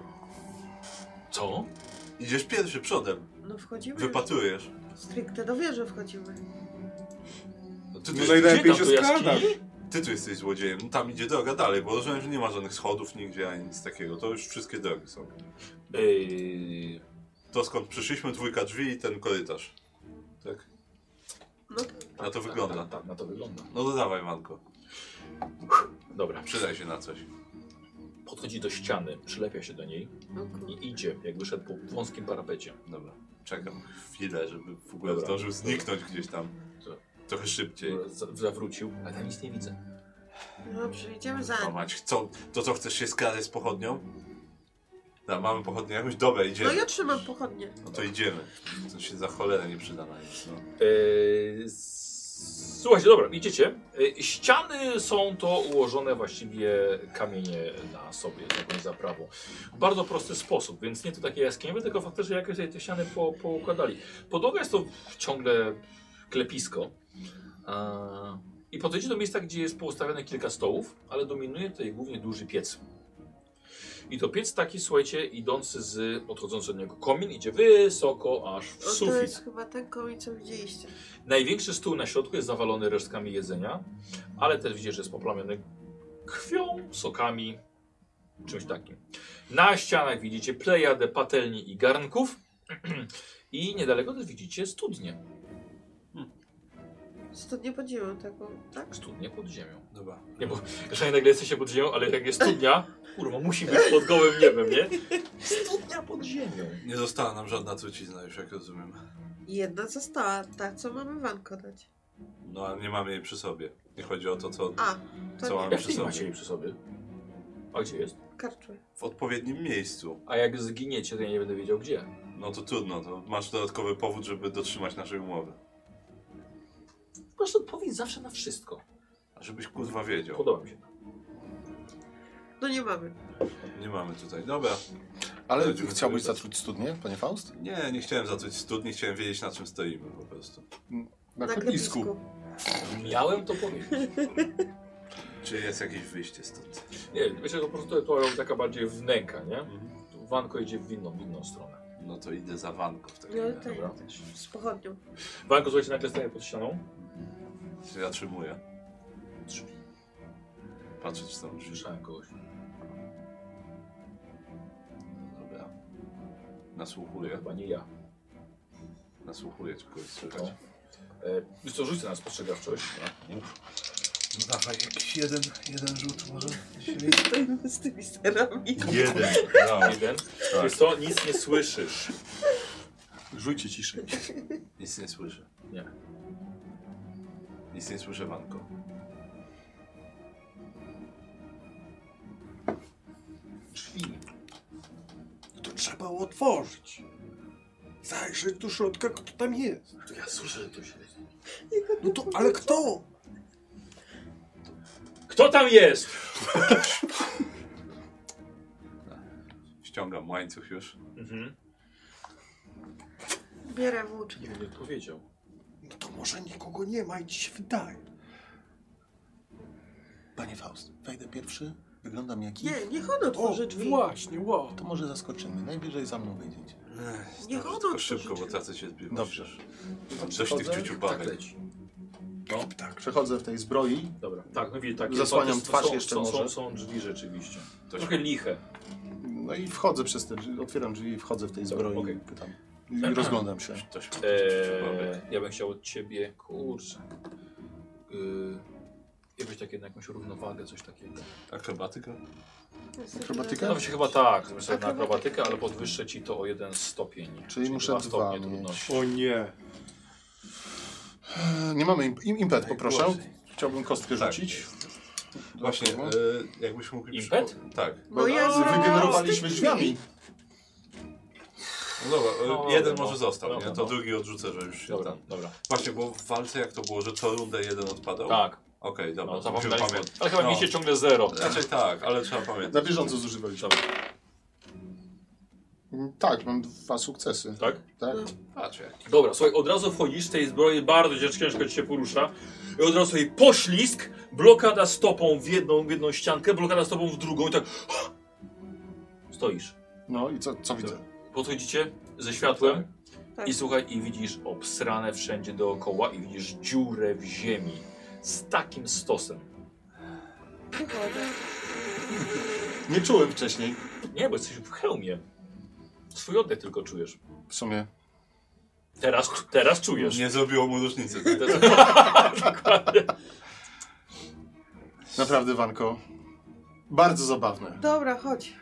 Co? Idziesz pierwszy przodem, No wchodzimy. wypatrujesz. Stricte do wieży wchodzimy. No, ty, tu No jesteś, najlepiej Gdzie się tam, do skradasz. jaskini? ty tu jesteś złodziejem, no, tam idzie droga dalej, bo rozumiem, że nie ma żadnych schodów nigdzie, ani nic takiego. To już wszystkie drogi są. Yy, To skąd przyszliśmy, dwójka drzwi i ten korytarz. Tak? No Na to wygląda. Tak, tak, na to wygląda. No to dawaj, Wanko. Dobra. Przydaj się na coś. Podchodzi do ściany, przylepia się do niej no kurde. i idzie, jakby szedł po wąskim parapecie. Dobra. Czekam chwilę, żeby w ogóle Dobra. zdążył zniknąć gdzieś tam. Co? Trochę szybciej. Z- Zawrócił, ale tam nic nie widzę. Dobrze, idziemy za O nim. mać, co? To co, chcesz się skradać z pochodnią? No, mamy pochodnię jakąś? Dobra, No idziemy. ja trzymam pochodnie. No to idziemy. To się za cholerę nie przyda na nic, no. Yy, s- słuchajcie, dobra, idziecie. Yy, ściany są to ułożone właściwie kamienie na sobie, z jakąś zaprawą. W bardzo prosty sposób, więc nie to takie jaskiniowe, tylko faktycznie jakoś sobie te ściany po, poukładali. Podłoga jest to ciągle klepisko. A, I podejdziecie do miejsca, gdzie jest poustawione kilka stołów, ale dominuje tutaj głównie duży piec. I to piec taki, słuchajcie, idący z, odchodzący od niego komin, idzie wysoko aż w O, to sufit. jest chyba ten komin, co widzieliście. Największy stół na środku jest zawalony resztkami jedzenia, ale też widzicie, że jest poplamiony krwią, sokami, czymś takim. Na ścianach widzicie plejadę patelni i garnków i niedaleko też widzicie studnię. Studnie podziemą taką, tak? Studnię pod ziemią. Dobra. Nie, bo że nagle jesteście pod ziemią, ale jak jest studnia, kurwa, musi być pod gołym niebem, nie? Studnia pod ziemią. Nie została nam żadna trucizna już, jak rozumiem. Jedna została, ta co mamy Wanko dać. No, ale nie mamy jej przy sobie. Nie chodzi o to, co A, Co to mamy? nie, Jak przy nie sobie. macie jej przy sobie? A gdzie jest? karczmy. w odpowiednim miejscu. A jak zginiecie, to ja nie będę wiedział gdzie. No to trudno, to masz dodatkowy powód, żeby dotrzymać naszej umowy. Masz odpowiedź zawsze na wszystko. A żebyś kurwa wiedział. Podoba mi się. No nie mamy. Nie mamy tutaj. Dobra. Ale Będziemy chciałbyś sobie- zatruć studnię, panie Faust? Nie, nie chciałem zatruć studni, chciałem wiedzieć, na czym stoimy po prostu. Na, Na klepisku. klepisku. Miałem to powiedzieć. Czy jest jakieś wyjście stąd? Nie, myślę, że po prostu to taka bardziej wnęka, nie? Tu Wanko idzie w inną, w inną stronę. No to idę za Wanką w takim No razie. tak, Dobra. też. Z pochodnią. Wanko, słuchajcie, nagle staje pod ścianą. Zatrzymuję. Drzwi. Patrzę, czy są drzwi. Słyszałem kogoś. Dobra. Nasłuchuję. Chyba nie ja. Nasłuchuję, czy kogoś słychać. No. E, Wiesz co, rzuć na spostrzegawczość. No dawaj, jakiś jeden, jeden rzut może? Stoimy z tymi sterami. Jeden. No. Jeden. Tak. Wiesz co, nic nie słyszysz. Żujcie ciszej. Nic nie słyszę. Nie. Nic nie słyszę, Wanko. Drzwi. To trzeba otworzyć. Zajrzeć do środka, kto tam jest. To ja słyszę, że to się... No to, ale kto? Kto tam jest? Ściągam łańcuch już. Mhm. Bierę włóczki. Nie odpowiedział. No to może nikogo nie ma i ci się wydaje. Panie Faust, wejdę pierwszy? Wyglądam jak Nie, niech on O, otworzy drzwi. właśnie, wow. To może zaskoczymy. Najwyżej za mną wyjdziecie. Ech, Niech dobrze, ono tylko otworzy szybko, bo drzwi. tracę się zbiegłość. Dobrze. Mam dość tych Przechodzę, ciuciu Tak babek. leci. No, tak. Przechodzę w tej zbroi. Dobra, tak, no widzisz, tak. Zasłaniam są, twarz są, jeszcze są, może. Są, są drzwi rzeczywiście. To Trochę liche. No i wchodzę przez te drzwi. Otwieram drzwi i wchodzę w tej Dobra, zbroi. okej. Pytam. I rozglądam się. Ktoś ma Eee, babek. ja bym chciał od ciebie, kurczę, yy, jakbyś takie na jakąś równowagę, coś takiego. Akrobatyka? Akrobatyka? No się chyba tak, myślę na Akrobatyka. akrobatykę, ale podwyższę ci to o jeden stopień. Czyli muszę dwa dwa stopnie mieć. trudności. O nie. Eee, Nie mamy imp im impet, poproszę. Najgorzej. Chciałbym kostkę Tak. rzucić. Właśnie, e, Dodatkowo. jakbyś mógł... Impet? Tak. No ja Bo wygenerowaliśmy zrobiłam drzwiami. No dobra, e, No, jeden no, może został, dobra, nie? To no. drugi odrzucę, że już się Dobra, tam... dobra. Właśnie, bo w walce jak to było, że co rundę jeden odpadał? Tak, Okej, dobra, no, to musimy zapomnieliśmy. pamiętać. Ale chyba No. mieliście ciągle zero. Raczej tak, ale trzeba pamiętać. Na bieżąco zużywaliśmy. Dobra, Mm, Tak, mam dwa sukcesy. tak? Tak? Patrz jak. Dobra, słuchaj, od razu wchodzisz w tej zbroi, bardzo cięż- ciężko ci się porusza. I od razu sobie poślizg, blokada stopą w jedną, w jedną ściankę, blokada stopą w drugą i tak... Stoisz. No i co, co widzę? Podchodzicie ze światłem Tak. i słuchaj, i widzisz obsrane wszędzie dookoła i widzisz dziurę w ziemi z takim stosem. Nie czułem wcześniej. Nie, bo jesteś w hełmie. Swój oddech tylko czujesz. W sumie. Teraz, teraz czujesz. Nie zrobiło mu różnicy. Dokładnie. Naprawdę, Wanko. Bardzo zabawne. Dobra, chodź.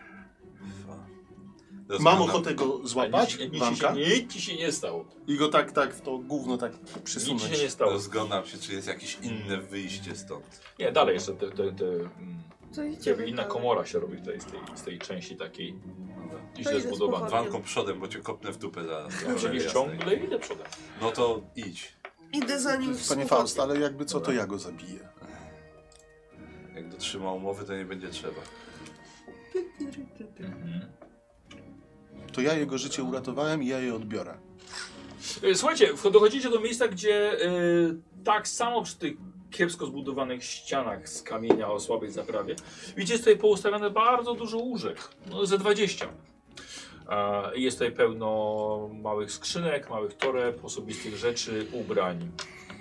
Mam ochotę go złapać, Nic, nic, ci Wanka, się, nic ci się nie stało. i go tak, tak w to gówno tak Nic ci się przysunąć. nie stało. Rozglądam się, czy jest jakieś inne wyjście stąd. Nie, dalej jeszcze te, te, te, mm, To idziemy. inna dalej. komora się robi tutaj z tej, z tej części takiej To źle idę z zbudowanej. powrotem. Walką przodem, bo cię kopnę w dupę zaraz. Czyli Jasne. ciągle idę przodem. No to idź. Idę za nim Panie współchodnie. Faust, ale jakby co, to ja go zabiję. Jak dotrzyma umowy, to nie będzie trzeba. Mhm. To ja jego życie uratowałem i ja je odbiorę. E, Słuchajcie, wch- dochodzicie do miejsca, gdzie e, tak samo przy tych kiepsko zbudowanych ścianach z kamienia o słabej zaprawie widzicie tutaj poustawione bardzo dużo łóżek, no ze dwadzieścia. E, Jest tutaj pełno małych skrzynek, małych toreb, osobistych rzeczy, ubrań.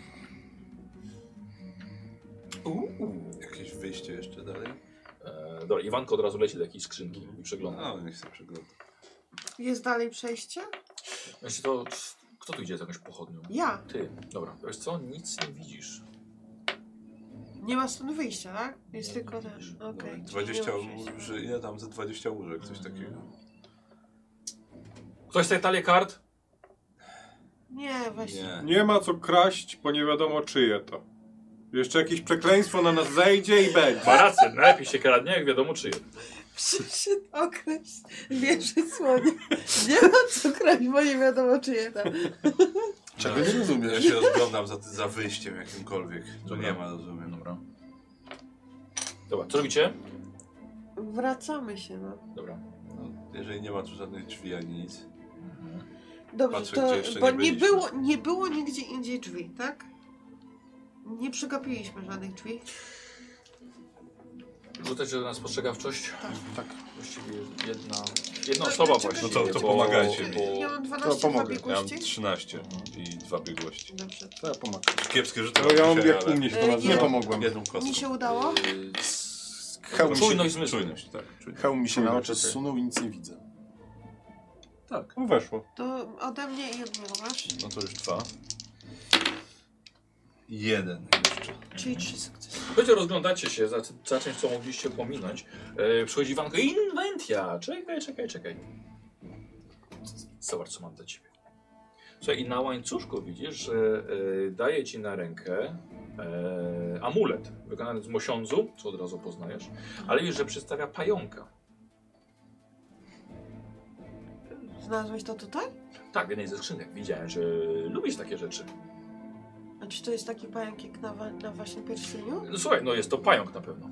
Uuu. Jakieś wyjście jeszcze dalej? E, dobra, Iwanko od razu leci do jakiejś skrzynki i przegląda. No, niech sobie przegląda. Jest dalej przejście? Myślę, to kto tu idzie z jakąś pochodnią? Ja. Ty. Dobra, wiesz co? Nic nie widzisz. Nie ma stąd wyjścia, tak? Jest tylko też. Okej. czyli dwadzieścia nie ma przejścia. że ile tam ze dwadzieścia łóżek, coś takiego. Ktoś chce talię kart? Nie, weź. Nie. Nie ma co kraść, bo nie wiadomo czyje to. Jeszcze jakieś przekleństwo na nas zejdzie i będzie. Ma rację, najlepiej się kradnie, jak wiadomo czyje. Przyszedł okres wieży słonie. Nie ma co kraść, bo nie wiadomo czyje tam. Czego nie Ja rozumiesz? się rozglądam za, za wyjściem jakimkolwiek. Tu Dobra. nie ma, rozumiem. Dobra. Dobra, co robicie? Wracamy się, no. Dobra. No, Jeżeli nie ma tu żadnych drzwi ani nic. Dobrze, Patrzę, to, gdzie jeszcze bo nie nie byliśmy. było, nie było nigdzie indziej drzwi, tak? Nie przegapiliśmy żadnych drzwi. Rzucacie do nas spostrzegawczość? Tak. Właściwie jedna, jedna No, osoba czekaj, właściwie. No to- to bo- pomagajcie. Bo... Ja mam To dwanaście pomogę. Ja mam biegłości. trzynaście i dwa biegłości. Dobrze. To ja pomagam. Kiepskie rzuty No ja mam dzisiaj, jak ale u mnie się to E, nazywa. Nie pomogłem. jedną kostką. Mi się udało? Yy, Hełm mi się, Czujność zmysłu. Czujność, tak. Czujność. hełm mi się na Czujność, oczy okej. zsunął i nic nie widzę. Tak. No weszło. To ode mnie i od mnie masz. No to już dwa. Jeden jeszcze. Czyli trzy sukcesy. Słuchajcie, rozglądacie się za, za czymś, co mogliście pominąć. E, przychodzi Wanko. Inwentia! Czekaj, czekaj, czekaj. Zobacz, co mam dla ciebie. Słuchaj, i na łańcuszku widzisz, że e, daje ci na rękę e, amulet wykonany z mosiądzu, co od razu poznajesz, ale widzisz, że przedstawia pająka. Znalazłeś to tutaj? Tak, w jednej ze skrzynek widziałem, że lubisz takie rzeczy. A czy to jest taki pająk jak na, wa- na właśnie pierścieniu? No, słuchaj, no jest to pająk na pewno.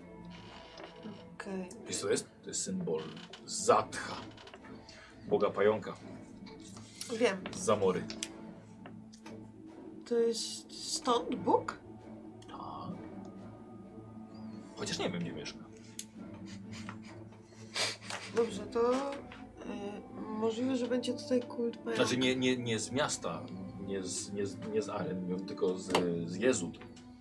Okej. Wiesz co to jest? To jest symbol Zatha, boga pająka, Wiem. z Zamory. To jest stąd Bóg? Tak. Chociaż nie wiem, gdzie mieszka. Dobrze, to y, możliwe, że będzie tutaj kult pająka. Znaczy nie, nie, nie z miasta, nie z, nie z, nie z Aren, tylko z, z Jezud.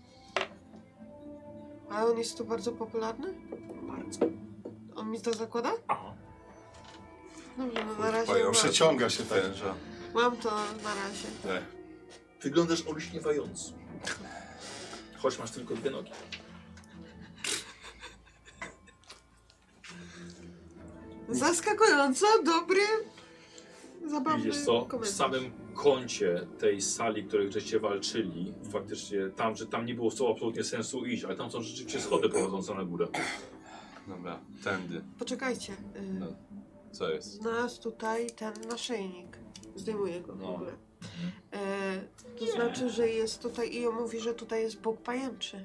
A on jest tu bardzo popularny? Bardzo. On mi to zakłada? Aha. Dobrze, no na razie Pająk mam, Przeciąga się tak. Węża. mam to na razie. Tak. Wyglądasz olśniewająco. Choć masz tylko dwie nogi. Zaskakująco dobry, zabawny Widzisz co, w komentarz. samym kącie tej sali, w której żeście walczyli, faktycznie tam, że tam nie było co absolutnie sensu iść, ale tam są rzeczywiście schody prowadzące na górę. Dobra, tędy. Poczekajcie, y, No. Co jest? znalazł tutaj ten naszyjnik. Zdejmuję go w No. ogóle. E, to znaczy, że jest tutaj i on mówi, że tutaj jest Bóg pajęczy.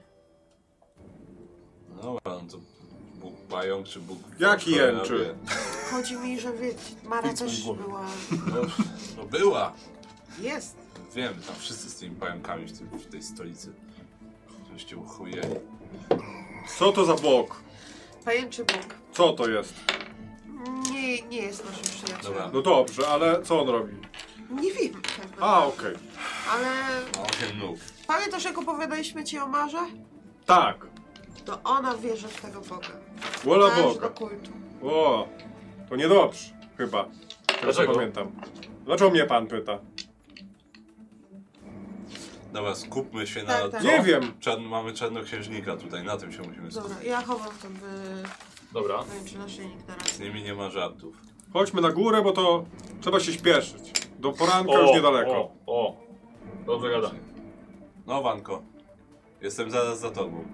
No dobra, no to Bóg pająk czy Bóg... Jaki cholera jęczy? wie. Chodzi mi, że wiecie, Mara Nic mi też w głowie. była... No, no była. Jest. Wiem, tam wszyscy z tymi pająkami w, tym, w tej stolicy. Żeście uchujeli. Co to za bok? Pajęczy Bóg. Co to jest? Nie, nie jest naszym przyjacielem. Dobra. No dobrze, ale co on robi? Nie wiem. Tak naprawdę. A, okej. Ale Osiem nóg. pamiętasz, jak opowiadaliśmy ci o Marze? Tak. To ona wierzy w tego Boga. Wola Należy Boga. do kultu. O, to niedobrze, chyba. Teraz Dlaczego? pamiętam. Dlaczego mnie pan pyta? Dobra, skupmy się Tak, na... tak. co? Nie wiem. Czarn, mamy czarnoksiężnika tutaj, na tym się musimy skupić. Dobra, ja chowam ten y, Dobra. pajęczy naszyjnik na Z razie. nimi nie ma żartów. Chodźmy na górę, bo to trzeba się śpieszyć. Do poranka już niedaleko. O, o. Dobrze gada. No, Wanko. Jestem zaraz za tobą.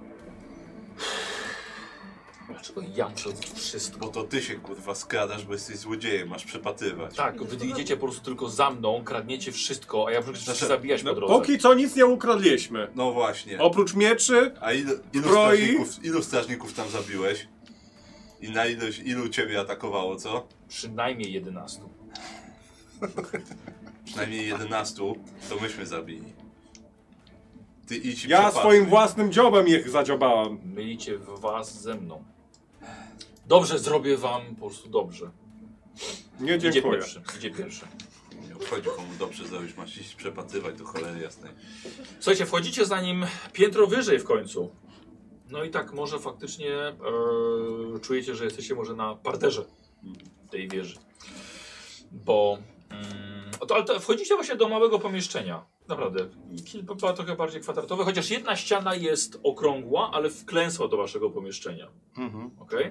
Dlaczego ja muszę wszystko? Bo to ty się, kurwa, skradasz, bo jesteś złodziejem, masz przepatywać. Tak, wy idziecie po prostu tylko za mną, kradniecie wszystko, a ja muszę się Znaczy, zabijać No, po drodze. póki co nic nie ukradliśmy. No właśnie. Oprócz mieczy, A ilu, ilu, Zbroi? strażników, ilu strażników tam zabiłeś? I na ilość, ilu ciebie atakowało, co? Przynajmniej jedenastu. Przynajmniej jedenastu, to myśmy zabili. Ty idź i ja przepatuj. swoim własnym dziobem ich zadziobałem. Mylicie was ze mną. Dobrze, zrobię wam po prostu dobrze. Nie Idzie dziękuję. pierwszy, idzie pierwszy. Nie obchodzi komu dobrze zrobić, masz iść przepatywać do cholery jasnej. Słuchajcie, wchodzicie za nim piętro wyżej w końcu. No i tak, może faktycznie e, czujecie, że jesteście może na parterze tej wieży. Bo... Mm, to, ale to wchodzicie właśnie do małego pomieszczenia. Naprawdę. Kilka trochę bardziej kwadratowe, chociaż jedna ściana jest okrągła, ale wklęsła do waszego pomieszczenia. Mhm. Okej?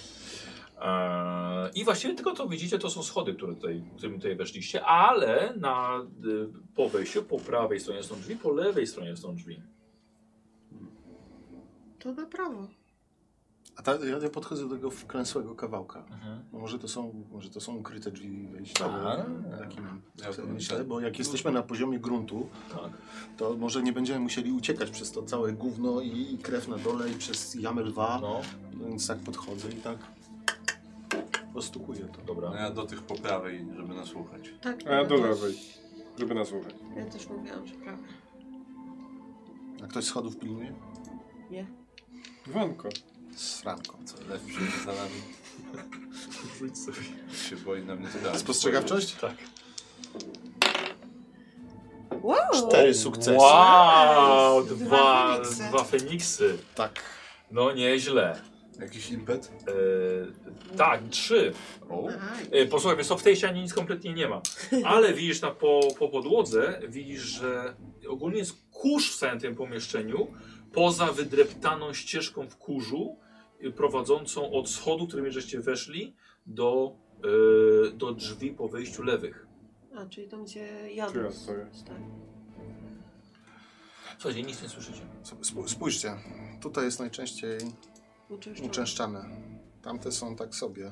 Eee, I właściwie tylko to widzicie, to są schody, które tutaj, którymi tutaj weszliście, ale na, y, po wejściu po prawej stronie są drzwi, po lewej stronie są drzwi. To na prawo. A ta, ja, ja podchodzę do tego wklęsłego kawałka. Mhm. No może, to są, może to są ukryte drzwi wejściowe. A. Takim, Ja sobie bym- myślę, bo jak jesteśmy na poziomie gruntu, Tak. to może nie będziemy musieli uciekać przez to całe gówno i, i krew na dole i przez jamę lwa. No. No więc tak podchodzę i tak Ostukuję to. Dobra. No ja do tych po prawej, żeby nasłuchać. Tak, A ja do też- lewej, żeby nas słuchać. Ja też mówiłam, że prawie. A ktoś schodów pilnuje? Nie. Wanko. Z Franką. Co, lew przyjdzie za nami? Rzuć sobie. Się boi na mnie zdać. Spostrzegawczość? Tak. Wow! Cztery sukcesy. Wow! Dwa Dwa, Feniksy. dwa Feniksy. Tak. No nieźle. Jakiś impet? E, tak, trzy. O, Aj. E, posłuchaj, wiesz co, w tej ścianie nic kompletnie nie ma. Ale widzisz na, po, po podłodze, widzisz, że ogólnie jest kurz w całym tym pomieszczeniu, poza wydreptaną ścieżką w kurzu, y, prowadzącą od schodu, którymi żeście weszli, do, y, do drzwi po wyjściu lewych. A, czyli tam, gdzie Tu ja Janus stoję. stoi. Słuchajcie, nic nie słyszycie. Sp- Spójrzcie, tutaj jest najczęściej Uczęszczony. uczęszczane. Tamte są tak sobie.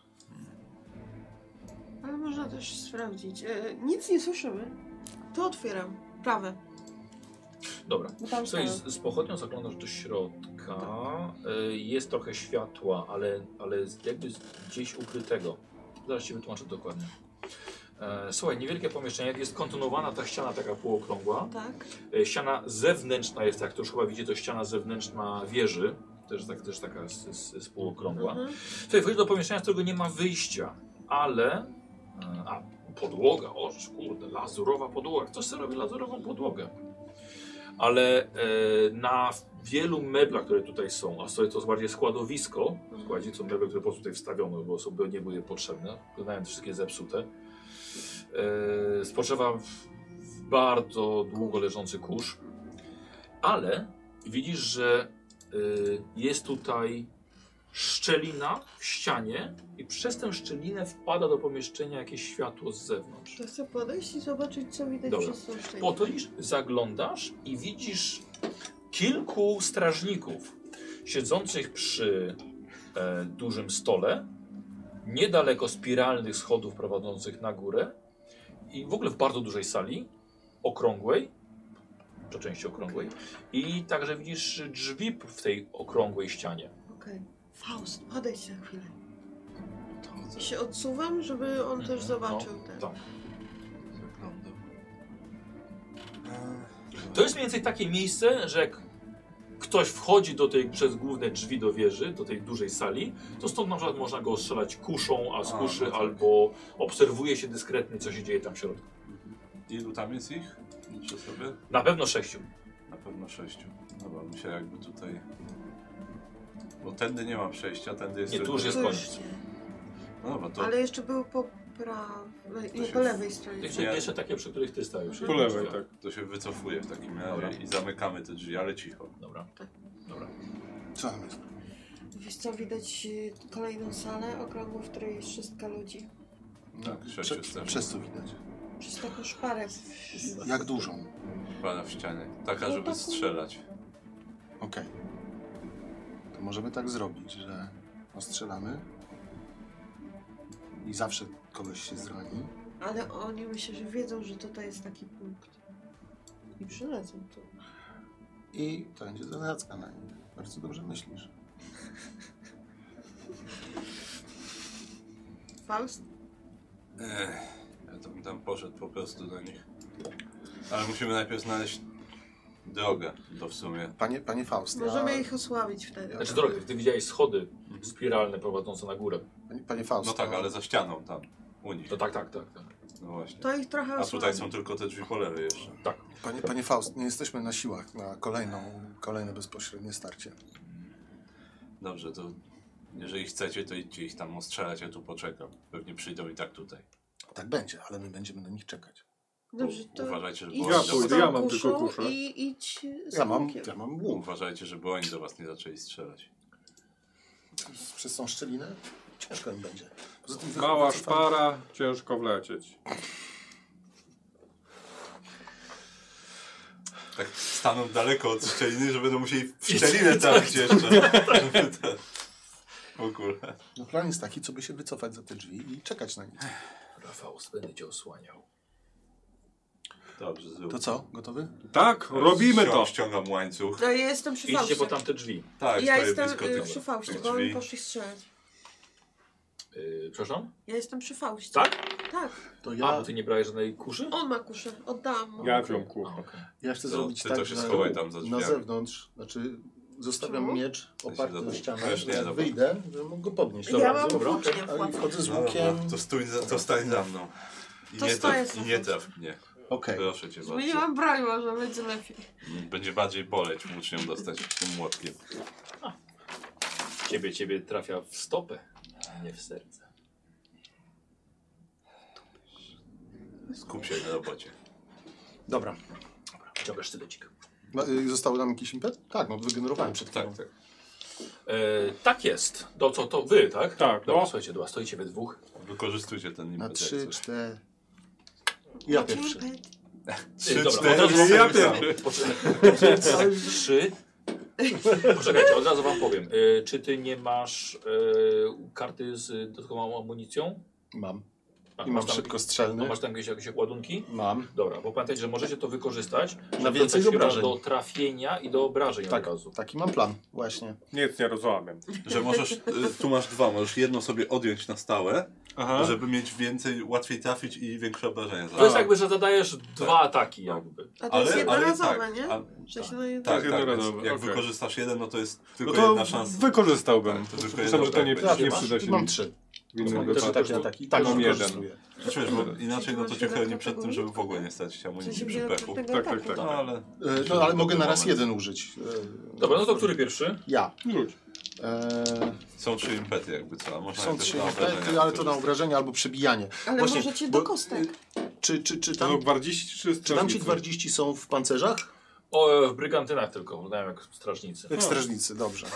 Ale można też sprawdzić. E, nic nie słyszymy. To otwieram. Prawe. Dobra. Bo tam Słuchaj, stoją. z, z pochodnią zaglądasz do środka. Y, jest trochę światła, ale, ale jakby z- gdzieś ukrytego. Zaraz ci wytłumaczę dokładnie. E, słuchaj, niewielkie pomieszczenie, jest kontynuowana ta ściana taka półokrągła. Tak. E, ściana zewnętrzna jest, jak to już chyba widzicie, to ściana zewnętrzna wieży. Też, tak, też taka jest, jest, jest półokrągła. Mhm. Słuchaj, wchodzisz do pomieszczenia, z którego nie ma wyjścia, ale... e, A, podłoga, o kurde, lazurowa podłoga. Ktoś sobie robi lazurową podłogę. Ale e, na wielu meblach, które tutaj są, a sobie to jest bardziej składowisko, składzi są meble, które po prostu tutaj wstawiono, bo sobie nie były potrzebne, wyglądają te wszystkie zepsute. E, spoczywa w, w bardzo długo leżący kurz, ale widzisz, że e, jest tutaj szczelina w ścianie i przez tę szczelinę wpada do pomieszczenia jakieś światło z zewnątrz. To chcę podejść i zobaczyć, co widać Dobra. przez tą szczelinę. Podchodzisz, zaglądasz i widzisz kilku strażników siedzących przy e, dużym stole, niedaleko spiralnych schodów prowadzących na górę i w ogóle w bardzo dużej sali, okrągłej, po części okrągłej, i także widzisz drzwi w tej okrągłej ścianie. Okej. Faust, podejdź na chwilę. to I się odsuwam, żeby on też zobaczył No, ten. tak. zaglądam. To jest mniej więcej takie miejsce, że jak ktoś wchodzi do tej, przez główne drzwi do wieży, do tej dużej sali, to stąd na przykład można go strzelać kuszą, a z A, kuszy no tak. albo obserwuje się dyskretnie, co się dzieje tam w środku. Ilu tam jest ich? Liczę sobie? Na pewno sześciu. Na pewno sześciu. Dobra, myślę jakby tutaj... Bo tędy nie ma przejścia, tędy jest... Nie, tu tylko- już jest To koniec. już nie. No dobra, to... Ale jeszcze był po prawej, nie, się po w- lewej stronie. Jeszcze, jeszcze takie, przy których ty stałeś. Po lewej, tak. To się wycofuje w takim Dobra. razie i zamykamy te drzwi, ale cicho. Dobra. Tak. Dobra. Co tam jest? Wiesz co, widać y, kolejną salę okrągłą, w której jest szóstka ludzi. Tak, sześciu Prze- strażników. przez co widać? Przez taką szparę. Jak dużą? Pada w ścianie. Taka, No żeby taką- strzelać. Okej. To możemy tak zrobić, że ostrzelamy i zawsze kogoś się zrani. Ale oni myślę, że wiedzą, że tutaj jest taki punkt. I przylecą tu. I to będzie zasadzka na nich. Bardzo dobrze myślisz. Faust? Ech, ja to bym tam poszedł po prostu do nich. Ale musimy najpierw znaleźć drogę do w sumie. Panie, panie Faust, Możemy ja, ich osłabić wtedy. Znaczy droga, ty widziałeś schody spiralne prowadzące na górę. panie, panie Faust, No tak, to- ale za ścianą tam. U nich. No tak, tak, tak, tak. No właśnie. To ich trochę A osłabi. tutaj są tylko te drzwi po lewej jeszcze. Tak. Panie, panie Faust, nie jesteśmy na siłach na kolejną, kolejne bezpośrednie starcie. Dobrze, to jeżeli chcecie, to idźcie ich tam ostrzelać, ja tu poczekam. Pewnie przyjdą i tak tutaj. Tak będzie, ale my będziemy na nich czekać. Dobrze, to Uważajcie, żeby idź oni Ja do z pójdę, tą ja mam kuszą tylko kuszę. I idź z Ja mam, łukiem. ja mam łuk. Uważajcie, żeby oni do was nie zaczęli strzelać. Przez tą szczelinę ciężko im będzie. Poza tym Mała wycofam- szpara, ciężko wlecieć. Tak staną daleko od szczeliny, że będą musieli w szczelinę trafić jeszcze. Żeby ten- W ogóle. No plan jest taki, co by się wycofać za te drzwi i czekać na nich. Faust, będę cię osłaniał. Dobrze, zrób. To co? Gotowy? Tak, robimy Ścią- to. Ściągam łańcuch. No, ja jestem przy Idźcie Faustie. po tamte drzwi. Tak, Ja stoję jestem blisko y, tych przy Faustie, tych bo oni drzwi. poszli strzelać. Yy, Yy, przepraszam? Ja jestem przy Faustie. Tak? Tak. To A, ja, bo ty nie brałeś żadnej kuszy? On ma kuszę. Oddałam mu. Ja wziąłem kuchę. Okay. ja chcę To zrobić ty tak, to się że schowaj tam za na drzwiami. zewnątrz, znaczy zostawiam Czemu? miecz oparty za- o ścianę, Wiesz, nie, że dobra. wyjdę, że mogę go podnieść. Ja mam dobra, włócznie okej. w A i łapie. wchodzę z No łukiem. dobra, to, stój za, to stań za mną. I To nie stoję traf, i za nie mną. traf mnie. Okej. Proszę cię bardzo. Zmieniłam broń, może będzie lepiej. Będzie bardziej boleć włócznią dostać tym młotkiem. Ciebie, ciebie trafia w stopę, nie w serce. Skup się na robocie. Dobra. Ciągasz sztylecik. No, y, Został nam jakiś impet? Tak, no wygenerowałem przed chwilą. Tak, tak. E, tak jest. To co, to wy, tak? Tak, Dobra, no. słuchajcie, dobra, stoicie we dwóch. Wykorzystujcie ten impet. Na jak trzy, coś. cztery. Ja Macie pierwszy. impet? Trzy, dobra, cztery, od razu ja wam powiem. pierwszy. Poczekaj. Trzy. Poczekajcie, od razu wam powiem. E, czy ty nie masz e, karty z dodatkową amunicją? Mam. A, I masz mam tam, szybkostrzelny. no, masz tam jakieś, jakieś ładunki? Mam. Dobra, bo pamiętajcie, że możecie to wykorzystać żeby więcej dostać obrażeń. do trafienia i do obrażeń Tak, od razu. taki mam plan, właśnie. Nic nie rozłamiam. Że możesz, y, tu masz dwa, możesz jedno sobie odjąć na stałe, Aha. żeby mieć więcej, łatwiej trafić i większe obrażenia. To jest A. jakby, że zadajesz dwa ataki jakby. A to jest ale i jednorazowe, tak, nie? a- Że się na jedno... Tak, tak, więc jednorazowe, jak okej. wykorzystasz jeden, no to jest No tylko to jedna szansa. wykorzystałbym. Tak, to tylko Przypuszczam, że to nie, jedno, tak, nie będzie. przyda się. Mam trzy. w innym Też- wypadku. Takie ataki. Tak, Mam mam jeden. wykorzystuję. Znaczy, wiesz, bo inaczej no to cię chroni przed tym, żeby w ogóle nie stać się W sensie amunicji przy wzięłam pechu. tego Tak, tak, ataku. tak. No ale... E, No ale mogę na raz Moment. jeden użyć. E, Dobra, no to który pierwszy? Ja. Rzuć. E, Są trzy impety jakby co, a można Są też trzy na impety, obrażenia ale to na wykorzystać. obrażenia albo przebijanie. Ale Właśnie, możecie bo- do kostek. Czy, czy, czy, To tam, gwardziści czy czy tam ci strażnicy? gwardziści są w pancerzach? O, w brygantynach tylko, wyglądają jak strażnicy. Jak strażnicy, dobrze.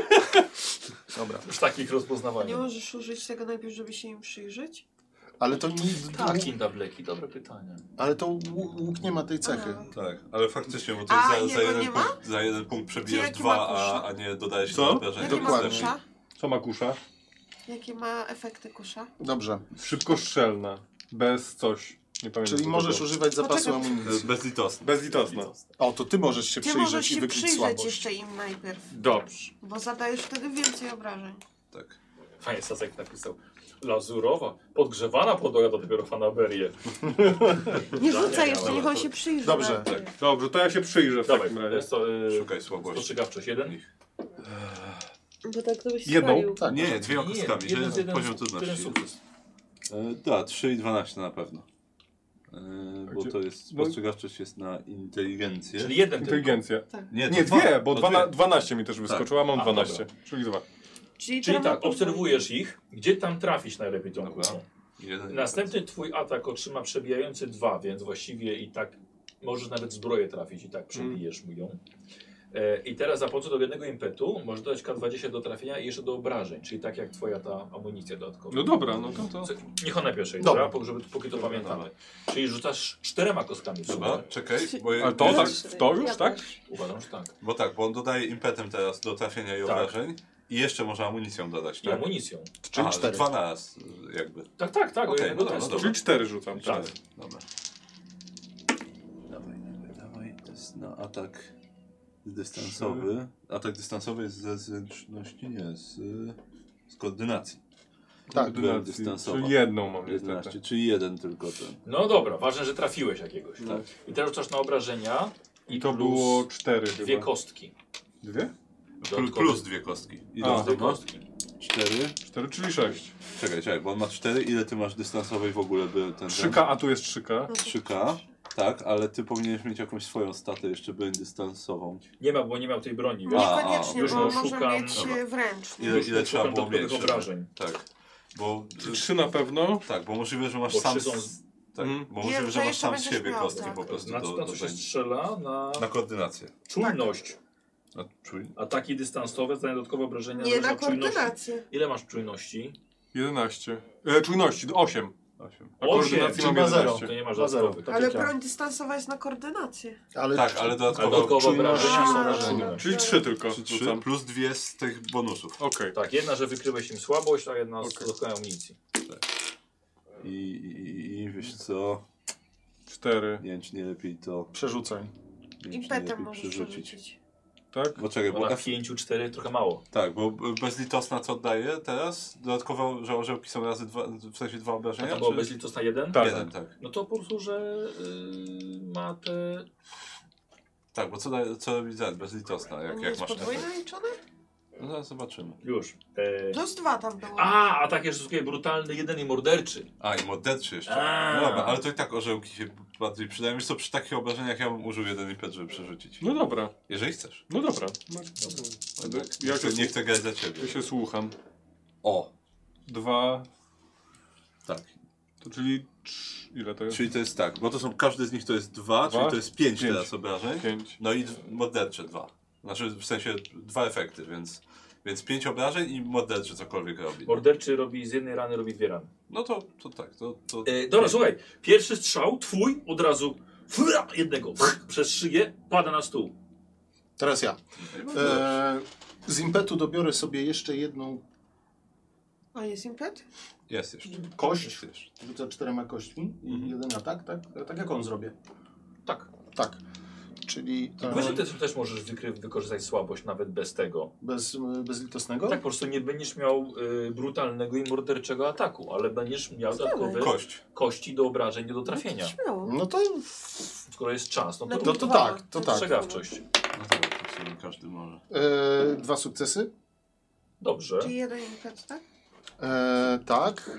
Dobra. Już takich Nie rozpoznawania. możesz użyć tego najpierw, żeby się im przyjrzeć? Ale to, nie, Tak, Kinda Bleki, dobre pytanie. ale to łu- łuk nie ma tej cechy. A. Tak, ale faktycznie, bo to A, jest za, za, jego jeden nie ma? punkt, za jeden punkt przebijasz Jakie dwa, ma a, kusza? a nie dodajesz Co? obrażeń. Jakie ma Dokładnie. kusza? Co ma kusza? Jakie ma efekty kusza? Dobrze. Szybkostrzelna. Bez coś. Nie pamiętam. Czyli co możesz to było. używać zapasu Poczekaj. To jest amunicji. bezlitosne. Bezlitosna. O, to ty możesz się Ty przyjrzeć możesz i się wykryć przyjrzeć słabość. jeszcze im najpierw, Dobrze. bo zadajesz wtedy więcej obrażeń. Tak. Fajnie, Sasek napisał. Lazurowa, podgrzewana podłoga to dopiero fanaberię. Nie Żania rzucaj jeszcze, miała. niech on się przyjrzy. Dobrze. najpierw. Dobrze, to ja się przyjrzę w Dawaj, takim to razie. jest to... Yy, Szukaj słabości. spostrzegawczość jeden? Bo tak to byś Jedną? strzelił. Tak, Nie, nie. dwiema kostkami, że jeden, jeden, poziom jeden trudności. sukces. E, tak, trzy i dwanaście na pewno. E, bo Gdzie- to jest, no- spostrzegawczość jest na inteligencję. Czyli jeden tylko. Inteligencja. Nie, Nie, to dwa. dwie, bo To dwana, dwie. dwanaście mi też wyskoczyło, a mam A, dwanaście. dobra. Czyli dwa. Czyli, Czyli to tak, ma- obserwujesz ich, gdzie tam trafić najlepiej tą Dobra. kuszą. Jeden Następny twój atak otrzyma przebijający dwa, więc właściwie i tak możesz nawet zbroję trafić i tak przebijesz mu ją. E, I teraz za pomocą do jednego impetu możesz dodać K dwadzieścia do trafienia i jeszcze do obrażeń, czyli tak jak twoja ta amunicja dodatkowa. No dobra, no to to. Co- Niech ona pierwszej, Dobra. dobra? Żeby, póki to pamiętamy. Czyli rzucasz czterema kostkami w Dobra, sumie. czekaj, bo, Ale to tak, Trzy. to już, Ja tak? też. Uważam, że tak. bo tak, bo on dodaje impetem teraz do trafienia i Tak. obrażeń i jeszcze może amunicją dodać, I tak? amunicją. Czyli A, cztery. dwa na raz jakby. Tak, tak, tak. Okej, Okay, no dobra, no dobra. Czyli cztery rzucam. Tak. Dobra. Dawaj, dawaj, dawaj. To jest na atak dystansowy. Atak dystansowy jest ze zręczności, nie, z, z koordynacji. Tak. Byłem dystansowa. Czyli jedną mam jedenaście, niestety. czyli jeden tylko ten. No dobra, ważne, że trafiłeś jakiegoś. No. I teraz rzucasz na obrażenia I to plus było cztery dwie chyba. kostki. Dwie? Plus, Dodatkowe. plus dwie kostki. Ile A, on Dwie tam ma? kostki. Cztery. Cztery, czyli sześć. Czekaj, czekaj, bo on ma cztery. Ile ty masz dystansowej w ogóle? By ten, trzy K, a tu jest trzy K. No to- trzy K. Tak, ale ty powinieneś mieć jakąś swoją statę jeszcze broń dystansową. Nie ma, bo nie miał tej broni. A, Wiesz? Niekoniecznie, już bo no, może szukam- mieć Dobra. e, wręcz. nie? Ile, ile trzeba Szukam było mieć? dodatkowych żeby- obrażeń. Tak. Bo, Trzy na pewno. tak, bo możliwe, że masz Bo sam... trzy są- z- Tak, Mm. bo Nie, możliwe, że że masz jeszcze sam z będziesz siebie miał, kostki tak. po prostu Na, do, na do co się zajęcia. strzela? Na Na koordynację. czujność. Na czuj. Ataki dystansowe, zadają dodatkowe obrażenia. Nie zależnie na od czujności. koordynację. Ile masz czujności? jedenaście. E, czujności, osiem. Osiem. A Osiem, koordynacji mam czyli ma zero. jedenaście. To nie masz Dwa zero. dodatkowych. tak Ale jak ja. broń dystansowa jest na koordynację. Ale Tak, ale Ale dodatkowo dodatkowe czujność obrażenia są i na obrażenia. czujność. Czyli trzy tylko. trzy, trzy rzucam. plus dwie z tych bonusów. Okej. Tak, jedna, że wykryłeś im słabość, a jedna z Okej. dodatkowej amunicji. I, i, i wiesz co, Cztery. nie wiem czy nie lepiej to... przerzucaj. Nie wiem, czy nie Impetem lepiej możesz przerzucić. przerzucić. Tak? Bo czekaj, Bo bo na F... pięciu, cztery trochę mało. Tak, bo bezlitosna co daje teraz? Dodatkowo, że orzełki są razy dwa, w sensie dwa A obrażenia? tam było czy- bezlitosna jeden? Tak. Jeden, tak. No to po prostu, że yy, ma te... Tak, bo co, daje, co robi Z? Bezlitosna, jak, Nie jak jest masz podwójne efekt. liczone? No zaraz zobaczymy. Już. E... Plus dwa tam było. A, a tak jeszcze słuchaj, brutalny jeden i morderczy. A, i morderczy jeszcze. A. No dobra, ale to i tak orzełki się bardziej przydają. Wiesz co, przy takich obrażeniach ja bym użył jeden impet, żeby przerzucić. No dobra, Jeżeli chcesz. no dobra. No, Dobra. Ja Nie, chcę, się- nie chcę grać za ciebie. ja się słucham. O, Dwa, tak. to czyli trz, ile to jest? Czyli to jest tak, bo to są, każdy z nich to jest dwa, Dwa? czyli to jest pięć, Pięć. teraz obrażeń. Pięć. No i d- mordercze dwa. Znaczy w sensie dwa efekty, więc, więc pięć obrażeń i morderczy cokolwiek robi. Morderczy robi z jednej rany, robi dwie rany. No to, to tak, to... to... E, dobra, słuchaj, pierwszy strzał, twój, od razu fla, jednego przez szyję, pada na stół. Teraz ja. E, z impetu dobiorę sobie jeszcze jedną A jest impet? Jest jeszcze. kość. Jest jeszcze. Rzucę czterema kośćmi i Mhm. jeden atak, tak? Tak jak on zrobię. Tak. Tak. Czyli e, Wiesz, że też, też możesz wykry, wykorzystać słabość nawet bez tego. bez, bezlitosnego. Tak, po prostu nie będziesz miał y, brutalnego i morderczego ataku, ale będziesz miał dodatkowe Kość. kości do obrażeń, nie do trafienia. Śmiało. No to, Skoro jest czas, no to, No to, to tak, to tak. strzegawczość. No dobra, to sobie każdy może. E, dwa sukcesy. Dobrze. Czyli jeden impet, tak? E, tak.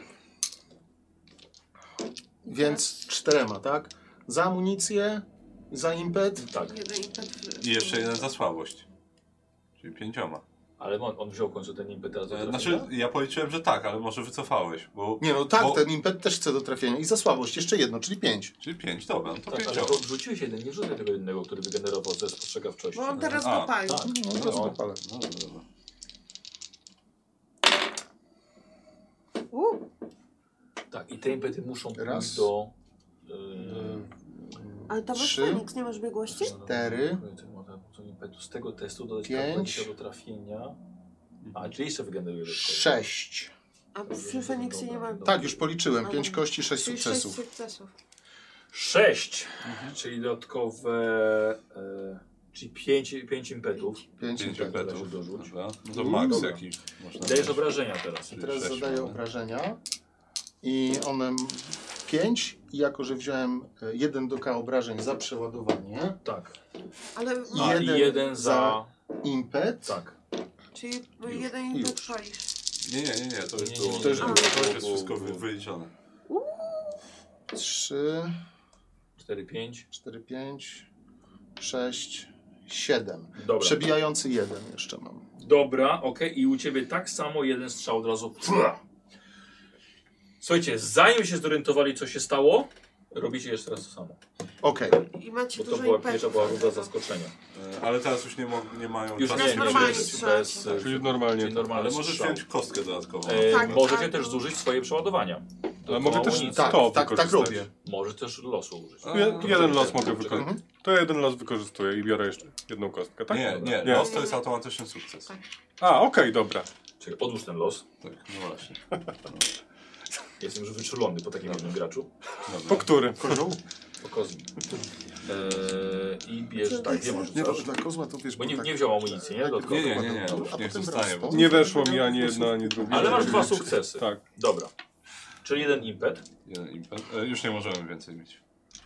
Więc czterema, tak? Za amunicję, za impet. Tak, Jeden impet. w- I jeszcze jeden za słabość. Czyli pięcioma. ale on, on wziął w końcu ten impet teraz do E, trafienia? Znaczy, ja policzyłem, że tak, ale może wycofałeś, bo... Nie no tak, bo... ten impet też chce do trafienia. I za słabość jeszcze jedno, czyli pięć. Czyli pięć, dobra, no to Tak, ale pięciowo. to wrzuciłeś jeden, nie wrzucaj tego jednego, który wygenerował ze spostrzegawczości. Bo on teraz A, go pali. tak. No, No, teraz no. popalę. No dobra, dobra. U, Tak, i te impety muszą Raz. pójść do... Yy, ale to masz Trzy. Feniks, nie masz biegłości? Cztery. Z tego testu dodać Pięć. K do trafienia. A, czyli jeszcze wygeneruje dodatkowo. Sześć. A przy Feniksie nie ma... Tak, już policzyłem. A, Pięć dobra. kości, sześć Czyli sześć sukcesów. sukcesów. Sześć, czyli dodatkowe... E, czyli pięć, pięć impetów. Pięć Pięć impetów. impetów. impetów. dorzuć. Dobra. No to max Dobra. jaki można Dajesz dać. obrażenia teraz. I teraz Sześć zadaję mamy. obrażenia. I one pięć. I jako, że wziąłem e, jeden do K obrażeń za przeładowanie, Tak. Ale... I A, jeden i jeden za... za- impet. Tak. Czyli Już. jeden impet Już. palisz. Nie, nie, nie, nie, to już Nie, nie, było. nie, To już to było. jest wszystko wy- wyliczone. Trzy, cztery, pięć. cztery, pięć, sześć, siedem. Dobra. Przebijający jeden jeszcze mam. Dobra, okej. I u ciebie tak samo jeden strzał od razu. Słuchajcie, zanim się zorientowali, co się stało, robicie jeszcze raz to samo. Okej. I macie Bo to dużo była impetów. pierwsza była runda zaskoczenia. E, Ale teraz już nie, mo- nie mają Już czasu. nie, nie, normalnie bez, strzelać. bez, e, Czyli normalnie. czyli normalny Ale możesz strzał. wziąć kostkę dodatkową. E, Tak, możecie tak. też zużyć swoje przeładowania. To Ale mogę są też amunicje. Tak, to tak, tak wykorzystać. robię. Możesz też losu użyć. A, Je, to jeden to- los to- mogę to- wykorzystać. Mhm. To ja jeden los wykorzystuję i biorę jeszcze jedną kostkę, tak? Nie, nie, Nie. los to jest automatyczny sukces. Tak. A, okej, dobra. Czyli odłóż ten los. Tak, no właśnie. Jestem już wyczulony po takim jednym graczu. Po Dobra. którym? Po kozmi. Eee, I bierz, tak, gdzie masz Nie, coś? dla kozła to wiesz, Bo nie, tak- nie wziął amunicji, nie? Dodatkowo. Nie, nie, nie, nie, A już potem niech wraz zostanie. z Bo... tą- Nie weszło mi ani jedno, ani drugie. Ale masz dwa sukcesy. Tak. Dobra. Czyli jeden impet. Jeden impet. E, już nie możemy więcej mieć.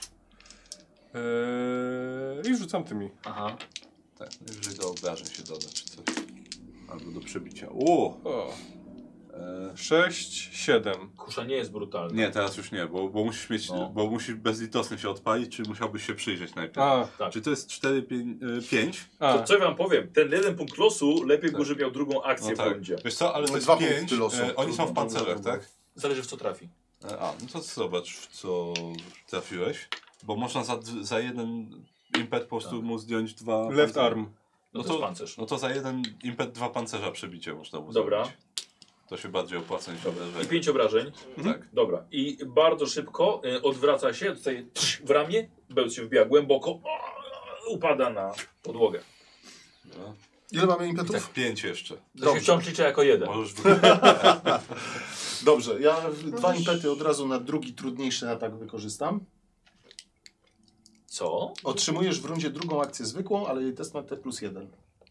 Eee, I rzucam tymi. Aha. Tak, jeżeli do obrażeń się doda, czy coś. Albo do przebicia. O! O. E, Sześć, siedem. Kusza nie jest brutalna. nie, teraz już nie, bo, bo musisz mieć, No. bo musisz bezlitosny się odpalić, czy musiałbyś się przyjrzeć najpierw. A, Tak. Czy to jest cztery, pięć? a. To co ja wam powiem, ten jeden punkt losu lepiej Tak. było, żeby miał drugą akcję No w tak. rundzie. Wiesz co, ale to No jest dwa pięć. punkty losu. E, oni są w pancerzach, tak? Zależy w co trafi. E, A, no to zobacz, w co trafiłeś. Bo można za, za jeden impet po prostu Tak. mu zdjąć dwa... Left pancerze. arm. No, No to to- jest pancerz. No to za jeden impet dwa pancerza przebicie można mu Dobra. zrobić. To się bardziej opłaca niż I obrażenie. pięć obrażeń. Tak. Dobra. I bardzo szybko y, odwraca się, tutaj w ramię, bełt się wbija głęboko, o, upada na podłogę. No. Ile mamy I impetów? tak pięć jeszcze. To się Dobrze. wciąż liczy jako jeden. Możesz wy... Dobrze, ja dwa impety od razu na drugi trudniejszy atak wykorzystam. Co? Otrzymujesz w rundzie drugą akcję zwykłą, ale jej test ma T plus jeden.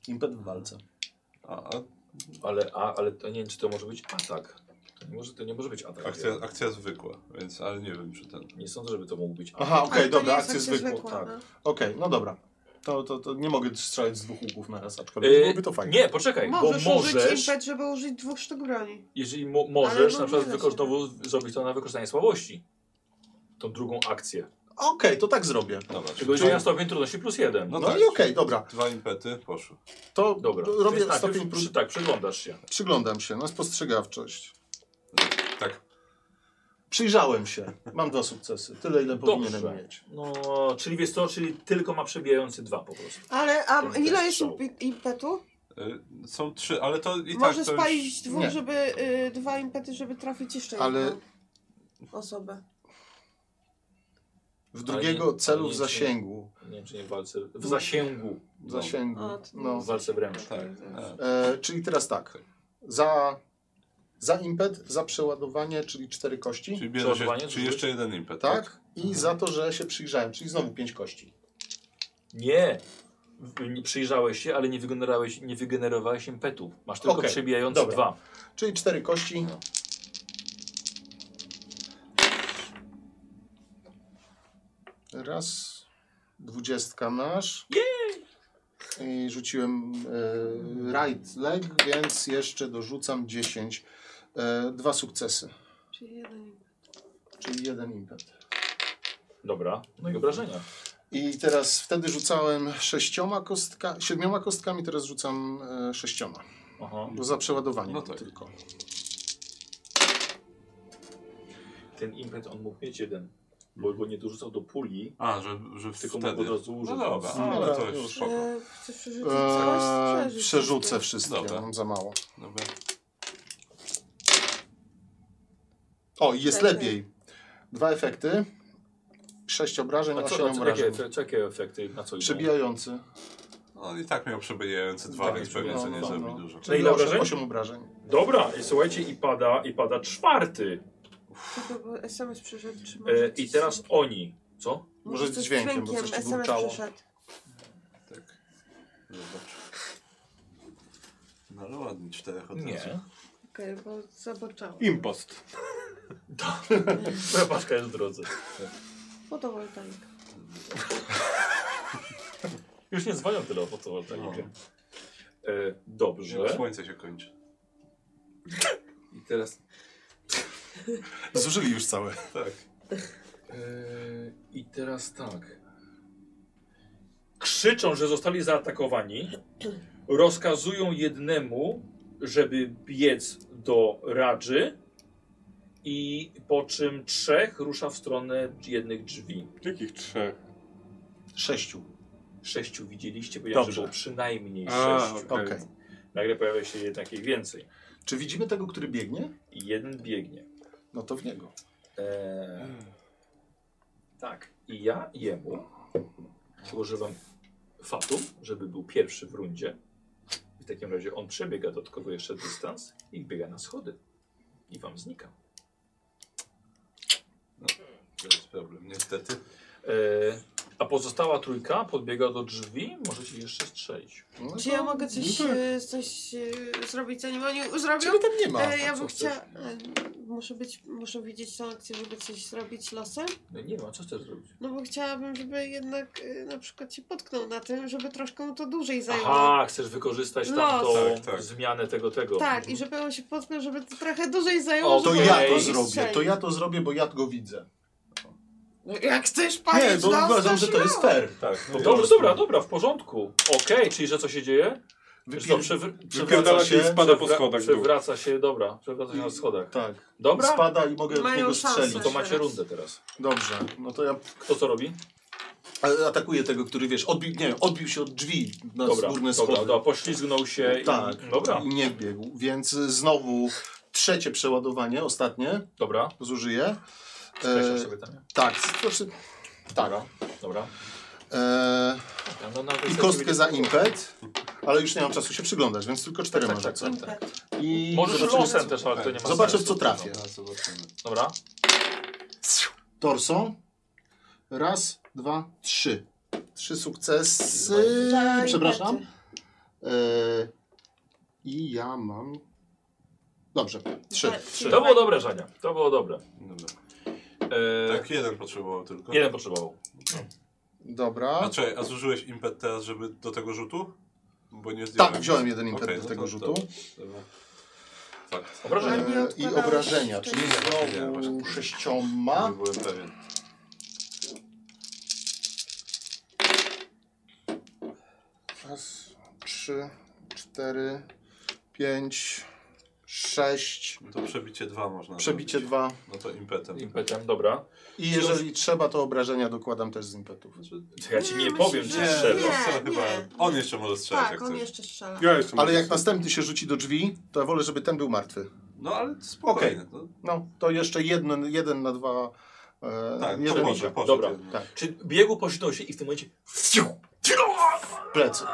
Impet w walce. A, a Ale, a, ale to nie wiem, czy to może być atak. To nie może, to nie może być atak. akcja, akcja zwykła, więc ale nie wiem, czy ten... Nie sądzę, żeby to mógł być atak. Aha, okej, Ale to dobra, nie jest akcję akcja zwykłą. zwykła, Tak. no. Okej, no dobra. To, to, to nie mogę strzelać z dwóch łuków na raz, aczkolwiek Yy, byłoby to fajnie. nie, poczekaj, Możesz, bo użyć możesz, impet, żeby użyć dwóch sztuk broni. jeżeli mo możesz Ale na przykład możesz. wyko znowu zrobić to na wykorzystanie słabości. Tą drugą akcję. Okej, to tak zrobię. Dobra, Czego czyli- na stopień trudności plus jeden. No, tak, i okej, czyli dobra. Dwa impety poszły. To Dobra, robię więc stopień... najpierw, przy, tak, przyglądasz się. Przyglądam się na spostrzegawczość. Tak. Przyjrzałem się. Mam dwa sukcesy. Tyle, ile powinienem Dobrze. mieć. No, czyli wiesz co, czyli tylko ma przebijający dwa po prostu. Ale a Ten ile test jest strzału. imp- impetu? Y, Są trzy, ale to i Może tak to spalić już... dwóch, nie. żeby y, dwa impety, żeby trafić jeszcze Ale- jedną osobę. W Ale drugiego nie- celu ale w nie, zasięgu. Nie wiem, czy nie w walce. W zasięgu. W zasięgu. A, to No. W walce wręcz. Tak. tak. E, czyli teraz tak. Za, za impet, za przeładowanie, czyli cztery kości. Czyli, bierze się, Przeładowanie czyli jeszcze jeden impet, Tak? I za to, że się przyjrzałem, czyli znowu pięć kości. Nie. W- nie przyjrzałeś się, ale nie wygenerowałeś, nie wygenerowałeś impetu. Masz tylko Okej, przebijający dobra. dwa. Czyli cztery kości. Raz. Dwudziestka masz. I rzuciłem e, right leg, więc jeszcze dorzucam dziesięć. E, dwa sukcesy, Czyli jeden impet. czyli jeden impet. Dobra. No i obrażenia. I teraz wtedy rzucałem sześcioma kostkami, siedmioma kostkami, teraz rzucam e, sześcioma. Aha. Bo za przeładowanie No tak. tylko. Ten impet on mógł mieć jeden. Bo go nie dorzucał do puli, A, że, że tylko mógł wtedy... od razu użyć. No dobra, No ale dobra, to już już. spoko. E, chcesz przerzucić Eee, coś? przerzucę wszystkie, Dobra. mam za mało. Dobra. O, i jest Czekaj. lepiej. Dwa efekty. Sześć obrażeń, A co, osiem a co, jakie, obrażeń. efekty, co, jakie efekty? Na co idą? Przebijający. No i tak miał przebijające dwa, Tak, więc pewnie no, co nie no, zrobi no. dużo. Czyli ile osiem, obrażeń? osiem obrażeń. Dobra, i słuchajcie, i pada, i pada czwarty. Tylko, bo S M S przyszedł. Czy E, może I coś- teraz oni. Co? Może z coś dźwiękiem, bo coś ci S M S burczało. przyszedł. Tak. Zobacz. No ale ładnie, czterech od razu. Nie. Okej, bo zaborczało. Impost. Twoja paczka jest w drodze. Fotowoltaik. Już nie dzwonią tyle o fotowoltaikę. E, Że dobrze. słońce się kończy. I teraz... Zużyli już całe. Tak. E, I teraz tak. Krzyczą, że zostali zaatakowani. Rozkazują jednemu, żeby biec do Radży. I po czym trzech rusza w stronę jednych drzwi. Jakich trzech? Sześciu. Sześciu widzieliście, powiedziałem, że Dobrze. było przynajmniej A, sześciu. okej. Okej. Nagle pojawia się jednak ich więcej. Czy widzimy tego, który biegnie? I jeden biegnie. No to w niego. Eee, tak. I ja jemu używam fatum, żeby był pierwszy w rundzie. W takim razie on przebiega dodatkowo jeszcze dystans i biega na schody. I wam znika. To jest problem, niestety. Eee, a pozostała trójka podbiega do drzwi. Możecie jeszcze strzelić. No Czy to- ja mogę coś, no tak. e, coś e, zrobić, zanim oni zrobią? Ciebie tam nie ma. E, ja co bym chcesz? chciała... E, muszę być, muszę widzieć tą akcję, żeby coś zrobić losem. No nie ma, co chcesz zrobić? No bo chciałabym, żeby jednak e, na przykład się potknął na tym, żeby troszkę mu to dłużej zajęło. Aha, chcesz wykorzystać Los. tamtą Tak, tak. zmianę tego, tego. Tak, i żeby on się potknął, żeby to trochę dłużej zajęło, O, To żeby ja Okej. to on zrobię. strzelił. To ja to zrobię, bo ja go widzę. No, jak chcesz palić Nie, bo los, uważam, że to jest śmiało. fair. Tak, no Dobra, jest- dobra, dobra, w porządku. Okej, czyli że co się dzieje? Wiesz co, Wypier... przewr Wypierdala przewraca się i się, spada po przewra- schodach w dół. przewraca się, dobra, przewraca się na schodach. Tak. Dobra? Spada i mogę w Mają niego szansę. strzelić. No to macie Teraz. rundę teraz. Dobrze. No to ja Kto co robi? a- atakuję tego, który wiesz, odbił, nie, odbił się od drzwi na Dobra, górne dobra, schody. dobra, poślizgnął się Tak. i... Dobra, I nie wbiegł. Więc znowu trzecie przeładowanie, ostatnie, dobra. zużyję. Skreślasz E, sobie tam. nie? tak, znaczy, tak. Dobra. E, Ja no, nawet I sobie kostkę nie za było. impet, ale już nie mam czasu się przyglądać, więc tylko cztery Tak, może tak, co. tak, tak. Impet. I Możesz zobaczymy, losem co- też, ale to nie ma Zobaczę, w sensu. co trafię. No, zobaczymy. Dobra. Torso. Raz, dwa, trzy. Trzy sukcesy. Za Przepraszam. impety. I ja mam... Dobrze, trzy. Trzy. To było dobre, Żania. To było dobre. Dobra. E, Tak, jeden potrzebował tylko. Jeden potrzebował. Dobra. A czekaj, a zużyłeś impet teraz, żeby do tego rzutu? Bo nie zdjąłem. Tak, wziąłem jeden impet Okej, do no tego to- rzutu. to- dobra. Fakt. Obrażenia. Ale nie E, I odkładałeś obrażenia, wcześniej. czyli Nie, znowu właśnie. sześcioma. Nie byłem pewien. Raz, trzy, cztery, pięć, sześć. No to przebicie dwa można Przebicie zrobić. dwa. No to impetem. Impetem, dobra. I jeżeli trzeba, to obrażenia dokładam też z impetów. Znaczy, Ja ci nie, Nie, powiem, myślę, czy że- trzeba. Nie, Strzela chyba. nie. On jeszcze może strzelać Tak, jak on chcesz. jeszcze strzela. Ja jeszcze Ale mogę jak sobie- następny się rzuci do drzwi, to ja wolę, żeby ten był martwy. No ale spokojnie. Okej. To, No, to jeszcze jeden, jeden na dwa. E, tak, jeden poszedł, idzie. poszedł Dobra. jeden. Tak. Czy biegu pośnął się i w tym momencie... Plecy.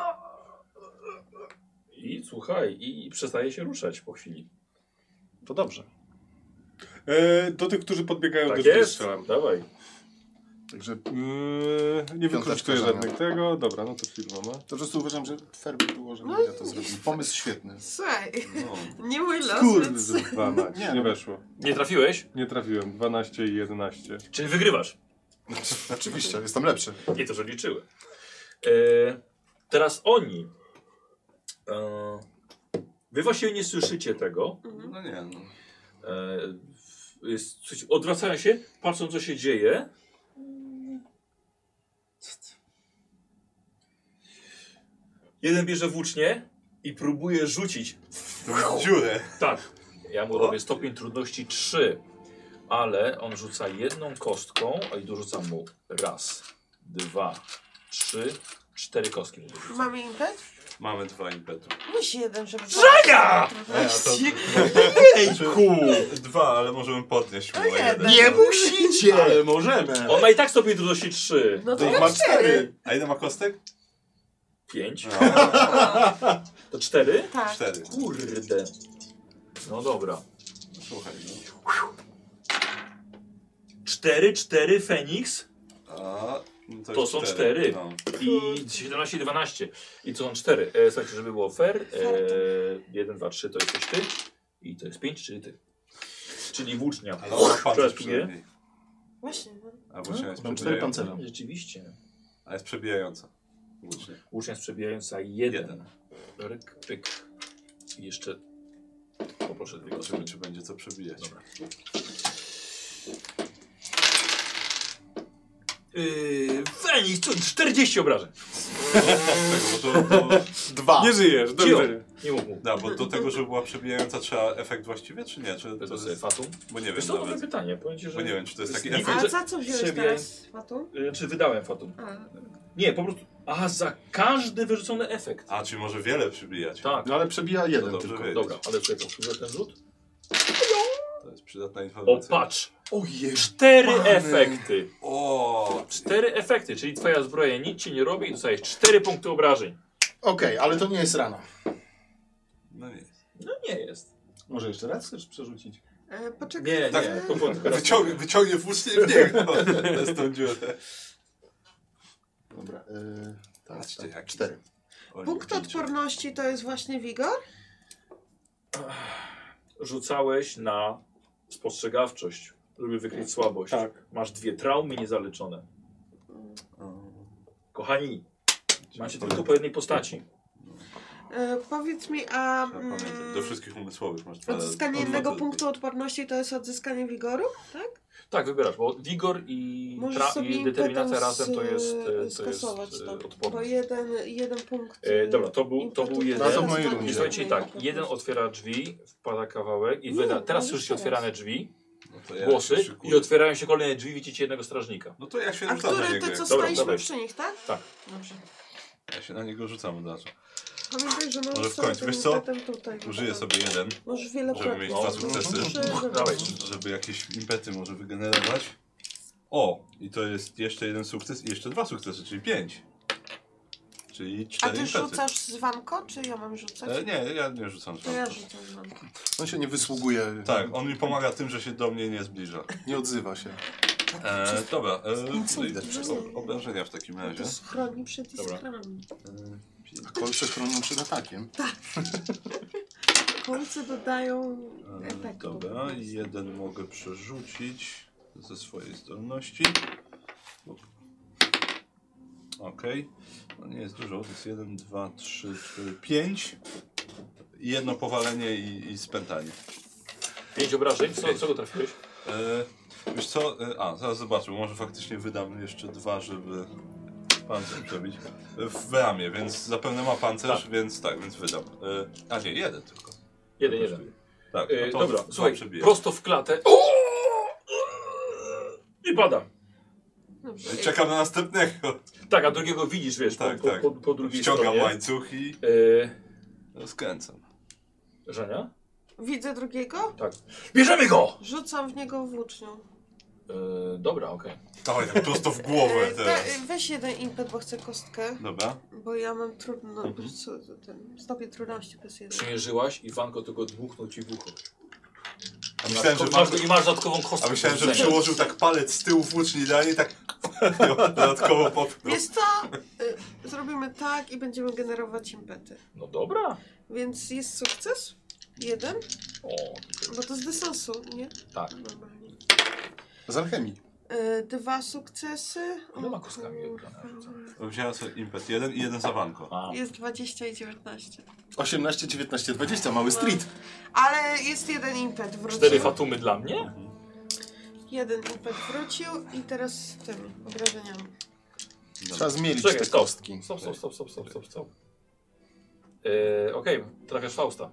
I słuchaj, i przestaje się ruszać po chwili. To dobrze. E, do tych, którzy podbiegają do Tak drzwi jest. strzelam. Dawaj. Także Eee, nie wykorzystuję żadna. żadnych tego. Dobra, no to Filma ma. to po prostu uważam, że fair by było, żeby No i- ja to zrobił. Pomysł świetny. Słuchaj, No. nie mój los, Kurde, więc... że dwanaście. Nie, Nie, no. weszło. Nie trafiłeś? Nie trafiłem. dwanaście i jedenaście. Czyli wygrywasz. Oczywiście, jestem lepszy. Nie to, że liczyły. E, teraz oni. E, wy właściwie nie słyszycie tego. No nie, no. E, jest, coś- odwracają się, patrzą co się dzieje. Jeden bierze włócznie i próbuje rzucić. To w dziurę. Tak. Ja mu robię stopień trudności trzy. Ale on rzuca jedną kostką, a i dorzucam mu raz, dwa, trzy, cztery kostki. mu dorzucam. Mamy impet? Mamy dwa impetu. Musi jeden, żeby... Żania! E, a to, Ejku! dwa, ale możemy podnieść mu o jeden. jeden. Nie musicie! Ale możemy. On ma i tak stopień trudności trzy. No To to ich ma cztery. A ile ma kostek? pięć. No, To cztery? Tak. cztery. Kurde. No dobra. Słuchaj, no. cztery, cztery, Feniks A, no To już są cztery. No. i siedemnaście, dwanaście. I to są cztery. E, słuchajcie, żeby było fair. E, jeden, dwa, trzy to jesteś ty. I to jest pięć, czyli ty. Czyli włócznia. Ale on ma pancerz Teraz próbuję. przynajmniej. Właśnie, no. A włócznia jest Mam cztery przebijająca. pancerze. Rzeczywiście. A jest przebijająca. Włócznia. Włócznia jest przebijająca jeden. Jeden. Ryk, pyk. I jeszcze poproszę dwie kostki. Zobaczymy, czy będzie co przebijać. Dobra. Yy, Feniks, co? czterdzieści obrażeń. Tego, bo to, to, Dwa. Nie żyjesz, Cio. dobrze. Nie mów mu. da, bo do tego, żeby była przebijająca, trzeba efekt właściwie, czy nie? Czy To to jest jest, fatum. bo nie wiem Wiesz co, dobre nawet. pytanie. Powiem ci, że... Bo nie wiem, czy to jest taki Nie efekt. wiem, A za co wziąłeś Przebijaj- teraz, Fatum? Yy, Czy wydałem fatum? A, Nie, po prostu... Aha, za każdy wyrzucony efekt. A, czyli może wiele przybijać. Tak. No ale przebija jeden dobrze tylko. wiedzieć. Dobra, ale słuchaj, to spróbuję ten rzut. To jest przydatna O, informacja. patrz. Ojej. Cztery Pany. efekty. O, Cztery efekty, czyli twoja zbroja nic ci nie robi i dostajesz cztery punkty obrażeń. Okej, ale to nie jest rana. no nie. No nie jest. Może jeszcze raz chcesz przerzucić? e, poczekaj. Nie, nie. Tak. To było tylko raz. Wyciągnie, wyciągnie włócznie w niego. To jest tą dziurę. Dobra. Yy, tak, Patrzcie, tak. jaki- Cztery. O, Punkt nie, odporności to jest właśnie wigor? Rzucałeś na spostrzegawczość, żeby wykryć słabość. Tak. Masz dwie traumy niezaleczone. O, Kochani, macie tylko po jednej postaci. E, powiedz mi, a trzeba mm, pamiętać. Do wszystkich umysłowych masz dwa. odzyskanie o, jednego dwa- punktu odporności to jest odzyskanie wigoru? Tak? Tak, wybierasz, bo wigor i, Możesz tra- sobie i determinacja impetem razem to jest, e, to jest skasować e, to, bo odporność. jeden, jeden punkt... E, dobra, to był, to impetu był jeden. No to w mojej I rundzie. słuchajcie, tak, jeden otwiera drzwi, wpada kawałek i Nie, wyda. Teraz możesz słyszycie teraz. otwierane drzwi, No to ja głosy się szykuję. i otwierają się kolejne drzwi, widzicie jednego strażnika. No to ja się A rzucam na które niego. te, co jak- Dobra, staliśmy dawaj. przy nich, tak? Tak. Dobrze. Ja się na niego rzucam od razu. Pamiętaj, że możesz Może w sobie końcu, tym wiesz co? impetem tutaj. Użyję sobie jeden, Możesz wiele żeby mieć dwa punktów. sukcesy. Trzy, Dawaj. żeby jakieś impety może wygenerować. O! I to jest jeszcze jeden sukces i jeszcze dwa sukcesy, czyli pięć. Czyli A cztery ty impety. rzucasz z wanko, czy ja mam rzucać? E, nie, ja nie rzucam To ja żadnego. rzucam z wanko. On się nie wysługuje. Tak, on mi pomaga tym, że się do mnie nie zbliża. Nie odzywa się. E, dobra, e, Nic nie widać i- przez o- obrażenia w takim To razie. chroni przed Dobra. iskranami. E, A kolce chronią przed atakiem. Kolce dodają E, efektu. Dobra, jeden mogę przerzucić ze swojej zdolności. Okej. No nie jest dużo, to jest jeden, dwa, trzy, cztery, pięć. I jedno powalenie i, i spętanie. Pięć obrażeń. Co, co go trafiłeś? E, wiesz co? E, a, zaraz zobaczę, może faktycznie wydam jeszcze dwa, żeby pancerz przebić. E, w ramię, więc zapewne ma pancerz, Tak. więc tak, więc wydam. E, a nie, jeden tylko. Jeden, jeden. Tak, E, no to dobra, dwa słuchaj, przebiję. prosto w klatę. O! I pada. Dobrze. I czekam na następnego. Tak, a drugiego widzisz, wiesz, Tak, po, tak. po, po, po drugiej Ściągam stronie. łańcuch i E, skręcam. Żenia? Widzę drugiego? Tak. Bierzemy go! Rzucam w niego włócznią. E, dobra, okej. Dawaj, tak prosto w głowę E, teraz. da, weź jeden impet, bo chcę kostkę. Dobra. Bo ja mam trudno. Mhm. Co, ten stopień trudności plus jeden. Przymierzyłaś i Wanko tylko dmuchnął ci w ucho. A myślałem, że, I masz, i masz dodatkową kostkę. a myślałem, że do rzucenia. przyłożył tak palec z tyłu włóczni idealnie i tak dodatkowo popchnął. Wiesz co? Y, zrobimy tak i będziemy generować impety. No dobra. Więc jest sukces. Jeden. O, Bo to z dystansu, nie? tak. Normalnie. Z alchemii. Y, dwa sukcesy. Iloma O kostkami kurwa. jedna rzuca? Wziąłem sobie impet jeden i jeden za Wanko. A, Jest dwadzieścia i dziewiętnaście. osiemnaście, dziewiętnaście, dwadzieścia. Mały street. Ale jest jeden impet wrócił. cztery fatumy dla mnie? Jeden impet wrócił i teraz z tym obrażeniami. Trzeba zmielić Czekaj, te stop. kostki. Stop, stop, stop, stop, stop, stop, stop. Yy, Okej, trafiasz Fausta.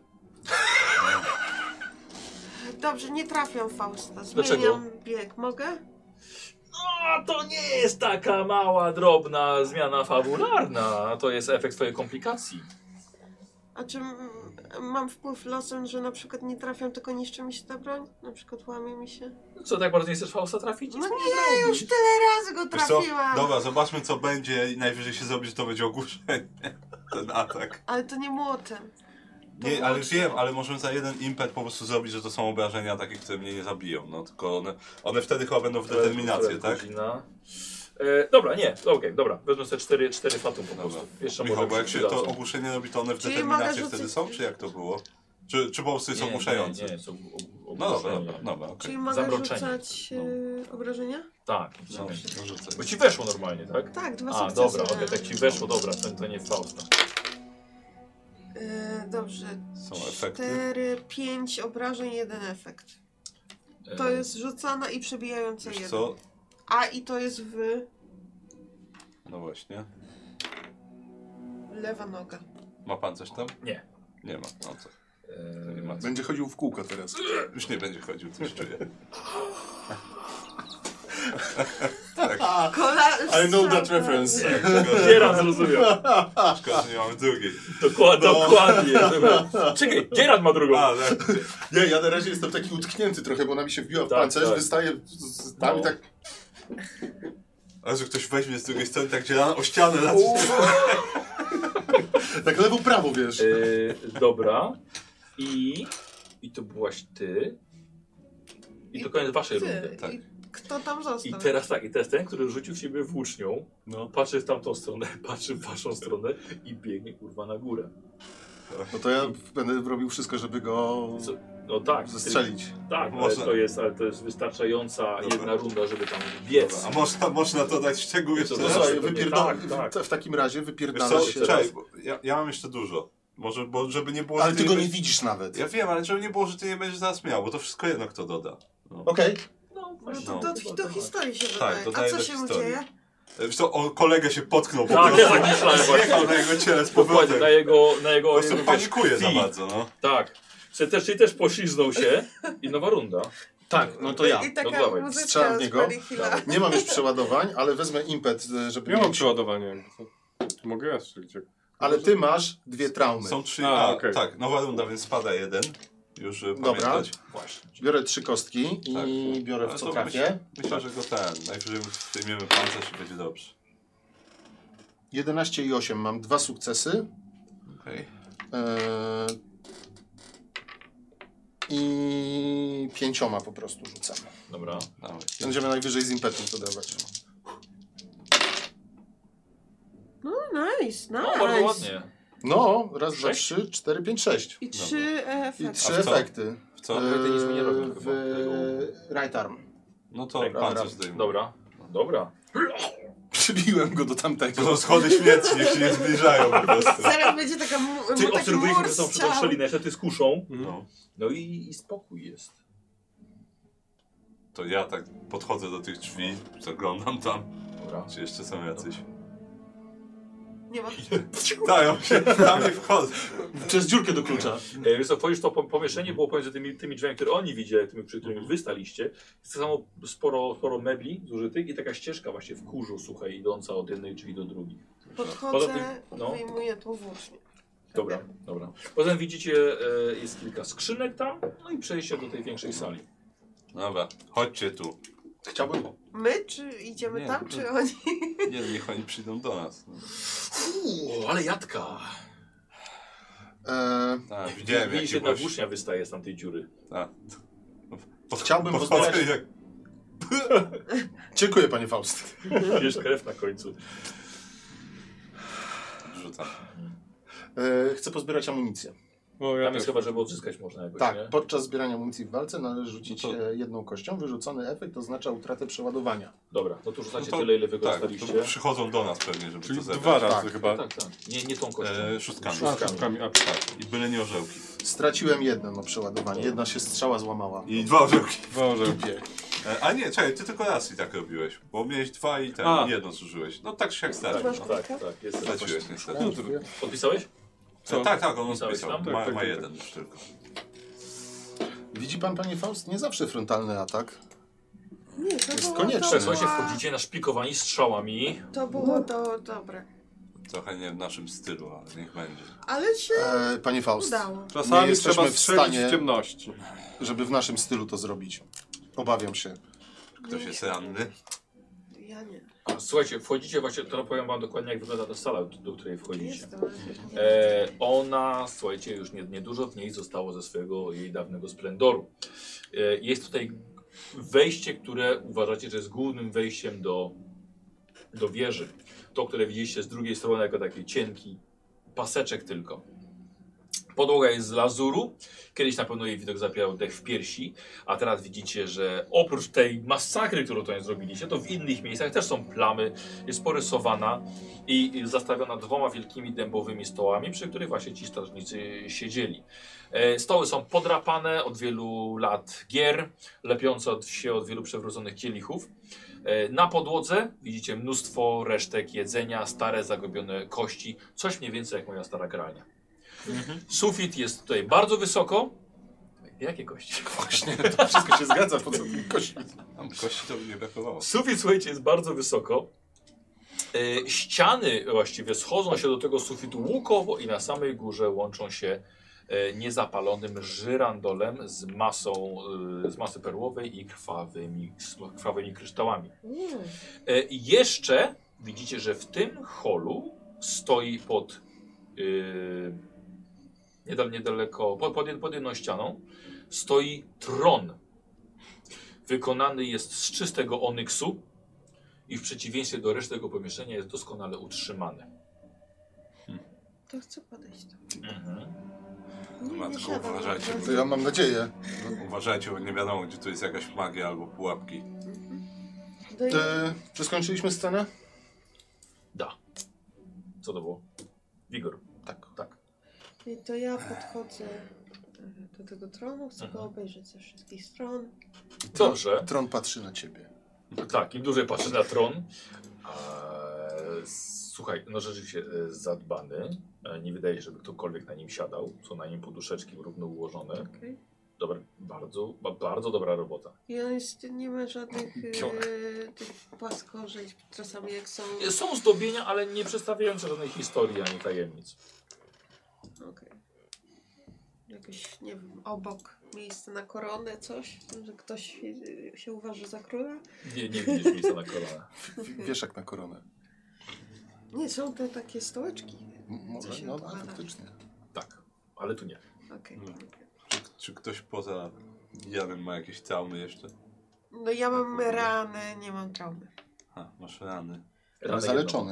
Dobrze, nie trafiam Fausta. Dlaczego? Zmieniam bieg. Mogę? No, to nie jest taka mała, drobna zmiana fabularna. To jest efekt twojej komplikacji. A czy mm, mam wpływ losem, że na przykład nie trafiam, tylko niszczy mi się ta broń? Na przykład łamie mi się? Co, tak bardzo nie chcesz Fausta trafić? No Nic mu nie, już zrobisz. tyle razy go Wiesz co? trafiłam. Dobra, zobaczmy co będzie i najwyżej się zrobi, że to będzie ogłuszenie. Ten atak. Ale to nie młotem. To Nie, ale młotkiem. wiem, ale możemy za jeden impet po prostu zrobić, że to są obrażenia takie, które mnie nie zabiją. No tylko one, one wtedy chyba będą w determinację, tak? Godzina. E, dobra, nie, okej, dobra. Wezmę sobie cztery, cztery fatum po Dobra. prostu. Jeszcze Michał, może bo jak się przydadzą. to ogłuszenie robi, to one w Czyli determinacji mogę wtedy rzucić- są, czy jak to było? Czy, czy po prostu jest Nie, ogłuszające? Nie, nie, są og- No dobra, ogłuszenie. dobra, dobra, okej. Czyli mogę Zamroczenie. rzucać yy, obrażenia? Tak, No, no, no rzucę. bo ci weszło normalnie, tak? Tak, dwa A, sukcesy. dobra, okej, miałem. tak ci weszło, dobra, to, to nie Fausta. Yy, dobrze. Są efekty. Cztery, pięć obrażeń, jeden efekt. To E, jest rzucana i przebijająca Wiesz jeden. co? A i to jest w No właśnie. lewa noga. Ma pan coś tam? Nie. Nie ma. No co? e, Nie ma co. Będzie chodził w kółko teraz. Już nie będzie chodził, coś czuję. Kola... I know that reference. Nie raz zrozumiał. Szkoda, że nie mamy drugiej. Dokładnie, dokładnie. Dobra. Czekaj, Dzieran ma drugą. A, tak. Nie, ja na razie jestem taki utknięty trochę, bo ona mi się wbiła w Tak, pancerz, tak. wystaje z- z- tam No. i tak... A że ktoś weźmie z drugiej strony, tak dzielano o ścianę na coś. Tak lewo, prawo, wiesz. E, dobra. I... I to byłaś ty. I to koniec waszej rundy. Ty. Tak. I kto tam został? I teraz tak, i teraz ten, który rzucił w siebie włócznią, No. patrzy w tamtą stronę, patrzy w waszą stronę i biegnie kurwa na górę. No to ja będę robił wszystko, żeby go Co? No tak. zestrzelić. Tak, ale Można. to jest, ale to jest wystarczająca Dobra. jedna runda, żeby tam biec. A można, można to dać szczegół jeszcze To No raz? słuchaj, słuchaj, pewnie wypierdol... tak, tak. w takim razie Wiesz wypierdalasz co, się. czekaj, bo ja, ja mam jeszcze dużo. Może, bo żeby nie było, Ale że ty go nie będziesz- widzisz nawet. Ja wiem, ale żeby nie było, że ty nie będziesz zaraz miał, bo to wszystko jedno kto doda. No. Okej. No, No właśnie. to do, do historii się Tak, dodaje. A dodaję co do się historii. dzieje? Wiesz co, o, kolega się potknął po Tak, prostu. ja tak myślałem właśnie. Zjechał na jego ciele z Dokładnie, powrotem. na jego, na Po jego prostu wiesz, panikuje za krwi. bardzo, no. Tak. Czyli też, czyli też pośliznął się i nowa runda. Tak, no to ja. I taka No dawaj. muzyczka Strzelam w z niego. Funny Hilla. Nie mam już przeładowań, ale wezmę impet, żeby Ja mam mieć... przeładowanie. Mogę ja strzelić. jak- Ale ty masz dwie traumy. Są trzy, A, a, okej. tak, nowa runda, więc spada jeden. Już żeby Dobra. pamiętać. Właśnie. Biorę trzy kostki i Tak. biorę Ale w co to trafię. Myślę, myślę, że go ten, najwyżej zdejmiemy pancerz i będzie dobrze. jedenaście i osiem. Mam dwa sukcesy. Okej. Eee, I pięcioma po prostu rzucam. Dobra. Dawaj. Będziemy najwyżej z impetem to dawać. No Nice, No, nice. bardzo ładnie. No, raz, dwa, Sześć? trzy, cztery, pięć, sześć. I trzy efekty. I trzy A w co? efekty. W co? Ale ty nic mi nie robią Eee, chyba. W right arm. No to Dobra. pan coś zdejmuje. Dobra, dobra. Przybiłem go do tamtego. To są schody śmierci, niech się nie zbliżają po prostu. Zaraz będzie taka mu- Ty taki obserwujesz, mur że są przy tą strzał. szczelinę, jeszcze ty z kuszą. No. No i, i spokój jest. To ja tak podchodzę do tych drzwi, zaglądam tam, Dobra. czy jeszcze są jacyś. Nie ma. Tak, ja się tam nie wchodzę. Przez dziurkę do klucza. E, Wiesz co, wchodzisz to po- pomieszczenie, było pomiędzy tymi, tymi drzwiami, które oni widzieli, tymi, przy którymi wy staliście. Jest tak samo sporo, sporo mebli zużytych i taka ścieżka właśnie w kurzu, słuchaj, idąca od jednej drzwi do drugiej. Poza Podchodzę, tym, no. wyjmuję tą włócznię. Dobra, dobra. Potem widzicie, e, jest kilka skrzynek tam, no i przejście do tej większej sali. Dobra, chodźcie tu. Chciałbym. My, czy idziemy Nie, tam, to- czy oni? Nie, niech oni przyjdą do nas. No. Uuu, ale jadka! Eee, Tak, widziałem Widzisz, jedna jakiegoś... włócznia wystaje z tamtej dziury. Tak. Pod, Chciałbym podchodzę pozbierać- i jak... dziękuję, panie Faust. Wiesz, krew na końcu. Rzucam. Eee, chcę pozbierać amunicję. O, ja Tam jest też. chyba, żeby odzyskać można jakoś, Tak, nie? podczas zbierania amunicji w walce należy rzucić No to- e, jedną kością. Wyrzucony efekt oznacza utratę przeładowania. Dobra, no to rzucacie No to- tyle, ile Tak, wykorzystaliście. to przychodzą do nas pewnie, żeby Czyli to zebrać. dwa razy Tak, chyba. Tak, tak. Nie, nie tą kością. E, szóstkami. A, szóstkami, a, tak. I byle nie orzełki. Straciłem jedno na przeładowanie. Jedna się strzała złamała. I dwa orzełki. Dwa orzełki. Dupie. E, a nie, czekaj, ty tylko raz i tak robiłeś. Bo miałeś dwa i ten, A. jedno zużyłeś. No tak się jak Masz stać. Tak, kulkę? tak, jest. Straciłeś niestety. No, dziękuję. Podpisałeś? Co? E, tak, tak, on Pisałeś spisał. tam? Ma, Tak, tak, ma tak, jeden już tylko. Widzi pan, panie Faust, nie zawsze frontalny atak. Nie, to Jest było konieczne. to Słuchajcie, była- wchodzicie naszpikowani strzałami. To było to dobre. Trochę nie w naszym stylu, ale niech będzie. Ale się E, panie Faust, udało. Czasami Nie jesteśmy trzeba w strzelić stanie- w ciemności. żeby w naszym stylu to zrobić. Obawiam się. Ktoś jest ranny? Ja nie. A, słuchajcie, wchodzicie właśnie, to powiem wam dokładnie, jak wygląda ta sala, do, do której wchodzicie. Jestem, ale nie. E, ona, słuchajcie, już nie, niedużo w niej zostało ze swojego jej dawnego splendoru. E, jest tutaj wejście, które uważacie, że jest głównym wejściem do, do wieży. To, które widzieliście z drugiej strony, jako taki cienki paseczek tylko. Podłoga jest z lazuru. Kiedyś na pewno jej widok zapierał dech w piersi, a teraz widzicie, że oprócz tej masakry, którą tutaj zrobiliście, to w innych miejscach też są plamy, jest porysowana i zastawiona dwoma wielkimi dębowymi stołami, przy których właśnie ci strażnicy siedzieli. E, Stoły są podrapane od wielu lat gier, lepiące od, się od wielu przewróconych kielichów. E, Na podłodze widzicie mnóstwo resztek jedzenia, stare, zagubione kości, coś mniej więcej jak moja stara gralnia. Sufit jest tutaj bardzo wysoko. Jakie kości? Właśnie, to wszystko się zgadza, po co tym kości. Tam kości to by nie brakowało. Sufit, słuchajcie, jest bardzo wysoko. E, ściany właściwie schodzą się do tego sufitu łukowo i na samej górze łączą się e, niezapalonym żyrandolem z masą, e, z masy perłowej i krwawymi, krwawymi kryształami. Mm. E, jeszcze widzicie, że w tym holu stoi pod yy, niedal, niedaleko, pod, pod, pod jedną ścianą stoi tron. Wykonany jest z czystego onyksu i w przeciwieństwie do reszty tego pomieszczenia jest doskonale utrzymany. To chcę podejść tam. Mhm. Nie, nie Matko, siadam. uważajcie. To ja mam nadzieję. Uważajcie, bo nie wiadomo, gdzie tu jest jakaś magia albo pułapki. Daj- E, czy skończyliśmy scenę? Da. Co to było? Wigor. Tak. Tak. I to ja podchodzę e, do tego tronu, chcę Mhm. go obejrzeć ze wszystkich stron. Dobrze. Tron patrzy na ciebie. Tak, im dłużej patrzy na tron. Eee, słuchaj, no rzeczywiście e, zadbany. E, nie wydaje się, żeby ktokolwiek na nim siadał. Są na nim poduszeczki równo ułożone. Okay. Dobra, bardzo, ba, bardzo dobra robota. I on jest, nie ma żadnych Pionek. e, tych płaskorzeń, czasami jak są... Są zdobienia, ale nie przedstawiające żadnej historii ani tajemnic. Okej. Jakoś, nie wiem, obok miejsce na koronę, coś, że ktoś e, się uważa za króla? Nie, nie widzisz miejsca na kolana. W- Wieszak na koronę. Nie, są te takie stołeczki. M- Może? się No, a, układa? faktycznie. Tak, ale tu nie. Okej. No. Czy, czy ktoś poza Janem ma jakieś traumy jeszcze? No ja mam rany, nie mam traumy. Ha, masz rany. Rany Zaleczone.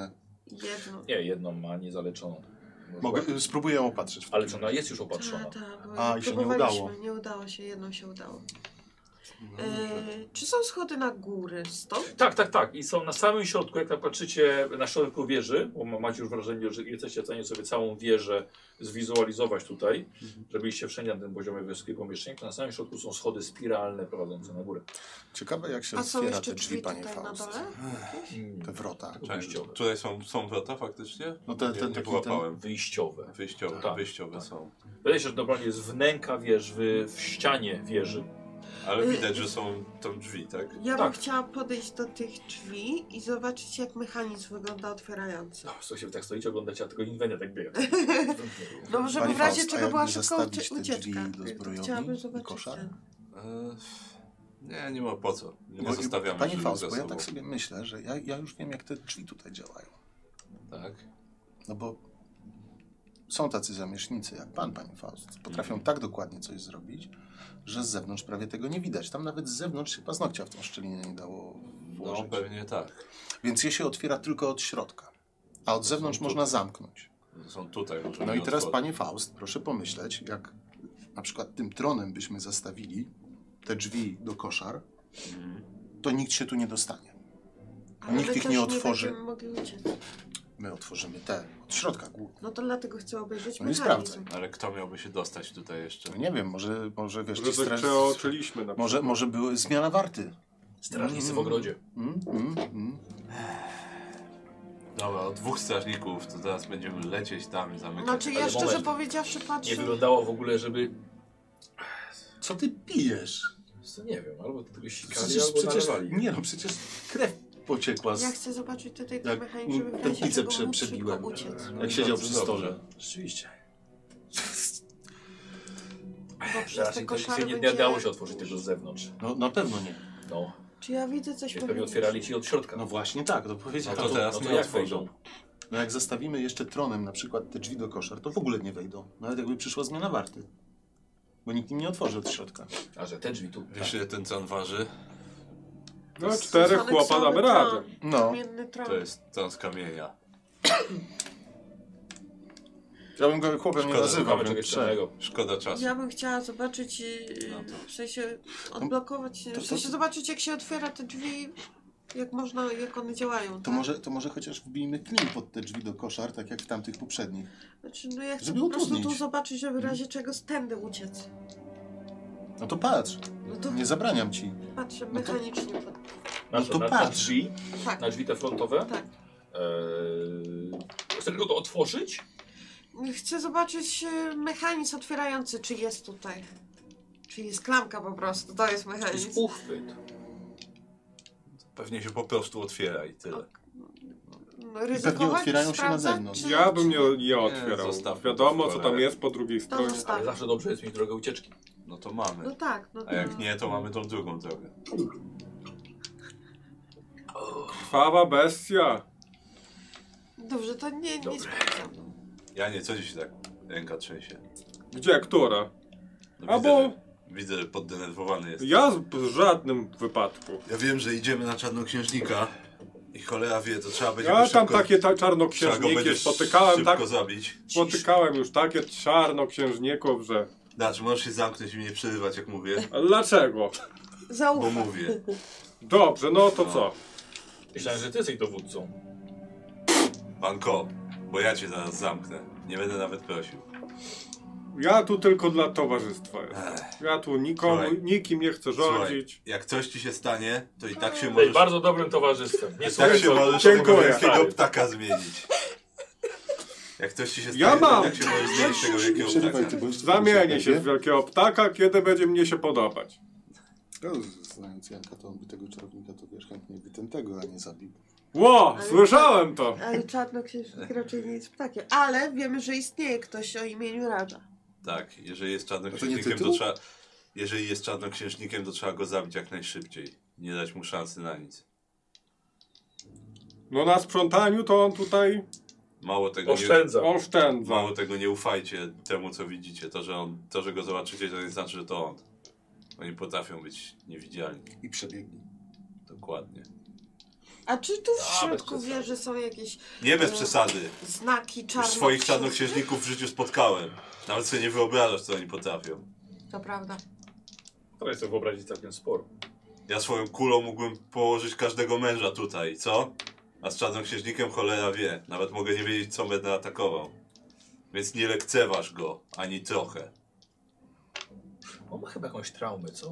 Jedno. Nie, jedną ma niezaleczoną. Mogę, spróbuję ją opatrzyć. w Ale takim czy ona jest już opatrzona? Tak, tak. A, i się nie próbowaliśmy, udało. Nie udało się, jedną się udało. No, E, czy są schody na góry stąd? Tak, tak, tak. I są na samym środku, jak patrzycie na środku wieży, bo macie już wrażenie, że jesteście w stanie sobie całą wieżę zwizualizować tutaj, że byliście wszędzie na tym poziomie wysokiego pomieszczenia, to na samym środku są schody spiralne prowadzące na górę. Ciekawe jak się A są otwiera jeszcze te drzwi, drzwi panie tutaj na Faust. dole? Te wrota. Czekaj, Wyjściowe. tutaj są, są wrota faktycznie? No te- nie, ten nie taki połapałem. Wyjściowe. Wyjściowe, Tak, wyjściowe tak. są. Wydaje się, że normalnie jest wnęka wieży, w, w ścianie wieży. Ale Y- widać, że są tam drzwi, tak? Ja Tak. bym chciała podejść do tych drzwi i zobaczyć, jak mechanizm wygląda otwierający. No, słuchajcie, tak stoicie, oglądacie, a tylko Inwenia tak biega. No, żeby Panie w razie Faust, a czego jakby była szybka zastawić ucie te drzwi ucieczka. do zbrojowni Chciałabym i zobaczyć koszar? ten. E, nie, nie ma po co. Nie Bo- zostawiamy Panie drzwi Faust, za bo ja sobą. tak sobie myślę, że ja, ja już wiem jak te drzwi tutaj działają. Tak. No bo są tacy zamiesznicy jak pan, panie Faust. Potrafią tak dokładnie coś zrobić, że z zewnątrz prawie tego nie widać. Tam nawet z zewnątrz się paznokcia w tą szczelinę nie dało No włożyć. pewnie tak. Więc je się otwiera tylko od środka, a od zewnątrz są można tutaj. zamknąć. Są tutaj. może No nie i teraz, otworzę. panie Faust, proszę pomyśleć, jak na przykład tym tronem byśmy zastawili te drzwi do koszar, Mhm. to nikt się tu nie dostanie. Ale Nikt my ich też nie otworzy. będziemy mogli uciec. My otworzymy te od środka głównie. No to dlatego chcę obejrzeć No i mechanizm. sprawdzaj. Ale kto miałby się dostać tutaj jeszcze? No nie wiem, może, może wiesz, Że ci coś stres... przeoczyliśmy na może, przykład. może były zmiana warty. Strażnicy w ogrodzie. Mm, mm, mm. Dobra, od dwóch strażników, to teraz będziemy lecieć tam i zamykać. Znaczy ja Ale szczerze moment. powiedziawszy Nie patrzę... wyglądało w ogóle, żeby... Co ty pijesz? Co nie wiem, albo tego sikali, Przecież, albo przecież, nalewali. nie no, przecież krew pociekła z... Ja chcę zobaczyć tutaj ten Jak mechanizm, żeby w ten razie pizzę czego prze- móc szybko przebiłem. uciec. Jak siedział Dobrze, przy stole. dobrze. Rzeczywiście. Bo przez te Raczej to koszary się nie będzie... dało się otworzyć tego z zewnątrz. No na pewno nie. No, Czy ja widzę coś więc pewnie otwierali ci od środka. No właśnie tak, to powiedziałem. No to teraz no to nie jak otworzą. wejdą? No jak zastawimy jeszcze tronem na przykład te drzwi do koszar, to w ogóle nie wejdą. Nawet jakby przyszła zmiana warty. Bo nikt im nie otworzy od środka. A że te drzwi tu... Wiesz, ile ten tron waży? No czterech chłopa damy radę. No. Kamienny tron. To jest tron z kamienia. Ja bym go chłopem nie Szkoda, nazywał, Mamy więc czegoś trzech. innego. Szkoda czasu. Ja bym chciała zobaczyć, yy, w sensie odblokować, to- w sensie zobaczyć jak się otwiera te drzwi, jak można, jak one działają, To tak? może, to może chociaż wbijmy klin pod te drzwi do koszar, tak jak w tamtych poprzednich. Znaczy, no ja chcę Żeby po prostu utrudnić. tu zobaczyć, żeby w razie czego stędy uciec. No to patrz, No to nie zabraniam ci. patrzę no to- mechanicznie. pod- Na, No co, to na, na patrz. drzwi, Tak, na drzwi te frontowe. tak. Eee, chcesz tylko to otworzyć? Chcę zobaczyć e, mechanizm otwierający, czy jest tutaj. Czy jest klamka po prostu, to jest To jest mechanizm. uchwyt. Pewnie się po prostu otwiera i tyle. No, ryzykować, otwierają się na sprawdzać, zewnątrz. czy- Ja bym nie, nie Nie, otwierał. zostawmy Wiadomo, to w co tam cholerę. jest po drugiej stronie. zostaw. Ale zawsze dobrze jest mieć drogę ucieczki. No to mamy. No tak, no A jak nie, to mamy tą drugą drogę. Krwawa bestia. Dobrze, to nie, nie Dobra. sprawdzam. Ja nie, co ci się tak ręka trzęsie? Gdzie, która? No Albo- widzę, że, widzę, że poddenerwowany jest. Ja z- w żadnym wypadku. Ja wiem, że idziemy na czarnoksiężnika i cholera wie, to trzeba będzie Ja go tam szybko, takie ta trzeba go czarnoksiężniki będzie spotykałem, szybko tak, zabić. spotykałem już takie czarnoksiężników, że... Znaczy, możesz się zamknąć i mnie przerywać, jak mówię, A dlaczego? bo Zaufam. mówię. Dobrze, no to No. co? Myślałem, że ty jesteś dowódcą. Banko, bo ja cię zaraz zamknę. Nie będę nawet prosił. Ja tu tylko dla towarzystwa jestem. Ech. Ja tu nikomu, Słuchaj. nikim nie chcę Słuchaj, rządzić. jak coś ci się stanie, to i tak się Jesteś możesz, bardzo dobrym towarzystwem. Nie tak słuchaj, się co- możesz Dziękuję. tego wielkiego Stary. ptaka zmienić. Jak coś ci się stanie, Ja to mam. i tak się możesz zmienić tego wielkiego Przerywaj ptaka. ty, bo jeszcze Zamienię czegoś się nie z wielkiego ptaka, kiedy będzie mnie się podobać. No, znając Janka, to on by tego czarownika to wiesz, chętnie by ten tego, a nie zabił. Ło, Ale- słyszałem to. Ale czarnoksiężnik raczej nie jest ptakiem. Ale wiemy, że istnieje ktoś o imieniu Radza. Tak, jeżeli jest A to nie czarnoksiężnikiem, to, tytuł? trzeba... Jeżeli jest czarnoksiężnikiem, to trzeba go zabić jak najszybciej. Nie dać mu szansy na nic. No na sprzątaniu to on tutaj Mało tego, nie, Oszczędza. oszczędza. mało tego nie ufajcie temu, co widzicie. To, że on, to, że go zobaczycie, to nie znaczy, że to on. Oni potrafią być niewidzialni. I przebiegli. Dokładnie. A czy tu w A, środku bez przesady. wieży są jakieś Nie bez e, przesady. znaki Już czarnoksiężne? swoich czarnoksiężników w życiu spotkałem. Nawet sobie nie wyobrażasz, co oni potrafią. To prawda. To jest to wyobrazić całkiem sporo. Ja swoją kulą mógłbym położyć każdego męża tutaj, co? A z czarnoksiężnikiem cholera wie. Nawet mogę nie wiedzieć, co będę atakował. Więc nie lekceważ go, ani trochę. On ma chyba jakąś traumę, co?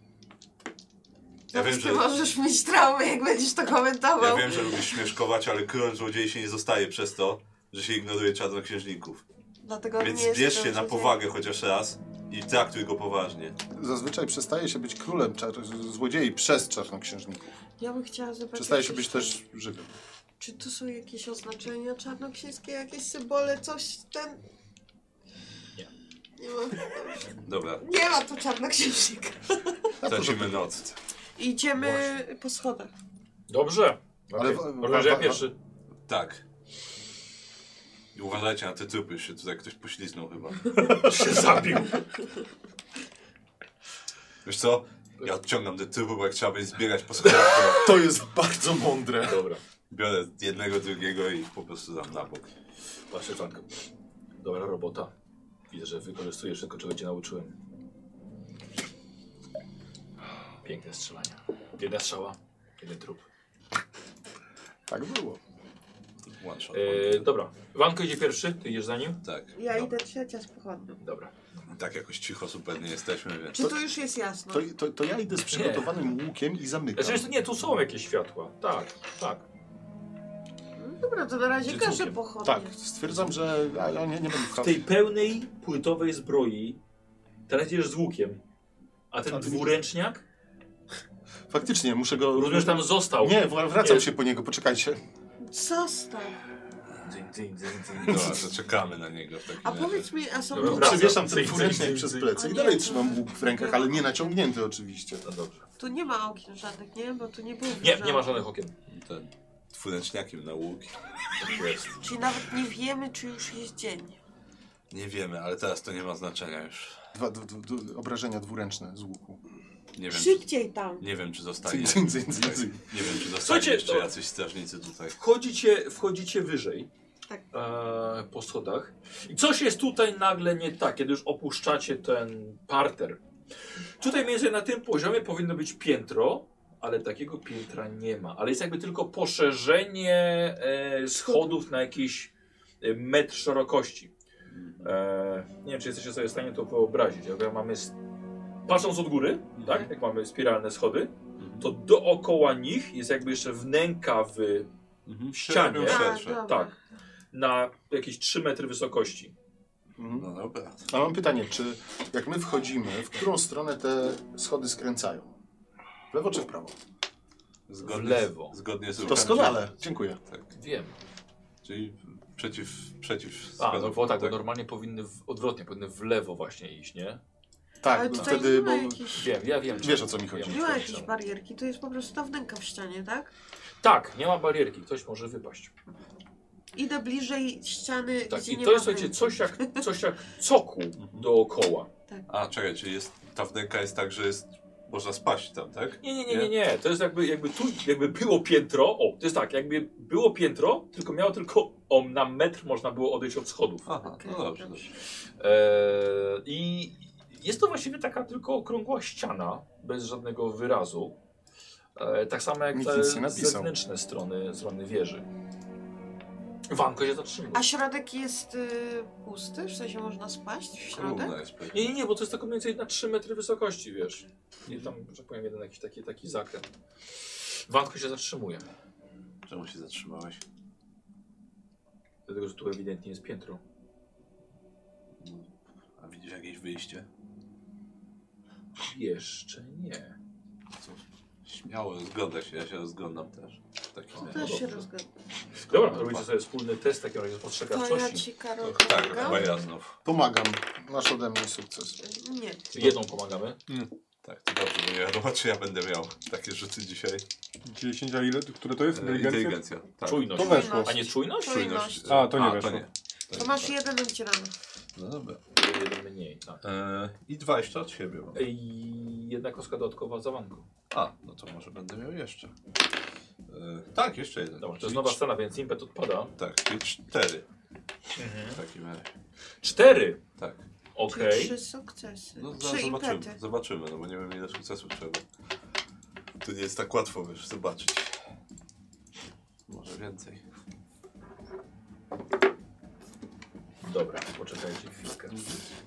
Ja Ja wiem, ty że, możesz mieć traumę, jak będziesz to ja komentował. wiem, że lubisz śmieszkować, ale królem złodziei się nie zostaje przez to, że się ignoruje czarnoksiężników. Dlatego on Więc nie jest zbierz się królem na złodziei. powagę chociaż raz i traktuj go poważnie. Zazwyczaj przestaje się być królem czar- złodziei przez czarnoksiężników. Ja bym chciała zobaczyć... Przestaje się jakieś- być też żywym. Czy tu są jakieś oznaczenia czarnoksięskie, jakieś symbole, coś ten... Nie. Nie ma, Dobra, nie ma tu czarnoksiężnika. tracimy noc. Idziemy po schodach. Dobrze. Ale Ale w- okay. w- ja w- pierwszy. Tak. I uważajcie na te trupy, już się tutaj ktoś pośliznął chyba. się zabił. Wiesz co? Ja odciągam te trupy, bo jak trzeba będzie zbierać po schodach, To jest bardzo mądre. Dobra. to biorę jednego, drugiego i po prostu dam na bok. Patrzę, Frank. Dobra robota. Widzę, że wykorzystujesz wszystko, czego cię nauczyłem. Piękne strzelania. Jedna strzała, jeden trup. Tak było. One shot. E, dobra. Wanko idzie pierwszy, ty idziesz za nim? Tak. Ja No. idę trzecia z pochodnią. Dobra. Tak jakoś cicho super nie jesteśmy, więc... Czy to już jest jasno? To, to, to ja idę z przygotowanym łukiem i zamykam. Znaczy, nie, tu są jakieś światła. Tak, tak. No dobra, to na razie Czy każę cukiem? pochodnie. Tak, stwierdzam, że ja, ja nie, nie będę W wchodził. tej pełnej płytowej zbroi teraz idziesz z łukiem. A ten A ty- dwuręczniak? Faktycznie, muszę go... Rozumiesz, tam został. Nie, wr- wracam Nie. się po niego, poczekajcie. Zostaw. Dzyń, dzyń, dzyń, dzyń. Dobra, to czekamy na niego w takim A razie. powiedz mi, a są Dobra, tu... wracam. Przewieszam Cyk, ten cyk, dwuręcznik cyk, przez cyk. plecy A i nie, dalej to- trzymam łuk w rękach, ale nie naciągnięty oczywiście. No dobrze. Tu nie ma okien żadnych, nie? Bo tu nie było Nie, wieży. nie ma żadnych okien. Ten dwuręczniakiem na łuk. Tak jest. Czyli nawet nie wiemy, czy już jest dzień. Nie wiemy, ale teraz to nie ma znaczenia już. Dwa d- d- d- obrażenia dwuręczne z łuku. Nie wiem, czy, Szybciej tam. nie wiem, czy zostanie... Cyń, cyń, cyń, cyń, cyń. Nie wiem, czy zostanie Słuchajcie, jeszcze to- jacyś strażnicy tutaj. Wchodzicie, wchodzicie wyżej Tak. e, po schodach i coś jest tutaj nagle nie tak, kiedy już opuszczacie ten parter. Tutaj między na tym poziomie powinno być piętro, ale takiego piętra nie ma. Ale jest jakby tylko poszerzenie e, schodów na jakiś e, metr szerokości. E, nie wiem, czy jesteście sobie w stanie to wyobrazić. Jak mamy, s- patrząc od góry, tak, jak mamy spiralne schody, to dookoła nich jest jakby jeszcze wnęka w Mhm. ścianie. Robią A, szersze. dobra. tak, na jakieś trzy metry wysokości. Mhm. No dobra. A mam pytanie, czy jak my wchodzimy, w którą stronę te schody skręcają? W lewo czy w prawo? Zgodnie W lewo. Z, zgodnie z Doskonale, dziękuję. Tak. Wiem. Czyli przeciw... przeciw A, no wskazówkom, bo tak, bo normalnie powinny w, odwrotnie, powinny w lewo właśnie iść, nie? Tak, Ale bo tutaj wtedy, nie bo ma jakiejś... Wiem, ja wiem. Wiesz, o co mi chodzi. wiem, Nie ma co jakiejś myślałem. barierki, to jest po prostu ta wnęka w ścianie, tak? Tak, nie ma barierki, ktoś może wypaść. Idę bliżej ściany, Tak, gdzie i nie to ma jest, słuchajcie, wnęki. coś jak, coś jak cokół dookoła. A, czekaj, czyli jest, ta wnęka jest tak, że jest... Można spaść tam, tak? Nie, nie, nie, nie, nie. To jest jakby, jakby tu, jakby było piętro. O, to jest tak, jakby było piętro, tylko miało tylko o, na metr można było odejść od schodów. Aha, Okej, no dobrze, dobrze. dobrze. Eee, I jest to właściwie taka tylko okrągła ściana, bez żadnego wyrazu. Eee, tak samo jak Nikt te nic nie napisał. zewnętrzne strony, strony wieży. Wanko się zatrzymał. A środek jest y, pusty? W sensie można spaść w środek? Trudno jest pewnie. Nie, nie, nie, bo to jest tylko mniej więcej na trzy metry wysokości, wiesz. I tam, że powiem, jeden jakiś taki, taki zakręt. Wanko się zatrzymuje, Czemu się zatrzymałeś? dlatego że tu ewidentnie jest piętro. A widzisz jakieś wyjście? Jeszcze nie. Co? Śmiało rozgląda się, ja się rozglądam też. W takim razie. Też się dobrze. rozglądam. Dobra, robicie sobie wspólny test w takim razie To ja spostrzegawczości. ci, Karol, Tak, pomagam? chyba ja znów. Pomagam. Masz ode mnie sukces. Nie. Jedną pomagamy. Tak, to dobrze, bo nie wiadomo, czy ja będę miał takie rzuty dzisiaj. dziesięć, a ile? Które to jest? E, Inteligencja? Inteligencja. Tak. Czujność. To weszło. A nie czujność? Czujność. A, to nie A, weszło. to nie. To, To nie. masz jeden encierany. No dobra. Jeden mniej, tak. E, I dwadzieścia od siebie mam. I jedna kostka dodatkowa za Wanko. A, no to może będę miał jeszcze. E, tak, jeszcze jeden. Dobra, to jest nowa scena, więc impet odpada. Tak, czyli cztery. Mhm. W takim razie. Cztery! Tak. Okej. Czyli trzy sukcesy. No za, trzy zobaczymy, impety. zobaczymy, no bo nie wiem ile sukcesów trzeba. To nie jest tak łatwo, wiesz, zobaczyć. Może więcej. Dobra, poczekajcie chwilkę. Yy,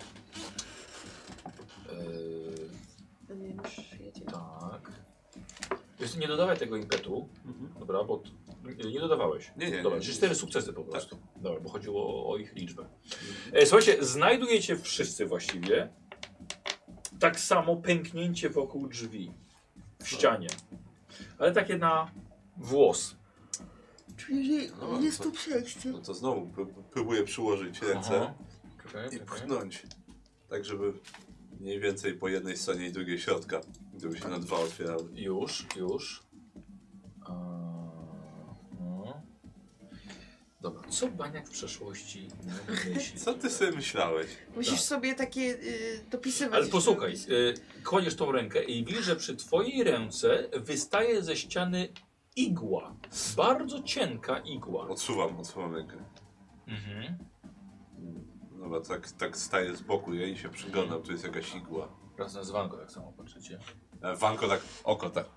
No nie, już jedzie. tak. Wiesz, nie dodawaj tego impetu. Mhm. Dobra, bo t- nie dodawałeś. Nie, nie, Dobra, nie, czyli nie. cztery sukcesy po prostu. Dobra, bo chodziło o, o ich liczbę. E, słuchajcie, znajdujecie wszyscy właściwie tak samo pęknięcie wokół drzwi w ścianie. Ale takie na włos. Czyli No, jest to- tu przejście. No to znowu pró- próbuję przyłożyć ręce Aha. Czekaj, i czekaj. pchnąć. Tak, żeby mniej więcej po jednej stronie i drugiej środka. Gdyby się na dwa otwierały. Już, już. A, no. Dobra, co Baniak w przeszłości myśli? Co ty sobie myślałeś? Musisz Tak. sobie takie y, dopisywać. Ale jeszcze posłuchaj, dopisy. y, kładziesz tą rękę i widzisz, że przy twojej ręce wystaje ze ściany igła. Bardzo cienka igła. Odsuwam, odsuwam rękę. Mhm. Dobra, tak, tak staję z boku ja i się przyglądam, tu jest jakaś igła. Razem z Wanko tak samo patrzycie. E, Wanko tak, oko tak.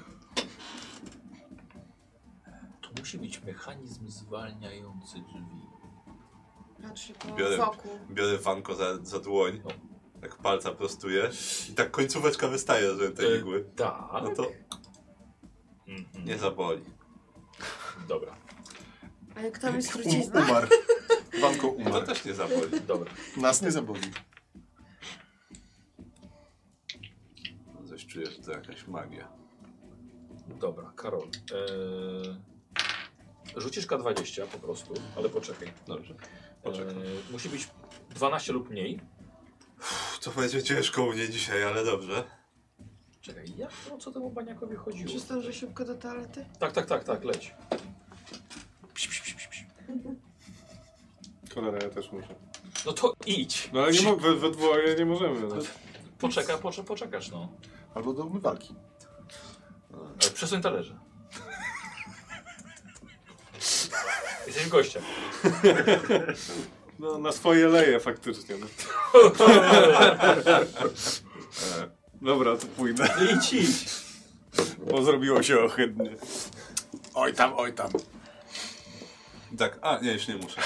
To musi być mechanizm zwalniający drzwi. Patrzy po Biorę, wokół. biorę Wanko za, za dłoń, No. tak palca prostuję i tak końcóweczka wystaje z tej E, igły. Tak. No to Mhm. nie zaboli. Dobra, A jak tam jest Um, trucizna? umarł. Wanko To umarł. też nie zaboli. dobra. Nas nie zaboli. No, coś czuję, że to jakaś magia. Dobra, Karol. Eee, rzucisz K dwadzieścia po prostu, ale poczekaj. Dobrze, poczekam. Eee, musi być dwanaście lub mniej. Pff, to będzie ciężko u mnie dzisiaj, ale dobrze. Czekaj, jak o co temu Baniakowi chodziło? Czy zdąży szybko do toalety? Tak, tak, tak, tak, leć. Cholera, ja też muszę. No to idź. No ale nie mo- we, we dwoje nie możemy. No. Poczeka, pocze, poczekasz, no. Albo do umywalki. Ale przesuń talerze. Jesteś w gościach. No, na swoje leje faktycznie. No. Dobra, to pójdę, Idź, idź. bo zrobiło się ohydnie. Oj tam, oj tam. Tak, a nie, już nie muszę.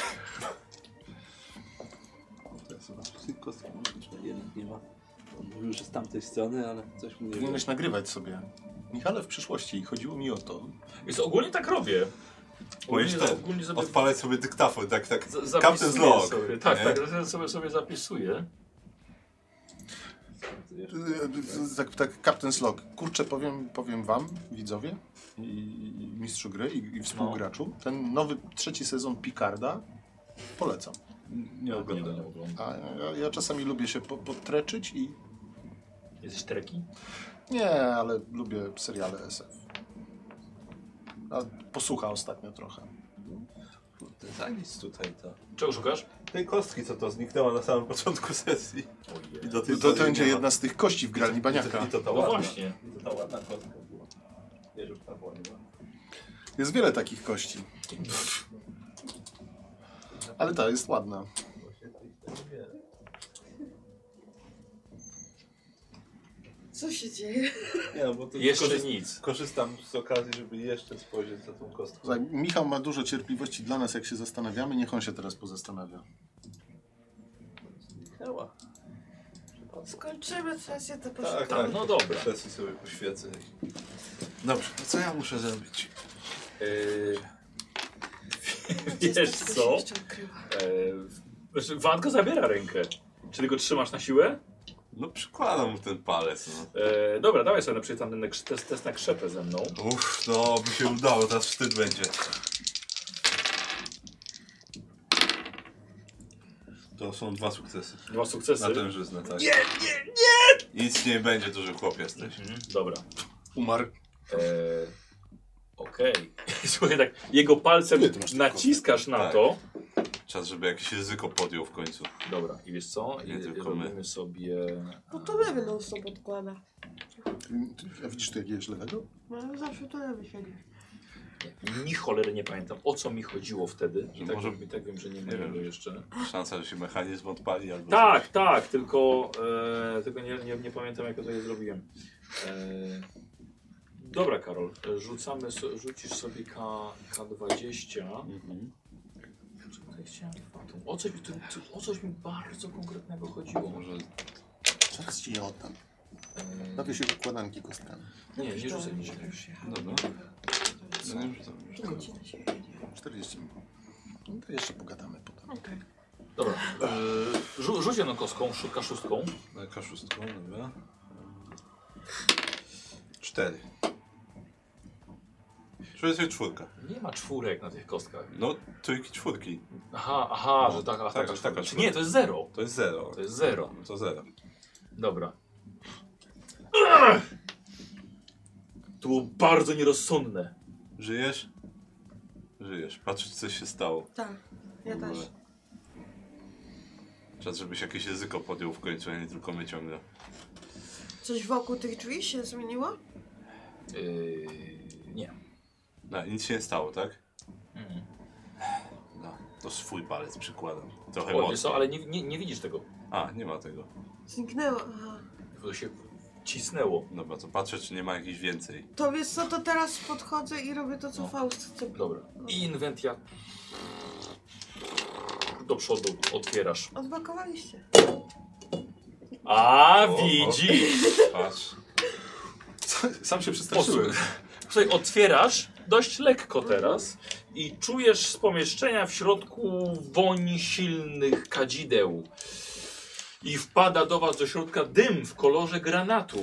Teraz zobaczę, kostki może jeden nie ma. On mówił, że z tamtej strony, ale coś mu nie Powinieneś nagrywać sobie. Michale, w przyszłości chodziło mi o to. Więc ogólnie tak robię. Mówisz Ogólnie, ten, ogólnie sobie odpalać sobie dyktafon, tak, tak. z- Captain's zapisuję log. sobie. Tak, nie? tak, ja sobie, sobie zapisuję. Yy, Tak, tak, Captain's Log. Kurczę, powiem, powiem wam, widzowie i, i mistrzu gry i, i współgraczu, ten nowy trzeci sezon Picarda polecam. Nie oglądam. Nie oglądam. A ja, ja czasami lubię się po, potreczyć i Jesteś treki? nie, ale lubię seriale S F. A posłucha ostatnio trochę. Kurde, za nic tutaj to. Czego szukasz? Tej kostki, co to zniknęła na samym początku sesji. I do tej To, to pory będzie nie ma. jedna z tych kości w gralni Baniaka. I to ta No ładna. właśnie. I to ta ładna kostka była. Nie, żeby ta była nie była. Jest wiele takich kości. Ale ta jest ładna. Co się dzieje? Nie, no bo to Jeszcze korzyst- nic. Korzystam z okazji, żeby jeszcze spojrzeć za tą kostką. Słuchaj, Michał ma dużo cierpliwości dla nas, jak się zastanawiamy. Niech on się teraz pozastanawia. Zniknęła. Skończymy sesję, to Tak, poszukamy. Tak, no dobra. Sesji sobie poświecę. Dobrze, to co ja muszę zrobić? Yy, Dziecko wiesz się co? jeszcze ukrywa. Yy, znaczy, Wanko zabiera rękę. Czy ty go trzymasz na siłę? No przykładam mu ten palec, no. E, dobra, dawaj sobie na przykład ten test, test na krzepę ze mną. Uff, no by się udało, teraz wstyd będzie. To są dwa sukcesy. Dwa sukcesy. Na tężyznę, tak. Nie, nie, nie! Nic nie będzie, duży chłop jesteś. Mhm, dobra. Umarł. E, Okej. Słuchaj, tak jego palcem Ile ty masz tych naciskasz na Tak. to. Czas, żeby jakieś ryzyko podjął w końcu. Dobra, i wiesz co? Nie I, tylko my. robimy sobie... No to lewy non stop odkłada. Ty- A widzisz tu jakiegoś lewego? No zawsze to lewy siedzi. Nie, ni cholery nie pamiętam, o co mi chodziło wtedy. I tak, Może- i tak wiem, że nie nie miałem wiem. go jeszcze. Szansa, że się mechanizm odpali albo Tak, coś. tak, tylko, e, tylko nie, nie, nie pamiętam, jak to je zrobiłem. E, dobra, Karol, e, rzucamy, so, rzucisz sobie K, K20. Mhm. Co tutaj chciałem? Fatum. O coś, mi tu, tu, o coś mi bardzo konkretnego chodziło. Może Zaraz ci je oddam. E, Bawię się w układanki kostkami. nie, nie rzucaj niczego. dobra. Co? No, nie rzucam, nie rzucam. Godzina się jedzie. czterdzieści minut. No to jeszcze pogadamy potem. Okej. Dobra, e, rzu, rzuć jedną kostką, szóstka szóstką. K sześć, dobra. Cztery. Czy jest czwórka? Nie ma czwórek na tych kostkach. No, trójki, czwórki. Aha, aha, No, że taka, taka- taka, taka czwórka. czwórka. Nie, to jest zero. To jest zero. To jest zero. No to zero. Dobra. To było bardzo nierozsądne. Żyjesz? Żyjesz. Patrz, czy coś się stało. Tak, ja W też. ogóle. Czas, żebyś jakieś ryzyko podjął w końcu, a nie tylko my ciągle. Coś wokół tych drzwi się zmieniło? Yy, nie. No, i nic się nie stało, tak? Mhm. No, to swój palec przykładam. Trochę O, wiesz mocno. co, ale nie, nie, nie widzisz tego. A, nie ma tego. Zniknęło, aha. To się cisnęło. Dobra, to patrzę, czy nie ma jakichś więcej. To wiesz co, to teraz podchodzę i robię to, co No. Faust chce. Dobra. I inwentia. Do przodu otwierasz. Odblokowaliście. A, O, widzisz! Patrz. Sam się przestraszyłem. Słuchaj, otwierasz dość lekko teraz i czujesz z pomieszczenia w środku woń silnych kadzideł. I wpada do was do środka dym w kolorze granatu.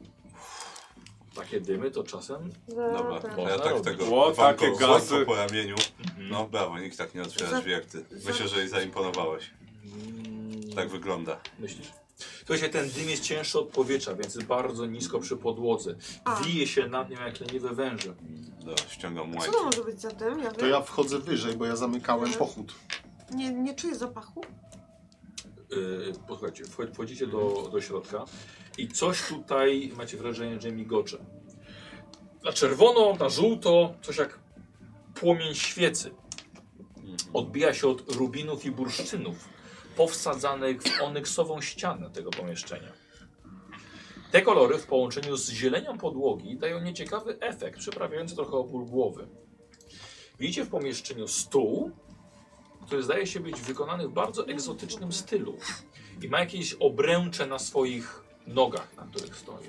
Takie dymy to czasem... Dobra, Dobra. to ja tak robić. tego O, takie walką- gazy. walką po ramieniu. Mhm. No brawo, nikt tak nie otwiera Za- drzwi jak ty. za- Myślę, że jej zaimponowałeś. Mm, Tak wygląda. Myślisz? Słuchajcie, ten dym jest cięższy od powietrza, więc jest bardzo nisko przy podłodze. A. Wije się nad nią jak leniwe węże. Dobra, ściągam Co to łańcuch. może być za tym? Ja To wiem. ja wchodzę wyżej, bo ja zamykałem Mhm. pochód. Nie, nie czuję zapachu. Yy, posłuchajcie, wcho- wchodzicie do, do środka i coś tutaj macie wrażenie, że migocze. Na czerwono, na żółto, coś jak płomień świecy. Odbija się od rubinów i bursztynów powsadzanych w onyksową ścianę tego pomieszczenia. Te kolory w połączeniu z zielenią podłogi dają nieciekawy efekt, przyprawiający trochę o ból głowy. Widzicie w pomieszczeniu stół, który zdaje się być wykonany w bardzo egzotycznym stylu i ma jakieś obręcze na swoich nogach, na których stoi.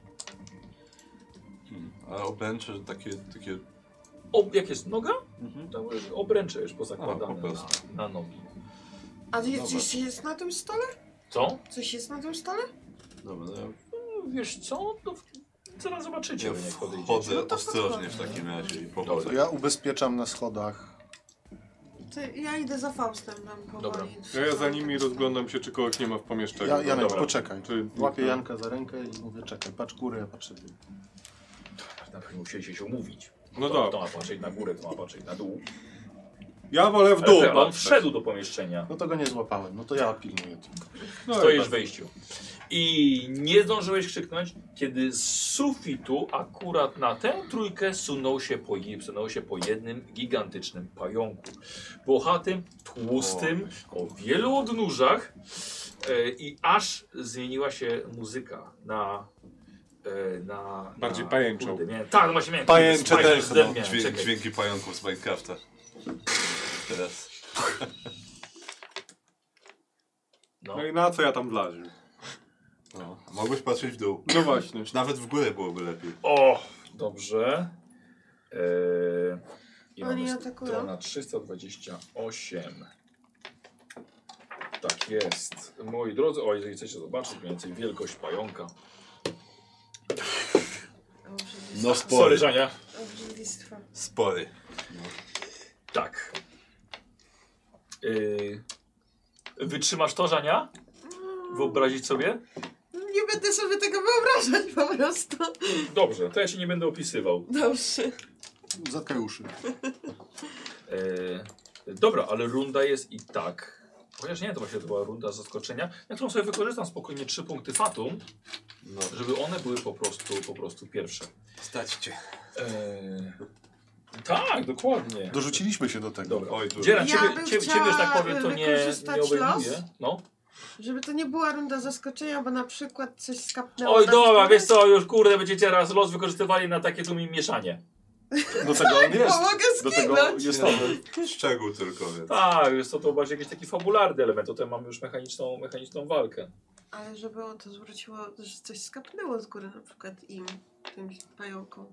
Hmm. A obręcze takie, takie... O, jak jest noga? Mhm. To już obręcze już pozakładane A, po prostu. na, na nogi. A jest, Dobra. coś jest na tym stole? Co? Coś jest na tym stole? Dobra, no ja, No, wiesz co? To w- zaraz zobaczycie, ja jak podejdziecie. wchodzę No to ostrożnie w podchodzę. takim razie i Dobra. pochodzę. To ja ubezpieczam na schodach. To ja idę za Faustem tam powoli. Dobra. A ja za nimi rozglądam się, czy kogoś nie ma w pomieszczeniu. Ja, Janek, Dobra. poczekaj. Czy- Łapię Janka za rękę i mówię, czekaj, patrz górę, ja patrzę dół. Najpierw musieliście się umówić. No to, tak. to ma patrzeć na górę, to ma patrzeć na dół. Ja wolę w Ale dół. słuchaj, on patrzeć. wszedł do pomieszczenia. No to go nie złapałem, no to ja pilnuję tylko. No i Stoisz tak. w wejściu. I nie zdążyłeś krzyknąć, kiedy z sufitu akurat na tę trójkę sunął się po, je- sunął się po jednym gigantycznym pająku. Włochatym, tłustym, o wielu odnóżach e, i aż zmieniła się muzyka na... E, na Bardziej na, pajęczą. kurde, miałem, tak, właśnie miałem. Pajęcze kurde, też, zdech no. miałem, Dźwięk, czekaj. dźwięki pająków z Minecrafta. Teraz. No. No i na co ja tam wlaził? No. Mogłeś patrzeć w dół. No właśnie. Nawet w górę byłoby lepiej. O, dobrze. Eee, I Oni mamy atakują? strona trzysta dwadzieścia osiem. Tak jest. Moi drodzy, o, jeżeli chcecie zobaczyć mniej więcej wielkość pająka. No Sorry, spory. Żania. Obrzydlistwo. Spory. Tak. Eee, wytrzymasz to, Żania? Wyobrazić sobie? Nie będę sobie tego wyobrażać po prostu. Dobrze, to ja się nie będę opisywał. Dobrze. Zatkaj uszy. Eee, dobra, ale runda jest i tak. Chociaż nie, to właśnie to była runda zaskoczenia, na którą sobie wykorzystam spokojnie trzy punkty fatum, No. żeby one były po prostu, po prostu pierwsze. Stać cię. Eee, Tak, dokładnie. Dorzuciliśmy się do tego. Dobra. Oj, tu. Dzieran, Ja ciebie, bym ciebie, ciebie, że tak chciała powiem, to nie, wykorzystać nie obejmuje. los. No. Żeby to nie była runda zaskoczenia, bo na przykład coś skapnęło. Oj, na dobra, niektórych. wiesz co, już kurde, będziecie teraz los wykorzystywali na takie tu mi mieszanie. Do tego on jest. Pomogę Do tego zginąć. jest on. Szczegół tylko, więc. Tak, jest to, to bardziej jakiś taki fabularny element, tutaj mamy już mechaniczną, mechaniczną walkę. Ale żeby on to zwróciło, że coś skapnęło z góry, na przykład im, tym pająkom.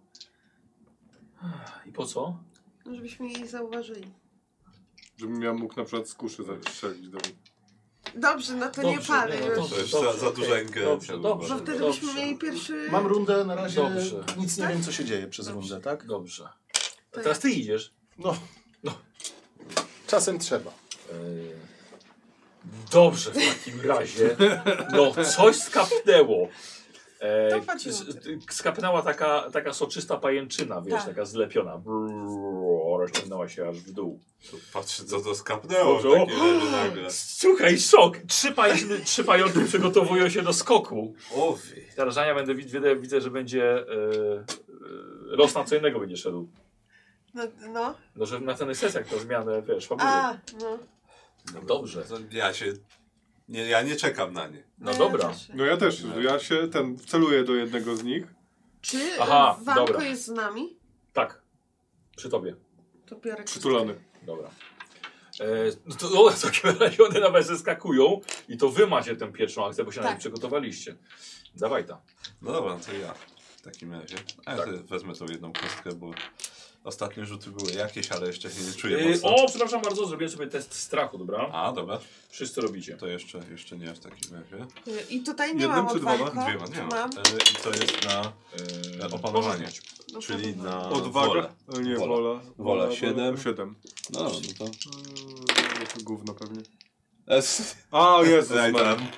I po co? No, żebyśmy jej zauważyli. Żebym ja mógł na przykład z kuszy zastrzelić do nich. Dobrze, no to nie Dobrze, palę nie, no już. To jest Dobrze, za, za duża okej. ingerencja. Dobrze, dobrze. Bo wtedy dobrze. byśmy mieli pierwszy... Mam rundę, na razie Dobrze. nic nie Tak? wiem, co się dzieje przez Dobrze. rundę, tak? Dobrze. To A teraz ty idziesz. No. No. Czasem trzeba. Yy, Dobrze, w takim razie. No, coś skapnęło. E, To patrzyło. s- skapnęła taka, taka soczysta pajęczyna, wiesz, Tak. taka zlepiona. Brrr, rozciągnęła się aż w dół. Patrzcie, co to skapnęło. Dobrze. Takie leży nagle. Słuchaj, szok! Trzy pajęczyny, trzy pająki przygotowują się do skoku. O wy. Zarażania będę widzę, widzę, że będzie e, e, los na co innego będzie szedł. No, no. No, że na ten sesjach to zmianę, wiesz, fabuły. A, no. Dobrze. To Ja się. Nie, ja nie czekam na nie. No ja dobra. też. No ja też, ja się ten wceluję do jednego z nich. Czy Aha, Aha, Wanko dobra. jest z nami? Tak. Przy tobie. To biorę Przytulony. Dobra. E, no to no, w takim razie one nawet zeskakują i to wy macie tę pierwszą akcję, bo się na Tak. nie przygotowaliście. Dawaj ta. No dobra, no to ja. W takim razie. A ja Tak. sobie wezmę tą jedną kostkę, bo ostatnie rzuty były jakieś, ale jeszcze się nie czuję E, mocno. o, przepraszam bardzo, zrobiłem sobie test strachu, dobra? A, dobra. Wszyscy robicie. To jeszcze, jeszcze nie w takim razie. I tutaj nie Jednym mam czy dwoma? odwalka. Dwiema, nie ma. Mam. E, I to jest na e, opanowanie. No, Czyli to- na Odwaga? wolę. E, Nie, Wola. wola. Wola siedem. siedem. No, no to... Eee, to gówno pewnie. Es... A, Jezus Daj Maria. tam.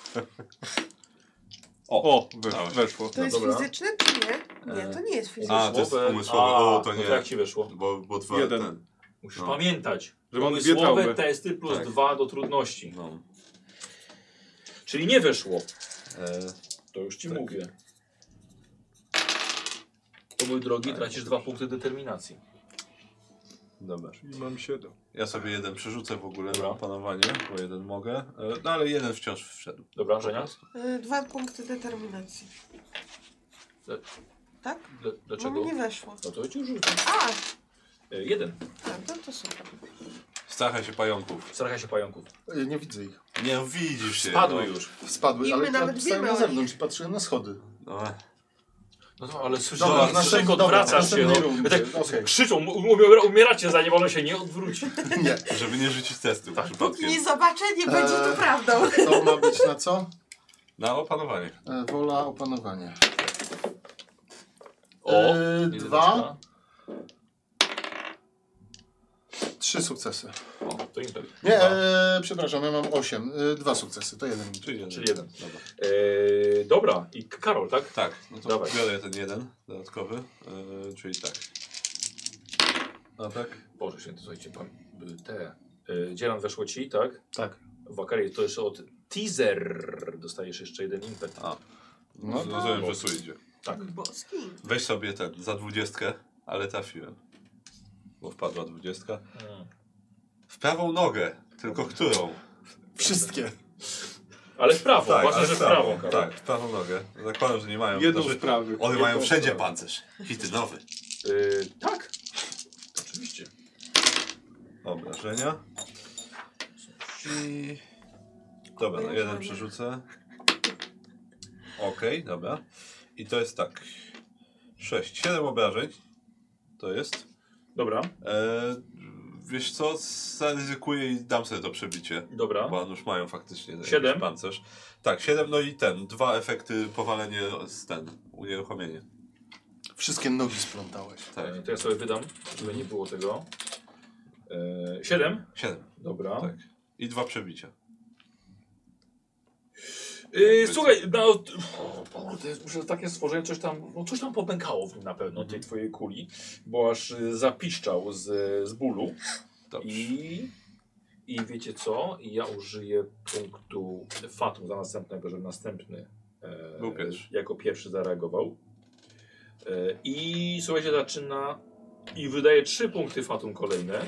O, wesz, Dałeś. weszło. To jest Dobra. fizyczne czy nie? Nie, to nie jest fizyczne. A, to jest Umysłowe. umysłowe. A, O, to no nie. to jak ci wyszło? Bo, bo dwa Jeden. ten. Musisz No. pamiętać. Że mam dwie Umysłowe traumy. testy plus Tak. dwa do trudności. No. Czyli nie wyszło. E, To już ci Tak. mówię. To mój drogi, Tak. tracisz dwa punkty determinacji. dobra. I mam siedem. Ja sobie jeden przerzucę w ogóle Dobra. na opanowanie, bo jeden mogę. E, no ale jeden wciąż wszedł. Dobra, Żenia? Y, Dwa punkty determinacji. Dla- Tak? Dla- Bo Dlaczego? mi nie weszło. No to ci już rzucę. A, E, Jeden. tak, no to super. Strachaj się pająków. Strachaj się pająków. E, Nie widzę ich. Nie no, widzisz się. Spadły no. już. Spadły, I ale my ja nawet stałem wiemy na o zewnątrz i patrzyłem na schody. No. No to, ale słyszę, Dobra, że następny- Krzyk dobra, odwracasz się. następnej No. rundzie, Tak okej. krzyczą, um- umiera- umieracie zanim ono się nie odwróci. Nie. Żeby nie rzucić testu Tak. przypadkiem. Nie zobaczę, nie będzie to Eee. prawdą. To ma być na co? Na opanowanie. E, Wola, opanowanie. O, E, jedyneczka. dwa. Trzy sukcesy. O, to impet. Nie, e, przepraszam, ja mam osiem. E, dwa sukcesy, to jeden. Czyli jeden. Czyli jeden. Dobra. E, dobra, i K- Karol, tak? Tak, no to Dawaj. biorę ten jeden dodatkowy. E, czyli tak. No tak. Boże święty, słuchajcie, pan, te. E, Dzielan weszło ci, tak? Tak. Wakary, to jeszcze od teaser dostajesz jeszcze jeden impet. A, No no, to rozumiem, że su idzie. Tak. Boski. Weź sobie ten, za dwudziestkę, ale trafiłem. Bo wpadła dwudziestka. Mm. W prawą nogę, tylko którą? wszystkie. Ale w prawo, ważne, ale że w w prawo. Karol. Tak, w prawą nogę. Zakładam, że nie mają. Jedną znaczy, z prawych. One Jedną mają z wszędzie prawych. pancerz. Hity nowy. E, tak. Oczywiście. Obrażenia. I... Dobra, no jeden przerzucę. Okej, dobra. I to jest tak. sześć, siedem obrażeń. To jest. Dobra, E, wiesz co, zaryzykuję i dam sobie to przebicie. dobra. Bo już mają faktycznie jakiś Siedem? pancerz. Tak, siedem, no i ten. Dwa efekty powalenie z ten. Unieruchomienie. Wszystkie nogi splątałeś. Tak. E, to ja sobie wydam, żeby nie było tego. E, siedem? Siedem. Dobra. Tak. I dwa przebicia. Yy, słuchaj, no, t- o, kurde, muszę takie stworzenie, coś tam, no coś tam popękało w nim na pewno, tej twojej kuli, bo aż y, zapiszczał z, z bólu. Dobrze. I, I wiecie co? Ja użyję punktu fatum za następnego, żeby następny e, Był pierwszy. jako pierwszy zareagował. E, I słuchajcie, zaczyna I wydaje trzy punkty fatum kolejne.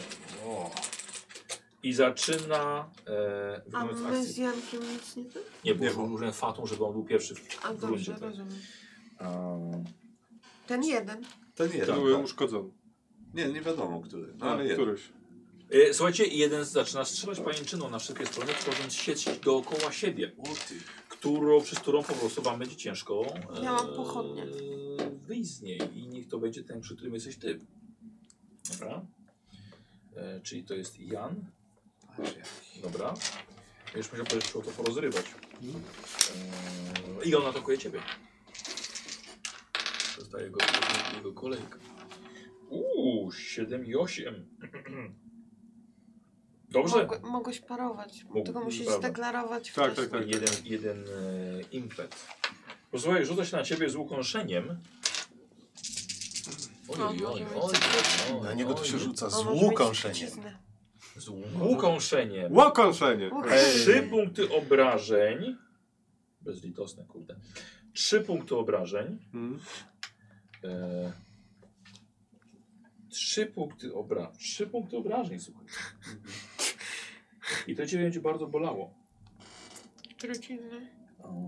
I zaczyna e, A wykonać my akcję. z Jankiem nic nie tak? Nie, bo Nie, bo- użyłem fatum, żeby on był pierwszy w, A w rundzie. dobrze, Tak. rozumiem. Um, Ten jeden. Ten Ten jeden. był Tak. uszkodzony. Nie, nie wiadomo który. No, A, ale jeden. któryś. e, słuchajcie, jeden zaczyna strzelać pajęczyną na wszystkie strony, tworząc sieć dookoła siebie, którą, przez którą po prostu wam będzie ciężko e, Ja mam pochodnie. wyjść z niej i niech to będzie ten, przy którym jesteś ty. Dobra. E, czyli to jest Jan. Dobra. Już musiał powiedzieć, trzeba to porozrywać. E, I on atakuje ciebie. Zostaje jego, jego kolejka. Uuu, siedem i osiem. Dobrze. Mogę, mogłeś parować, Mógł, tylko musisz prawda. zdeklarować Tak, wcześniej. tak, tak. Jeden, jeden e, impet. Posłuchaj, rzuca się na ciebie z ukąszeniem. Oj, O, oj, może oj, mieć oj, zakrycie. oj, Na niego to oj. się rzuca z On może mieć łukąszeniem. truciznę. Z łukąszeniem. Łokąszenie! Ej. Trzy punkty obrażeń. Bezlitosne, kurde. Trzy punkty obrażeń. Hmm. E, trzy punkty obrażeń. Trzy punkty obrażeń, słuchaj. I to ciebie będzie bardzo bolało. Truciznę. O,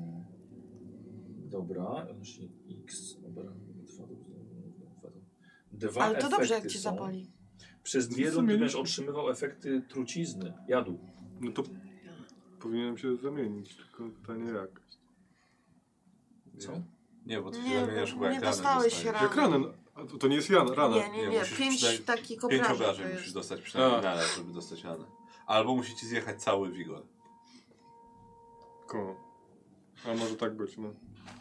dobra, odnośnie X. Dobra, dwa, dwa, dwa Ale to dobrze, jak efekty cię są. zaboli. Przez dwie Zamienić. rundy będziesz otrzymywał efekty trucizny, jadu. No to powinienem się zamienić, tylko pytanie jak. Co? Nie, bo ty się Nie, zamieniasz bo chyba nie jak ranę dostałeś dostajesz. rany. Jak ranę? A to, to nie jest Jan, rana. Nie, nie, Nie, nie. musisz Pięć przynajmniej- takich Pięć obrażeń obrażeń to musisz jest. dostać przynajmniej A. naraz, żeby dostać ranę. Albo musi ci zjechać cały wigor. Koło. A może tak być, no.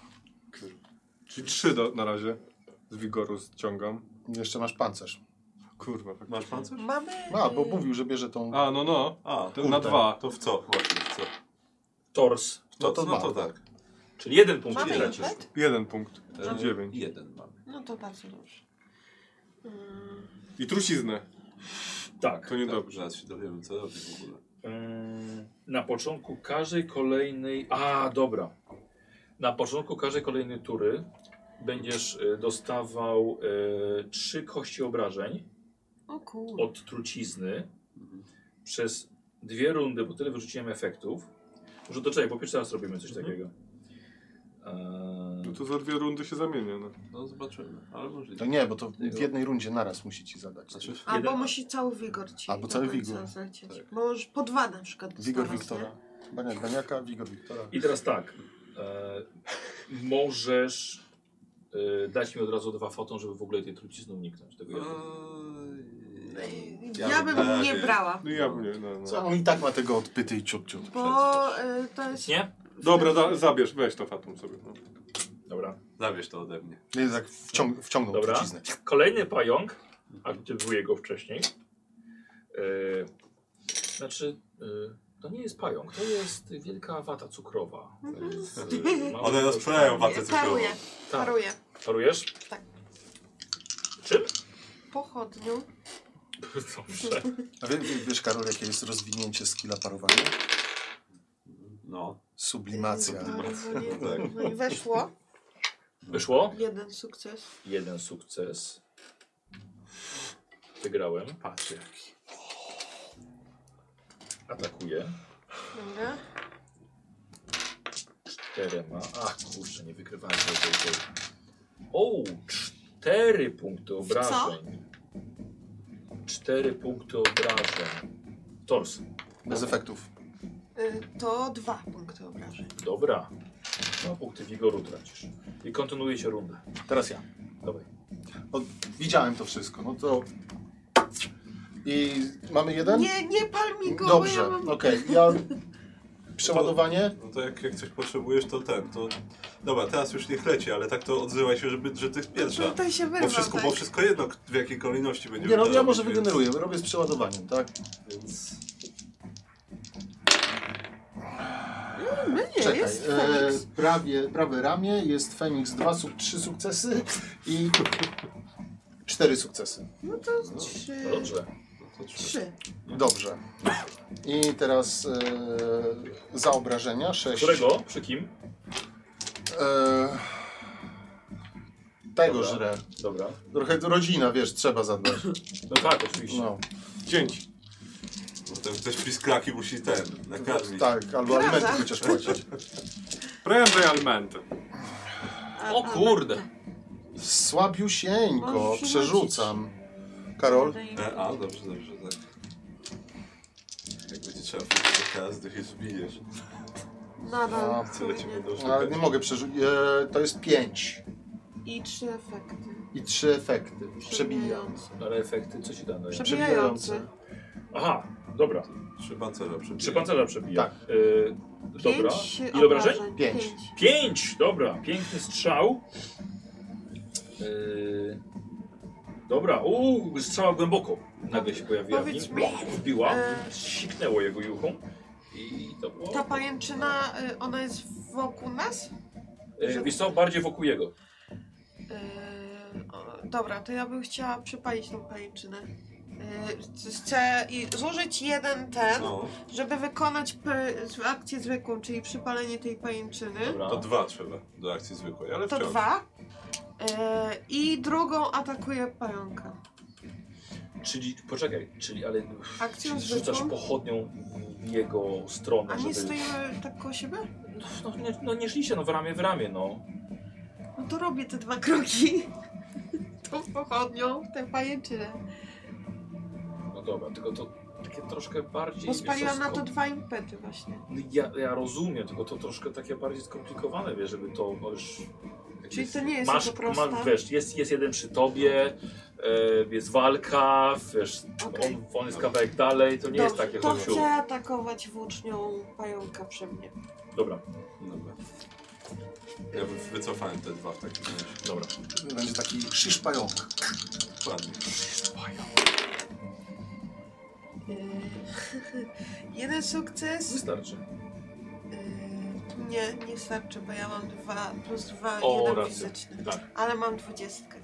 Czyli trzy do, na razie z wigoru ściągam. Jeszcze masz pancerz. Kurwa, tak. Masz pancerz? Mamy... A, bo mówił, że bierze tą... A, no no. A, To na dwa. To w co? Właśnie, w co? Tors. No No to, to no to ma. tak. Czyli jeden punkt Mamy tracisz. impet? Jeden punkt. E, Dziewięć. Jeden mamy. No to bardzo dobrze. Mm. I truciznę. Tak. To niedobrze. Zaraz się dowiemy, co robi w ogóle. Ym, Na początku każdej kolejnej... A, dobra. Na początku każdej kolejnej tury będziesz y, dostawał y, trzy kości obrażeń O kurde. od trucizny przez dwie rundy, bo tyle wyrzuciłem efektów. Może do czego, bo pierwszy raz robimy coś takiego. Eee, No to za dwie rundy się zamienię, no. No zobaczymy, ale możliwe. To nie, bo to w jednej rundzie naraz musi ci zadać. Znaczy, Albo jeden- musi cały wigor ci Albo do cały końca wigor. zlecieć. Tak. Możesz po dwa na przykład Wigor dostawać, Wiktora. Baniak Baniaka, Wigor Wiktora. I teraz tak. E, możesz e, dać mi od razu dwa foton, żeby w ogóle tej trucizny uniknąć. Tego jadu. nie? Ja Ja bym bym na nie razie- brała. No ja nie, no, no. Co? On i tak ma tego odpyty i ciut ciut. Bo y, to jest... Nie? Dobra, da, zabierz, weź to fatum sobie. No. Dobra. Zabierz to ode mnie. Nie, tak wciąg wciągnął Dobra. truciznę. Kolejny pająk, aktywuję go wcześniej. E, znaczy, e, to nie jest pająk, to jest wielka wata cukrowa. To jest, e, mały- One rozprzedają watę cukrową. Paruję, Tak. paruję. Parujesz? Tak. Czym? Pochodnią. Dobrze. A wie, wie, wiesz, Karol, jakie jest rozwinięcie skilla parowania? No. Sublimacja. Parowanie. Tak. No i weszło. Wyszło? Jeden sukces. Jeden sukces. Wygrałem. Patrz jaki. Atakuję. Dobra. Czterema. Ach kurczę, nie wykrywałem tej, tej, tej. O, cztery punkty obrażeń. Cztery punkty obrażeń. Tors. Bez efektów. Y, to dwa punkty obrażeń. Dobra. Dwa punkty wigoru tracisz. I kontynuujecie rundę. Teraz ja. Dawaj. No, widziałem to wszystko, no to... I mamy jeden? Nie, nie pal mi go, Dobrze, bo ja mam... okej. Ja... Przeładowanie? No to jak, jak coś potrzebujesz, to ten, to... Dobra, teraz już niech leci, ale tak to odzywaj się, żeby, że ty jest pierwsza. Tutaj się Bo wyrwał, wszystko, tak? bo wszystko jedno, w jakiej kolejności będzie. Nie no, ja może więc- wygeneruję, robię z przeładowaniem, tak? Więc... My nie, Czekaj, jest e, Feniks. prawie, prawe ramię, jest Feniks, dwa, suk trzy sukcesy i cztery sukcesy. No to trzy. No dobrze. No to trzy. Trzy. Dobrze. I teraz e, za obrażenia, sześć. Którego? Przy kim? E, Tego Dobra. żre. Dobra. Trochę to rodzina, wiesz, trzeba zadbać. No tak, oczywiście. No. Dzięć. Potem ktoś pisklaki musi ten, nakarmić. Tak, albo Prawda? alimenty chociaż płacić. Prędzej alimenty. A- O a- kurde. Słabiusieńko, Możesz przerzucam. Karol? E, a, dobrze, dobrze, tak. Jak będzie trzeba wrócić do każdy, się zbijesz. Nadal. A, Co lecimy do No, ale nie mogę przerzucić. E, to jest pięć. I trzy efekty. I trzy efekty. Przebijam. Przebijające. Ale efekty, co ci da? No, Przebijające. Aha, dobra. Trzy pancerza przebija. Trzy pancerza przebija. Tak. Y, dobra. Pięć Ile obrażeń? Pięć. Pięć! Dobra, piękny strzał. Y, dobra, uuu, strzała głęboko. Nagle się pojawiła w nim. Powiedz mi, Wbiła, e, siknęło jego jucho. I to było... Ta pajęczyna, y, ona jest wokół nas? Y, wiesz co, bardziej wokół jego. Y, o, dobra, to ja bym chciała przypalić tą pajęczynę. Y, chcę i zużyć jeden ten, No, żeby wykonać p- akcję zwykłą, czyli przypalenie tej pajęczyny. Dobra. to dwa trzeba do akcji zwykłej, ale To wciąż. dwa. Y, I drugą atakuję pająka. Czyli, poczekaj, czyli ale... Akcją Czyli rzucasz zwykłą. pochodnią w jego stronę, A nie żeby... stoimy tak koło siebie? No, nie, no nie szliście, no w ramię w ramię, no. No to robię te dwa kroki. Tą pochodnią, tę pajęczynę. No dobra, tylko to takie troszkę bardziej... Bo spaliłam wiesz, na to skom- dwa impety właśnie. Ja, ja rozumiem, tylko to troszkę takie bardziej skomplikowane, wiesz, żeby to no już... Czyli to nie jest masz, taka prosta? masz, wiesz, jest, jest jeden przy tobie, e, jest walka, wiesz, Okej. on, on jest kawałek dalej, to nie jest Dobrze, takie to chodź. chcę atakować włócznią pająka przy mnie. Dobra, Dobra. Ja wy- wycofałem te dwa w takim razie. dobra. Będzie taki shish pająk. Dokładnie. Yy, jeden sukces. Wystarczy. Yy, nie, nie starczy, bo ja mam dwa plus dwa, O, jeden racja. fizyczny. Tak. Ale mam dwudziestkę.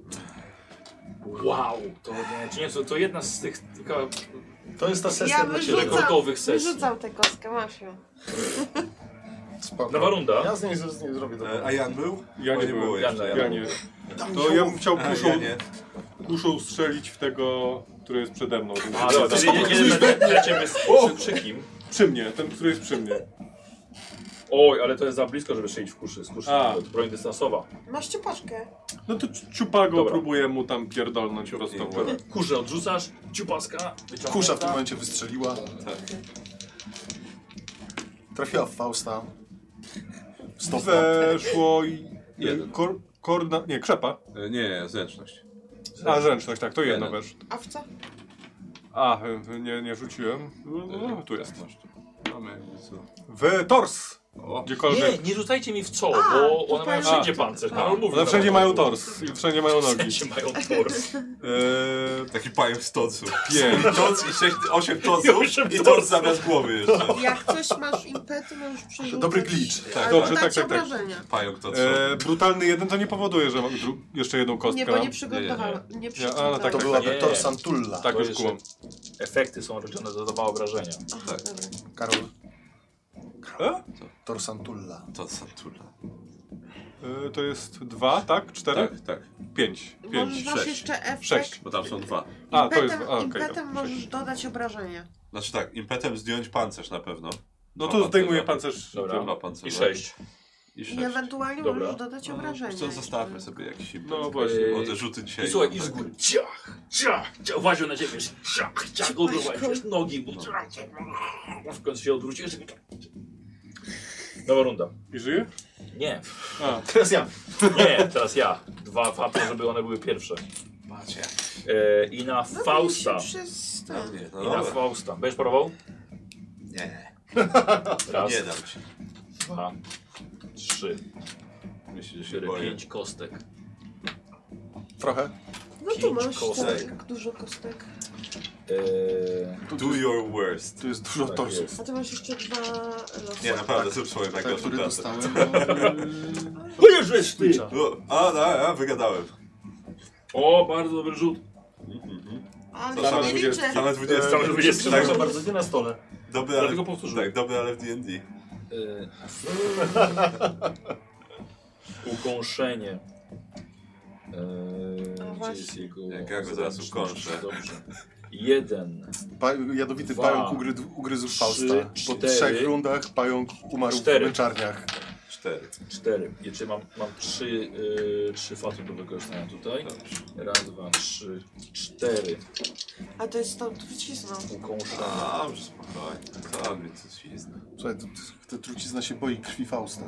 Wow, to nie, nie, to, to jedna z tych taka To jest ta sesja Ja dla wyrzucam. ciebie. rekordowych sesji. Wyrzucam tę kostkę, masz ją. Spoko. Nowa runda. Ja z niej z niej zrobię E, to. a Jan był? Ja Bo nie nie byłem. było Ja jeszcze. nie, Ja nie. To ja bym chciał A, kuszą, ja nie. kuszą strzelić w tego, który jest przede mną. Ten, A, dobra, to nie, nie, nie, nie, lecimy z, przy, przy kim? Przy mnie, ten, który jest przy mnie. Oj, ale to jest za blisko, żeby strzelić w kuszy. Z kuszy A. to jest broń dystansowa. Masz ciupaczkę. No to ci- ciupago Dobra. próbuje mu tam pierdolnąć prosto w łeb. Kuszę odrzucasz, ciupaska, wyciągnięta. Kusza w tym momencie wystrzeliła. Tak. Trafiła w Fausta. Stop. Weszło i... Jeden. Kor, korna... Nie, krzepa. E, nie, zręczność. A, zręczność, tak, to jedno Jeden. weszło. A w co? A, nie, nie rzuciłem. No, tu jest. Masz tu. Mamy jakby co. W tors! O, Gdziekolwiek. Nie, nie rzucajcie mi w co, A, bo to one mają pewnie. wszędzie A, pancerz. to- Karol mówi, One że wszędzie mają mają tors i wszędzie mają nogi. Wszędzie mają tors. Eee, taki pająk z tocu. pięć. Toc i sześć, osiem I toców osiem i toców. toc zamiast głowy jeszcze. Jak coś masz impety, możesz przerzucać. Dobry glitch. Tak, Albo dobrze, dać tak, tak, tak. obrażenia. Pająk tocu. Eee, brutalny jeden to nie powoduje, że mam dru- jeszcze jedną kostkę. Nie, bo nie mam. przygotowałam. Nie, nie, Ja, a, no tak, To tak, była Nie. Torsantulla. Tak, To już jeszcze- kumam. Efekty są robione do dwa obrażenia. Aha, Tak. dobra. Karol. E? Torsantulla. To Santula. Eee, to jest dwa, tak? Cztery? Tak, tak. Pięć. Możesz Pięć. masz sześć. jeszcze efekt. Sześć. Bo tam są dwa. A, to jest... Impetem, A, okej, impetem dobra, możesz sześć. dodać obrażenia. Znaczy tak, impetem zdjąć pancerz na pewno. No Dwa to zdejmuję pancerze. pancerz. Dobra. Dwa pancerze. I sześć. I I sześć. ewentualnie Dobra. możesz dodać No, obrażenia. wiesz co, zostawmy sobie jakiś impet. No właśnie. Eee, Bo te rzuty dzisiaj... I słuchaj, i tak. z góry. Ciach, ciach, ciach. Uważaj na ciebie. Ciach, ciach. Odrywaj się nogi. Bo... W końcu się odwrócisz. Nowa runda. I żyje? Nie. A, Teraz ja. Nie, teraz ja. Dwa fapy, żeby one były pierwsze. Macie. E, I na No, Fausta. Przez ten. No, nie, no I na dobra. Fausta. Będziesz parował? Nie. Raz, Nie dam ci. dwa, trzy, Myślę, że się cztery, boję. pięć kostek. Trochę. No tu Pięć masz kostek. tak dużo kostek. E, Tu, Do tu, jest, your worst. tu jest dużo Tak torsów. jest. A ty masz jeszcze dwa losy. Nie, naprawdę, Tak. zrób swoją Te, najgorszą które pracę. dostałem. O Jezus, ty! O, a, a, a, wygadałem. O, bardzo dobry rzut. Ale To się same nie dwudziestki. liczę. Same dwudziestki. Same dwudziestki. Tak, Proszę bardzo, nie na stole. dobry, ale, Dlatego powtórzyłem. tak, dobry, ale w D and D. E, ukąszenie. No Eee, właśnie. gdzie jest jego... Jak ja go zaraz ukończę. Dobrze. Jeden. Pa jadowity Dwa, pająk ugryzł, ugryzł trzy, Fausta. Po cztery. trzech rundach pająk umarł Cztery. w męczarniach. Cztery. Cztery. Jeszcze mam, mam trzy, yy, trzy faty do wykorzystania tutaj. Dobrze. Raz, dwa, trzy, cztery. A to jest z tą trucizną. Ukąszone. Dobrze, spokojnie. Co mi tu świzna? Słuchaj, to, to, ta trucizna się boi krwi Fausta.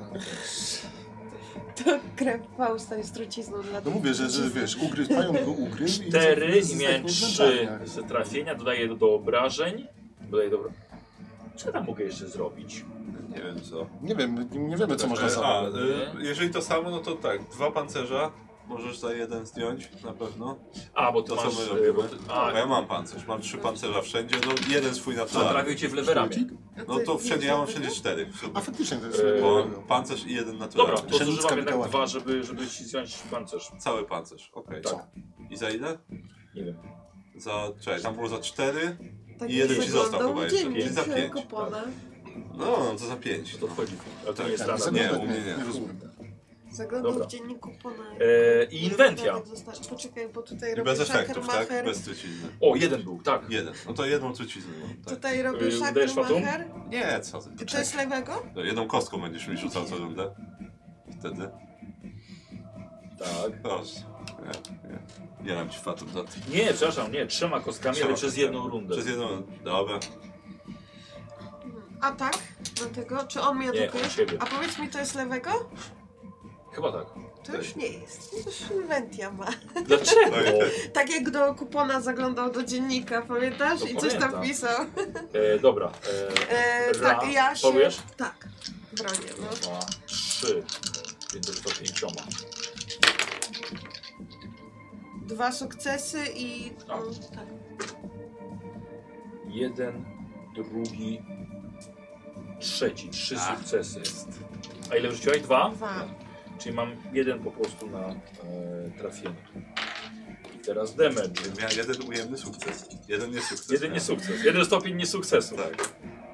To krew Fausta jest trucizną dla No tej mówię, że, że trucizny. wiesz, ugryzł, pająk go ugryzł i Cztery z- i miałem zdechnął w trzy męczarniach. z trafienia. Dodaję do, do obrażeń. Dodaję do... Co ja tam mogę jeszcze zrobić? Nie wiem co. Nie wiem, nie, nie wiemy co można E, zrobić. A, e, jeżeli to samo, no to tak, dwa pancerza. Możesz za jeden zdjąć, na pewno. A, bo ty To co masz... my e, robimy? bo ty, A, a, bo ja mam pancerz, mam trzy pancerza wszędzie, no jeden swój naturalny. trafię cię w lewe ramię. No to wszędzie, ja mam wszędzie cztery w A sumie. faktycznie to jest... E, Bo Bo... pancerz i jeden Dobra, naturalny. to Pszenicka zużywam jednak Mikołaj. dwa, żeby, żeby ci zdjąć pancerz. Cały pancerz, okej. Tak. I za ile? Nie wiem. Za, czekaj, tam było za cztery. Tak I jeden ci wyglądał został chyba jeszcze. dziennik Czyli za pięć. Kopona. No, no to za pięć. To wchodzi. Ale to nie jest Tak, rana. nie, Zaglądać u mnie nie. nie rozumiem. Zaglądał Dobra. w dzienniku Kopona. E, I inwentia. Poczekaj, bo tutaj I robię bez efektów, tak? Schakermacher. Bez trucizny. O, jeden był, tak. Jeden. No to jedną truciznę mam, tak? Tutaj robię Yy, dajesz fatum? Schakermacher. Nie, co ty. To jest lewego? No, jedną kostką będziesz mi rzucał co rundę. Wtedy. Tak. Proszę. Nie, nie. Nie dam ci fatum za to. Nie, przepraszam, nie. Trzema kostkami, Trzema ale przez kostkami. jedną rundę. Przez jedną. Dobra. A tak? Do tego? Czy on mnie Nie, atakuje? on siebie. A powiedz mi, to jest lewego? Chyba tak. To już nie jest. To już Inventia ma. Dlaczego? Tak jak do kupona zaglądał do dziennika, pamiętasz? To I coś tam pamiętam. pisał. E, dobra. E, E, Ra, tak, ja się... powiesz? Tak. Bronię, no. dwa, trzy. Więc to pięcioma. Dwa sukcesy i... Tak. No, tak. Jeden, drugi, trzeci. Trzy A. sukcesy. A ile wrzuciłeś? Dwa? Dwa. Czyli mam jeden po prostu na e, trafienie. I teraz damage. Miałem jeden ujemny sukces. Jeden nie sukces. Jeden nie sukces. Jeden stopień niesukcesu. Tak.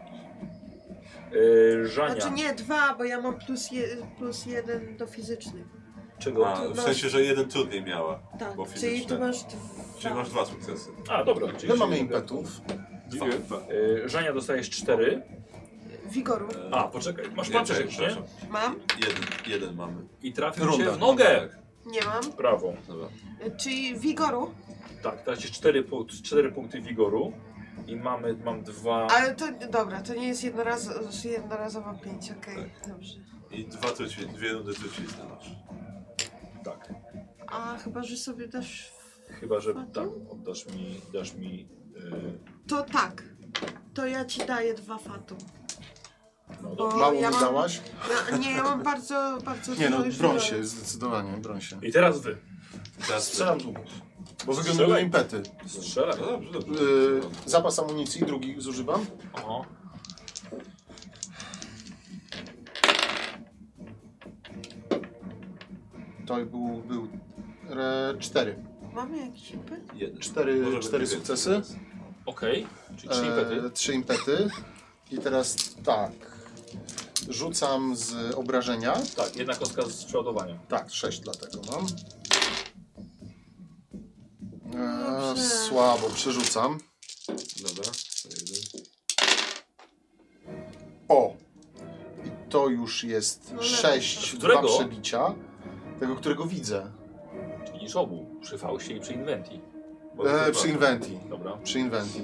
E, Żania. Znaczy nie, dwa, bo ja mam plus, je, plus jeden do fizycznych. Czego? A, w sensie, że jeden trudniej miała. Tak, Bo czyli fizyczne. tu masz Czyli dwa. masz dwa sukcesy. A, dobra. Czyli Ile mamy czyli- impetów? Dwa. dwa. E, Żania dostajesz cztery. Wigoru. A, poczekaj, masz Nie, pancerz czekaj, jakiś, nie? przepraszam. Mam? Jeden, jeden mamy. I trafił Runda. cię w nogę. Tak. Nie mam. Prawą. Dobra. E, Czyli wigoru. Tak, teraz jest cztery, pu- cztery punkty wigoru. I mamy, mam dwa... Ale to, dobra, to nie jest jednoraz, jednorazowa pięć, okej, dobrze. I dwa truci, dwie rundy trucizny masz. Tak. A chyba, że sobie dasz... Chyba, że Fatum? tak, oddasz mi, dasz mi... Yy, To tak. To ja ci daję dwa fatum. no Bo dobrze. Mało ja mi mam- dałaś? Ja, nie, ja mam bardzo, bardzo Nie no, dużo już broń biorę. się, zdecydowanie, broń się. I teraz wy. Teraz Strzelam z łuku. Bo wyglądają Strzelaj. impety. Strzelaj. No dobrze, dobrze. Yy, zapas amunicji, drugi zużywam. Aha. To był, był e, cztery. Mamy jakiś impet? Jeden. Cztery, Może cztery będzie sukcesy. Okej. Czyli trzy impety. E, trzy impety. I teraz tak. Rzucam z obrażenia. Tak, jedna kostka z przeładowania. Tak, sześć dlatego mam. E, Dobrze. słabo, przerzucam. Dobra. To jeden. O! I to już jest No, sześć, Którego? dwa przebicia. Tego, którego widzę. Czyli niż obu. Przy Faustie i przy Inventii. Bo to E, chyba- przy Inventii. Dobra. Przy Inventii.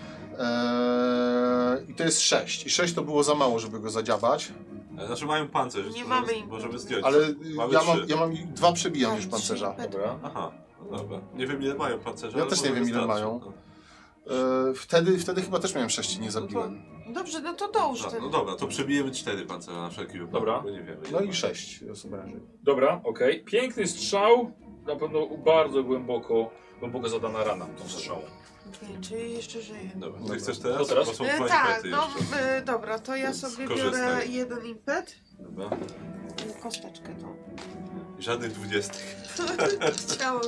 E, I to jest sześć. I sześć to było za mało, żeby go zadziabać. E, Znaczy mają pancerz. Nie możemy- mamy im- Możemy zdjąć. Ale Mamy ja trzy. mam, ja mam dwa przebijam Tak, już trzy pancerza. impety. Dobra. Aha, no dobra. Nie wiem ile mają pancerza. Ja ale też nie może wiem, ile wystarczy. mają. No. E, wtedy, wtedy chyba też miałem sześć i nie zabiłem. Dobrze, no to dołóż No, ten. no dobra, to przebijemy cztery pancerza na wszelki wypadek. Dobra. Bo nie wiemy. ile No i mają. sześć obrażeń. Dobra, okej. Piękny strzał. Na pewno bardzo głęboko, głęboko zadana rana tą strzałą. Okej, czyli jeszcze żyję. Dobra, Dobra. ty chcesz To teraz? teraz? Bo są E, dwa tak, impety no jeszcze. e, dobra, to ja Więc sobie korzystaj. biorę jeden impet. Dobra. I kosteczkę tą. Żadnych dwudziestych. Chciałam.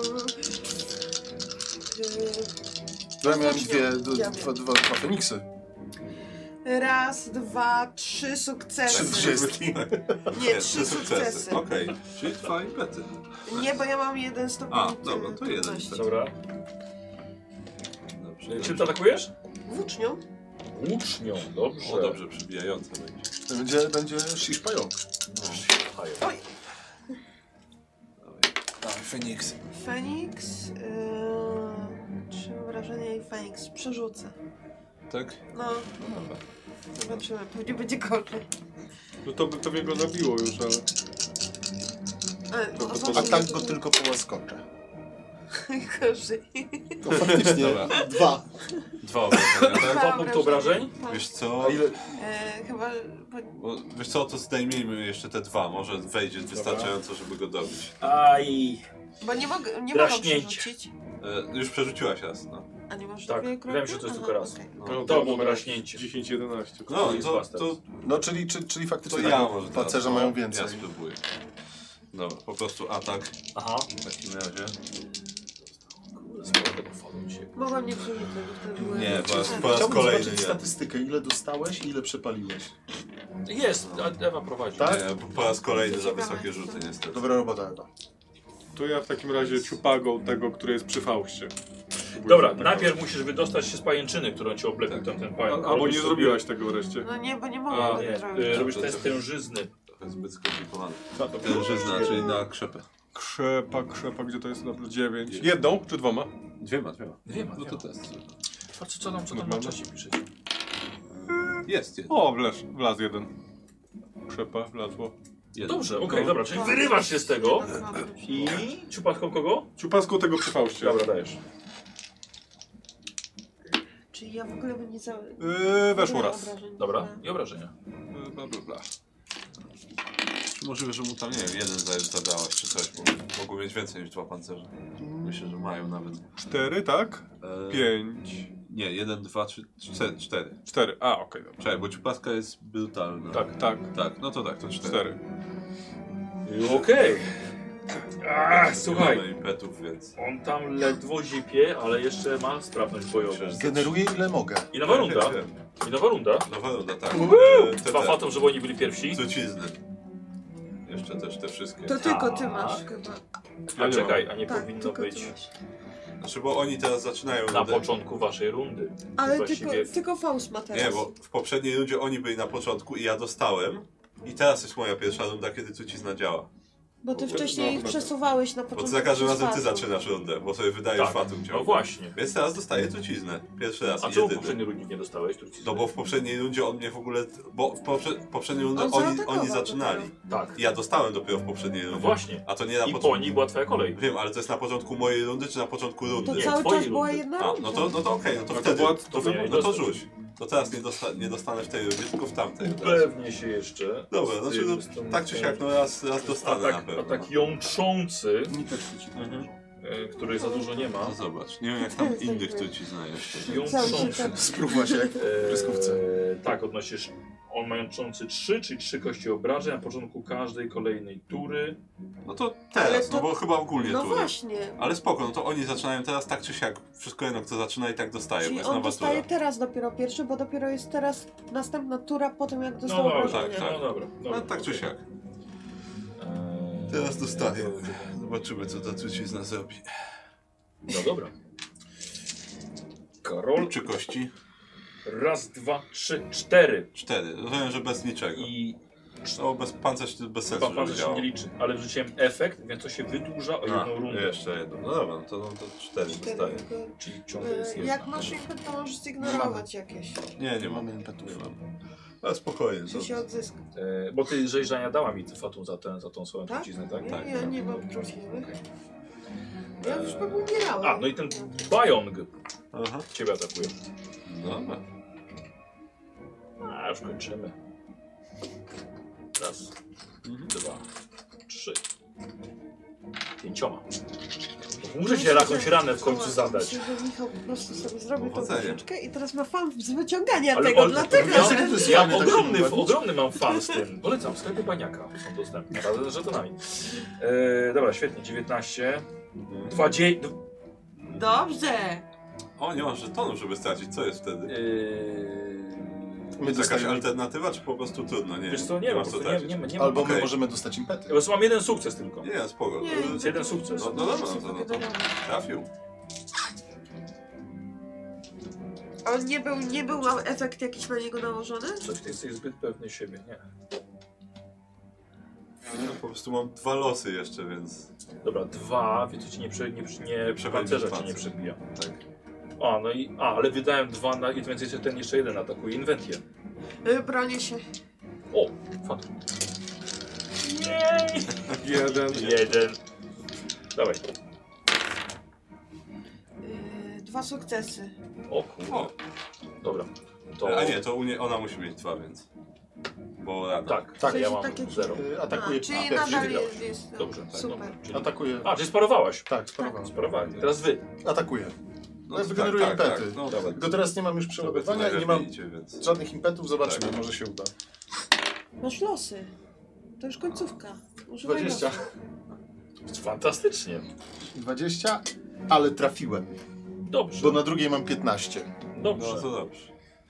No ja miałem Właśnie, dwie, d- ja dwa, wiem. dwa, dwa Feniksy. Raz, dwa, trzy sukcesy. Trzy wszystkie. Nie, trzy sukcesy. Okej, okay. Czyli dwa impety. Nie, bo ja mam jeden stopień. A, dobra, to jeden. trudności. Dobra. Dobrze. Czym to atakujesz? Włócznią. Włócznią, dobrze. O, dobrze, przybijające będzie. To będzie, będzie shish pająk. No. Oj, Dawaj, Feniks. Feniks. Yy, trzy wrażenia i Feniks. Przerzucę. Tak? No, zobaczymy. Pewnie będzie gorzej. No to by pewnie go zabiło już, ale... Ale, To- no, to- to- A tak go tylko połaskoczę. gorzej. To faktycznie Dobra. dwa. Dwa obrażenia, tak? Dwa punkty obrażeń? Tak. Wiesz co? A ile? E, chyba... Bo, wiesz co, to zdejmijmy jeszcze te dwa. Może wejdzie wystarczająco, żeby go dobić. Aj. Bo nie mogę, nie mogę Draśnięcie. przerzucić. E, już przerzuciłaś raz, no. A nie masz Tak, takiej wydaje mi się, kropki? że to jest Aha, tylko raz. okej. no. To było draśnięcie. dziesięć jedenaście. No, jest to, bastard. to, No, czyli, czy, czyli to faktycznie ja tak, może teraz, pancerze no. mają więcej. Ja spróbuję. Dobra, po prostu atak Aha. w takim razie. Kurde, sporo tego fadu dzisiaj. Mogłam nie przerzucać, bo wtedy były... Nie, po raz, Tak. po raz Chciałbym kolejny zobaczyć nie. statystykę, ile dostałeś i ile przepaliłeś. Jest, a Ewa prowadzi. Tak? Nie, po- po raz kolejny za wysokie rzuty niestety. Dobra robota, Ewa. To ja w takim razie ciupagą tego, który jest przy Faustie. Próbuję Dobra, zaatakować. najpierw musisz wydostać się z pajęczyny, którą ci oblepił Tak. ten, ten A, pająk. albo Robisz nie sobie- zrobiłaś tego wreszcie. No nie, bo nie A, mogłam tego Nie, zrobić. y, robisz To test też- tężyzny. Trochę zbyt skomplikowane. Co to? Tężyzna, czyli na krzepę. Krzepa, krzepa, gdzie to jest? Dobra, dziewięć. Jedną czy dwoma? Dwiema, dwiema. Dwiema, No to dwiema. test. Patrz, co tam, co tam na Normalne? czasie piszecie. Jest, jest. O, wlez, wlazł jeden. Krzepa, wlazło. Jeden. Dobrze, okej, dobra, czyli wyrywasz się z tego I... i... Ciupatką kogo? Ciupaską tego przy Faustie. Dobra, dajesz. Czyli ja w ogóle bym nie za... Yy, weszło raz. obrażeń. Dobra, i obrażenia. Yy, bla, bla, bla. Czy możliwe, że mu tam, nie wiem, jeden za- zadałaś czy coś, bo mogą mieć więcej niż dwa pancerze. Myślę, że mają nawet. Cztery, tak? E, Pięć. Nie, jeden, dwa, trzy, cztery. cztery. Cztery. A, okej, dobra. Czekaj, bo ciupaska jest brutalna. Tak. Tak, Tak, no to tak, to cztery. cztery. Okej. Ach, słuchaj. Mamy impetów, więc... On tam ledwo zipie, ale jeszcze ma sprawność bojową. Generuję ile mogę. I nowa runda. Wiem, I nowa runda. wiem. Nowa runda, tak. Uhu! E, te- Dwa te- fatom, żeby oni byli pierwsi. Trucizny. Jeszcze też te wszystkie. To tylko ty Tak. masz chyba. Ja A nie czekaj, a nie Tak, powinno tylko być ty masz. Znaczy, bo oni teraz zaczynają na rundę. początku waszej rundy. Ale Właściwie tylko, tylko Faust ma teraz. Nie, bo w poprzedniej rundzie oni byli na początku i ja dostałem. I teraz jest moja pierwsza runda, kiedy trucizna działa. Bo ty No, wcześniej ich no, przesuwałeś na Bo początku. ty za każdym przez razem ty fatum. zaczynasz rundę, bo sobie wydajesz Tak, fatum no ciągle. właśnie. Więc teraz dostaję truciznę. Pierwszy raz A i czemu w jedyny. poprzedniej rundzie nie dostałeś trucizny? No bo w poprzedniej rundzie on mnie w ogóle... Bo w poprze poprzedniej rundzie On oni, zaatakował oni zaczynali. Tak. I ja dostałem dopiero w poprzedniej No rundzie. właśnie. A to nie na I po początku. nich była twoja kolej. Wiem, ale to jest na początku mojej rundy, czy na początku rundy? To Nie, cały twojej czas była rundy. jedna A, runda. no to, no to okej, no to No to wtedy. była- To to wy- miałeś no to dostać. rzuć. To teraz nie, dosta nie dostanę w tej rundzie, tylko w tamtej. Pewnie się jeszcze. Dobra, z znaczy tym- no, z tą- tak czy siak, no raz, raz dostanę na Atak, pewno. atak jątrzący, Mi też ci mhm. e, której za dużo nie ma. No zobacz, nie wiem jak tam innych trucizna jeszcze. Jątrzący. Spróbuj się jak w kreskówce. E, tak, odnosisz. On ma jątrzący trzy, czyli trzy kości obrażeń na początku każdej kolejnej tury. No to Ale teraz, to- no bo chyba ogólnie No tury. właśnie. Ale spoko, no to oni zaczynają teraz tak czy siak. Wszystko jedno kto zaczyna i tak dostaje, bo Czyli jest on nowa dostaje tura. teraz dopiero pierwszy, bo dopiero jest teraz następna tura po tym jak No dostał dobra, obrażenia. tak, tak. no dobra. dobra. No tak czy siak. Eee, Teraz dostaję. Zobaczymy co ta trucizna zrobi. No dobra. Karol, Czy kości? raz, dwa, trzy, cztery. Cztery. Rozumiem, że bez niczego. I No bez pancerz to bez sensu, pan żeby się działał. nie liczy, ale wrzuciłem efekt, więc to się wydłuża o A, jedną rundę. jeszcze jedną. No dobra, no to, no to cztery Cztery dostaję. tylko. Czyli ciągle jest E, jedna. Jak masz impet, to możesz zignorować jakieś. Nie, nie Nie mam. mamy impetów. Nie mam. Ale spokojnie. Czy się odzyska. E, bo ty Żejżania dała mi fatum za, ten, za tą swoją Tak? truciznę, tak? Nie, tak, ja tak. nie mam trucizny. Okej. Ja już pewnie umierałem. A, no i ten Bajong Aha. ciebie atakuje. Dobra. A, już kończymy. Raz, dwa, trzy. Pięcioma. Muszę się jakąś ranę w końcu zadać. Myślę, że Michał po prostu sobie zrobił tą Powodzenia. troszeczkę i teraz ma fan z wyciągania Ale tego, on- dlatego ja, że... jest ja fajne, tak się ogromny, bawić. ogromny mam fan z tym. Polecam, sklepy Baniaka są dostępne, razem z żetonami. E, dobra, świetnie, dziewiętnaście. dwadzieścia. Dobrze! O, nie mam żetonów, żeby stracić. Co jest wtedy? Yy, My Jest jakaś dostajemy... alternatywa, czy po prostu trudno? Nie, Wiesz co, nie ma, masz po co prostu nie, tracić. nie, ma- nie ma. Albo my Okej. możemy dostać impety. Po prostu mam jeden sukces tylko. Nie, spoko. Nie, Y, Jest jeden sukces. No, no dobra, no to, no to trafił. A on nie był, nie był miał efekt jakiś na niego nałożony? Coś ty jesteś zbyt pewny siebie, nie. No, po prostu mam dwa losy jeszcze, więc... Dobra, dwa, więc to ci nie, prze, nie, nie, nie przechodzi pancerza przez cię nie pancerz. przebija. Tak. A, no i, a, ale wydałem dwa na, i więc jeszcze ten jeszcze jeden atakuje, inwentię. Yy, bronię się. O, fat. Jej! Jeden. Jeden. Dawaj. Yy, dwa sukcesy. O kurde. O, Dobra. To... a nie, to u nie, ona musi mieć dwa, więc... Bo rada. Tak, W tak, sensie ja mam tak jak- zero. Y, A, Atakuje czyli pierwszy. nadal wygrałeś. jest... jest Dobrze, tak, super. no, czyli... Atakuje. A, czyli sparowałaś. Tak, sparowałem. Sparowałeś. Teraz wy. Atakuje. No, No, to wygeneruję tak, tak, impety. tak. No, Dawaj. Tylko teraz nie mam już przeładowania i nie mam Więc... żadnych impetów. Zobaczymy, Tak. może się uda. Masz losy. To już końcówka. Używaj dwadzieścia. losów. Fantastycznie. dwadzieścia, ale trafiłem. Dobrze, Bo na drugiej mam piętnaście. dobrze. No to dobrze.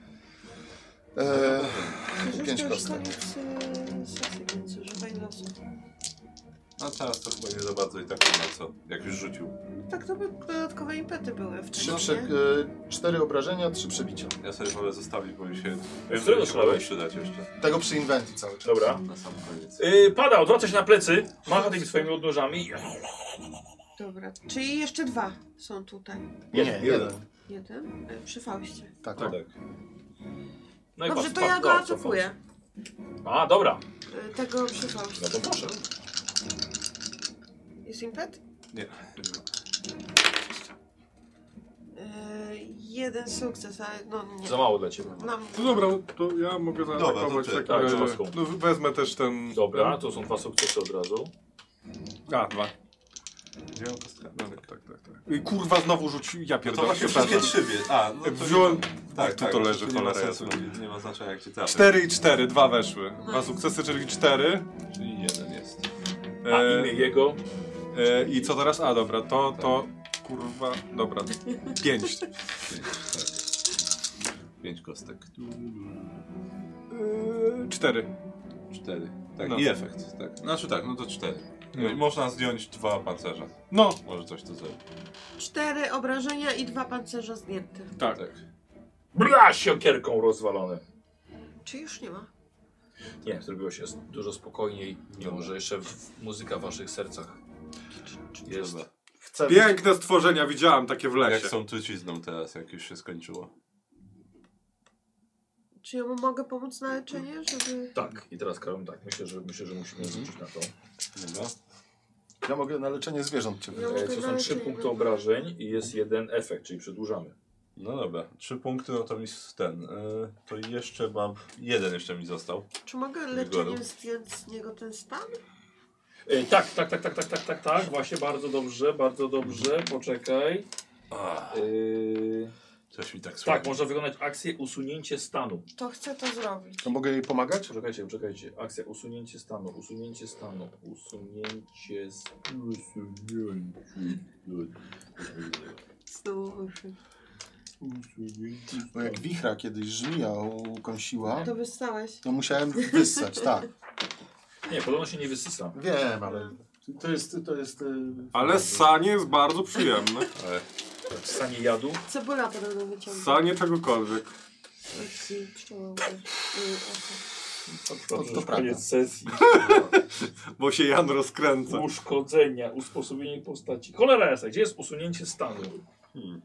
Eee, Przecież pięć to już kostek. koniec yy, sesji, więc używaj losów. No teraz to chyba nie za bardzo i tak nie ma co, jak już rzucił. Tak, to by dodatkowe impety były w Trzy tym, prze, nie? e, cztery obrażenia, trzy przebicia. Ja sobie wolę zostawić, bo mi się... W którego się strzelałeś? może przydać jeszcze. Tego przy inwentii cały czas. Dobra. Na sam koniec. Yy, pada, odwraca się na plecy, macha tymi swoimi odnóżami. Dobra, czyli jeszcze dwa są tutaj. Nie, Jeden. jeden. Jeden yy, przy Faustie. Tak, Tak. tak. No i Dobrze, patrz, to patrz, ja go o, co atakuję. A, dobra. Yy, tego przy Faustie. No to proszę. Jest impet? Nie. Yy, jeden sukces, ale no nie. Za mało dla ciebie. Nam... No dobra, to ja mogę zaatakować ty. w takim Tak, razie. trzymaj No, wezmę też ten... Dobra, to są dwa sukcesy od razu. A, dwa. Gdzie mam kostkę? No, tak, tak, tak. I kurwa znowu rzucił, ja No to pierdolę. właśnie przepraszam. wszystkie trzy wie. A, no to Wziąłem- nie ma- Ach, tu to leży, nie ma cholera sensu, jasna. nie, nie ma znaczenia jak cię trafię. Cztery i cztery, dwa weszły. Dwa sukcesy, czyli cztery. Czyli jeden jest. A E, imię jego? e, I co teraz? A, dobra, to, to... Kurwa, dobra. Pięć. Pięć, tak. Pięć kostek. E, cztery. Cztery. Tak, No. i efekt, tak. Znaczy tak, no to cztery. No. i można zdjąć dwa pancerza. No, Może coś to zrobi. Cztery obrażenia i dwa pancerza zdjęte. tak. Tak. Bla, siokierką rozwalone. Czy już nie ma? Nie, zrobiło się dużo spokojniej, mimo że jeszcze w, w muzyka w waszych sercach jest. Dobra. Chcę Piękne stworzenia, widziałem takie w Jak lesie. są trucizną teraz, jak już się skończyło. Czy ja mu mogę pomóc na leczenie, żeby... Tak, i teraz Karol, tak, myślę, że myślę, że musimy rzucić na to. Dobra. Ja mogę na leczenie zwierząt cię Ja E, mogę to na są trzy leczenie, punkty no. obrażeń i jest jeden efekt, czyli przedłużamy. No dobra, trzy punkty, no to mi z- ten. Y, to jeszcze mam. Jeden jeszcze mi został. Czy mogę Wygoru. leczeniem zdjąć z niego ten stan? E, tak, tak, tak, tak, tak, tak, tak, tak, właśnie bardzo dobrze, bardzo dobrze, poczekaj. Ach, E, coś mi tak słabo. tak, można wykonać akcję usunięcie stanu. To chcę to zrobić. To mogę jej pomagać? Poczekajcie, poczekajcie. Akcja usunięcie stanu, usunięcie stanu, usunięcie s- usunięcie. Słuchaj. Bo jak wichra kiedyś żmija ukąsiła, To wystałeś. to musiałem wyssać, tak. Nie, podobno się nie wysysa. Wiem, ale to jest... To jest y, Ale sanie jest bardzo przyjemne. Ale W stanie jadu. Cebula podobno wyciąga. Sanie czegokolwiek. Akcji pszczołowej. Y, oko. To, to to prawda. koniec sesji. Bo się Jan rozkręca. Uszkodzenia, usposobienie postaci. Cholera jasna, gdzie jest usunięcie stanu? Hmm.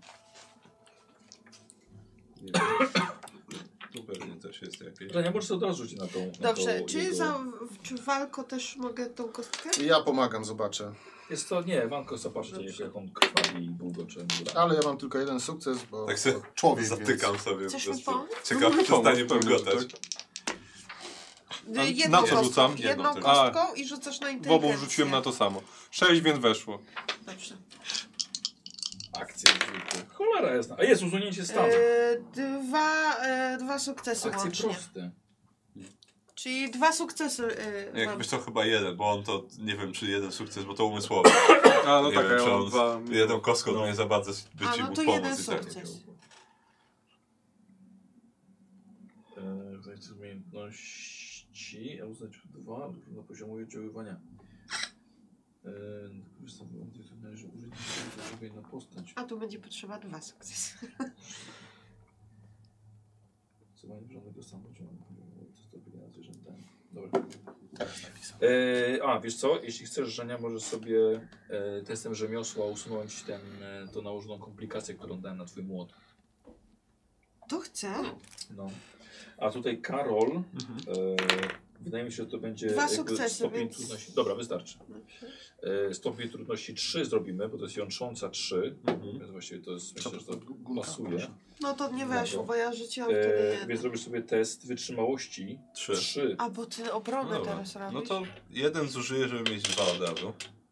Nie wiem. Tu pewnie też jest jakieś. To nie możesz sobie od razu rzucić na tą. na Dobrze, to czy jego- za w- czy walko też mogę tą kostkę? Ja pomagam, zobaczę. Jest to, nie, Wanko, zobaczcie, Dobrze. jak on krwawi i bulgocze. Ale ja mam tylko jeden sukces, bo Tak se bo człowiek zatykam więc. sobie. Chcesz po mi prostu. pomóc? Ciekawe, czy stanie Pomóż, pogotać. tak. Y, A Jedną na co kostką, rzucam? jedną Jedną tylko. kostką i rzucasz na W inteligencję. obu rzuciłem na to samo. Sześć, więc weszło. Dobrze. Akcja zwykła. Cholera jasna. A jest usunięcie stanu. Y, dwa, y, dwa sukcesy Akcje łącznie. proste. Czyli dwa sukcesy. Y, mam. Jakbyś to chyba jeden, bo on to nie wiem czy jeden sukces, bo to umysłowy. A no nie tak, wiem, ja czy mam on dwa. jedną kostką No. no. nie za bardzo by A, ci no mógł to pomóc jeden i tak. sukces. Eee, Znajdź umiejętności, a uznać dwa na poziomu oddziaływania. Yy, należy użyć na postać. A tu będzie potrzeba dwa sukcesy. Zastosowanie żadnego samodziału. Dobra. E, a, wiesz co? Jeśli chcesz, Żenia, możesz sobie e, testem rzemiosła usunąć ten, e, tą nałożoną komplikację, którą dałem na twój młot. To chcę. No. A tutaj Karol, Mhm. e, wydaje mi się, że to będzie Dwa jakby sukcesy, stopień więc- trudności. Dobra, wystarczy. Dobrze. E, stopień trudności trzy zrobimy, bo to jest jątrząca trzy. Mhm. Więc właściwie to jest, Co myślę, że to Gunka, pasuje. proszę. No to nie Dobra. weszło, bo ja rzuciłam wtedy E, jeden. więc zrobisz sobie test wytrzymałości. Trzy. trzy. A bo ty obronę No dobra. teraz robisz? No to jeden zużyję, żeby mieć dwa od razu.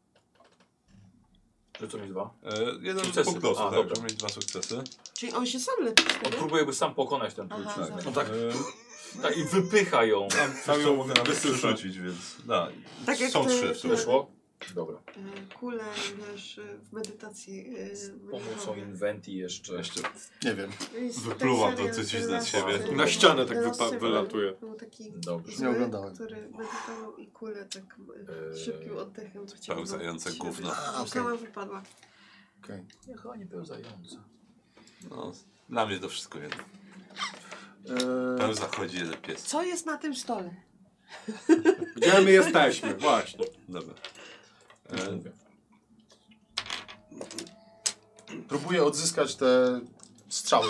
Że co mi dwa? E, jeden Sukcesy. punkt losu, A, tak, dobra. żeby mieć dwa sukcesy. Czyli on się sam leczy On wtedy? próbuje by sam pokonać ten Aha, trójczyk. dobra. No tak, E, tak i wypycha ją. Tam Sam coś, co ją mogę nawet wysysa. przerzucić, więc da. Tak jak Są ty- trzy w sumie. Wyszło? Dobra. Y, Kule, wiesz, y, w medytacji. y, Z pomocą meditowe. Inventi jeszcze. Jeszcze Nie wiem. I z- wypluwam ten to serial truciznę z The Last- siebie. Na ścianę tak The Last wypa- Survivor wylatuje. Był taki Dobrze. zły, Nie oglądałem. który medytował i kulę tak y, Eee, szybkim oddechem. chciał pełzające go- gówno. A, okej. Sama wypadła. Okej. Nie, chyba nie pełzające. No, dla mnie to wszystko jedno. Eee, Pełza chodzi jeden pies. Co jest na tym stole? Gdzie my jesteśmy? Właśnie. Dobra. Już E, mówię. próbuję odzyskać te strzały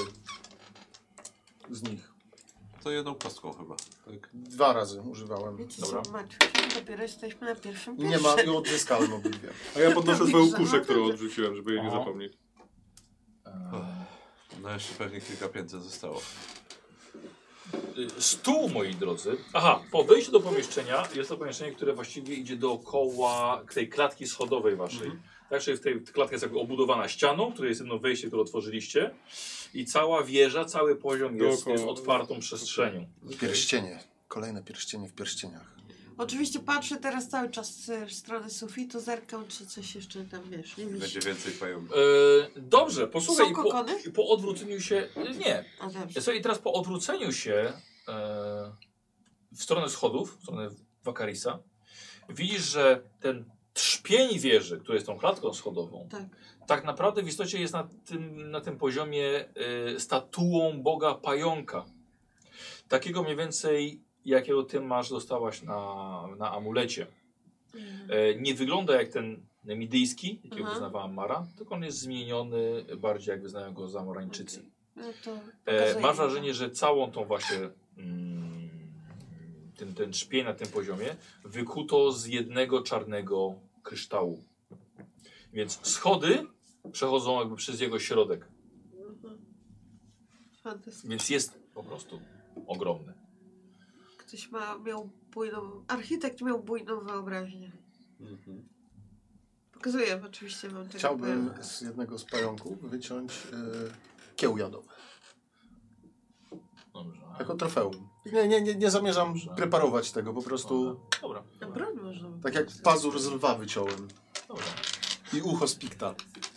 z nich. to jedną kostką chyba. Tak. Dwa razy używałem. Wiecie Dobra. co, martw się, dopiero jesteśmy na pierwszym I nie ma, i odzyskałem obydwie. A ja podnoszę To swoją widzę, kuszę, no którą dobrze. odrzuciłem, żeby jej nie Aha. zapomnieć. Eee, No jeszcze pewnie kilka pięćset zostało. y, Stół, moi drodzy. Aha, po wejściu do pomieszczenia jest to pomieszczenie, które właściwie idzie dookoła tej klatki schodowej waszej. Tak, czyli w tej klatka jest jakby obudowana ścianą, której jest jedno wejście, które otworzyliście. I cała wieża, cały poziom jest, Dookoła. jest otwartą przestrzenią. Pierścienie. Kolejne pierścienie w pierścieniach. Oczywiście patrzę teraz cały czas y, w stronę sufitu, zerkam, czy coś jeszcze tam, wiesz, nie Będzie wisi. więcej pająków. E, dobrze, posłuchaj. Są po, kokony? po odwróceniu się. Nie. A dobrze. Słuchaj, teraz po odwróceniu się e, w stronę schodów, w stronę Wakarisa, widzisz, że ten trzpień wieży, który jest tą klatką schodową, Tak. tak naprawdę w istocie jest na tym, na tym poziomie e, statuą Boga Pająka. Takiego mniej więcej, jakiego ty masz, dostałaś na, na amulecie. Mm. E, nie wygląda jak ten nemidyjski, jakiego Aha. wyznawała Mara, tylko on jest zmieniony bardziej jak wyznają go Zamorańczycy. No to E, pokazuję masz mi. wrażenie, że całą tą właśnie mm, ten, ten szpień na tym poziomie wykuto z jednego czarnego kryształu. Więc schody przechodzą jakby przez jego środek. Mhm. Fantastycznie. Więc jest po prostu ogromny. Ktoś ma, miał bujną... Architekt miał bujną wyobraźnię. Mhm. Pokazuję oczywiście wam tego Chciałbym pająka. z jednego z pająków wyciąć y, kieł jadowy. Dobrze. Jako trofeum. Nie, nie, nie, nie zamierzam Dobrze. preparować tego, po prostu Dobra. Na Dobra. broń można. tak jak pazur z lwa wyciąłem. Dobra. I ucho z pikta.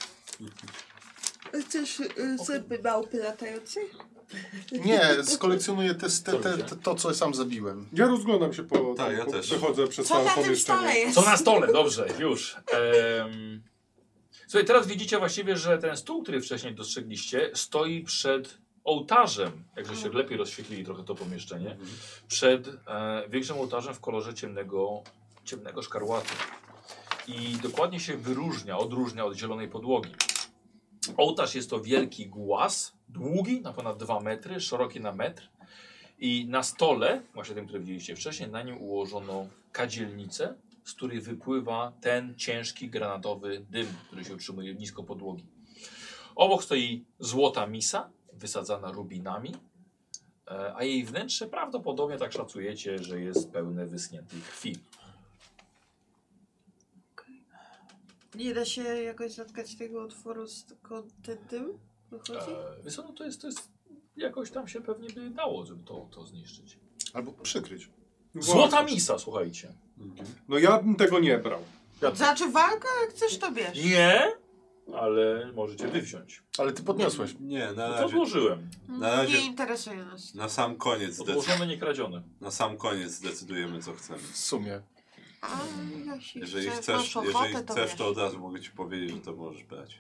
Chcesz y, zęby małpy latającej? Nie, skolekcjonuję te, te, te, te, to, co sam zabiłem. Ja rozglądam się po... Tak, ja po też. Przechodzę przez Co całe na tym pomieszczenie. stole jest? Co na stole? Dobrze, już. Ehm... Słuchaj, teraz widzicie właściwie, że ten stół, który wcześniej dostrzegliście, stoi przed ołtarzem, jak żeście lepiej rozświetlili trochę to pomieszczenie, przed e, większym ołtarzem w kolorze ciemnego, ciemnego szkarłatu. I dokładnie się wyróżnia, odróżnia od zielonej podłogi. Ołtarz jest to wielki głaz, długi na ponad dwa metry, szeroki na metr. I na stole, właśnie tym, który widzieliście wcześniej, na nim ułożono kadzielnicę, z której wypływa ten ciężki granatowy dym, który się utrzymuje nisko podłogi. Obok stoi złota misa, wysadzana rubinami, e, a jej wnętrze prawdopodobnie tak szacujecie, że jest pełne wyschniętej krwi. Nie da się jakoś zatkać tego otworu z tylko ten dym wychodzi? E, wiesz co, no to jest, to jest jakoś tam się pewnie by dało, żeby to, to zniszczyć. Albo przykryć. Złota misa, słuchajcie. No ja bym tego nie brał. Ja Znaczy walka, jak chcesz to bierz. Nie? ale możecie wywziąć. Ale ty podniosłeś. Nie, na No to razie. odłożyłem. Na razie- Nie interesuje nas. Na sam koniec zdecyd- Odłożone, nie kradzione. Na sam koniec zdecydujemy, co chcemy. W sumie. A jeśli Jeżeli chcesz, chcesz, masz ochotę, jeżeli to chcesz, wiesz. to od razu mogę ci powiedzieć, że to możesz brać.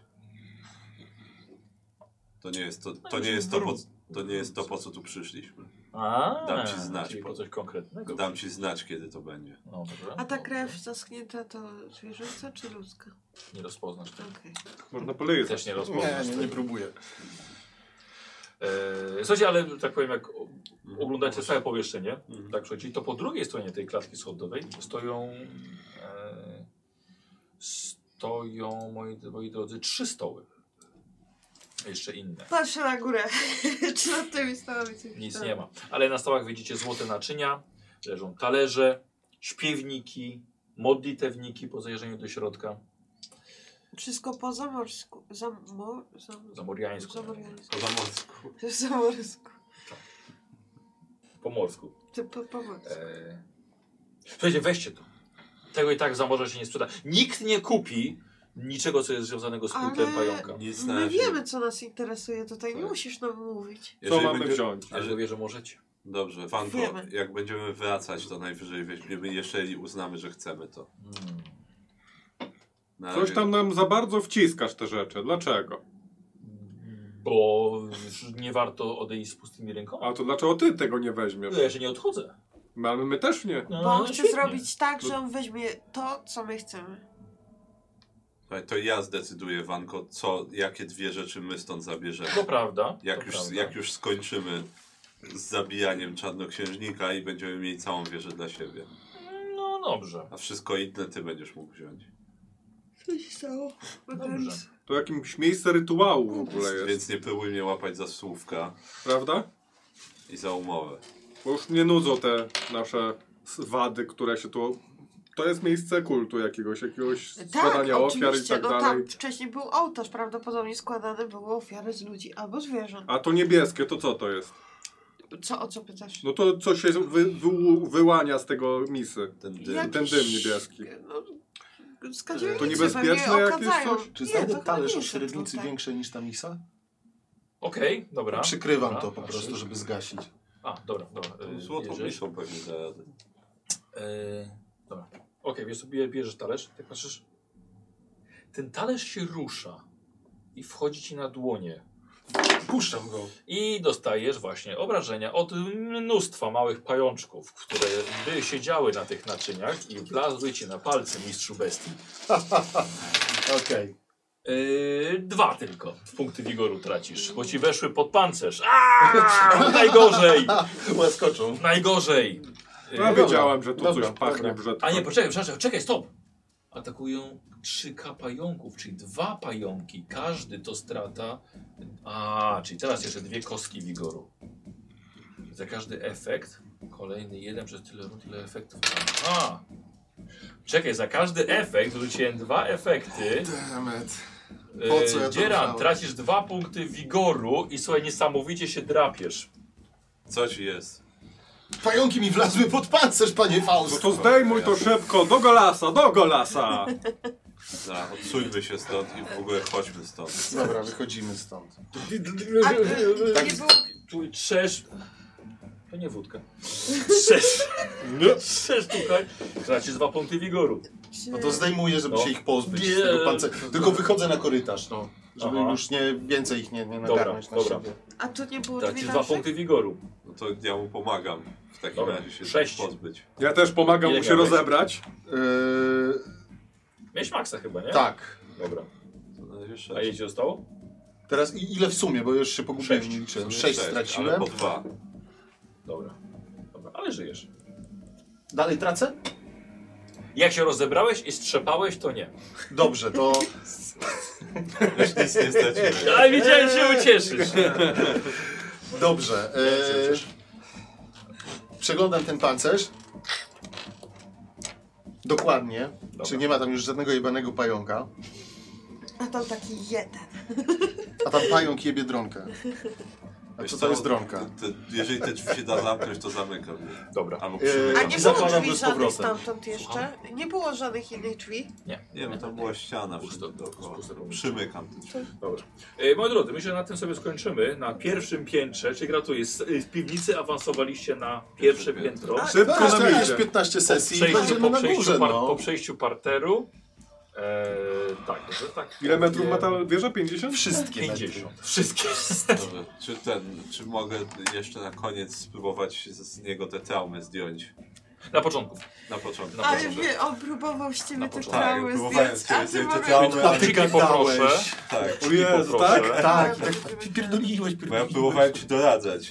To nie jest to, to, nie jest to, po, to nie jest to, po co tu przyszliśmy. A, Dam ci znać, czyli po- po coś konkretnego. Dam ci znać, kiedy to będzie. No, dobrze. A ta Dobrze. krew zaschnięta to zwierzęca czy ludzka? Nie rozpoznasz tego. Okej. Można polejeć. Też nie Nie, rozpoznasz nie, nie tego. próbuję. Eee, słuchajcie, ale tak powiem, jak o- Mhm. oglądacie całe pomieszczenie, Mhm. tak słuchajcie, to po drugiej stronie tej klatki schodowej stoją e, stoją, moi, moi drodzy, trzy stoły. Jeszcze inne. Patrzę na górę. Czy nad tymi stałami coś Nic tam? nie ma. Ale na stołach widzicie złote naczynia, leżą talerze, śpiewniki, modlitewniki po zajrzeniu do środka. Wszystko po zamorsku. Zamo... Zam... Zamoriańsku. Zamoriańsku. Po zamorsku. Zamorsku. Po morsku. Ty po, pomoc. Eee, słuchajcie, weźcie to. Tego i tak w zamorze się nie sprzeda. Nikt nie kupi niczego, co jest związanego z kultem pająka. Nic na My razie. wiemy, co nas interesuje tutaj. Nie Tak. musisz nam mówić. Co Jeżeli mamy będzie- wziąć? Ale wie, że możecie. Dobrze, Wanko, Wiemy. jak będziemy wracać, to najwyżej weźmiemy, jeżeli uznamy, że chcemy to. Hmm. Na Coś razie- tam nam za bardzo wciskasz te rzeczy. Dlaczego? Bo nie warto odejść z pustymi rękoma. A to dlaczego ty tego nie weźmiesz? No ja się nie odchodzę. No, ale my też nie. No, Bo on no chce świetnie. zrobić tak, że on weźmie to, co my chcemy. Słuchaj, to ja zdecyduję, Wanko, co, jakie dwie rzeczy my stąd zabierzemy. To prawda. Jak to już, prawda. jak już skończymy z zabijaniem czarnoksiężnika i będziemy mieli całą wieżę dla siebie. No dobrze. A wszystko inne ty będziesz mógł wziąć. Co się stało? Dobrze. To jakimś miejsce rytuału w ogóle jest. Więc nie próbuj mnie łapać za słówka Prawda? i za umowę. Bo już mnie nudzą te nasze wady, które się tu... To jest miejsce kultu jakiegoś, jakiegoś składania Tak, ofiar i oczywiście. tak No dalej. tam wcześniej był ołtarz. Prawdopodobnie składane były ofiary z ludzi albo zwierząt. A to niebieskie, to co to jest? Co, o co pytasz? No to co się wy, wy, wyłania z tego misy? Ten dym. Jak- Ten dym niebieski. No, skadziewice To niebezpieczne pewnie jakieś okadzają. coś? Czy Nie, znajdę to talerz chyba o nie średnicy tutaj. większej niż ta misa? Okej, dobra. Przykrywam dobra, to po patrzysz. prostu, żeby zgasić. A, dobra, dobra. Tą Yy, złotą bierzesz. misą pewnie da radę. Yy, dobra. Okej, wiesz, sobie bierzesz talerz, tak patrzysz. Ten talerz się rusza i wchodzi ci na dłonie. Puszczam go. I dostajesz właśnie obrażenia od mnóstwa małych pajączków, które by siedziały na tych naczyniach i wlazły ci na palce, mistrzu bestii. Okej. Yy, dwa tylko w punkty wigoru tracisz, bo ci weszły pod pancerz. Aaaa! Najgorzej! Łaskoczą. Najgorzej! Yy, Ja wiedziałem, że tu dobra, coś pachnie dobra. brzydko. A nie, poczekaj, przepraszam, czekaj, stop! Atakują trzy K pająków, czyli dwa pająki. Każdy to strata. A, czyli teraz jeszcze dwie kostki wigoru. Za każdy efekt kolejny jeden przez tyle rund, ile efektów. A! Czekaj, za każdy efekt wrzuciłem dwa efekty. Dammit. Po co ja to Dzieran, musiałem? tracisz dwa punkty wigoru i słuchaj, niesamowicie się drapiesz. Co ci jest? Pająki mi wlazły pod pancerz, panie No Faust. to zdejmuj to szybko, do golasa, do golasa! Da, odsuńmy się stąd i w ogóle chodźmy stąd. Dobra, wychodzimy stąd. A, y, Tak, nie było... tu trzesz. To nie wódka. Trzesz. Trzesz tutaj. Tracisz dwa punkty wigoru. No to zdejmuję, żeby No. się ich pozbyć Nie. z tego pancerza. Tylko wychodzę na korytarz, no. Żeby Aha. już nie więcej ich nie, nie Dobra, nagarnąć na dobra. siebie. A tu nie było Tracisz drzwi dwa naszych? punkty wigoru. No to ja mu pomagam. W takim Dobra, razie się sześć. pozbyć. Ja też pomagam Ile mu się miałeś? rozebrać. Yy, Miałeś maksa chyba, nie? tak. Dobra. To na razie A sześć. jej ci zostało? Teraz i- ile w sumie, bo już się pogubiłem, Sześć. nie liczyłem. W sumie Sześć Ale straciłem. po dwa. Dobra. Dobra, ale żyjesz. Dalej tracę? Jak się rozebrałeś i strzepałeś, to nie. Dobrze, to Już nic nie stracimy. Ale widziałem, się ucieszysz. dobrze. Yy, przeglądam ten pancerz. Dokładnie. Czy nie ma tam już żadnego jebanego pająka. A tam taki jeden. A tam pająk je biedronkę. A Wiesz co to jest dronka? Te, te, jeżeli te drzwi się da zamknąć, to zamykam. Dobra. Albo Eee, A przymykam. nie I było zakładam drzwi go z żadnych powrotem. stamtąd jeszcze? Nie było żadnych innych drzwi? Nie, bo tam była ściana Pusto, wszędzie dookoła. puste pomieszczenie. Przymykam te drzwi. Dobra. E, moi drodzy, myślę, że na tym sobie skończymy. Na pierwszym piętrze, czyli gratuluję, z, z piwnicy awansowaliście na pierwsze Pierwsze piętro. piętro. Szybko No, jeszcze nam jakieś idzie. piętnaście Po sesji i przejściu, będziemy po na przejściu, górze, par, no. po przejściu parteru. E, tak, że tak. Ile metrów powiem, ma ta wieża? pięćdziesiąt? Wszystkie pięćdziesiąt. Wszystkie. Dobrze. Czy ten, czy mogę jeszcze na koniec spróbować z, z niego te traumy zdjąć? Na początku. Na początku. Na Ale początku. wie, on próbował z ciebie Na te początku. traumy Tak, próbowałem zdjąć, a z ty ciebie te mamy... traumy, ale Kluczyki poproszę. tak. O Jezu, Poproszę. tak? Tak, tak, pierdoliłeś, Bo ja próbowałem ci doradzać.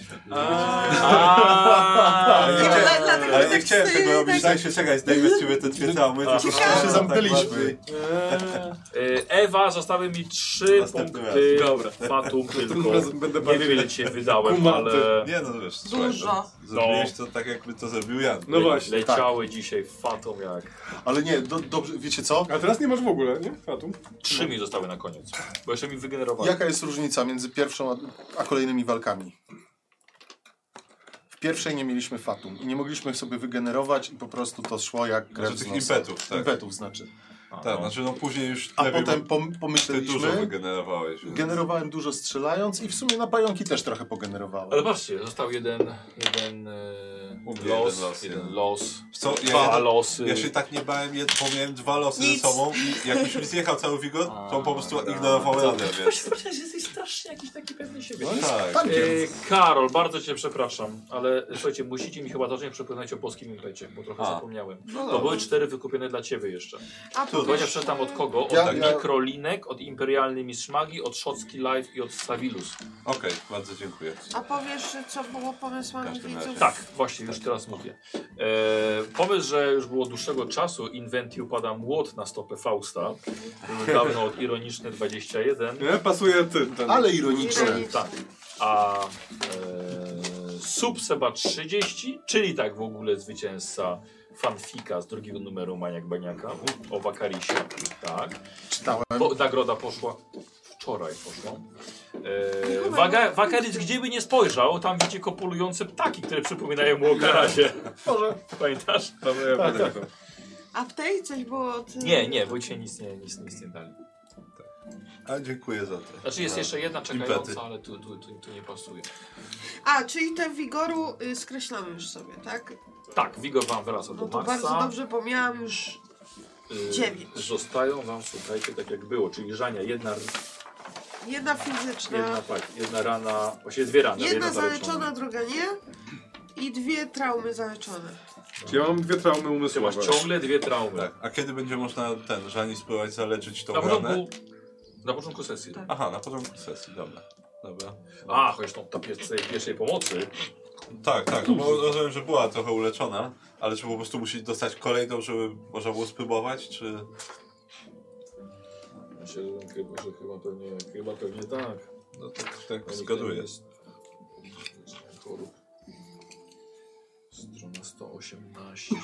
A, Ale nie Nie, chciałem, dla- dlatego ale tak nie chciałem tego stoję, robić, tak- tak się czekaj, zdejmę z ciebie te dwie traumy. to Ciekawe. tak się zamknęliśmy. bardziej- E, Ewa, zostały mi trzy Następny punkty. raz. Dobra. Fatum Tym tylko. razem będę Nie wiem bardziej... ile dzisiaj wydałem, kumaty. ale Nie no wiesz, słuchaj, Dużo. no, zrobiłeś to tak jakby to zrobił Jan. No właśnie. leciały dzisiaj Fatum jak... Ale nie, do, dobrze, wiecie co? A teraz nie masz w ogóle, nie? Fatum? Trzy mi zostały na koniec. Bo jeszcze mi wygenerowali. Jaka jest różnica między pierwszą a, a kolejnymi walkami? W pierwszej nie mieliśmy fatum i nie mogliśmy sobie wygenerować i po prostu to szło jak krew Znaczy z tych nosa. impetów, tak. Impetów znaczy. A, Tak, no. znaczy no później już A lepiej, potem bo pom ty pomyśleliśmy, dużo wygenerowałeś. więc- generowałem dużo strzelając i w sumie na pająki też trochę Ale pogenerowałem. patrzcie, został jeden, jeden e, U mnie los, jeden los, jeden jeden. los, Co, ja, dwa ja, losy. ja się tak nie bałem, jed, bo miałem dwa losy Nic. ze sobą i jak już mi zjechał cały wigor, to on po prostu A, ignorował to- radę, więc... Myślę, że jesteś strasznie jakiś taki pewny siebie. No tak. Tak E, jest. Karol, bardzo cię przepraszam, ale słuchajcie, musicie mi chyba zacząć przypominać o polskim impecie, bo trochę A. zapomniałem. No To dobra. były cztery wykupione dla ciebie jeszcze. A To ja powiesz, przeczytam od kogo? Od Ja- ja- Mikrolinek, od Imperialny Mistrz Magii, od Szocki Live i od Stabilus. Okej, bardzo dziękuję. a powiesz, co było pomysłami W każdym razie. widzów? Tak, właśnie, już teraz mówię. E, pomysł, że już było dłuższego czasu Inventii upada młot na stopę Fausta. Były dawno od Ironiczny dwadzieścia jeden. Nie? Pasuje ty. Ten. Ale ironiczne. Ironiczne. Tak. A e, Subseba trzydzieści, czyli tak w ogóle zwycięzca fanfika z drugiego numeru Maniak Baniaka o Wakarisie. Tak. Czytałem. Po, nagroda poszła wczoraj poszła. E, Waga, Wakaris gdzie by nie spojrzał, tam widzicie kopulujące ptaki, które przypominają mu o Karasie. Może. Pamiętasz? Dobra, ja Tak, będę tak. A w tej coś było od... Nie, nie, Wojciech nic nie, nic, nic nie dali. A dziękuję za to. Znaczy jest No. jeszcze jedna Impety. czekająca, ale tu, tu, tu, tu nie pasuje. A, czyli te wigoru y, skreślamy już sobie, tak? Tak, Wigor wam wraca No do to Maxa. bardzo dobrze, bo miałam już... Y, dziewięć. Zostają wam, słuchajcie, tak jak było, czyli Żania, jedna, Jedna fizyczna, jedna, tak, jedna rana, właściwie dwie rany, ale jedna jedna zaleczona, druga nie. I dwie traumy zaleczone. Ja mam dwie traumy Ty umysłowe. masz ciągle dwie traumy. Tak. A kiedy będzie można ten Żani spróbować zaleczyć tą Na ranę? początku, na początku sesji. Tak. Aha, na początku sesji, dobra. Dobra. A, chociaż tą, ta pier- tej pierwszej pomocy. Tak, tak, no bo rozumiem, że była trochę uleczona, ale czy po prostu musi dostać kolejną, żeby można było spróbować, czy... Myślę, że chyba, że chyba pewnie, chyba pewnie tak. No to tak Oni zgaduję. jest- chorób. Strona sto osiemnaście.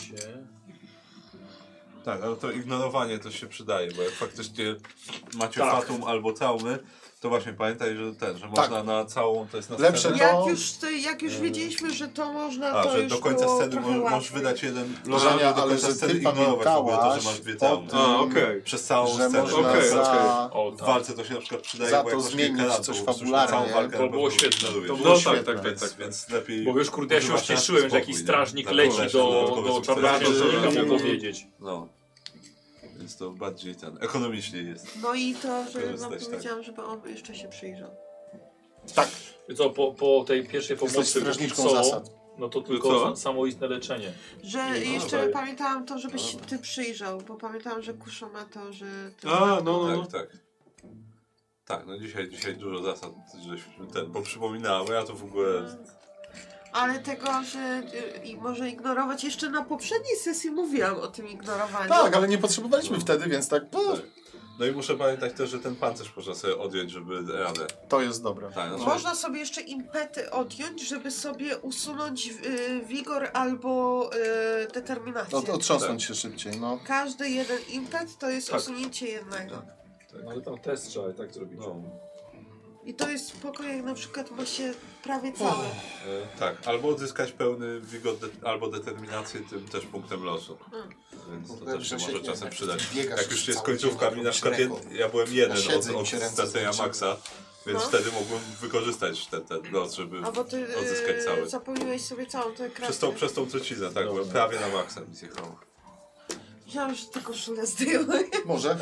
Tak, ale to ignorowanie to się przydaje, bo jak faktycznie macie Tak. fatum albo traumy, to właśnie pamiętaj, że ten, że Tak. można na całą, to jest na Lepsze scenę. to- Jak już, ty, jak już wiedzieliśmy, że to można, A, to że już do końca było sceny trochę mo- możesz łatwiej. wydać jeden Żania, lożanie do ale końca że sceny ty ignorować w ogóle to, pamiętałaś że masz dwie o traumy. tym, A, okej. Przez całą że scenę. można Okej, za... O, W tak. walce to się na przykład przydaje, Za bo to jak masz zmienić kilka lat, coś to po prostu fabularnie. całą walkę To na było pewno świetne. ignorujesz. To No było tak, świetne. tak, tak, tak. Więc lepiej... Bo już kurde, ja się już używać czasu cieszyłem, że spokój, jakiś nie? strażnik Tak, leci tak, do, dodatkowe do sukcesy. czarnoksiężnika Tak, mu tak. powiedzieć. No. Więc to bardziej ten, ekonomicznie jest. No i to, że wam Korzystać, tak. powiedziałam, żeby on jeszcze się przyjrzał. Tak, I co, po, po tej pierwszej jesteś pomocy strażniczką co, zasad. no to tylko co? sa- samoistne leczenie. Że No, jeszcze dobra. pamiętałam to, żebyś się ty przyjrzał, bo pamiętałam, że Kuszo ma to, że... A, no, no, no. Tak, tak. Tak, no dzisiaj, dzisiaj dużo zasad, żeśmy ten, bo przypominałem, bo ja to w ogóle... Ale tego, że y, i może ignorować, jeszcze na poprzedniej sesji mówiłam o tym ignorowaniu. Tak, ale nie potrzebowaliśmy wtedy, więc tak, no, Tak. No i muszę pamiętać też, że ten pancerz można sobie odjąć, żeby radę. to jest dobre. Tak, no, Można sobie jeszcze impety odjąć, żeby sobie usunąć y, wigor albo y, determinację. Od, otrząsnąć się szybciej, no. Każdy jeden impet to jest Tak. usunięcie jednego. No ale tam test trzeba i tak zrobić. no. I to jest spoko, jak na przykład ma się prawie całe. E, tak, albo odzyskać pełny wigor, de, albo determinację tym też punktem losu. Hmm. Więc to Powiem, też się że może się czasem jednak przydać. biegasz Jak już jest cały końcówka, dzień, mi na przykład rekord. jed, ja byłem jeden Ja siedzę od, i od się ręce stracenia zwiększają. maksa, więc No. wtedy mogłem wykorzystać ten, ten los, żeby A bo ty odzyskać yy, cały. zapełniłeś sobie całą tę kratę. Przez tą, przez tą truciznę, tak, byłem prawie na maksa mi zjechało. Myślałam, że tylko koszulę zdejmuję. Może?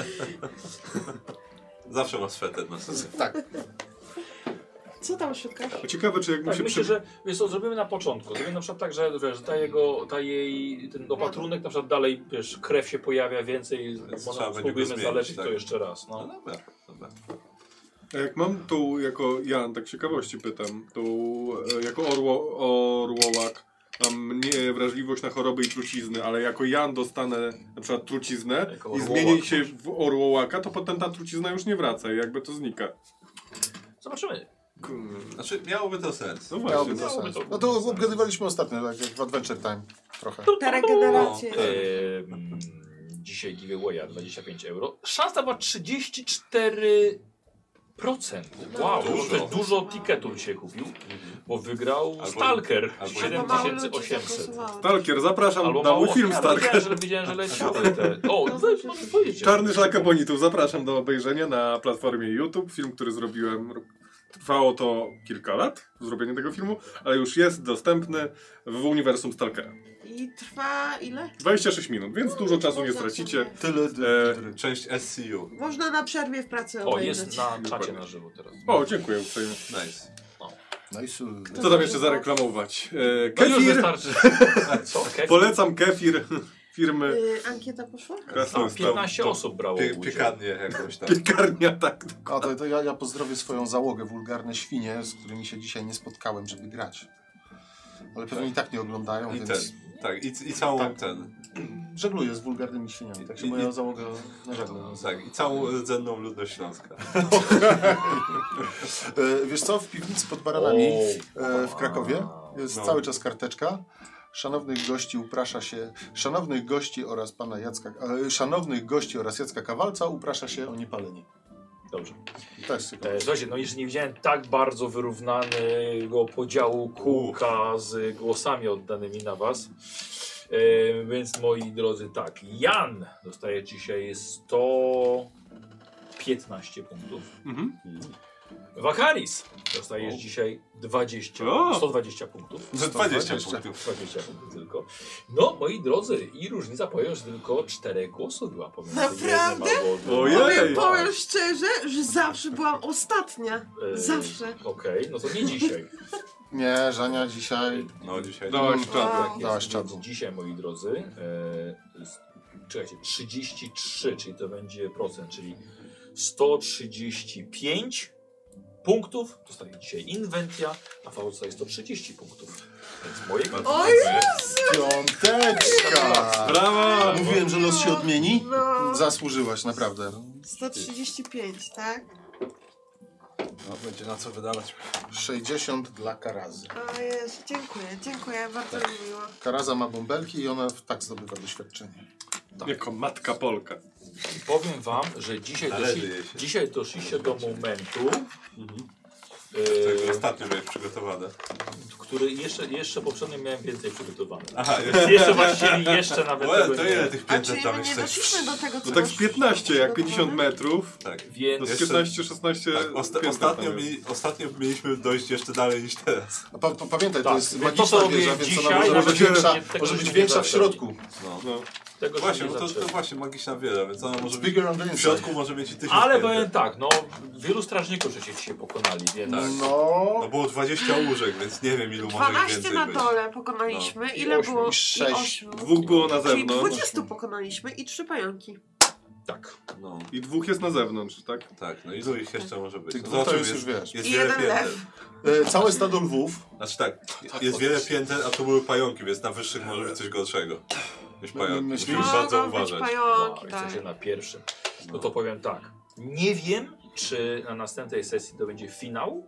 Zawsze ma sweter na sobie. Tak. Co tam szukasz? A ciekawe, czy jak mu Tak, się myślę, przy... że wiesz co, zrobimy na początku. Zrobimy na przykład tak, że wiesz, ta jego, ta jej, ten opatrunek na przykład dalej, wiesz, krew się pojawia więcej, Więc może trzeba będzie go spróbujemy zmienić, zaleczyć tak. to jeszcze raz. No No. dobra, dobra. A jak mam tu jako Jan, tak z ciekawości pytam, tu e, jako orło, orłołak mam nie wrażliwość na choroby i trucizny, ale jako Jan dostanę na przykład truciznę Jako i orłołak zmienię się masz. w orłołaka, to potem ta trucizna już nie wraca i jakby to znika. Zobaczymy. Znaczy, miałoby to sens. No Miałoby właśnie. to miałoby sens. to- No to obgadywaliśmy ostatnio, tak jak w Adventure Time. Trochę. Te regeneracje. No, Ehm, dzisiaj giveawaya dwadzieścia pięć euro. Szansa była trzydzieści cztery procent. Wow, Dużo. dużo. Też dużo tiketów dzisiaj kupił, bo wygrał Albo- Stalker albo- siedem Bo mało tysięcy ludzi osiemset. zagłosowało. Stalker, zapraszam Albo na mało mój film ja Stalker. widziałem, że, widziałem, że leciały te. O, weź, możesz powiedzieć. Czarny Szlak Ebonitów, zapraszam do obejrzenia na platformie YouTube. Film, który zrobiłem, trwało to kilka lat, zrobienie tego filmu, ale już jest dostępny w uniwersum Stalkera. I trwa ile? dwadzieścia sześć minut, więc dużo czasu nie Można stracicie. sobie- Tyle. E, Część S C U. Można na przerwie w pracy O, obejrzeć. jest na czacie Dokładnie. na żywo teraz. O, dziękuję uprzejmie. Nice. No i su- Co tam jeszcze zareklamować? E, No już kefir, wystarczy. Co? Kefir? polecam kefir firmy Y, ankieta poszła? A, Krasnolstwo. piętnaście osób brało Pie, udział. piekarnię jakąś tam. Piekarnia, tak. A to, to ja, ja pozdrowię swoją załogę, wulgarne świnie, z którymi się dzisiaj nie spotkałem, żeby grać. Ale pewnie i tak nie oglądają, I więc ten, tak, i, i całą Tak. ten, żegluję z wulgarnymi świniami. Tak się I- moja i- załoga nażegla. tak, i całą rdzenną ludność Śląska. E, wiesz co, w piwnicy pod baranami O, e, w Krakowie jest no. cały czas karteczka. Szanownych gości uprasza się, szanownych gości oraz pana Jacka, e, szanownych gości oraz Jacka Kawalca uprasza się o niepalenie. Dobrze. I to jest ciekawe. E, słuchajcie, no jeszcze nie widziałem tak bardzo wyrównanego podziału kółka z głosami oddanymi na was. E, więc moi drodzy, tak. Jan dostaje dzisiaj sto piętnaście punktów. Mhm. Wakaris dostajesz dzisiaj dwadzieścia, O! sto dwadzieścia punktów. Za dwadzieścia dwadzieścia. punktów. dwadzieścia punktów tylko. No, moi drodzy, i różnica powiem, że tylko czterech głosów była pomiędzy Naprawdę? jednym albo drugim. Ojej! Powiem, Tak. powiem szczerze, że zawsze byłam ostatnia. E, Zawsze. Okej, no to nie dzisiaj. Nie, Żania dzisiaj... No dzisiaj. Dałaś Wow. czadu. Jest, Dałaś więc czadu. dzisiaj, moi drodzy, e, s- czekajcie, trzydzieści trzy, czyli to będzie procent, czyli sto trzydzieści pięć punktów dostaje dzisiaj Inventia, a Faust dostaje sto trzydzieści punktów. Więc moje Oj! Piąteczka! Brawo! Mówiłem, że los się odmieni? No. Zasłużyłaś, naprawdę. sto trzydzieści pięć, tak? No, będzie na co wydawać. sześćdziesiąt dla Karazy. O Jezu, dziękuję, dziękuję, bardzo mi miło. Karaza ma bąbelki i ona tak zdobywa doświadczenie. Jako matka Polka. powiem wam, że dzisiaj, Należy doszli, jej się. dzisiaj doszliście do momentu, Tego e, ostatnio miałeś przygotowane. który jeszcze, jeszcze poprzednio miałem więcej przygotowane. Aha, Jeszcze właściwie jeszcze nawet Łe, tego to nie. ile tych A pięćset czyli tam my nie jeszcze? doszliśmy do tego, co No tak masz z piętnaście, jak pięćdziesiąt przygotowane? metrów. Tak. To Więc z piętnaście szesnaście Tak, osta piętna ostatnio, tam mieli, ostatnio mieliśmy dojść jeszcze dalej niż teraz. A pa, pa, pamiętaj, Tak, to jest więc magiczna to, co wieża, robię więc ona dzisiaj, może, nawet być nie- większa, tego może się być nie większa w zaczęło. środku. No. No. tego Właśnie, się bo nie to, zaczęło. to właśnie magiczna wieża, więc ona może It's być... bigger on the W inside. środku może mieć i tysiąc Ale pięćset. powiem tak, no wielu strażników żeście dzisiaj pokonali, więc Tak. No, No było dwadzieścia łóżek, więc nie wiem ilu może ich dwanaście więcej na być. dole pokonaliśmy. No. I Ile ośmiu. było? I sześć. ośmiu. Dwóch było na Czyli zewnątrz dwudziestu pokonaliśmy i trzy pająki. tak. No, i dwóch jest na zewnątrz, tak? tak, no ilu ich jeszcze może być? Tych No, dwóch to zobaczymy, jest już, wiesz. Jest I wiele jeden pięter. lew. E, całe stado lwów. Znaczy tak, jest wiele pięter, a to były pająki, więc na wyższych może być coś gorszego niż pająki. Myślisz? Musimy bardzo Mogą być uważać. No, pająki, i tak. chcecie na pierwszym. No to powiem tak. Nie wiem, czy na następnej sesji to będzie finał,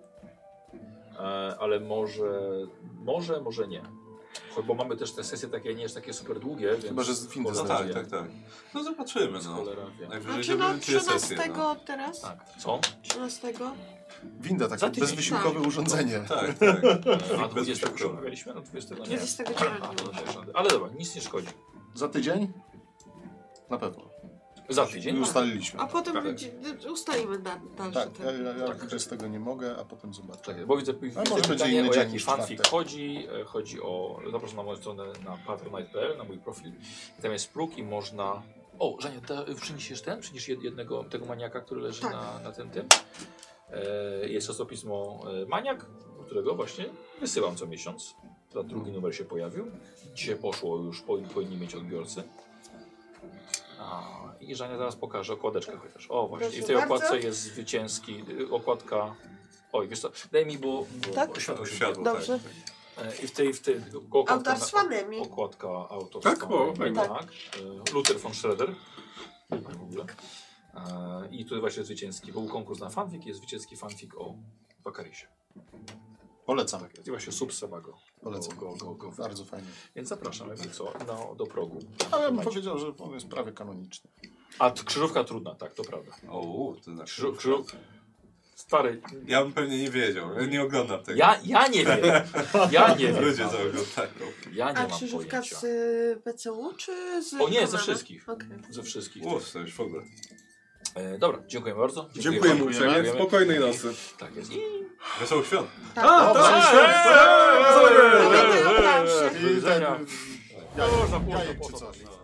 e, ale może, może, może nie. Choć, bo mamy też te sesje takie, nie jest takie super długie, więc... Chyba, że z windy cholera No znajdzie. tak, wie. tak, tak. No zobaczymy, no. Cholera wie. Najwyżej Znaczy będziemy no dwie sesje, trzynastego no. teraz? Tak. Co? trzynastego? Winda, Za takie tydzień. bezwysiłkowe Tak. urządzenie. Tak, tak. A Bez dwudziestego wysiłku. rozmawialiśmy? No dwudziestego nie. dwudziestego A, dziewiątego. to też rady. Ale dobra, nic nie szkodzi. Za tydzień? Na pewno. Za tydzień? I ustaliliśmy. A potem Tak. będzie, ustalimy da, dalszy Tak, ja, ten. ja, ja bez tego nie mogę, a potem zobaczę. Czekaj, bo widzę, widzę może będzie pytanie, inny o dzień jaki niż fanfic czwartek. chodzi. E, Chodzi o... Zapraszam na moją stronę na patronite kropka p l, na mój profil. Tam jest próg i można... O, Żania, ta, przyniesiesz ten? Przyniesiesz jed- jednego tego maniaka, który leży Tak. na, na tym tym? E, jest czasopismo e, Maniak, którego właśnie wysyłam co miesiąc. Za drugi numer się pojawił. Dzisiaj poszło już, po, powinni mieć odbiorcy. A, I Żania zaraz pokaże okładeczkę chociaż. O właśnie, Proszę i w tej bardzo. okładce jest zwycięski, y, okładka... Oj, wiesz co, daj mi, bo, bo, Tak? bo światło się Światło, Dobrze. tak. E, I w tej, w tej okładka, Autorstwanymi. okładka autorstwa. Tak? O, tak. tak. tak. E, Luther von Schroeder. W ogóle. E, I tutaj właśnie zwycięski, był konkurs na fanfic, jest zwycięski fanfic o Wakarisie. Polecam. Tak jest. I właśnie subseba go. Polecam. Go, go, go, go. Bardzo fajnie. Więc zapraszam, jakby co, no, do progu. Ale ja bym powiedział, że on jest prawie kanoniczny. A t- krzyżówka trudna, tak, to prawda. O, to znaczy. Krzyżu, krzyżu... Stary, Ja bym pewnie nie wiedział, ja nie oglądam tego. ja, ja nie wiem. Ja nie wiem. Ludzie to oglądają. Ja nie A mam krzyżówka pojęcia. z y, P C U czy z O nie, ze Konana? wszystkich. Okej. Ze wszystkich. Uff, to już w ogóle. E, dobra, dziękuję bardzo. Dziękujemy bardzo. uprzejmie. Spokojnej nocy. Tak jest. Wesołych świąt. Tak. A, tak! Pamiętaj o planszy. Do widzenia. Jajek, Można, można, jajek czy można. coś.